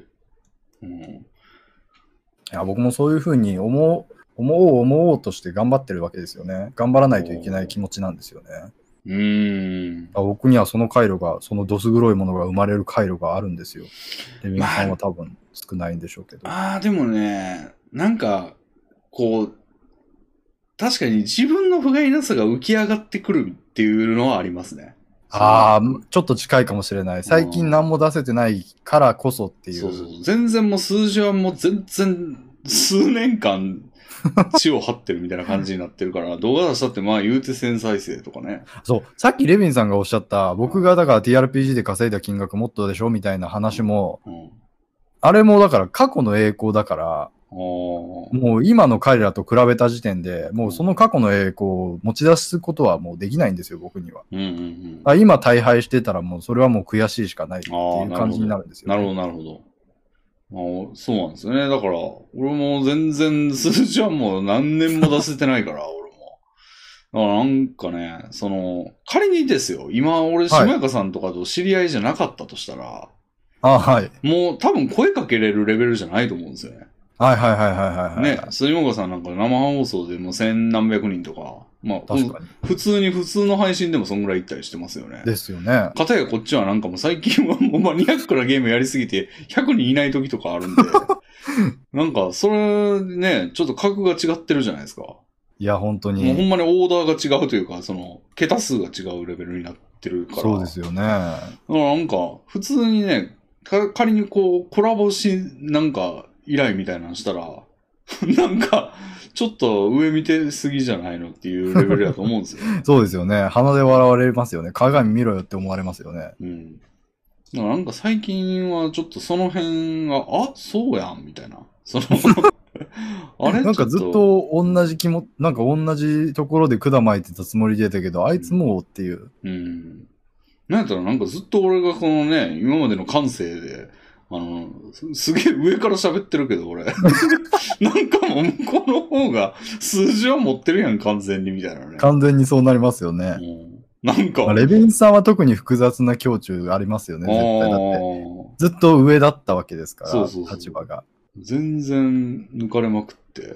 いや僕もそういうふうに思おうとして頑張ってるわけですよね。頑張らないといけない気持ちなんですよね。僕にはその回路が、そのどす黒いものが生まれる回路があるんですよ。レビンさんは多分少ないんでしょうけど。 でもね、なんか、こう、確かに自分の不甲斐なさが浮き上がってくるっていうのはありますね。 ちょっと近いかもしれない。最近何も出せてないからこそっていう。 全然もう数字はもう全然数年間血を張ってるみたいな感じになってるから、動画出したってまあ言うて1000再生とかね。 そう。さっきレビンさんがおっしゃった、僕がだから TRPG で稼いだ金額もっとでしょみたいな話も、あれもだから過去の栄光だから、もう今の彼らと比べた時点で、もうその過去の栄光を持ち出すことはもうできないんですよ、僕には。今大敗してたらもうそれはもう悔しいしかないっていう感じになるんですよ、 ね。なるほど。そうなんですよね。だから、俺も全然数字はもう何年も出せてないから、俺も。だからなんかね、仮にですよ、今俺、しもやかさんとかと知り合いじゃなかったとしたら、もう多分声かけれるレベルじゃないと思うんですよね。ね、しもやかさんなんか生放送でもう千何百人とか、まあ、普通の配信でもそんぐらい行ったりしてますよね。 ですよね。 かたやこっちはなんかもう最近はもうマニアックなゲームやりすぎて100人いない時とかあるんで、なんかそれね、ちょっと格が違ってるじゃないですか。 いや、本当に。 もうほんまにオーダーが違うというか、桁数が違うレベルになってるから。 そうですよね。だからなんか、普通にね、仮にこう、コラボなんか、依頼みたいなのしたら、なんか、ちょっと上見てすぎじゃないのっていうレベルだと思うんですよ。 そうですよね。鼻で笑われますよね。鏡見ろよって思われますよね。 だからなんか最近はちょっとその辺が、そうやんみたいな。あれなんかずっと同じなんか同じところで管巻いてたつもりでたけど、あいつもうっていう。 なんやったらなんかずっと俺がこのね、今までの感性で、すげえ上から喋ってるけど、俺。なんかもう向こうの方が数字は持ってるやん、完全に、みたいなね。 完全にそうなりますよね。 なんか。 レビンさんは特に複雑な胸中ありますよね、絶対。だって。ずっと上だったわけですから、立場が。 全然抜かれまくって、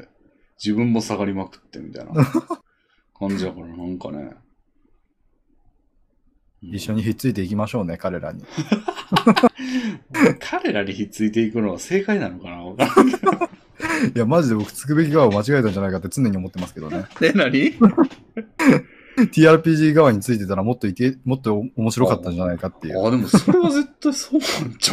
自分も下がりまくって、みたいな感じだから、なんかね。 一緒にひっついていきましょうね、彼らに。 彼らにひっついていくのは正解なのかなわからんけど。 いや、マジで僕、つくべき側を間違えたんじゃないかって常に思ってますけどね。 何 TRPG 側についてたらもっと面白かったんじゃないかっていう。 でもそれは絶対そうなんちゃ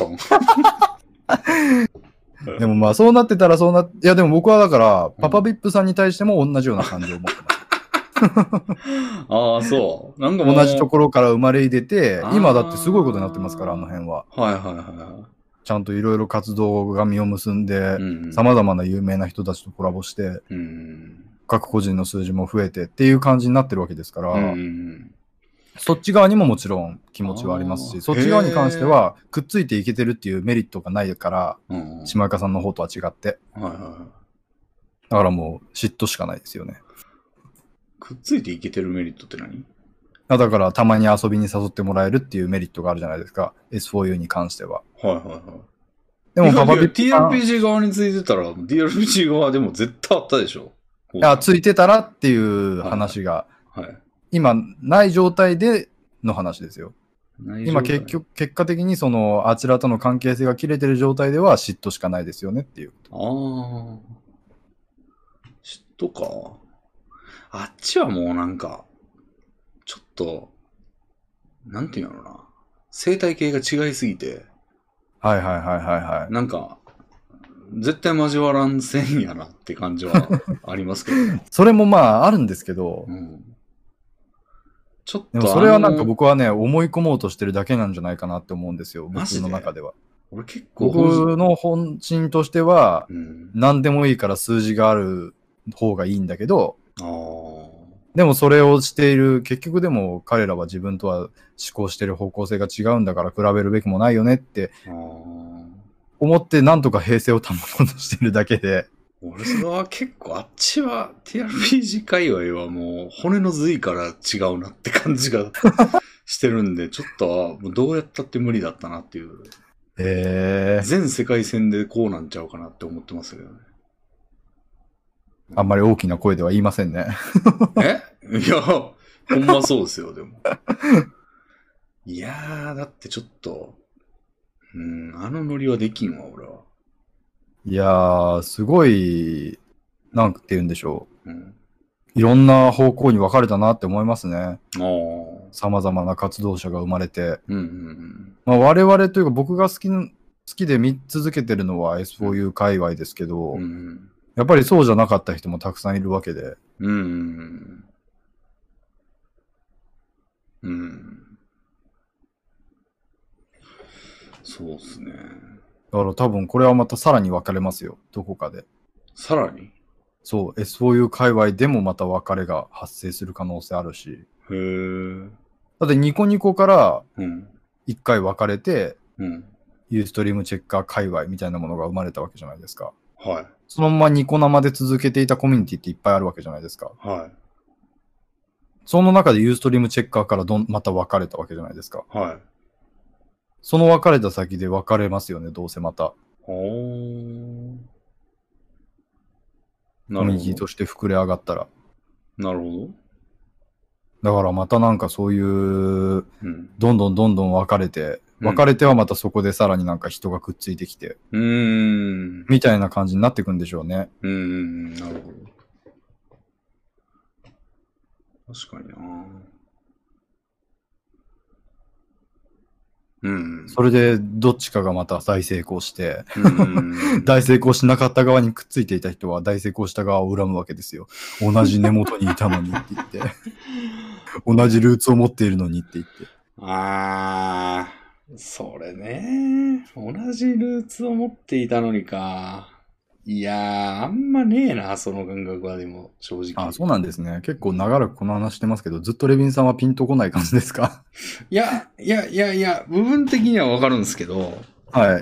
うでもまあそうなってたらいやでも僕はだから、パパビップさんに対しても同じような感情を持ってます。 そう。 なんか同じところから生まれ出て、今だってすごいことになってますから、あの辺は。 はいはいはい。 ちゃんといろいろ活動が実を結んで、様々な有名な人たちとコラボして、各個人の数字も増えてっていう感じになってるわけですから、そっち側にももちろん気持ちはありますし、そっち側に関してはくっついていけてるっていうメリットがないから、島岡さんの方とは違って。だからもう嫉妬しかないですよね。 くっついていけてるメリットって何？ だからたまに遊びに誘ってもらえるっていうメリットがあるじゃないですか。S4U に関しては。 はいはいはい。 でもパパビップ TRPG 側についてたら、TRPG 側でも絶対あったでしょ？ ついてたらっていう話が、今ない状態での話ですよ。今結果的にそのあちらとの関係性が切れてる状態では嫉妬しかないですよねっていう。 嫉妬か。あっちはもうなんか、ちょっと、なんていうのな。生態系が違いすぎて。 はいはいはいはいはい。 なんか、絶対交わらんせんやなって感じはありますけど、ね。 それもまああるんですけど、ちょっとでもそれはなんか僕はね、思い込もうとしてるだけなんじゃないかなって思うんですよ。僕の中では。 俺結構僕の本心としては、何でもいいから数字がある方がいいんだけど、でもそれをしている、結局でも彼らは自分とは思考している方向性が違うんだから比べるべきもないよねって思ってなんとか平静を保とうとしているだけで。 俺それは結構あっちは TRPG 界隈はもう骨の髄から違うなって感じがしてるんで、ちょっとどうやったって無理だったなっていう。全世界線でこうなんちゃうかなって思ってますけどね。 あんまり大きな声では言いませんね。 いや、ほんまそうですよ、でも。いやー、だってちょっと、あのノリはできんわ、俺は。 いやー、すごい、なんて言うんでしょう。いろんな方向に分かれたなって思いますね。様々な活動者が生まれて。我々というか僕が好きで見続けてるのは S4U 界隈ですけど、やっぱりそうじゃなかった人もたくさんいるわけで。 そうですね。 だから多分これはまたさらに分かれますよ。どこかで。 さらに？ そう、S4U 界隈でもまた別れが発生する可能性あるし。だってニコニコから一回別れて、ユーストリームチェッカー界隈みたいなものが生まれたわけじゃないですか。そのままニコ生で続けていたコミュニティっていっぱいあるわけじゃないですか。その中でユーストリームチェッカーからまた別れたわけじゃないですか。その別れた先で別れますよね、どうせまた。コミュニティとして膨れ上がったら。 なるほど。 だからまたなんかそういう、どんどん別れて、はまたそこでさらになんか人がくっついてきて、みたいな感じになっていくんでしょうね。 なるほど。確かにな。 それでどっちかがまた大成功して、大成功しなかった側にくっついていた人は大成功した側を恨むわけですよ。同じ根元にいたのにって言って。同じルーツを持っているのにって言って。 それね。同じルーツを持っていたのにか。いやー、あんまねえな、その感覚はでも、正直。 そうなんですね。結構長らくこの話してますけど、ずっとレビンさんはピンとこない感じですか？ いや、部分的にはわかるんですけど。 はい。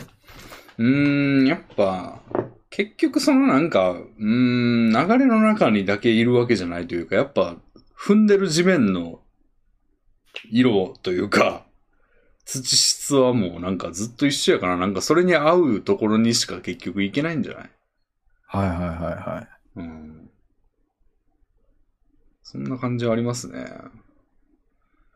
やっぱ、結局そのなんか、流れの中にだけいるわけじゃないというか、やっぱ、踏んでる地面の色というか、土質はもうなんかずっと一緒やから、なんかそれに合うところにしか結局いけないんじゃない？ はい。 そんな感じはありますね。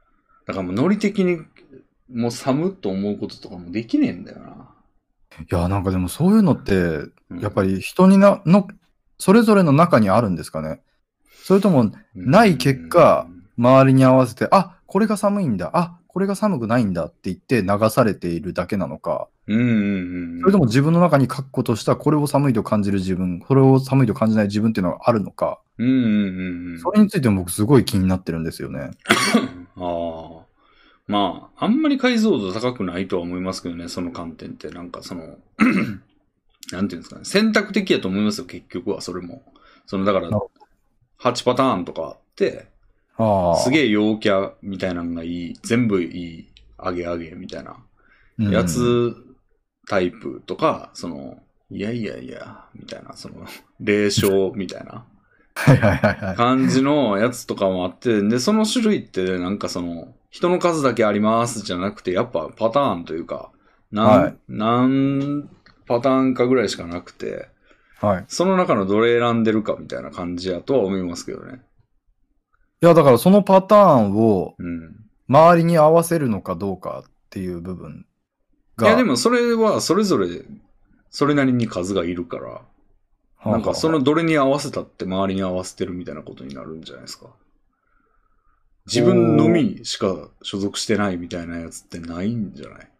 だからもうノリ的にもう寒と思うこととかもできねえんだよな。 いや、なんかでもそういうのって、やっぱり人にそれぞれの中にあるんですかね。それとも、ない結果、周りに合わせて、あ、これが寒いんだ、あ、これが寒くないんだって言って流されているだけなのか、それとも自分の中に確固としたこれを寒いと感じる自分、これを寒いと感じない自分っていうのがあるのか、それについても僕すごい気になってるんですよね。 ああ。まあ、あんまり解像度高くないとは思いますけどね、その観点って。なんかその、なんていうんですかね、選択的やと思いますよ、結局は、それも。だから、8パターンとかあって、すげえ陽キャみたいなのがいい、全部いい、あげみたいな、やつタイプとか、いや、みたいな、霊障みたいな、感じのやつとかもあって、で、その種類って、なんか人の数だけありますじゃなくて、やっぱパターンというか、何パターンかぐらいしかなくて、その中のどれ選んでるかみたいな感じやとは思いますけどね。 いや、だからそのパターンを、周りに合わせるのかどうかっていう部分が。 いや、でもそれはそれぞれ、それなりに数がいるから、なんかそのどれに合わせたって周りに合わせてるみたいなことになるんじゃないですか。自分のみしか所属してないみたいなやつってないんじゃない？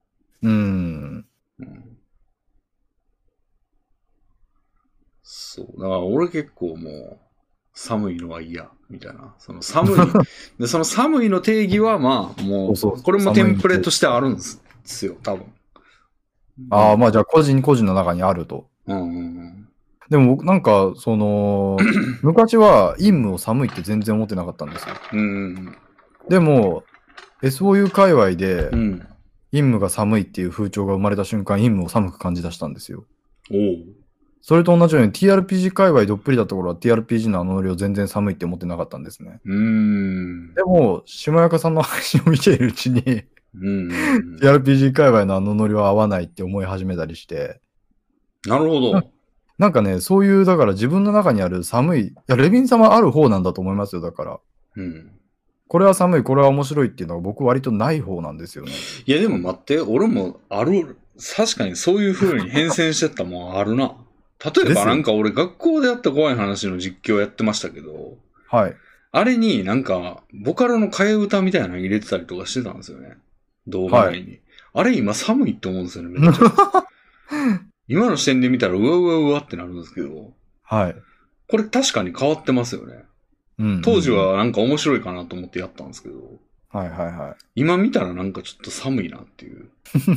そう。だから俺結構もう、寒いのは嫌、みたいな。寒いの定義はまあ、もう、これもテンプレとしてあるんですよ、多分。 ああ、まあじゃあ個人個人の中にあると。でも僕なんか、昔は陰夢を寒いって全然思ってなかったんですよ。でも、SOU 界隈で、陰夢が寒いっていう風潮が生まれた瞬間、陰夢を寒く感じ出したんですよ。それと同じように TRPG 界隈どっぷりだった頃は TRPG のノリを全然寒いって思ってなかったんですね。でも、下中さんの配信を見ているうちにTRPG 界隈のノリは合わないって思い始めたりして。 なるほど。 なんかね、そういう、だから自分の中にある寒い、レビン様ある方なんだと思いますよ、だから。これは寒い、これは面白いっていうのは僕割とない方なんですよね。 いやでも待って、俺も確かにそういう風に変遷してったもんあるな。例えばなんか俺学校でやった怖い話の実況やってましたけど、あれになんかボカロの替え歌みたいなの入れてたりとかしてたんですよね。動画内に。あれ今寒いって思うんですよね、めっちゃ。今の視点で見たらうわってなるんですけど、これ確かに変わってますよね。当時はなんか面白いかなと思ってやったんですけど、今見たらなんかちょっと寒いなっていう。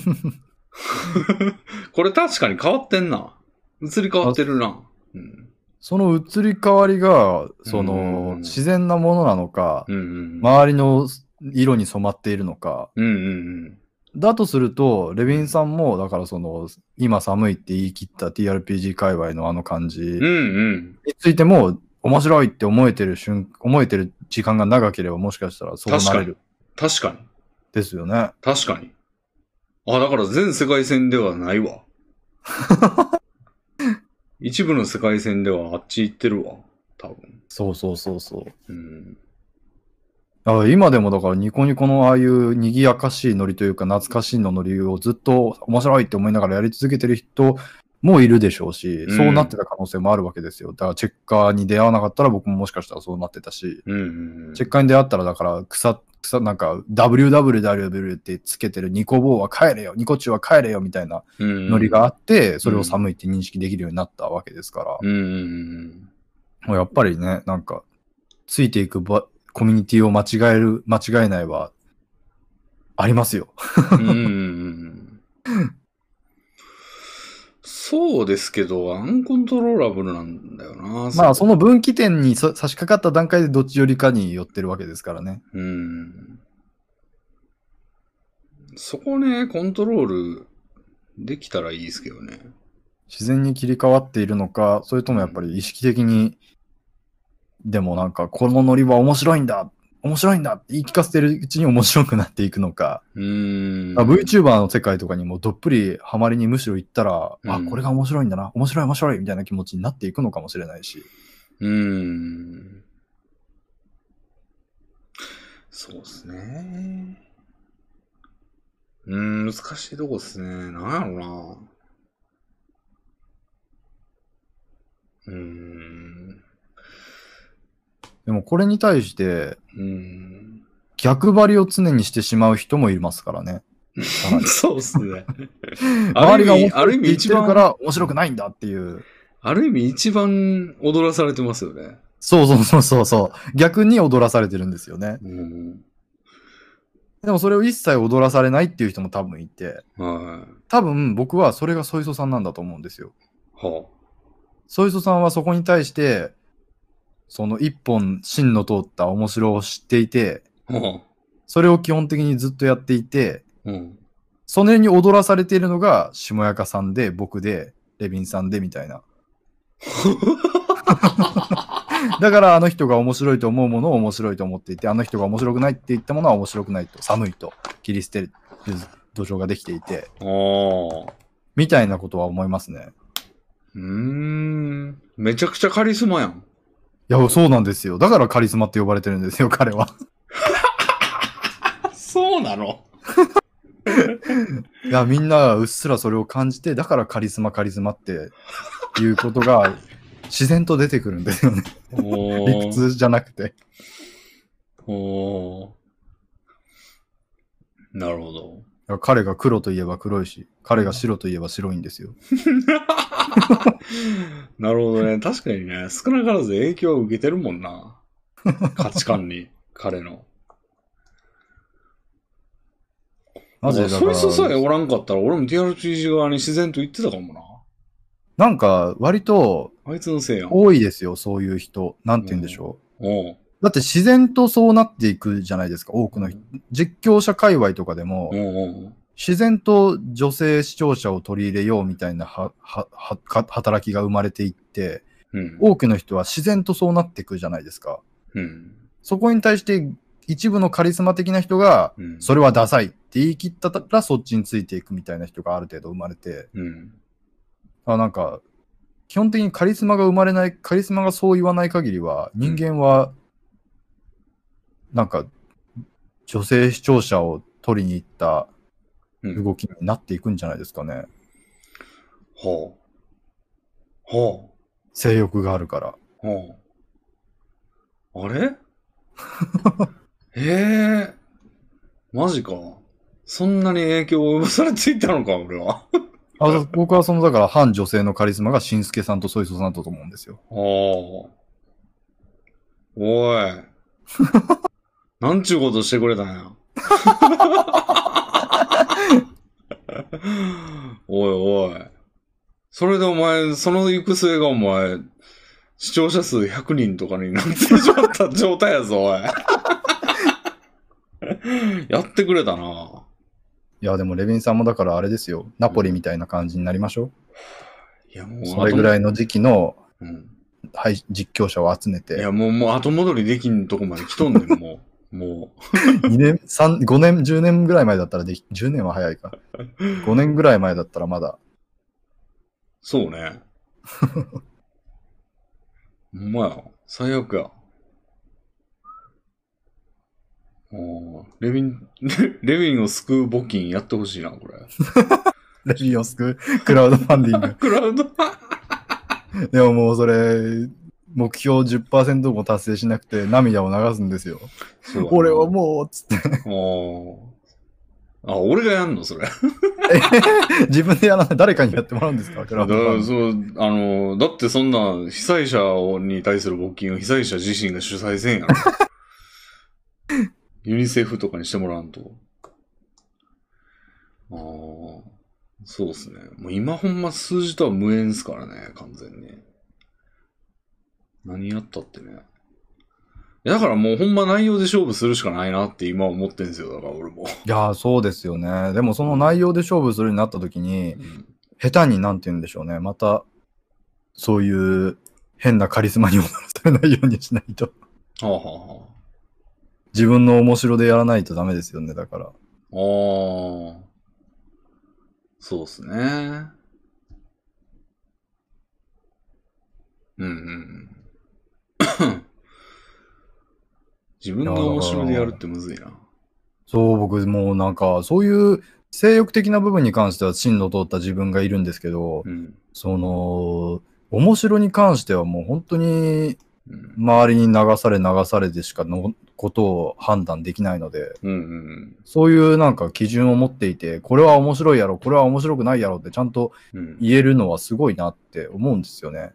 これ確かに変わってんな。移り変わってるな。 その移り変わりが、自然なものなのか、周りの色に染まっているのか、だとすると、レビンさんも、だから今寒いって言い切った TRPG 界隈のあの感じについても、面白いって思えてる時間が長ければもしかしたらそうなれる。 確かに。 ですよね。 確かに。あ、だから全世界線ではないわ。一部の世界線ではあっち行ってるわ。多分。 そう。今でもだからニコニコのああいう賑やかしいノリというか懐かしいのノリをずっと面白いって思いながらやり続けてる人もいるでしょうし、そうなってた可能性もあるわけですよ。だからチェッカーに出会わなかったら僕ももしかしたらそうなってたし、チェッカーに出会ったらだからなんか WWW ってつけてるニコボーは帰れよ、ニコチュは帰れよみたいなノリがあって、それを寒いって認識できるようになったわけですから。もうやっぱりね、なんかついていくコミュニティを間違えないはありますよ。 そうですけど、アンコントローラブルなんだよな。 まあ、その分岐点に差し掛かった段階でどっち寄りかに寄ってるわけですからね。 そこね、コントロールできたらいいですけどね。 自然に切り替わっているのか、それともやっぱり意識的に、でもなんか、このノリは面白いんだって言い聞かせてるうちに面白くなっていくのか。VTuber の世界とかにもどっぷりハマりにむしろ行ったら、あ、これが面白いんだな、面白いみたいな気持ちになっていくのかもしれないし。 そうですね。難しいとこっすね。なんやろな。 でもこれに対して、逆張りを常にしてしまう人もいますからね。 そうっすね。 周りが面白いって言ってるから面白くないんだっていう。 ある意味一番踊らされてますよね。 そう。逆に踊らされてるんですよね。でもそれを一切踊らされないっていう人も多分いて、多分僕はそれがソイソさんなんだと思うんですよ。ソイソさんはそこに対して、その一本芯の通った面白を知っていて、それを基本的にずっとやっていて、それに踊らされているのが下やかさんで、僕で、レビンさんでみたいな。だからあの人が面白いと思うものを面白いと思っていて、あの人が面白くないって言ったものは面白くないと、寒いと切り捨てる土壌ができていて、みたいなことは思いますね。 めちゃくちゃカリスマやん。 いや、そうなんですよ。だからカリスマって呼ばれてるんですよ、彼は。 そうなの？ いや、みんなうっすらそれを感じて、だからカリスマっていうことが自然と出てくるんですよね。理屈じゃなくて。 なるほど。 彼が黒といえば黒いし、彼が白といえば白いんですよ。 なるほどね。確かにね、少なからず影響を受けてるもんな。価値観に、彼の。マジでだから。そいつさえおらんかったら、俺も TRPG 側に自然と言ってたかもな。 なんか、割と、 あいつのせいやん。 多いですよ、そういう人。なんて言うんでしょう。だって自然とそうなっていくじゃないですか、多くの人。実況者界隈とかでも、自然と女性視聴者を取り入れようみたいな働きが生まれていって、多くの人は自然とそうなっていくじゃないですか。そこに対して一部のカリスマ的な人が、それはダサいって言い切ったらそっちについていくみたいな人がある程度生まれて、なんか、基本的にカリスマが生まれない、カリスマがそう言わない限りは、人間は、なんか、女性視聴者を取りに行った動きになっていくんじゃないですかね。性欲があるから。 あれマジか。そんなに影響を及ぼされていたのか、俺は。 僕はだから反女性のカリスマがしんすけさんとソイソさんだったと思うんですよ。 おい。なんちゅうことしてくれたんや。おい。それでお前、その行く末がお前、視聴者数100人とかになってしまった状態やぞ、おい。やってくれたな。 いや、でもレビンさんもだからあれですよ。ナポリみたいな感じになりましょう。 いや、もう。 それぐらいの時期の、実況者を集めて。 いや、もう後戻りできんとこまで来とんねん、もう。 2年、5年、10年ぐらい前だったら10年は早いか。5年ぐらい前だったらまだ。 そうね。ほんまや。最悪や。レビンを救う募金やってほしいな、これ。 レビンを救うクラウドファンディング。 クラウドでももうそれ、目標 10% も達成しなくて涙を流すんですよ。俺はもう、つって。 俺がやんのそれ。 自分でやらない。誰かにやってもらうんですか？クラウドファンディング。だってそんな被災者に対する募金を被災者自身が主催せんやろ。ユニセフとかにしてもらわんと。そうっすね。もう今ほんま数字とは無縁っすからね、完全に。何やったってね。だからもうほんま内容で勝負するしかないなって今思ってんすよ。だから俺も。 いやー、そうですよね。でもその内容で勝負するようになった時に、下手になんて言うんでしょうね。また、そういう変なカリスマに踊らされないようにしないと。自分の面白でやらないとダメですよね、だから。 そうっすね。 自分が面白でやるってむずいな。 そう、僕もうなんか、そういう性欲的な部分に関しては芯の通った自分がいるんですけど、面白に関してはもう本当に、周りに流されでしかのことを判断できないので、そういうなんか基準を持っていて、これは面白いやろ、これは面白くないやろってちゃんと言えるのはすごいなって思うんですよね。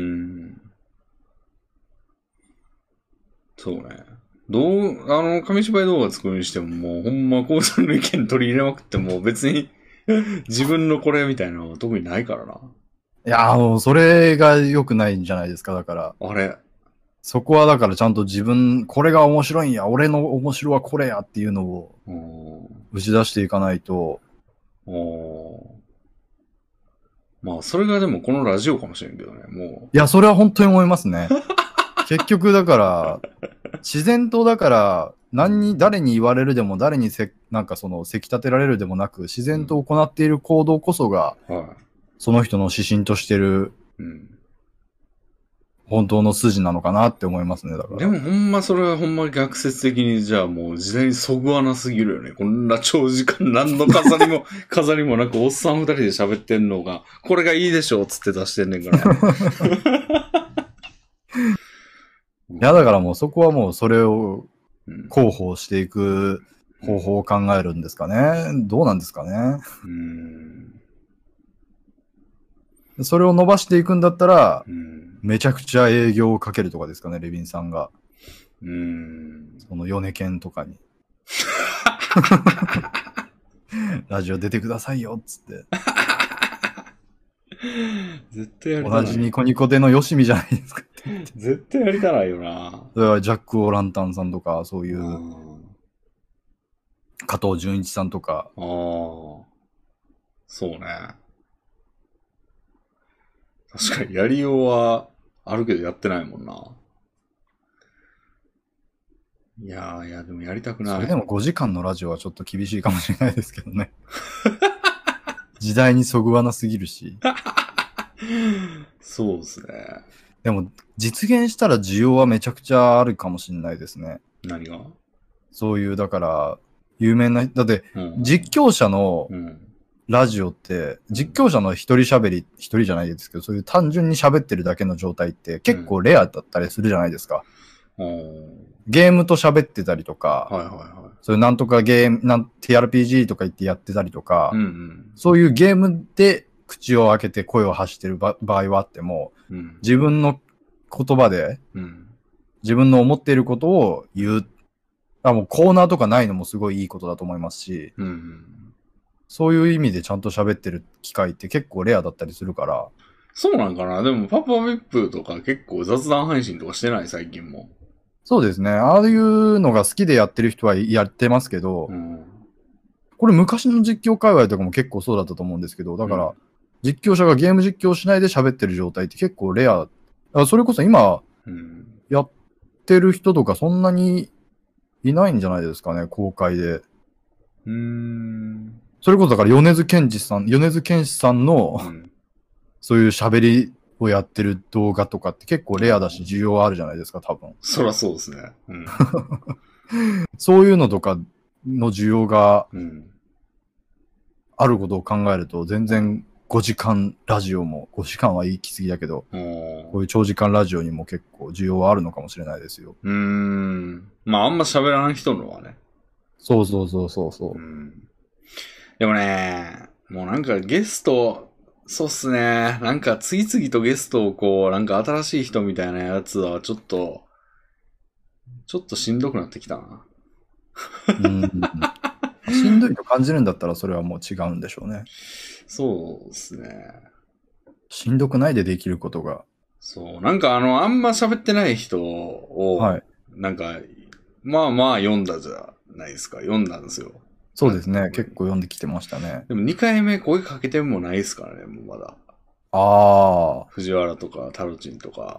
そうね。紙芝居動画作るにしてももうほんまこうさんの意見取り入れまくっても別に自分のこれみたいなのは特にないからな。 いやそれが良くないんじゃないですか、だから。 あれそこはだからちゃんと自分、これが面白いんや、俺の面白はこれやっていうのを打ち出していかないと。 まあ、それがでもこのラジオかもしれんけどね、もう。いや、それは本当に思いますね。結局だから、自然とだから、誰に言われるでも、誰になんかせき立てられるでもなく、自然と行っている行動こそが、その人の指針としてる、本当の筋なのかなって思いますね、だから。 でもほんまそれはほんま逆説的に、じゃあもう時代にそぐわなすぎるよね。こんな長時間何の飾りもなくおっさん二人で喋ってんのが、これがいいでしょっつって出してんねんから。 いや、だからもうそこはもうそれを広報していく方法を考えるんですかね。どうなんですかね。それを伸ばしていくんだったら、めちゃくちゃ営業をかけるとかですかね、レビンさんが。その米犬とかに。ラジオ出てくださいよ、っつって。 絶対やりたない。 同じニコニコでのよしみじゃないですか。 絶対やりたないよな。 それはジャック・オーランタンさんとか、そういう、加藤純一さんとか。 そうね。確かにやりようはあるけどやってないもんな。いやでもやりたくない。 それでも5時間のラジオはちょっと厳しいかもしれないですけどね。時代にそぐわなすぎるし。 そうですね。 でも実現したら需要はめちゃくちゃあるかもしれないですね。 何が？ そういう、だから、有名な、だって、実況者のラジオって、実況者の一人じゃないですけど、そういう単純に喋ってるだけの状態って結構レアだったりするじゃないですか。ゲームと喋ってたりとか、そういうなんとかTRPG とか言ってやってたりとか、そういうゲームで口を開けて声を発してる場合はあっても、自分の言葉で、自分の思っていることを言う。もうコーナーとかないのもすごいいいことだと思いますし、そういう意味でちゃんと喋ってる機会って結構レアだったりするから。 そうなんかな。でもパパウィップとか結構雑談配信とかしてない最近も。 そうですね。ああいうのが好きでやってる人はやってますけど、これ昔の実況界隈とかも結構そうだったと思うんですけど、だから、実況者がゲーム実況しないで喋ってる状態って結構レア。それこそ今、やってる人とかそんなにいないんじゃないですかね、公開で。それこそだから米津玄師さんの、そういう喋りをやってる動画とかって結構レアだし需要あるじゃないですか、多分。 そらそうですね。 そういうのとかの需要があることを考えると、全然5時間ラジオも、5時間は言い過ぎだけど、こういう長時間ラジオにも結構需要はあるのかもしれないですよ。 まああんま喋らない人のはね。 そう。 でもね、もうなんかゲスト、そうっすね。なんか次々とゲストをこう、なんか新しい人みたいなやつはちょっとしんどくなってきたな。 しんどいと感じるんだったらそれはもう違うんでしょうね。 そうですね。 しんどくないでできることが。 そう。なんかあんま喋ってない人を、なんか、まあ読んだじゃないですか。読んだんですよ。 そうですね。結構読んできてましたね。 でも2回目声かけてもないですからね、もうまだ。藤原とか、タロチンとか。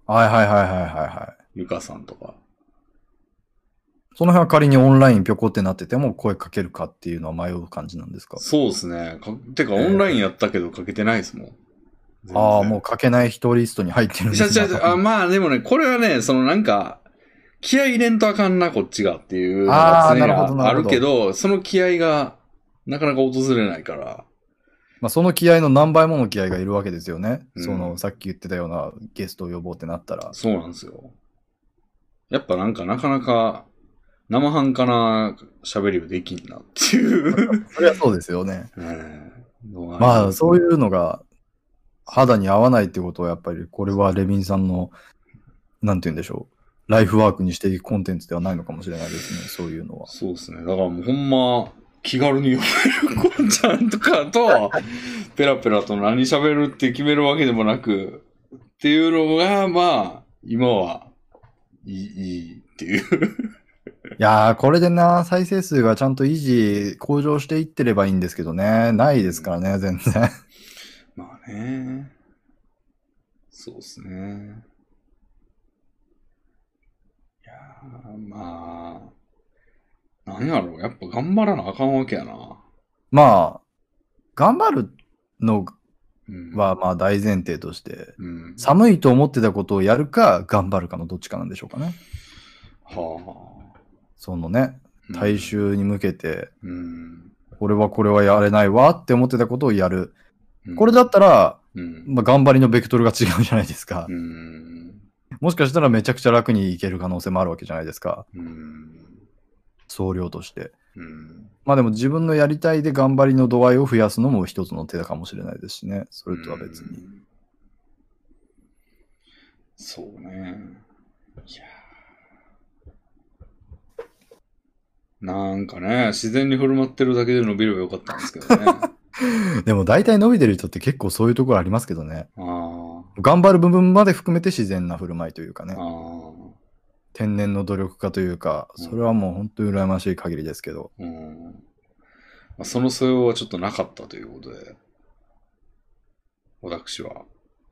ゆかさんとか。 その辺は仮にオンラインぴょこってなってても声かけるかっていうのは迷う感じなんですか？ そうですね。てかオンラインやったけどかけてないですもん。 もうかけない人リストに入ってるんですね。 まあでもね、これはね、なんか、 気合い入れんとあかんな、こっちがっていうのが常にあるけど、その気合がなかなか訪れないから。 まあ、その気合の何倍もの気合がいるわけですよね。さっき言ってたようなゲストを呼ぼうってなったら。 そうなんですよ。やっぱなんかなかなか生半可な喋りをできんなっていう。 そりゃそうですよね。まあ、そういうのが肌に合わないってことは、やっぱりこれはレビンさんの、なんて言うんでしょう。ライフワークにしていくコンテンツではないのかもしれないですね。そういうのは。 そうですね。だからもうほんま、気軽に呼べる子ちゃんとかと、ペラペラと何喋るって決めるわけでもなく、っていうのが、まあ、今はいいっていう。 いやー、これでな、再生数がちゃんと維持、向上していってればいいんですけどね。ないですからね、全然。 まあね。そうですね。いやー、まあ、なんやろう。やっぱ頑張らなあかんわけやな。 まあ、頑張るのはまあ大前提として、寒いと思ってたことをやるか、頑張るかのどっちかなんでしょうかね。はあ。そのね、大衆に向けて、これはやれないわって思ってたことをやる。これだったら、まあ、頑張りのベクトルが違うじゃないですか。もしかしたらめちゃくちゃ楽にいける可能性もあるわけじゃないですか。総量として。まあでも自分のやりたいで頑張りの度合いを増やすのも一つの手かもしれないですしね。それとは別に。 そうね。いやなんかね、自然に振る舞ってるだけで伸びればよかったんですけどね。 でも大体伸びてる人って結構そういうところありますけどね。頑張る部分まで含めて自然な振る舞いというかね。天然の努力家というか、それはもう本当に羨ましい限りですけど。 その素養はちょっとなかったということで、私は。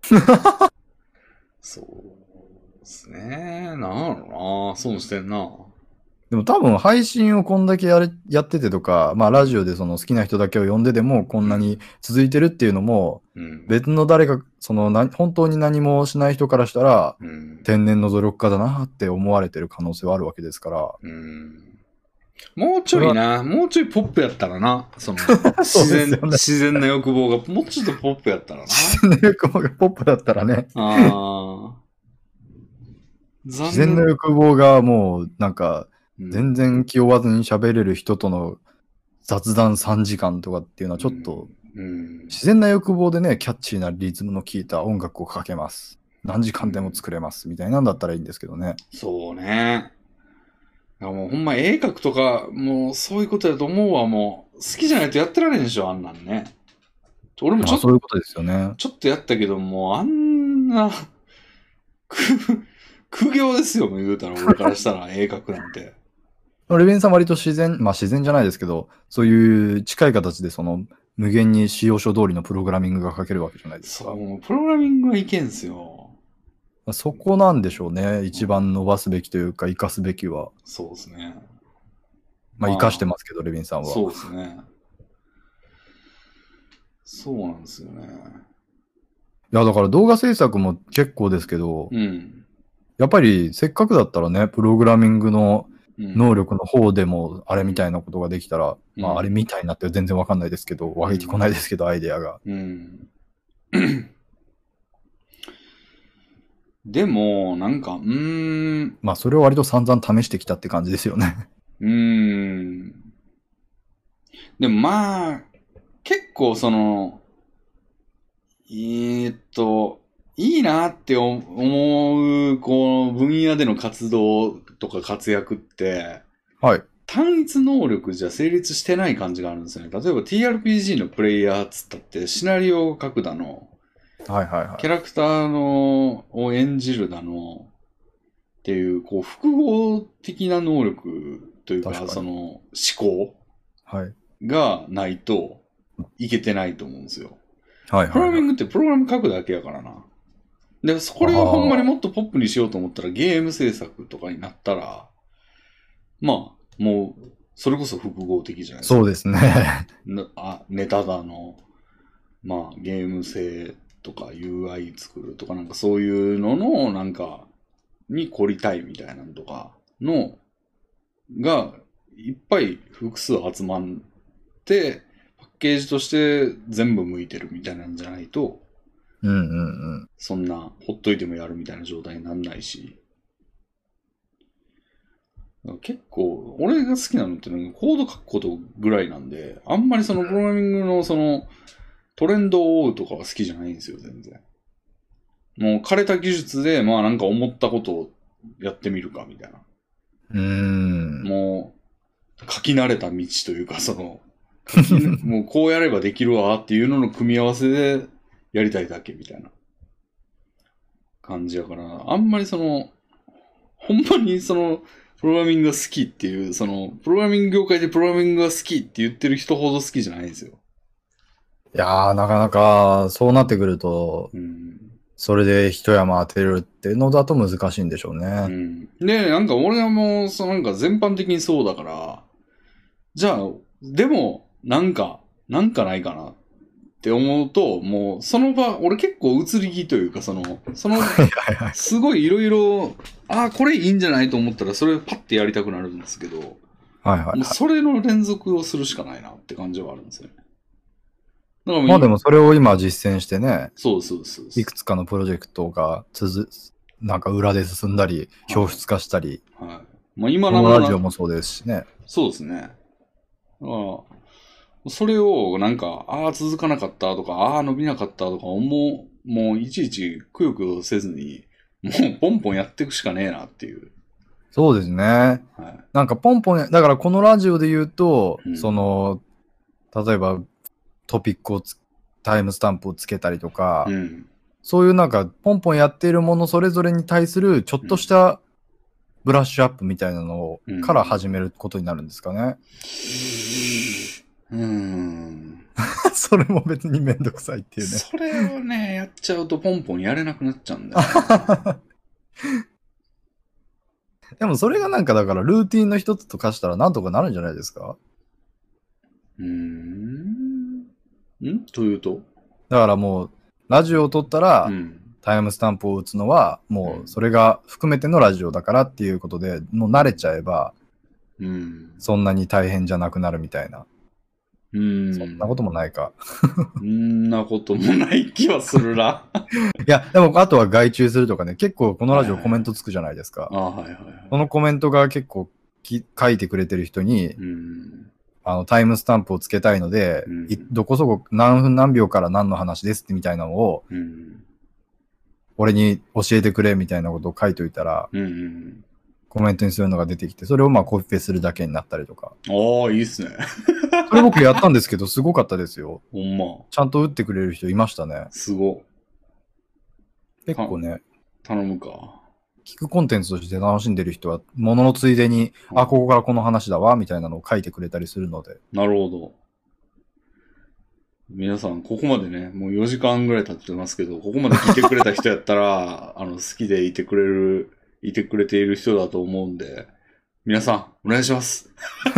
そうですね。なんやろな。損してんな。 でも多分配信をこんだけやっててとか、まあラジオでその好きな人だけを呼んででもこんなに続いてるっていうのも、別の誰か、本当に何もしない人からしたら、天然の努力家だなって思われてる可能性はあるわけですから。 もうちょいな、もうちょいポップやったらな、自然な欲望がもうちょっとポップやったらな。 自然な欲望がポップだったらね。自然な欲望がもうなんか、全然気負わずに喋れる人との雑談3時間とかっていうのはちょっと、自然な欲望でね、キャッチーなリズムの効いた音楽をかけます。何時間でも作れます。みたいなんだったらいいんですけどね。 そうね。もうほんま絵描くとか、もうそういうことだと思うわ、もう。好きじゃないとやってられんでしょ、あんなんね。俺もそういうことですよね。 ちょっとやったけど、もうあんな、苦行ですよ、言うたら、俺からしたら絵描くなんて。 レビンさん割と自然じゃないですけど、そういう近い形で無限に使用書通りのプログラミングが書けるわけじゃないですか。 そう、プログラミングはいけんすよ。 そこなんでしょうね。一番伸ばすべきというか、活かすべきは。 そうですね。 まあ、活かしてますけど、レビンさんは。 そうですね。そうなんですよね。 いや、だから動画制作も結構ですけど、やっぱりせっかくだったらね、プログラミングの能力の方でもあれみたいなことができたら、まああれみたいなって全然わかんないですけど、湧いてこないですけど、アイデアが。 でも、なんか、 まあそれを割と散々試してきたって感じですよね。 でもまあ、結構いいなって思う、この分野での活動とか活躍って、 はい。 単一能力じゃ成立してない感じがあるんですよね。例えば TRPG のプレイヤーっつったってシナリオを書くだの、 はいはいはい。 キャラクターを演じるだの、っていう、こう、複合的な能力というか、思考がないといけてないと思うんですよ。 はいはいはい、 プログラミングってプログラム書くだけやからな。で、これをほんまにもっとポップにしようと思ったらゲーム制作とかになったら、まあ、もう、それこそ複合的じゃないですか。 そうですね。 ネタだの、まあ、ゲーム性とか UI 作るとかなんかそういうのの、なんか、に凝りたいみたいなのとか、 の、が、いっぱい複数集まって、パッケージとして全部向いてるみたいなんじゃないと、そんな、ほっといてもやるみたいな状態になんないし。結構、俺が好きなのってコード書くことぐらいなんで、あんまりそのプログラミングのその、トレンドを追うとかは好きじゃないんですよ、全然。もう枯れた技術で、まあなんか思ったことをやってみるか、みたいな。もう、書き慣れた道というか、その、もうこうやればできるわっていうのの組み合わせでやりたいだけみたいな感じやから、あんまりその、ほんまにその、プログラミングが好きっていう、その、プログラミング業界でプログラミングが好きって言ってる人ほど好きじゃないんですよ。 いやー、なかなかそうなってくると、それで一山当てるっていうのだと難しいんでしょうね。 で、なんか俺はもう、そのなんか全般的にそうだから、じゃあ、でも、なんかないかなって思うと、もう、その場、俺結構移り気というか、その、すごいいろいろ、これいいんじゃないと思ったら、それパッてやりたくなるんですけど、もうそれの連続をするしかないなって感じはあるんですよね。 だからまあでもそれを今実践してね、 そう。 いくつかのプロジェクトがなんか裏で進んだり、表出化したり、 まあ今このラジオもそうですしね。 そうですね。だからそれをなんか、続かなかったとか、伸びなかったとかもういちいちくよくよせずに、もうポンポンやっていくしかねえなっていう。 そうですね。なんかポンポン、だからこのラジオで言うと、その、例えばトピックをタイムスタンプをつけたりとか、そういうなんかポンポンやっているものそれぞれに対するちょっとしたブラッシュアップみたいなのから始めることになるんですかね。それも別にめんどくさいっていうね。 それをね、やっちゃうとポンポンやれなくなっちゃうんだよ、ね。 でもそれがなんかだからルーティンの一つと化したらなんとかなるんじゃないですか？ というと？ だからもう、ラジオを撮ったら、タイムスタンプを打つのは、もうそれが含めてのラジオだからっていうことで、もう慣れちゃえば、そんなに大変じゃなくなるみたいな。そんなこともないか。 そんなこともない気はするな。 いや、でもあとは外注するとかね、結構このラジオコメントつくじゃないですか。そのコメントが結構書いてくれてる人に、タイムスタンプをつけたいので、どこそこ何分何秒から何の話ですってみたいなのを、俺に教えてくれみたいなことを書いといたら、コメントにするのが出てきて、それをまあコピペするだけになったりとか。 いいっすね。 それ僕やったんですけど、すごかったですよ。 ほんま。 ちゃんと打ってくれる人いましたね。 すご。 結構ね。 頼むか。 聞くコンテンツとして楽しんでる人は、もののついでに、ここからこの話だわ、みたいなのを書いてくれたりするので。 なるほど。皆さん、ここまでね、もう4時間ぐらい経ってますけど、ここまで聞いてくれた人やったら、好きでいてくれている人だと思うんで、皆さん、お願いします。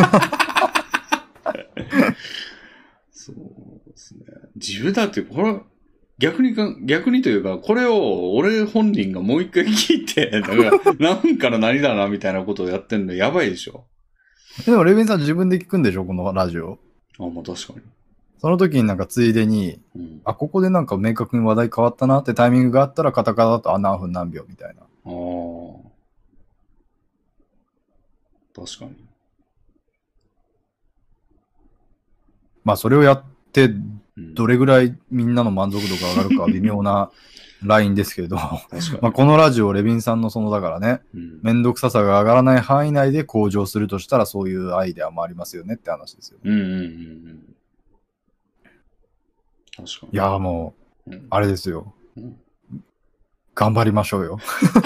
そうですね。自分だって、これ、逆にというか、これを俺本人がもう一回聞いて、なんから何だなみたいなことをやってんのやばいでしょ。 でも、レビンさん自分で聞くんでしょこのラジオ。 まあ確かに。 その時になんかついでに、ここでなんか明確に話題変わったなってタイミングがあったらカタカナだと何分何秒みたいな。 確かに。 まあそれをやって、どれぐらいみんなの満足度が上がるか微妙なラインですけど、まあこのラジオ、レビンさんのだからね、めんどくささが上がらない範囲内で向上するとしたらそういうアイデアもありますよねって話ですよね。 確かに。 いや、もう、あれですよ。頑張りましょうよ。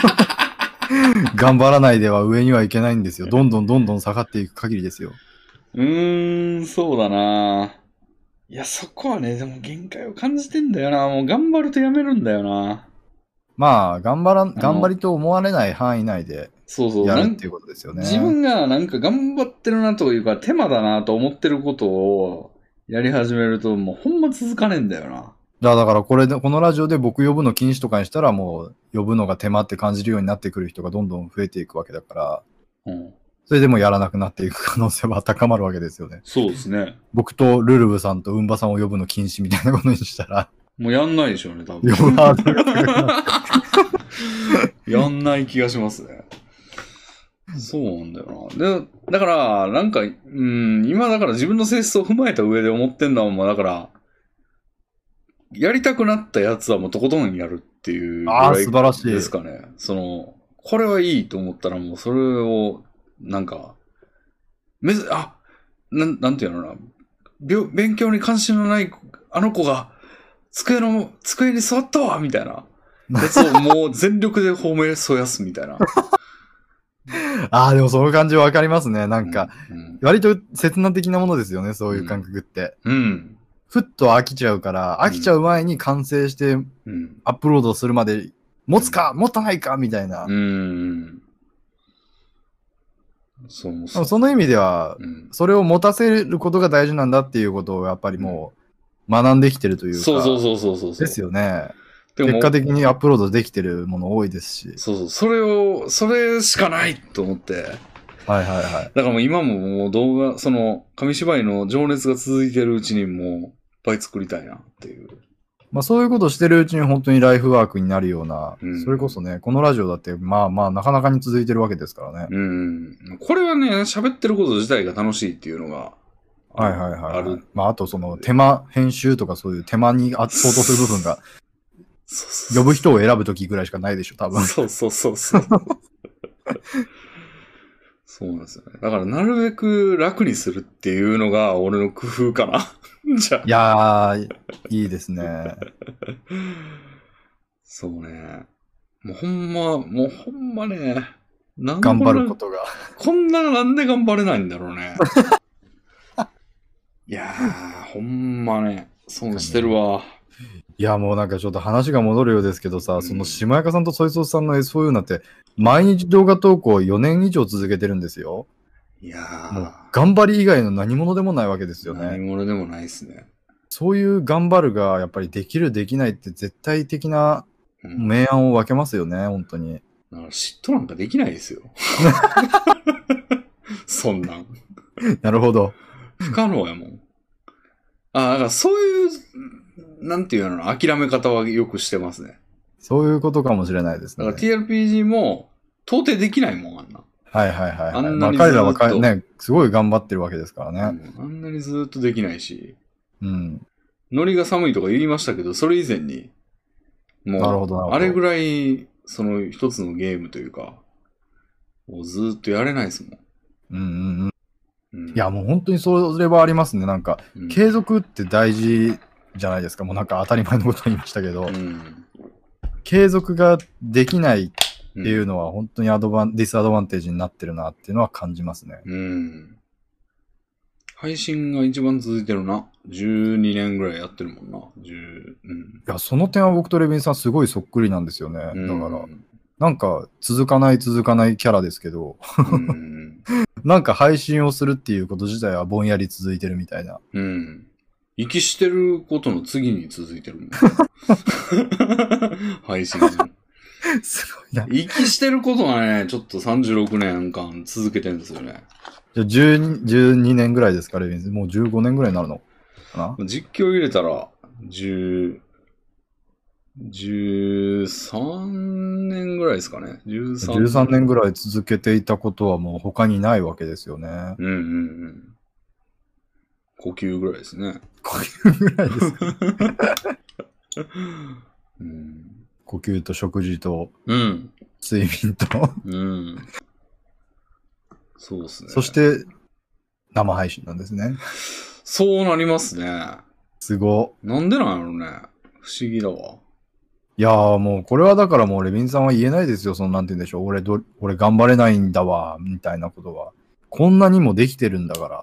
頑張らないでは上にはいけないんですよ。どんどん下がっていく限りですよ。 そうだな。いや、そこはね、でも限界を感じてんだよな。もう頑張るとやめるんだよな。 まあ、頑張りと思われない範囲内でやるっていうことですよね。 自分がなんか頑張ってるなというか、手間だなと思ってることをやり始めると、もうほんま続かねえんだよな。 だからこのラジオで僕呼ぶの禁止とかにしたらもう呼ぶのが手間って感じるようになってくる人がどんどん増えていくわけだから。 それでもやらなくなっていく可能性は高まるわけですよね。 そうですね。 僕とルルブさんとウンバさんを呼ぶの禁止みたいなことにしたら。 もうやんないでしょうね、多分。やんない気がしますね。そうなんだよな。で、だから、なんか、今だから自分の性質を踏まえた上で思ってんのは、もうだから、やりたくなったやつはもうとことんやるっていうぐらい素晴らしいですかね。これはいいと思ったらもうそれを、なんか、なんていうのかな。勉強に関心のないあの子が机に座ったわみたいなやつをもう全力で褒めそやすみたいな。 でもその感じはわかりますね。なんか、割と刹那的なものですよね、そういう感覚って。ふっと飽きちゃうから、飽きちゃう前に完成して、アップロードするまで、持つか、持たないかみたいな。その意味では、それを持たせることが大事なんだっていうことをやっぱりもう学んできてるというか。 そう。 ですよね。結果的にアップロードできてるもの多いですし。 それしかないと思って。 はい。 だからもう今ももう動画、紙芝居の情熱が続いてるうちにもういっぱい作りたいなっていう。 そういうことをしてるうちに本当にライフワークになるような、それこそね、このラジオだってなかなかに続いてるわけですからね。 これはね、喋ってること自体が楽しいっていうのがある。 あと編集とかそういう手間に相当する部分が、呼ぶ人を選ぶときぐらいしかないでしょ、多分。 そう。そうなんですよね。だからなるべく楽にするっていうのが俺の工夫かな。じゃあ。いやー、いいですね。 そうね。もうほんまね。 頑張ることが。 なんで頑張れないんだろうね。いやー、ほんまね。損してるわ。 いや、もうなんかちょっと話が戻るようですけどさ、そのしもやかさんとソイソースさんの SOU なんて、毎日動画投稿4年以上続けてるんですよ。 いやー。 もう頑張り以外の何者でもないわけですよね。 何者でもないですね。 そういう頑張るが、やっぱりできるできないって絶対的な明暗を分けますよね、本当に。 だから嫉妬なんかできないですよ。そんなん。 なるほど。 不可能やもん。だからそういう、なんていうの、諦め方はよくしてますね。 そういうことかもしれないですね。 だから TRPG も到底できないもん、あんな。 はい。彼らはね、すごい頑張ってるわけですからね。 あんなにずっとできないし。ノリが寒いとか言いましたけど、それ以前に、もう、あれぐらい、一つのゲームというか、もうずっとやれないですもん。 いや、もう本当にそれはありますね。なんか、継続って大事じゃないですか。もうなんか当たり前のこと言いましたけど、継続ができないっていうのは本当にディスアドバンテージになってるなっていうのは感じますね。 配信が一番続いてるな。12年ぐらいやってるもんな。いや、その点は僕とレビンさんすごいそっくりなんですよね。だから、なんか続かないキャラですけど、なんか配信をするっていうこと自体はぼんやり続いてるみたいな。 息してることの次に続いてるもん。配信。 すごいな。 息してることはね、ちょっと36年間続けてるんですよね。 じゃあ12年ぐらいですか、レビンズ。もう15年ぐらいになるのかな。 実況入れたら、13年ぐらいですかね。 13年ぐらい続けていたことはもう他にないわけですよね。 呼吸ぐらいですね。 呼吸ぐらいですか。呼吸と食事と、睡眠と、 そうですね。 そして、生配信なんですね。 そうなりますね。 すご。 なんでなんやろね。不思議だわ。 いやーもう、これはだからもう、レビンさんは言えないですよ。なんて言うんでしょう。俺頑張れないんだわ、みたいなことは。こんなにもできてるんだから。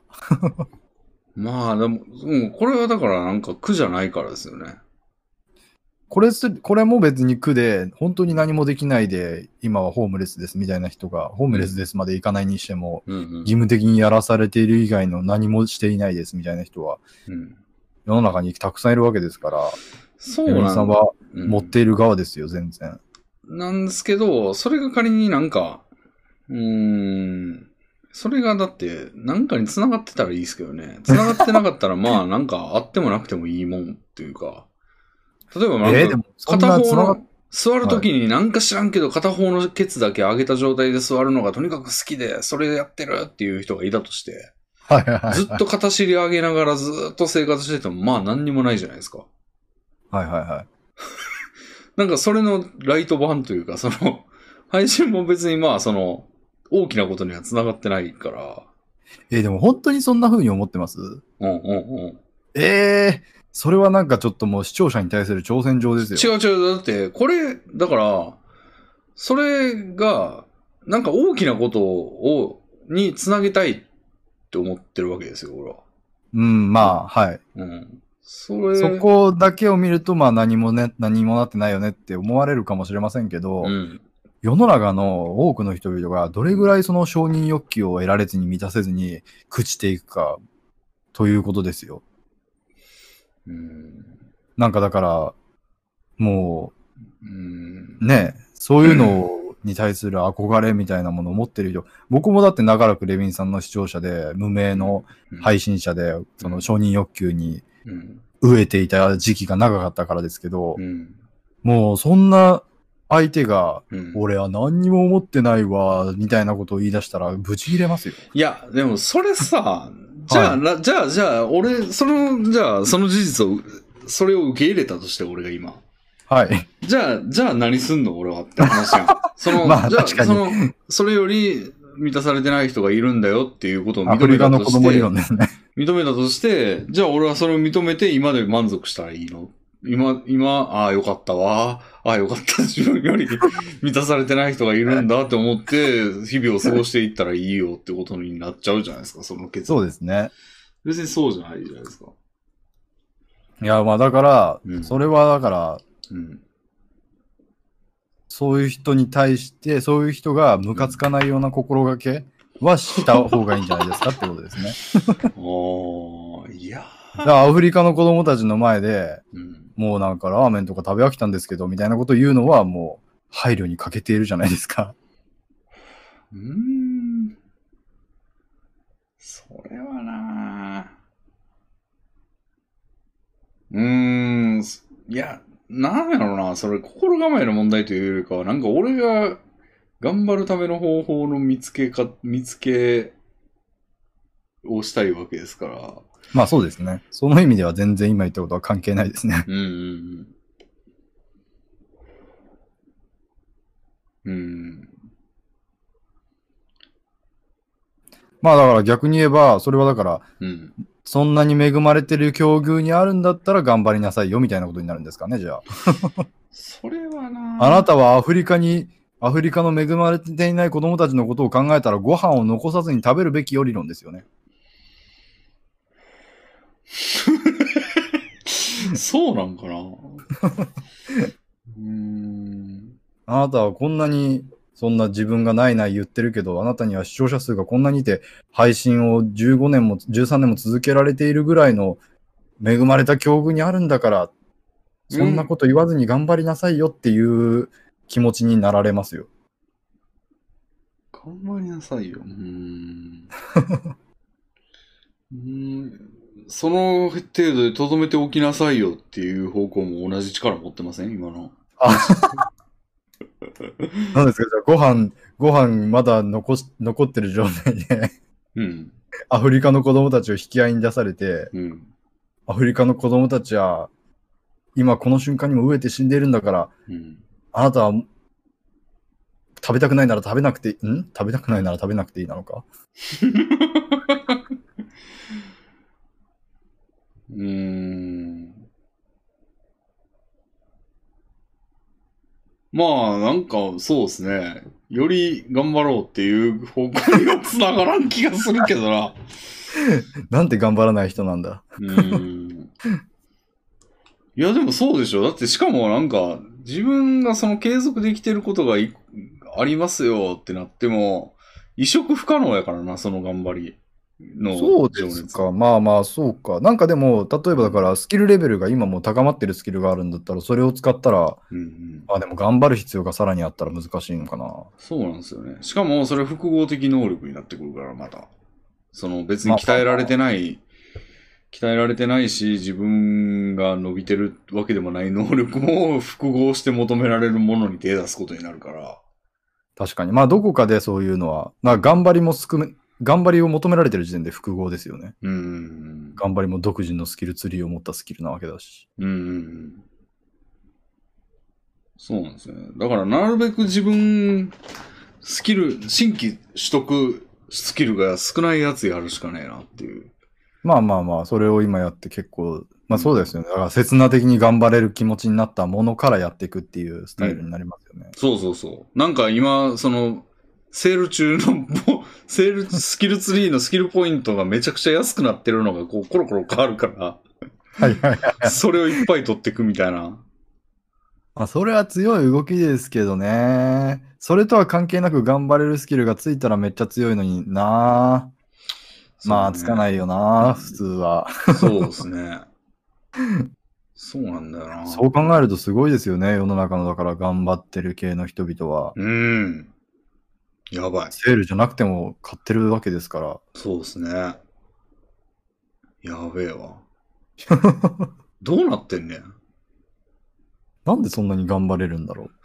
まあ、でも、これはだからなんか苦じゃないからですよね。 これも別に苦で、本当に何もできないで、今はホームレスですみたいな人が、ホームレスですまで行かないにしても、義務的にやらされている以外の何もしていないですみたいな人は、世の中にたくさんいるわけですから、 そうなんだ。 さんは持っている側ですよ、全然。 なんですけど、それが仮になんか、 それがだって、なんかに繋がってたらいいですけどね。繋がってなかったら、まあ、なんかあってもなくてもいいもんっていうか。例えばなんか、片方の、座るときになんか知らんけど、片方のケツだけ上げた状態で座るのがとにかく好きで、それでやってるっていう人がいたとして、ずっと片尻上げながらずっと生活してても、まあ何にもないじゃないですか。 はいはいはい。 なんかそれのライト版というか、その、配信も別にまあその、大きなことには繋がってないから。 でも本当にそんな風に思ってます？それはなんかちょっともう視聴者に対する挑戦状ですよ。 違う。だって、これ、だから、それが、なんか大きなことに繋げたいって思ってるわけですよ、俺は。 まあ、はい。そこだけを見ると、まあ何もなってないよねって思われるかもしれませんけど、世の中の多くの人々がどれぐらいその承認欲求を得られずに満たせずに朽ちていくかということですよ。なんかだから、もう、ね、そういうのに対する憧れみたいなものを持ってる人、僕もだって長らくレビンさんの視聴者で、無名の配信者で、その承認欲求に飢えていた時期が長かったからですけど、もうそんな相手が、俺は何にも思ってないわ、みたいなことを言い出したら、ブチ切れますよ。 いや、でもそれさ、じゃあ、俺、その事実を、それを受け入れたとして、俺が今。 はい。 じゃあ何すんの俺はって話やん。 まあ、確かに。 それより満たされてない人がいるんだよっていうことを認めたとして。アフリカの子供理論ですね。 認めたとして、じゃあ俺はそれを認めて今で満足したらいいの？今、よかったわ。よかった。自分より満たされてない人がいるんだって思って、日々を過ごしていったらいいよってことになっちゃうじゃないですか、その結論。 そうですね。 別にそうじゃないじゃないですか。 いや、まあだから、それはだから、そういう人に対して、そういう人がムカつかないような心がけはした方がいいんじゃないですかってことですね。 いやだからアフリカの子供たちの前で、もうなんかラーメンとか食べ飽きたんですけど、みたいなことを言うのはもう配慮に欠けているじゃないですか。 それはないや、なんやろうな、それ心構えの問題というよりかは、なんか俺が頑張るための方法の見つけをしたいわけですから。 まあそうですね。その意味では全然今言ったことは関係ないですね。まあだから逆に言えば、それはだから、そんなに恵まれてる境遇にあるんだったら頑張りなさいよみたいなことになるんですかね、じゃあ。 それはなあなたはアフリカの恵まれていない子供たちのことを考えたらご飯を残さずに食べるべきよ理論ですよね。 そうなんかなあなたはこんなにそんな自分がない言ってるけど、あなたには視聴者数がこんなにいて、配信を15年も13年も続けられているぐらいの恵まれた境遇にあるんだから、そんなこと言わずに頑張りなさいよっていう気持ちになられますよ。 頑張りなさいよ。その程度で留めておきなさいよっていう方向も同じ力持ってません今の。 何ですかじゃあご飯まだ残ってる状態でアフリカの子供たちを引き合いに出されて、アフリカの子供たちは今この瞬間にも飢えて死んでいるんだから、あなたは食べたくないなら食べなくていいなのかまあ、なんか、そうですね。より頑張ろうっていう方向には繋がらん気がするけどな。 なんて頑張らない人なんだ。 いや、でもそうでしょ。だってしかもなんか、自分がその継続できてることがありますよってなっても、移植不可能やからな、その頑張り。 のそうで情熱。 すか。まあまあ、そうか。なんかでも、例えばだから、スキルレベルが今もう高まってるスキルがあるんだったら、それを使ったら、 うんうん。 あ、でも頑張る必要がさらにあったら難しいのかな。 そうなんですよね。しかも、それ複合的能力になってくるから、また。その別にまあまあまあ、 鍛えられてないし、自分が伸びてるわけでもない能力も複合して求められるものに手出すことになるから。 確かに。まあ、どこかでそういうのは、まあ、頑張りも含め、頑張りを求められてる時点で複合ですよね。頑張りも独自のスキルツリーを持ったスキルなわけだし。 そうなんですね。だからなるべく自分、新規取得スキルが少ないやつやるしかねえなっていう。 まあまあまあ、それを今やって結構、まあそうですよね。だから刹那的に頑張れる気持ちになったものからやっていくっていうスタイルになりますよね。 そうそうそう。なんか今、セール中の、スキルツリーのスキルポイントがめちゃくちゃ安くなってるのがこうコロコロ変わるから、 はいはいはい。 それをいっぱい取っていくみたいな。 まあ、それは強い動きですけどね。それとは関係なく頑張れるスキルがついたらめっちゃ強いのにな。まあ、つかないよな、普通は。 そうですね。そうなんだよな。 そう考えるとすごいですよね、世の中の、だから頑張ってる系の人々は。 やばい。 セールじゃなくても買ってるわけですから。 そうですね。やべえわ。どうなってんねん。 なんでそんなに頑張れるんだろう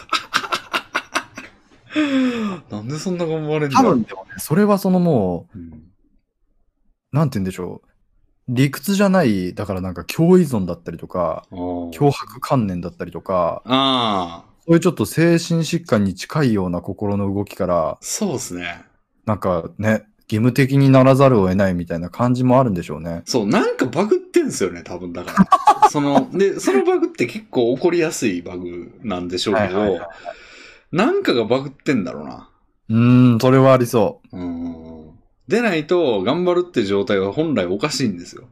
っていう。 なんでそんな頑張れんだろう。 多分でもね、それはもう、なんて言うんでしょう。理屈じゃない、だからなんか共依存だったりとか、脅迫観念だったりとか、そういうちょっと精神疾患に近いような心の動きから、 そうですね。 なんかね、義務的にならざるを得ないみたいな感じもあるんでしょうね。 そう、なんかバグってんすよね、多分だから。そのバグって結構起こりやすいバグなんでしょうけど、なんかがバグってんだろうな。 それはありそう。 でないと、頑張るって状態は本来おかしいんですよ。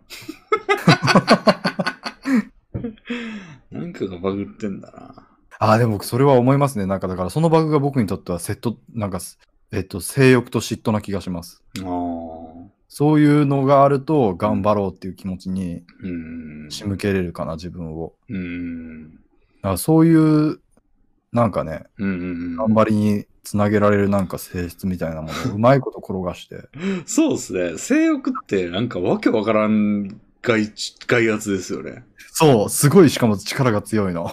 なんかがバグってんだな。 でもそれは思いますね。なんかだからそのバグが僕にとってはなんか、性欲と嫉妬な気がします。そういうのがあると頑張ろうっていう気持ちに仕向けれるかな、自分を。だからそういう、なんかね、頑張りにつなげられるなんか性質みたいなものをうまいこと転がして。 そうですね。性欲ってなんかわけわからん外圧ですよね。 そう、すごいしかも力が強いの。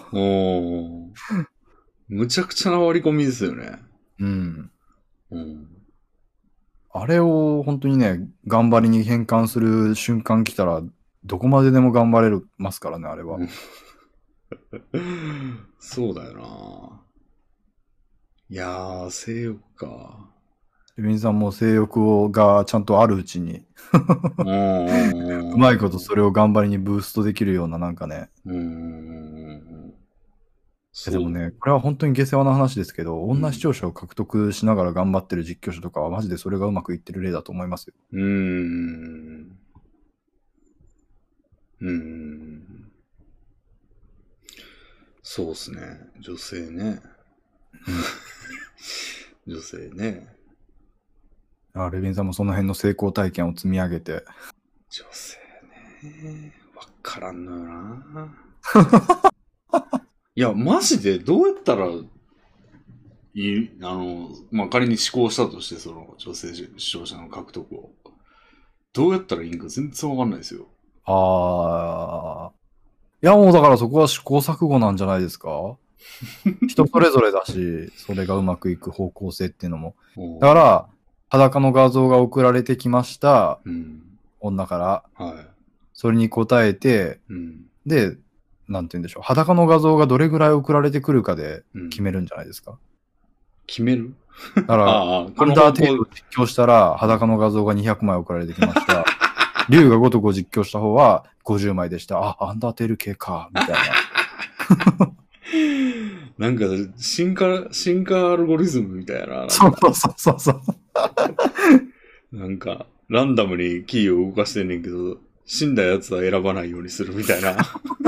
むちゃくちゃな割り込みですよね。 あれを本当にね、頑張りに変換する瞬間来たら、どこまででも頑張れますからね、あれは。 そうだよな。いやー、性欲か。 レビンさんも性欲がちゃんとあるうちにうまいことそれを頑張りにブーストできるようななんかね。でもね、これは本当に下世話な話ですけど、女視聴者を獲得しながら頑張ってる実況者とかはマジでそれがうまくいってる例だと思いますよ。 そうっすね。女性ね。女性ね。 レビンさんもその辺の成功体験を積み上げて。 女性ね。わからんのよな。いや、マジでどうやったら仮に思考したとして、その女性視聴者の獲得を。どうやったらいいんか全然わかんないですよ。 いやもうだからそこは試行錯誤なんじゃないですか人それぞれだし、それがうまくいく方向性っていうのも。だから、裸の画像が送られてきました。女から。それに答えて、で、なんて言うんでしょう。裸の画像がどれぐらい送られてくるかで決めるんじゃないですか。 決めるだから、アンダーテールを実況したら、裸の画像が200枚送られてきました。竜が如くを実況した方は50枚でした。アンダーテール系か、みたいな。 なんか、進化アルゴリズムみたいな。 そう。 なんか、ランダムにキーを動かしてんねんけど、死んだやつは選ばないようにするみたいな。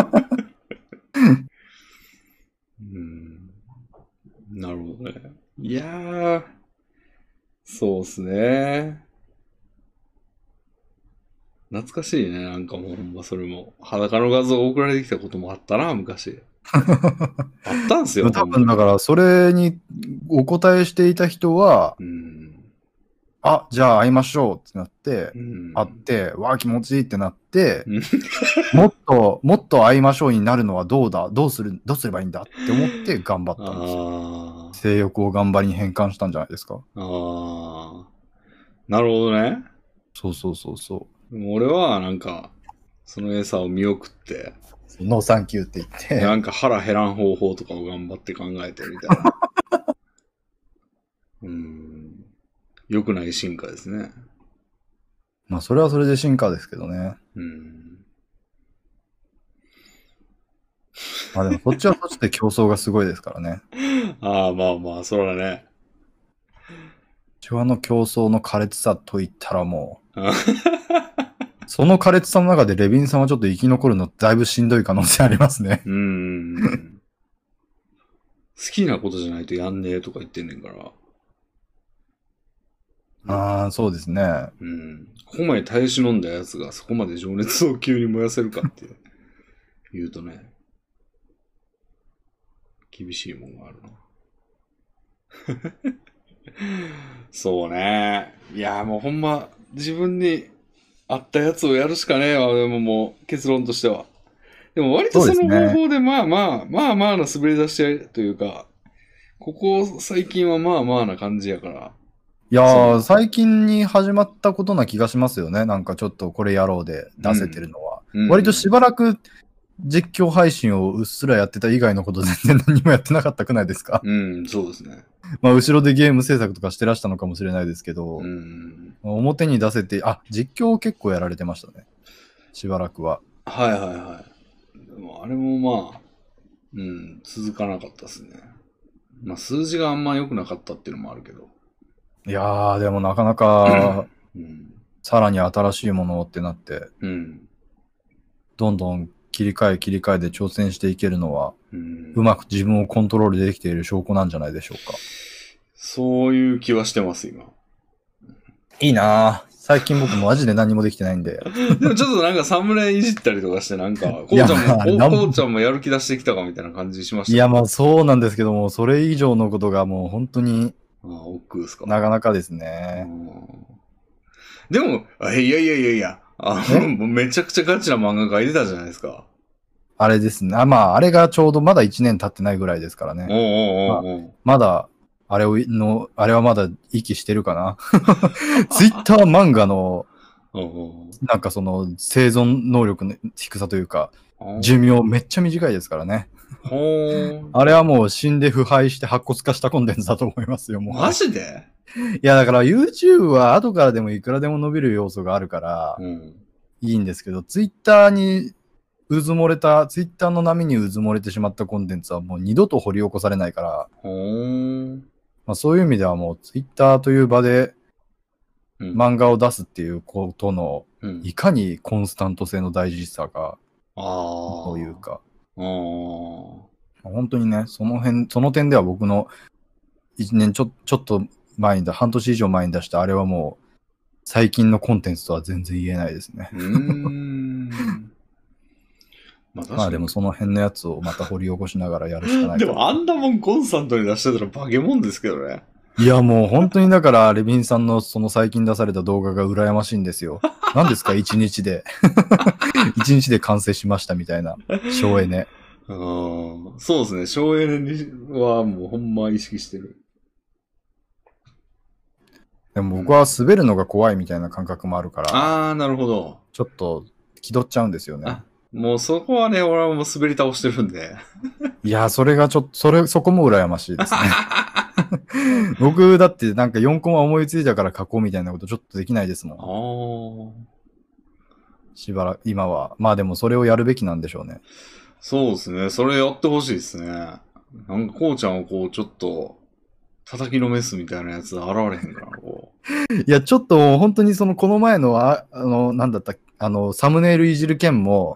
なるほどね。いやー、そうっすね。 懐かしいね。なんかもうほんまそれも。裸の画像送られてきたこともあったな、昔。あったんすよ。 多分だから、それにお答えしていた人は、あ、じゃあ会いましょうってなって、会って、わあ気持ちいいってなって、もっと会いましょうになるのはどうすればいいんだって思って頑張ったんですよ。性欲を頑張りに変換したんじゃないですか。 なるほどね。 そう。 でも俺はなんか、その餌を見送って、 ノーサンキューって言って。 なんか腹減らん方法とかを頑張って考えてみたいな。良くない進化ですね。 まあ、それはそれで進化ですけどね。まあでも、そっちはそっちで競争がすごいですからね。 まあ、そらね。 シワの競争の苛烈さといったらもう、その苛烈さの中でレビンさんはちょっと生き残るのだいぶしんどい可能性ありますね。 好きなことじゃないとやんねえとか言ってんねんから。 そうですね。 ここまで耐え忍んだやつがそこまで情熱を急に燃やせるかって言うとね、厳しいもんがあるな。そうね。いや、もうほんま、自分に合ったやつをやるしかねえわ、でももう結論としては。でも割とその方法でまあな滑り出しというか、ここ最近はまあな感じやから。 いやー、最近に始まったことな気がしますよね。なんかちょっとこれやろうで出せてるのは。割としばらく実況配信をうっすらやってた以外のこと全然何もやってなかったくないですか？ そうですね。 まあ後ろでゲーム制作とかしてらしたのかもしれないですけど、表に出せて、実況を結構やられてましたね。しばらくは。 はい。でもあれもまあ、続かなかったですね。まあ数字があんま良くなかったっていうのもあるけど。 いやー、でもなかなか、さらに新しいものってなって、どんどん切り替えで挑戦していけるのは、うまく自分をコントロールできている証拠なんじゃないでしょうか。 そういう気はしてます、今。 いいなぁ。最近僕マジで何もできてないんで。 でもちょっとなんかサムネいじったりとかしてなんか、こうちゃんもやる気出してきたかみたいな感じしました、ね。 いやまあそうなんですけども、それ以上のことがもう本当に、なかなかですね。 でも、いや、めちゃくちゃガチな漫画描いてたじゃないですか。 あれですね。まあ、あれがちょうどまだ1年経ってないぐらいですからね。まだ、あれはまだ息してるかな。ツイッター漫画の、なんかその生存能力の低さというか、寿命めっちゃ短いですからね。あれはもう死んで腐敗して白骨化したコンテンツだと思いますよ、もう。 マジで？ いや、だから YouTube は後からでもいくらでも伸びる要素があるから、いいんですけど、ツイッターの波に渦漏れてしまったコンテンツはもう二度と掘り起こされないから、まあ、そういう意味ではもうツイッターという場で漫画を出すっていうことの、いかにコンスタント性の大事さが、というか、本当にね、その点では僕の1年ちょっと前に半年以上前に出したあれはもう、最近のコンテンツとは全然言えないですね。まあでもその辺のやつをまた掘り起こしながらやるしかない。 でもあんなもんコンスタントに出してたら化け物ですけどね。 いやもう本当にだからレビンさんのその最近出された動画が羨ましいんですよ。何ですか1日で。1日で完成しましたみたいな。省エネ。 そうですね。省エネはもうほんま意識してる。 でも僕は滑るのが怖いみたいな感覚もあるから。 なるほど。 ちょっと気取っちゃうんですよね。 もうそこはね、俺はもう滑り倒してるんで。 いや、それがそこも羨ましいですね。僕だってなんか4コマ思いついたから書こうみたいなことちょっとできないですもん。今は。まあでもそれをやるべきなんでしょうね。 そうですね。それやってほしいですね。なんかこうちゃんをこうちょっと叩きのめすみたいなやつ現れへんかな、こう。いや、ちょっと本当にこの前のなんだったサムネイルいじる件も、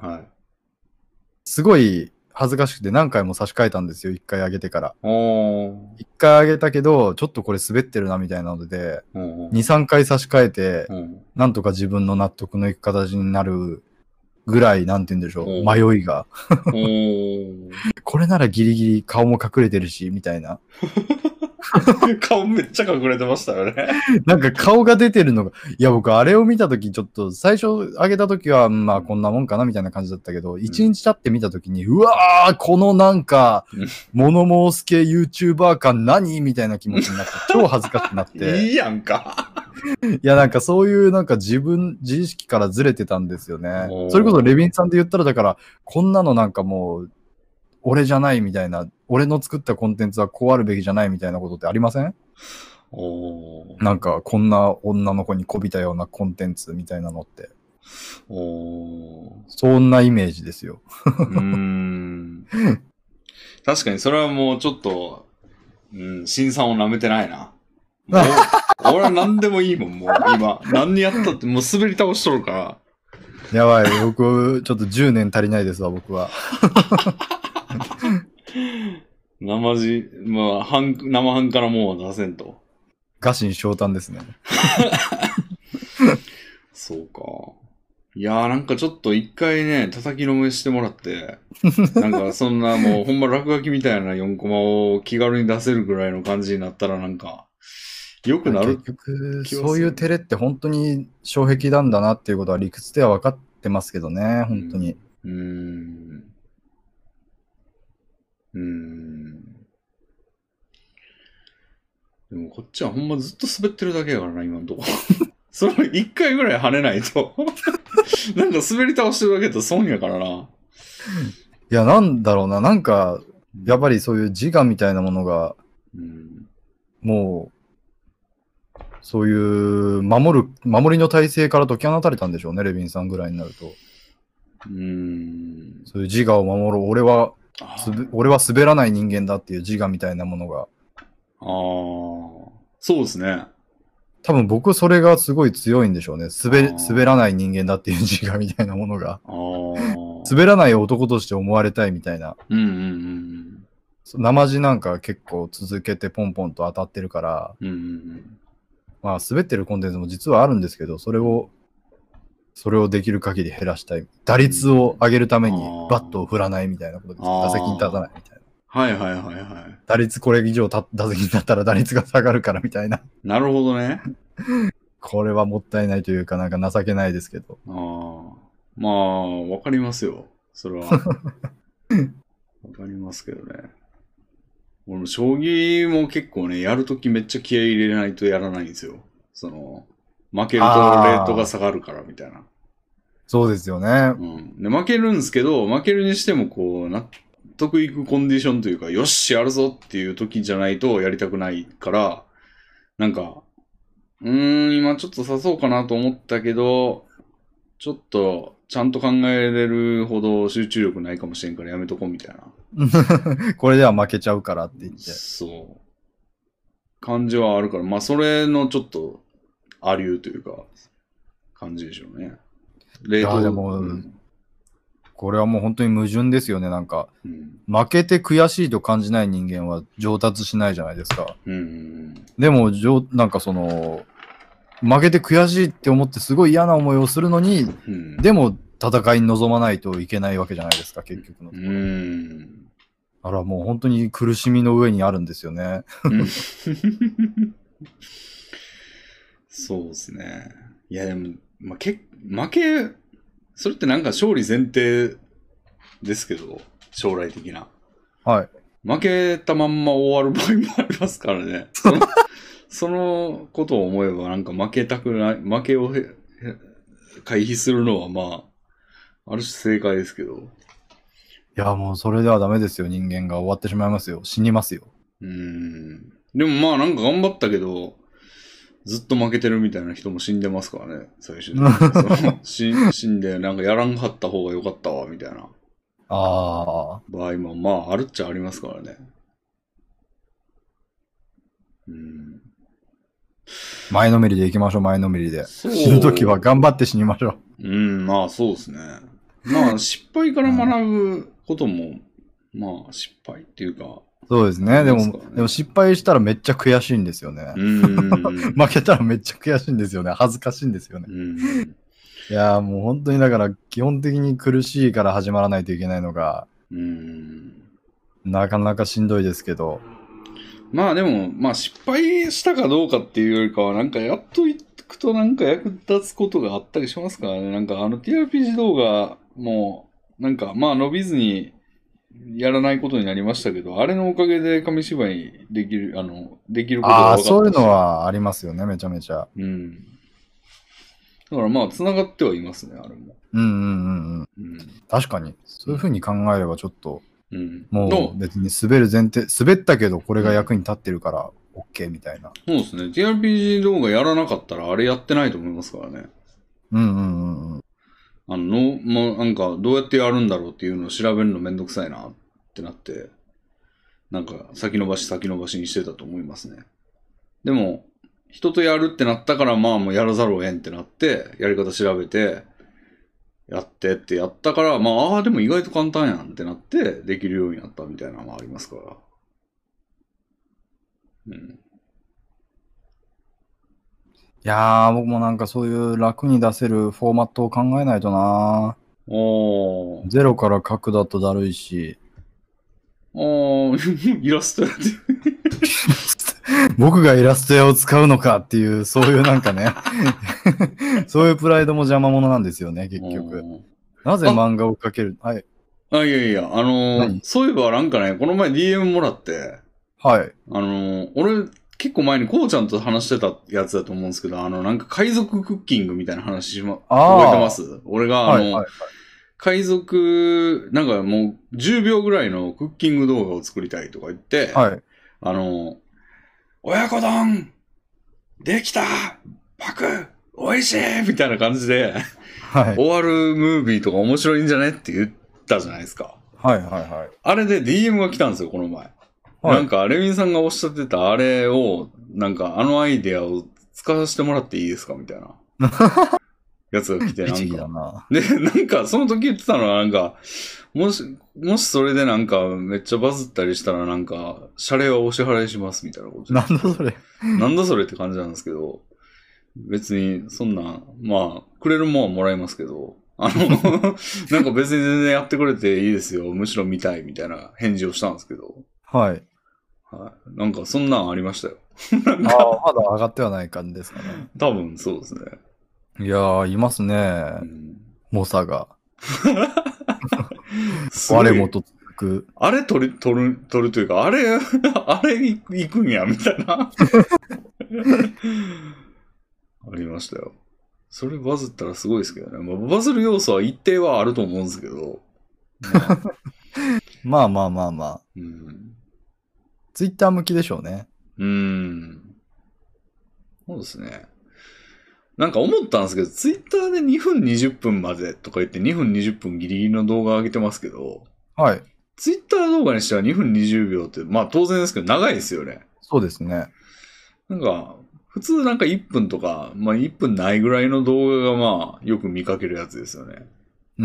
すごい恥ずかしくて何回も差し替えたんですよ、1回上げてから。1 回上げたけど、ちょっとこれ滑ってるなみたいなので、2、3回差し替えて、なんとか自分の納得のいく形になるぐらい、なんて言うんでしょう、迷いが。これならギリギリ顔も隠れてるし、みたいな。 顔めっちゃ隠れてましたよね。 なんか顔が出てるのが、いや僕あれを見たときちょっと最初上げたときはまあこんなもんかなみたいな感じだったけど、1日経って見たときに、うわーこのなんか、物申す系 YouTuber 感何みたいな気持ちになって、超恥ずかしくなって。 いいやんか。 いやなんかそういうなんか自意識からずれてたんですよね。それこそレビンさんで言ったらだから、こんなのなんかもう、俺じゃないみたいな、俺の作ったコンテンツはこうあるべきじゃないみたいなことってありません？なんかこんな女の子にこびたようなコンテンツみたいなのって。そんなイメージですよ。 確かにそれはもうちょっと、辛酸を舐めてないな。もう俺は何でもいいもん、もう今。何やったってもう滑り倒しとるから。 やばい、僕、ちょっと10年足りないですわ、僕は。 まあ、生半からもう出せんと。 餓心昇胆ですね。 そうか。いやーなんかちょっと一回ね、叩きのめしてもらって、なんかそんなもうほんま落書きみたいな4コマを気軽に出せるぐらいの感じになったらなんか、良くなる。 結局、そういうテレって本当に障壁なんだなっていうことは理屈では分かってますけどね、本当に。 でもこっちはほんまずっと滑ってるだけやからな、今のとこ。それ一回ぐらい跳ねないと。なんか滑り倒してるだけだと損やからな。いや、なんだろうな、なんか、やっぱりそういう自我みたいなものが、もう、そういう守りの体制から解き放たれたんでしょうね、レビンさんぐらいになると。そういう自我を守る、俺は滑らない人間だっていう自我みたいなものが。 そうですね。 多分僕それがすごい強いんでしょうね。滑らない人間だっていう自我みたいなものが。滑らない男として思われたいみたいな。生地なんか結構続けてポンポンと当たってるから、まあ滑ってるコンテンツも実はあるんですけど、それをできる限り減らしたい。打率を上げるためにバットを振らないみたいなことです。打席に立たないみたいな。 はいはいはいはい。 打率これ以上打席に立ったら打率が下がるからみたいな。 なるほどね。 これはもったいないというかなんか情けないですけど。 まあ、わかりますよ。それは。わかりますけどね。俺も将棋も結構ね、やるときめっちゃ気合い入れないとやらないんですよ。負けるとレートが下がるからみたいな。 そうですよね。 で負けるんですけど、負けるにしてもこう、納得いくコンディションというか、よし、やるぞっていう時じゃないとやりたくないから、なんか、今ちょっと誘そうかなと思ったけど、ちょっとちゃんと考えれるほど集中力ないかもしれんからやめとこうみたいな。 これでは負けちゃうからって言って。 そう。感じはあるから、まあそれのちょっと、ありゅうというか、感じでしょうね。 いやでも、これはもう本当に矛盾ですよね、なんか。負けて悔しいと感じない人間は上達しないじゃないですか。でも、なんか負けて悔しいって思ってすごい嫌な思いをするのに、でも戦いに臨まないといけないわけじゃないですか、結局のところ。だからもう本当に苦しみの上にあるんですよね。 そうですね。いやでも、負け、それってなんか勝利前提ですけど、将来的な。 はい。 負けたまんま終わる場合もありますからね。そのことを思えばなんか負けを回避するのはまあ、ある種正解ですけど。いやもうそれではダメですよ、人間が終わってしまいますよ。死にますよ。 でもまあなんか頑張ったけど、ずっと負けてるみたいな人も死んでますからね、最終的に。死んで、なんかやらんかった方が良かったわ、みたいな。場合も、まあ、あるっちゃありますからね。 前のめりで行きましょう、前のめりで。死ぬときは頑張って死にましょう。まあそうですね。まあ、失敗から学ぶことも、まあ、失敗っていうか、 そうですね。でも失敗したらめっちゃ悔しいんですよね。負けたらめっちゃ悔しいんですよね。恥ずかしいんですよね。いやーもう本当にだから基本的に苦しいから始まらないといけないのが、なかなかしんどいですけど。 まあでも、まあ失敗したかどうかっていうよりかは、なんかやっといくとなんか役立つことがあったりしますからね。なんかTRPG 動画も、なんかまあ伸びずにやらないことになりましたけど、あれのおかげで紙芝居できる、できることが分かったし。 そういうのはありますよね、めちゃめちゃ。 だからまあ、繋がってはいますね、あれも。 確かに。そういうふうに考えればちょっと、もう別に滑る前提、滑ったけどこれが役に立ってるから OK みたいな。 そうですね。TRPG 動画やらなかったらあれやってないと思いますからね。もうなんかどうやってやるんだろうっていうのを調べるのめんどくさいなってなって、なんか先延ばしにしてたと思いますね。でも、人とやるってなったからまあもうやらざるを得んってなって、やり方調べて、やってってやったから、まあ、でも意外と簡単やんってなって、できるようになったみたいなのもありますから。 いやー、僕もなんかそういう楽に出せるフォーマットを考えないとなー。ゼロから書くだとだるいし。 イラストやって僕がイラスト屋を使うのかっていう、そういうなんかね、そういうプライドも邪魔者なんですよね、結局。なぜ漫画を描ける？はい。 いや、そういえばなんかね、この前 DM もらって、 はい。 俺、結構前にこうちゃんと話してたやつだと思うんですけど、なんか海賊クッキングみたいな話覚えてます？俺が海賊、なんかもう10秒ぐらいのクッキング動画を作りたいとか言って、親子丼できたパク美味しいみたいな感じで、終わるムービーとか面白いんじゃねって言ったじゃないですか。あれで DM が来たんですよ、この前。なんか、レミンさんがおっしゃってたあれを、なんか、アイデアを使わせてもらっていいですかみたいな。やつが来て、なんか。で、なんか、その時言ってたのは、なんか、もしそれでなんか、めっちゃバズったりしたら、なんか、謝礼はお支払いします、みたいなこと。 なんだそれ。 なんだそれって感じなんですけど、別に、そんな、まあ、くれるもんはもらいますけど、なんか別に全然やってくれていいですよ。むしろ見たい、みたいな返事をしたんですけど。 はい。 なんか、そんなんありましたよ。 まだ上がってはない感じですかね。 多分、そうですね。 いやー、いますね。猛者が。我もとつく。 あれ取るというか、あれ行くんや、みたいな。ありましたよ。それバズったらすごいですけどね。まあ、バズる要素は一定はあると思うんですけど。 まあ。ツイッター向きでしょうね。 そうですね。なんか思ったんですけど、ツイッターで2分20分までとか言って2分20分ギリギリの動画上げてますけど、 はい。 ツイッター動画にしては2分20秒って、まあ当然ですけど長いですよね。 そうですね。 なんか、普通なんか1分とか、まあ1分ないぐらいの動画がまあよく見かけるやつですよね。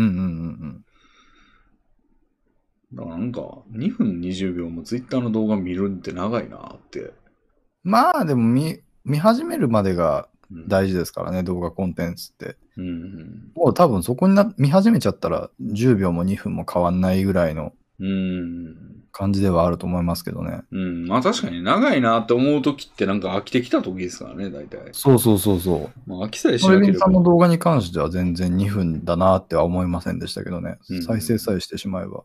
だからなんか、2分20秒もツイッターの動画見るって長いなって。 まあでも見始めるまでが大事ですからね、動画コンテンツって。もう多分そこに見始めちゃったら10秒も2分も変わんないぐらいの感じではあると思いますけどね。 まあ確かに長いなって思うときってなんか飽きてきたときですからね、大体。 そう。 まあ飽きさえしなければ。 レビンさんの動画に関しては全然2分だなっては思いませんでしたけどね。再生さえしてしまえば。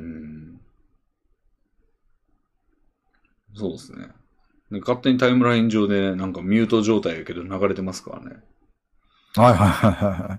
そうですね。勝手にタイムライン上でなんかミュート状態やけど流れてますからね。 はい。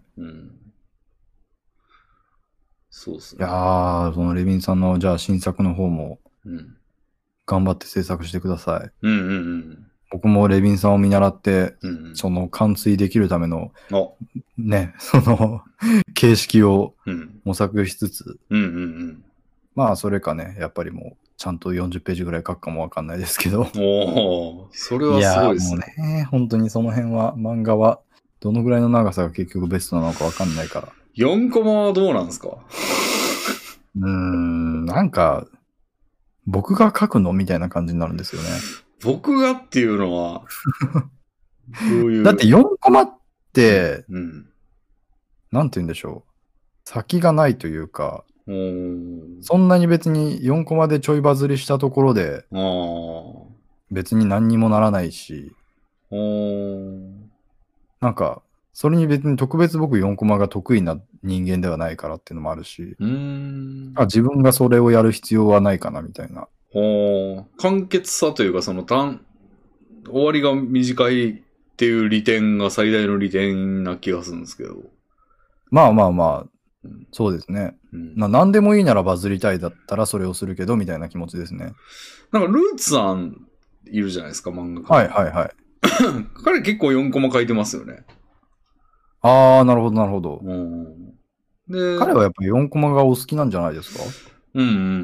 そうですね。 いやー、そのレビンさんのじゃあ新作の方も頑張って制作してください。僕もレビンさんを見習って、その完遂できるためのね、その形式を模索しつつ、まあそれかね、やっぱりもうちゃんと40ページぐらい書くかもわかんないですけど。 それはすごいですね。 いやもうね、本当にその辺は漫画はどのぐらいの長さが結局ベストなのかわかんないから。 4コマはどうなんですか？ なんか、 僕が書くのみたいな感じになるんですよね。 僕がっていうのは、どういう。 だって4コマって、なんて言うんでしょう。先がないというか、そんなに別に4コマでちょいバズりしたところで、別に何にもならないし、なんか、それに別に特別僕4コマが得意な人間ではないからっていうのもあるし、自分がそれをやる必要はないかなみたいな。 簡潔さというか、終わりが短いっていう利点が最大の利点な気がするんですけど。 まあ、そうですね。何でもいいならバズりたいだったらそれをするけど、みたいな気持ちですね。 なんかルーツさんいるじゃないですか、漫画家。 はい。 彼結構4コマ書いてますよね。 なるほど。で、彼はやっぱり4コマがお好きなんじゃないですか？も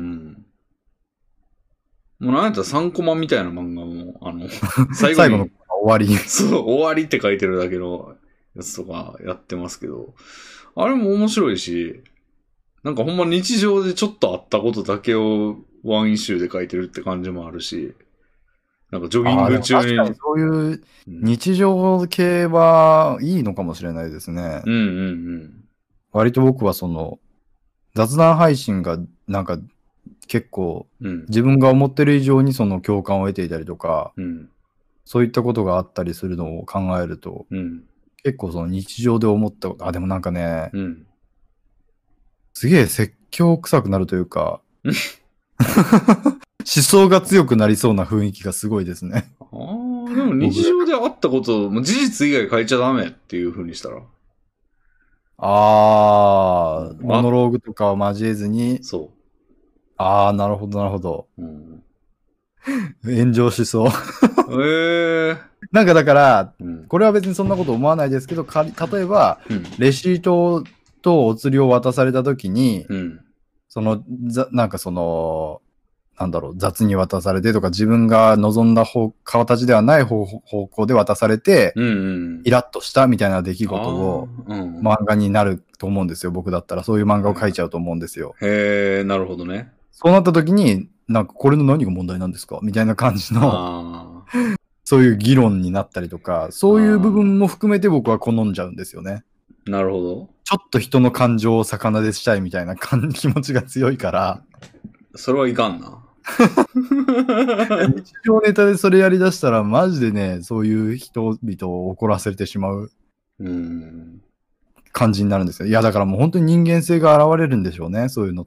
うなんやったら3コマみたいな漫画も、 最後の終わり。 そう、終わりって書いてるだけのやつとかやってますけど、あれも面白いし、なんかほんま日常でちょっとあったことだけをワンイシューで書いてるって感じもあるし、なんかジョギング中に。 確かにそういう日常系はいいのかもしれないですね。割と僕は雑談配信がなんか結構自分が思ってる以上にその共感を得ていたりとか、そういったことがあったりするのを考えると、結構その日常で思ったこと、でもなんかね、すげえ説教臭くなるというか、思想が強くなりそうな雰囲気がすごいですね。 でも日常であったことを事実以外書いちゃダメっていう風にしたら。 モノローグとかを交えずに。そう。なるほど。炎上しそう。なんかだから、これは別にそんなこと思わないですけど、例えば、レシートとお釣りを渡されたときに、雑に渡されてとか、自分が望んだ形ではない方向で渡されて、イラッとしたみたいな出来事を漫画になると思うんですよ。僕だったらそういう漫画を描いちゃうと思うんですよ。 なるほどね。 そうなった時に、なんかこれの何が問題なんですかみたいな感じの、そういう議論になったりとか、そういう部分も含めて僕は好んじゃうんですよね。 なるほど。 ちょっと人の感情を逆なでしたいみたいな気持ちが強いから。 それはいかんな。 日常ネタでそれやりだしたらマジでね、そういう人々を怒らせてしまう感じになるんですよ。いやだからもう本当に人間性が現れるんでしょうね、そういうのって。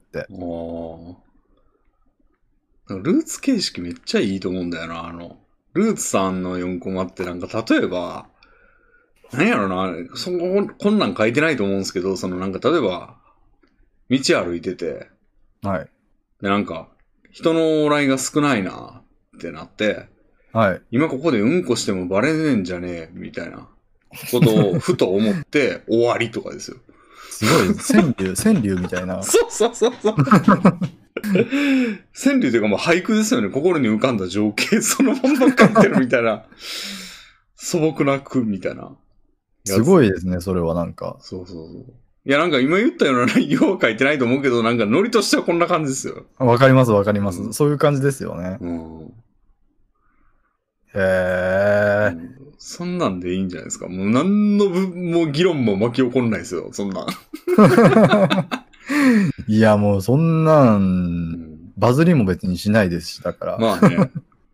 ルーツ形式めっちゃいいと思うんだよな。ルーツさんの4コマってなんか例えば、何やろな、こんなん書いてないと思うんですけど、なんか例えば、道歩いてて、 はい。 でなんか、人の往来が少ないなってなって、 はい。 今ここでうんこしてもバレねえんじゃねえ、みたいなことをふと思って終わりとかですよ。 すごい、川柳みたいな。 そう。川柳というかもう俳句ですよね。心に浮かんだ情景そのまま書いてるみたいな。素朴な句みたいな。 すごいですね、それはなんか。 そう。いや、なんか今言ったような内容は書いてないと思うけど、なんかノリとしてはこんな感じですよ。 わかります。そういう感じですよね。へー。 そんなんでいいんじゃないですか。もう何のもう議論も巻き起こんないですよ、そんなん。 いや、もうそんなん、バズりも別にしないですし、だから。 まあね。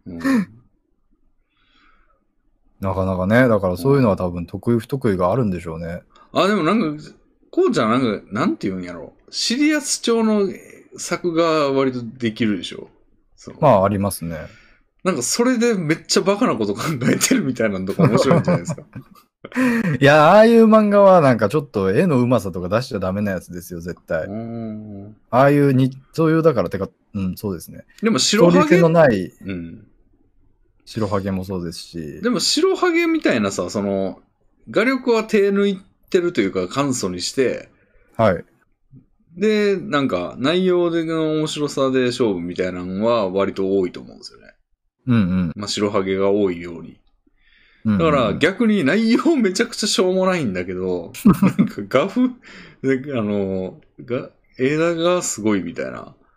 なかなかね、だからそういうのは多分得意不得意があるんでしょうね。 でもなんか、こうちゃんなんか、なんて言うんやろ。シリアス調の作が割とできるでしょ。 ありますね。 なんかそれでめっちゃバカなこと考えてるみたいなのとか面白いんじゃないですか。 いや、ああいう漫画はなんかちょっと絵の上手さとか出しちゃダメなやつですよ、絶対。ああいうそういうだからそうですね。 でも白ハゲのない、白ハゲもそうですし。 でも白ハゲみたいなさ、画力は手抜いてるというか簡素にして、 はい。 で、なんか内容での面白さで勝負みたいなのは割と多いと思うんですよね。まあ白ハゲが多いように。だから逆に内容めちゃくちゃしょうもないんだけど、なんか画風、映画がすごいみたいな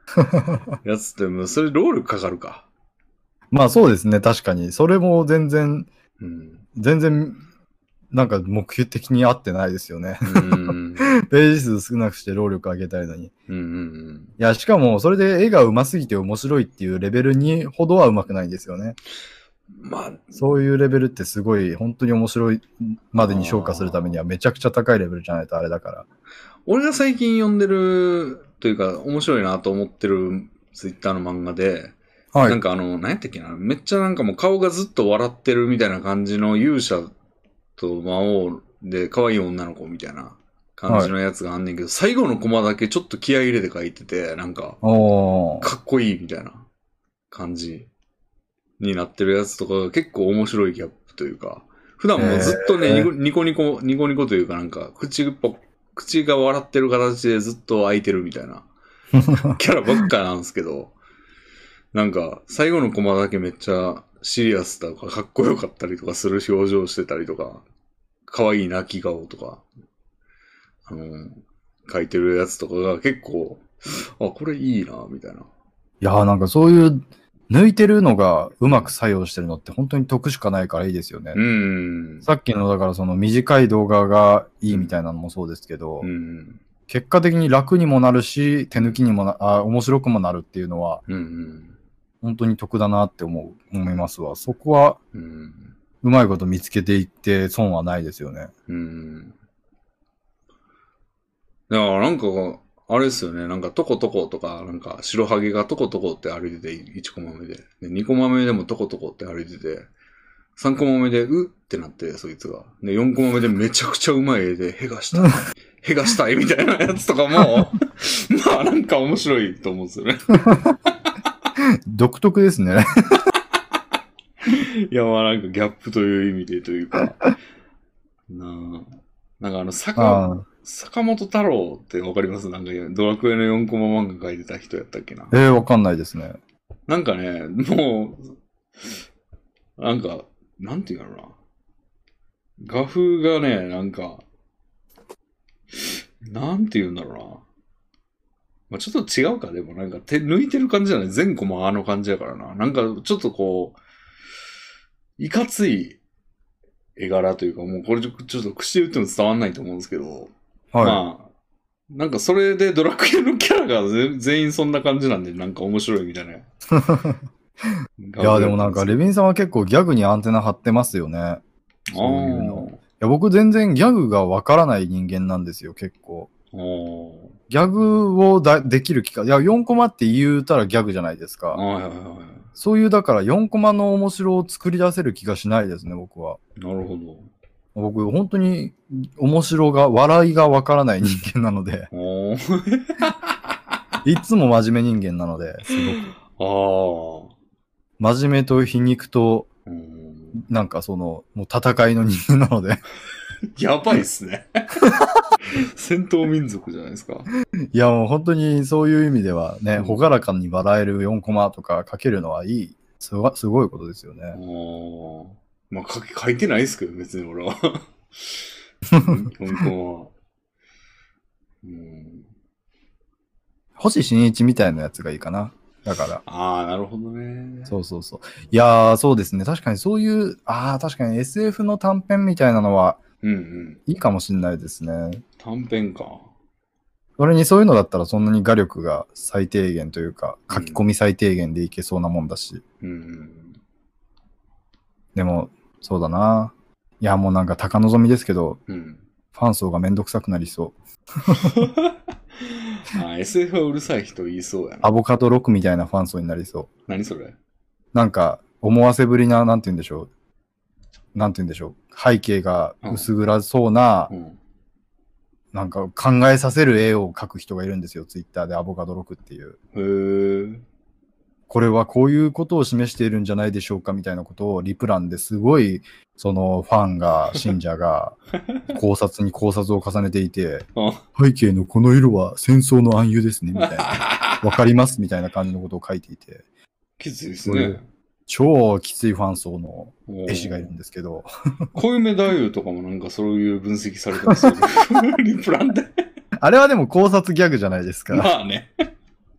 やつってもうそれ労力かかるか。 まあそうですね、確かに。それも全然、 うん、 全然、なんか目標的に合ってないですよね。ページ数少なくして労力上げたいのに。いや、しかもそれで絵が上手すぎて面白いっていうレベルにほどは上手くないんですよね。まあ、そういうレベルってすごい本当に面白いまでに昇華するためにはめちゃくちゃ高いレベルじゃないとあれだから。 俺が最近読んでるというか面白いなと思ってるツイッターの漫画で、はい、なんか何やったっけな、めっちゃなんかもう顔がずっと笑ってるみたいな感じの勇者と魔王で可愛い女の子みたいな感じのやつがあんねんけど、はい、最後のコマだけちょっと気合い入れて書いてて、なんか、かっこいいみたいな感じになってるやつとかが結構面白いギャップというか、普段もずっとね、ニコニコというかなんか、口が笑ってる形でずっと開いてるみたいなキャラばっかなんですけど、なんか、最後のコマだけめっちゃシリアスとかかっこよかったりとかする表情してたりとか、可愛い泣き顔とか、書いてるやつとかが結構、あ、これいいな、みたいな。いやーなんかそういう抜いてるのがうまく作用してるのって本当に得しかないからいいですよね。さっきのだからその短い動画がいいみたいなのもそうですけど、結果的に楽にもなるし、手抜きにも面白くもなるっていうのは、本当に得だなって思いますわ。そこは、うまいこと見つけていって損はないですよね。 だからなんか、あれですよね。なんかトコトコとか、なんか白ハゲがトコトコって歩いてて、1コマ目で。で、2コマ目でもトコトコって歩いてて、3コマ目で、うってなって、そいつが。で、4コマ目でめちゃくちゃうまい絵で、へがしたい。へがしたいみたいなやつとかも、まあなんか面白いと思うんですよね。 独特ですね。 いや、まあなんかギャップという意味でというか、なんか坂本太郎ってわかります？なんかドラクエの4コマ漫画描いてた人やったっけな。 わかんないですね。 なんかね、もう、なんか、なんていうのな。画風がね、なんか、なんていうんだろうな。まあ、ちょっと違うか、でもなんか手抜いてる感じじゃない？全コマあの感じやからな。なんかちょっとこう、いかつい絵柄というか、もうこれちょっと口で言っても伝わんないと思うんですけど、はい、まあ、なんかそれでドラクエのキャラが全員そんな感じなんで、なんか面白いみたいな。いや、でもなんかレビンさんは結構ギャグにアンテナ張ってますよね。そういうの。いや、僕全然ギャグがわからない人間なんですよ、結構。ギャグをできる機会。いや、4コマって言うたらギャグじゃないですか。そういう、だから4コマの面白を作り出せる気がしないですね、僕は。 なるほど。 僕、本当に面白笑いがわからない人間なので。いつも真面目人間なので、すごく。真面目と皮肉と、なんかもう戦いの人間なので。 やばいっすね。戦闘民族じゃないですか。 いや、もう本当にそういう意味ではね、ほがらかに笑える4コマとか書けるのはいい。すごいことですよね。 まあ、書いてないですけど、別に俺は。4コマ。 星新一みたいなやつがいいかな。だから。 ああ、なるほどね。 そう。いやー、そうですね。確かにそういう、確かに SF の短編みたいなのは、いいかもしれないですね。 短編か。 それにそういうのだったらそんなに画力が最低限というか、書き込み最低限でいけそうなもんだし。でも、そうだな。いや、もうなんか高望みですけど、ファン層がめんどくさくなりそう。 SF はうるさい人言いそうやな。 アボカド6みたいなファン層になりそう。 何それ？ なんか、思わせぶりな、なんて言うんでしょう。背景が薄暗そうな、なんか考えさせる絵を描く人がいるんですよ、ツイッターでアボカド6っていう。これはこういうことを示しているんじゃないでしょうかみたいなことをリプランですごい、ファンが、信者が考察に考察を重ねていて、背景のこの色は戦争の暗喩ですね、みたいな。わかりますみたいな感じのことを書いていて。 きついですね。 超きついファン層の絵師がいるんですけど。 小夢太夫とかもなんかそういう分析されてますよね。リプランで。 あれはでも考察ギャグじゃないですか。 まあね。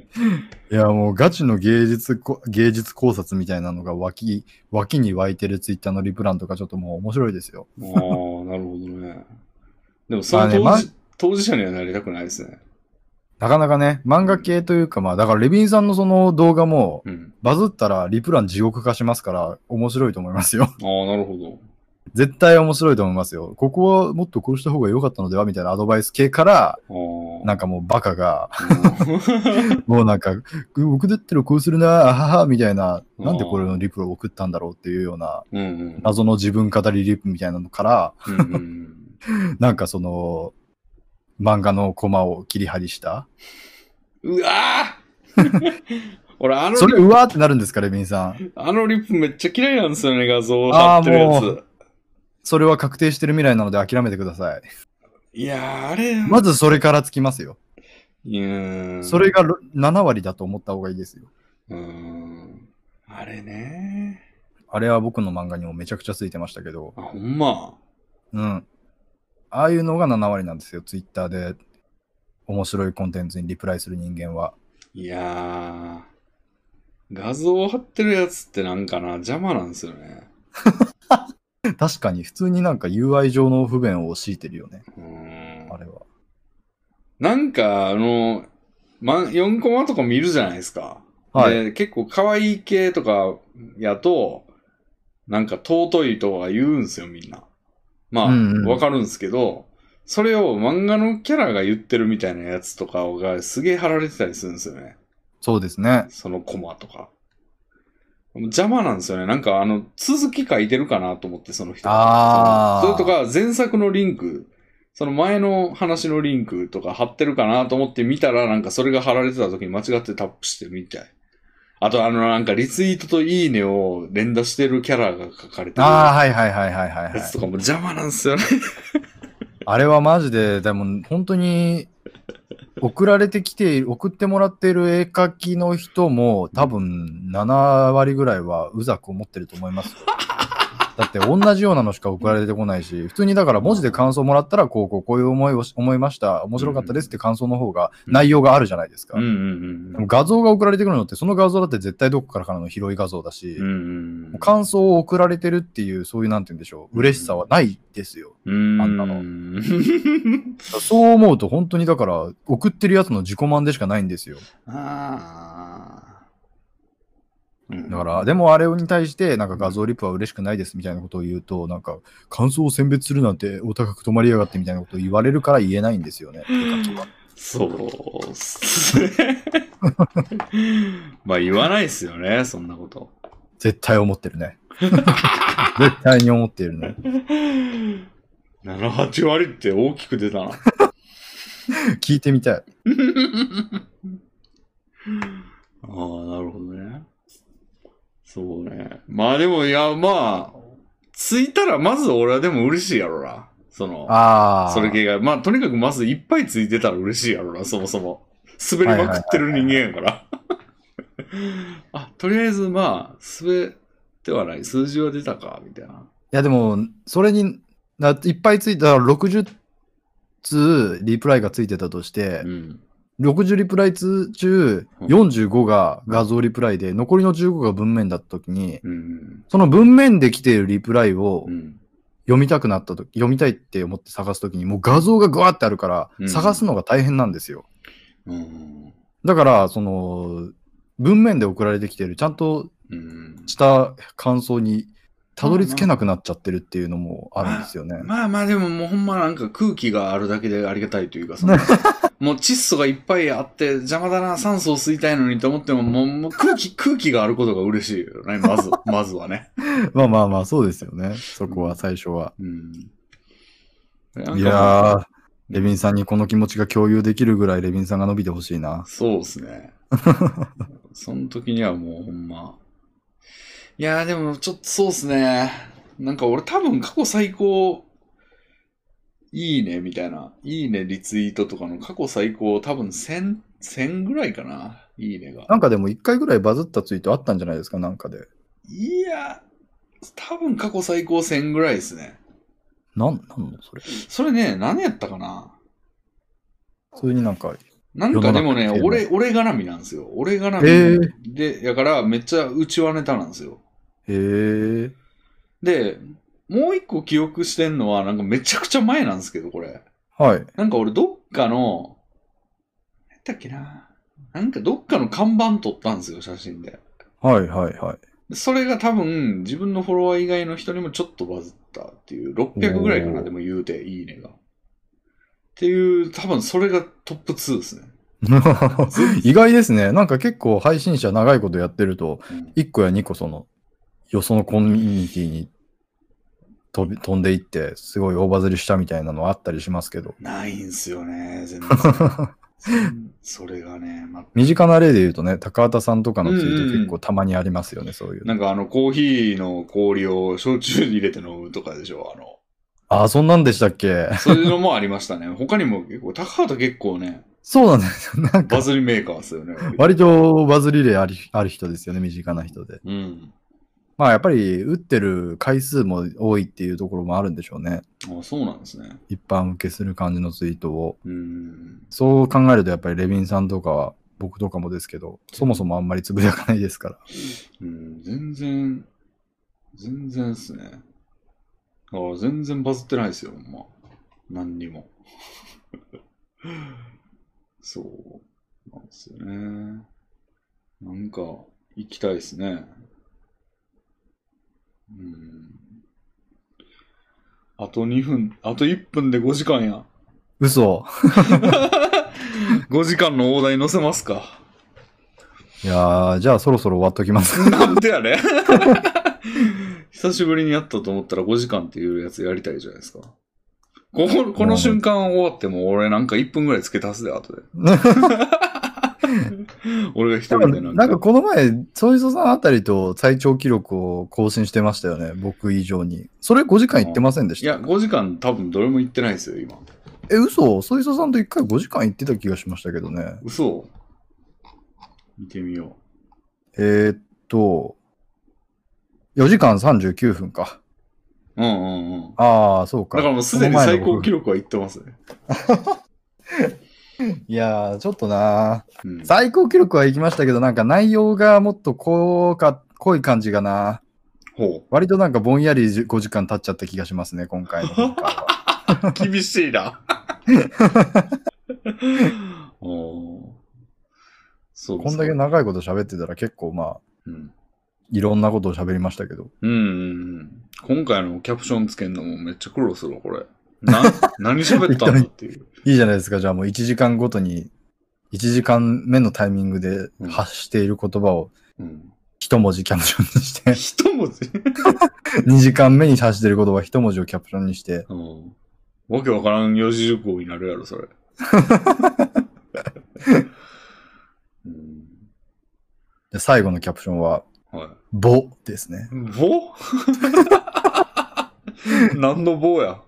いや、もうガチの芸術考察みたいなのが脇に湧いてるツイッターのリプランとかちょっともう面白いですよ。 ああ、なるほどね。でもその当事者にはなりたくないですね。 なかなかね、漫画系というかまあ、だからレビンさんのその動画も、バズったらリプラン地獄化しますから、面白いと思いますよ。 ああ、なるほど。 絶対面白いと思いますよ。ここはもっとこうした方が良かったのではみたいなアドバイス系から、なんかもうバカが、もうなんか、僕だったらこうするな、あはは、みたいな、なんでこれのリプを送ったんだろうっていうような、謎の自分語りリプみたいなのから、なんかその、漫画のコマを切り張りした。 うわ俺それうわーってなるんですか、レビンさん。 あのリプめっちゃ嫌いなんですよね、画像貼ってるやつ。 それは確定してる未来なので諦めてください。 いやー、あれ。 まずそれからつきますよ。それが7割だと思った方がいいですよ。 あれね。 あれは僕の漫画にもめちゃくちゃついてましたけど。 あ、ほんま。 うん。ああいうのが7割なんですよ、ツイッターで面白いコンテンツにリプライする人間は。 いやー、画像を貼ってるやつってなんかな、邪魔なんですよね。 確かに、普通になんか UI 上の不便を強いてるよね。あれは。 なんか、4コマとか見るじゃないですか。はい。で、結構可愛い系とかやと、なんか尊いとは言うんすよ、みんな。まあ、わかるんですけど、それを漫画のキャラが言ってるみたいなやつとかがすげえ貼られてたりするんですよね。 そうですね。 そのコマとか。邪魔なんですよね。なんか続き書いてるかなと思って、その人が。それとか、前作のリンク、その前の話のリンクとか貼ってるかなと思って見たら、なんかそれが貼られてた時に間違ってタップしてみたい。あとなんかリツイートといいねを連打してるキャラが書かれてる。 はいはいはいはいはい。 やつとかも邪魔なんですよね。 あれはマジで、でも本当に、送ってもらっている絵描きの人も多分7割ぐらいはうざく思ってると思いますよ。だって同じようなのしか送られてこないし、普通にだから文字で感想もらったらこういう思いを思いました、面白かったですって感想の方が内容があるじゃないですか。でも画像が送られてくるのってその画像だって絶対どこからの広い画像だし、感想を送られてるっていうそういうなんて言うんでしょう、嬉しさはないですよ。あんなの。そう思うと本当にだから送ってるやつの自己満でしかないんですよ。だから、でもあれに対して、なんか画像リプは嬉しくないですみたいなことを言うと、なんか、感想を選別するなんてお高く止まりやがってみたいなことを言われるから言えないんですよね、絵描きは。 そうっすね。まあ言わないですよね、そんなこと。 絶対思ってるね。絶対に思っているね。 7、8割って大きく出たな。 聞いてみたい。ああ、なるほどね。そうね。まあでも、いや、まあ、ついたらまず俺はでも嬉しいやろな。それ系が。まあとにかくまずいっぱいついてたら嬉しいやろな、そもそも。滑りまくってる人間やから。あ、とりあえずまあ、滑ってはない。数字は出たか、みたいな。いやでも、それに、いっぱいついたら60通リプライがついてたとして、60リプライ中45が画像リプライで、残りの15が文面だったときに、その文面で来ているリプライを読みたくなったとき、読みたいって思って探すときに、もう画像がグワーってあるから、探すのが大変なんですよ。だから、その、文面で送られてきている、ちゃんとした感想に、たどり着けなくなっちゃってるっていうのもあるんですよね。 まあでももうほんまなんか空気があるだけでありがたいというかさ、もう窒素がいっぱいあって邪魔だな、酸素を吸いたいのにと思っても、もう空気があることが嬉しいよね、まずはね。 まあ、そうですよね。そこは最初は。いやー、レビンさんにこの気持ちが共有できるぐらいレビンさんが伸びてほしいな。 そうですね。その時にはもうほんま。いやーでもちょっとそうっすね。なんか俺多分過去最高、いいねみたいな。いいねリツイートとかの過去最高多分1000ぐらいかな。いいねが。 なんかでも1回ぐらいバズったツイートあったんじゃないですか、なんかで。 いや、多分過去最高1000ぐらいですね。 なんのそれ。 それね、何やったかな。 普通になんかなんかでもね、俺絡みなんですよ。俺絡みで、やからめっちゃ内輪ネタなんですよ。 へえ。 で、もう一個記憶してんのは、なんかめちゃくちゃ前なんですけど、これ。 はい。 なんか俺どっかの、何だっけな。なんかどっかの看板撮ったんですよ、写真で。 はいはいはい。 それが多分、自分のフォロワー以外の人にもちょっとバズったっていう、600ぐらいかな、でも言うて、いいねが。っていう、多分それがトップ2ですね。 意外ですね。なんか結構配信者長いことやってると、1個や2個その、よそのコミュニティに飛んでいって、すごい大バズりしたみたいなのあったりしますけど。 ないんすよね、全然。それがね、 身近な例で言うとね、高畑さんとかのツイート結構たまにありますよね、そういう。 なんかコーヒーの氷を焼酎に入れて飲むとかでしょ、 そんなんでしたっけ？ そういうのもありましたね。他にも結構、高畑結構ね、 そうなんですよ。なんかバズりメーカーですよね。 割とバズり例ある人ですよね、身近な人で。 うん。 まあやっぱり打ってる回数も多いっていうところもあるんでしょうね。 そうなんですね。 一般受けする感じのツイートを。そう考えるとやっぱりレビンさんとかは僕とかもですけど、そもそもあんまりつぶやかないですから。 全然っすね。全然バズってないですよ、まあ。何にも。そうなんですよね。なんか、行きたいですね。あと2分、あと1分で5時間や。 嘘。 5時間の大台載せますか。 いやー、じゃあそろそろ終わっときます。 なんでやね。久しぶりにやったと思ったら5時間っていうやつやりたいじゃないですか。この瞬間終わっても俺なんか1分ぐらい付け足すで、後で。俺が一人でなんかこの前、ソイソさんあたりと最長記録を更新してましたよね、僕以上に。それ5時間行ってませんでした？ いや、5時間多分どれも行ってないですよ、今。 嘘？ソイソさんと1回5時間行ってた気がしましたけどね。 嘘？見てみよう。4時間39分か。ああ、そうか。 だからもうすでに最高記録は行ってますね。 いやー、ちょっとな、最高記録は行きましたけど、なんか内容がもっと濃い感じがな。割となんかぼんやり5時間経っちゃった気がしますね、今回の今回は。 厳しいな。 そうこんだけ長いこと喋ってたら結構まあ、いろんなことを喋りましたけど。 今回のキャプションつけるのもめっちゃ苦労するわ、これ。何喋ったんだっていう。 いいじゃないですか。じゃあもう1時間ごとに、1時間目のタイミングで発している言葉を、一文字キャプションにして。 一文字 ?2 時間目に発している言葉を一文字をキャプションにして。 わけわからん四字熟語になるやろ、それ。 で最後のキャプションは、ボですね。 ボ何のボや。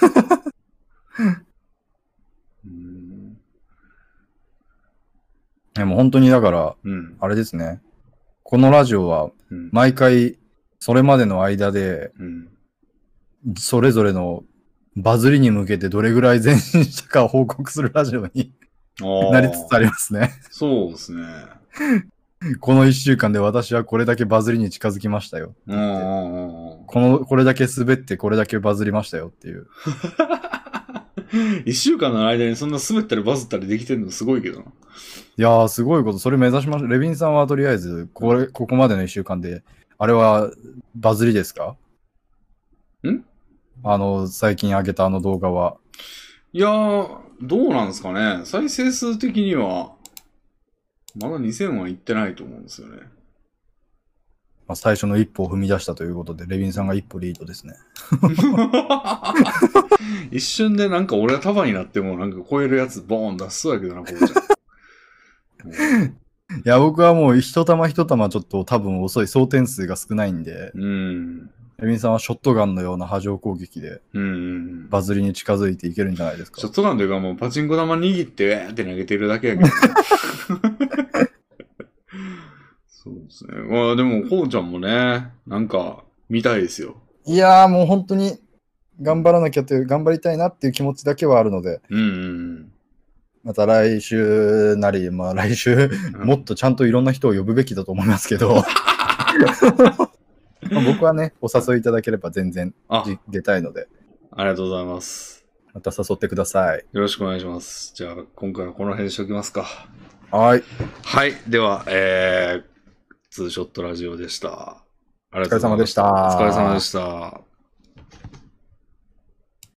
でも本当にだから、あれですね。このラジオは、毎回、それまでの間で、それぞれのバズりに向けてどれぐらい前進したかを報告するラジオになりつつありますね。 そうですね。 この1週間で私はこれだけバズりに近づきましたよ。これだけ滑ってこれだけバズりましたよっていう。 1週間の間にそんな滑ったりバズったりできてるのすごいけどな。 いやー、すごいこと。それ目指しました。レビンさんはとりあえず、ここまでの1週間で、あれはバズりですか？最近上げた動画は。 いやー、どうなんですかね。再生数的には、まだ2000はいってないと思うんですよね。 まあ、最初の一歩を踏み出したということで、レビンさんが一歩リードですね。 一瞬でなんか俺は束になってもなんか超えるやつボーン出すそうやけどな、こうちゃん。 いや、僕はもう一玉一玉ちょっと多分遅い、総点数が少ないんで、レビンさんはショットガンのような波状攻撃で、バズりに近づいていけるんじゃないですか。 ショットガンというかもうパチンコ玉握ってーって投げてるだけやけど。そうですね。まあでも、こうちゃんもね、なんか、見たいですよ。 いやーもう本当に頑張らなきゃという、頑張りたいなっていう気持ちだけはあるので、 また来週なり、まあ来週、もっとちゃんといろんな人を呼ぶべきだと思いますけど、僕はね、お誘いいただければ全然出たいので。 ありがとうございます。 また誘ってください。 よろしくお願いします。じゃあ、今回はこの辺にしておきますか。 はい。 はい。では、ツーショットラジオでした。 お疲れ様でした。 お疲れ様でした。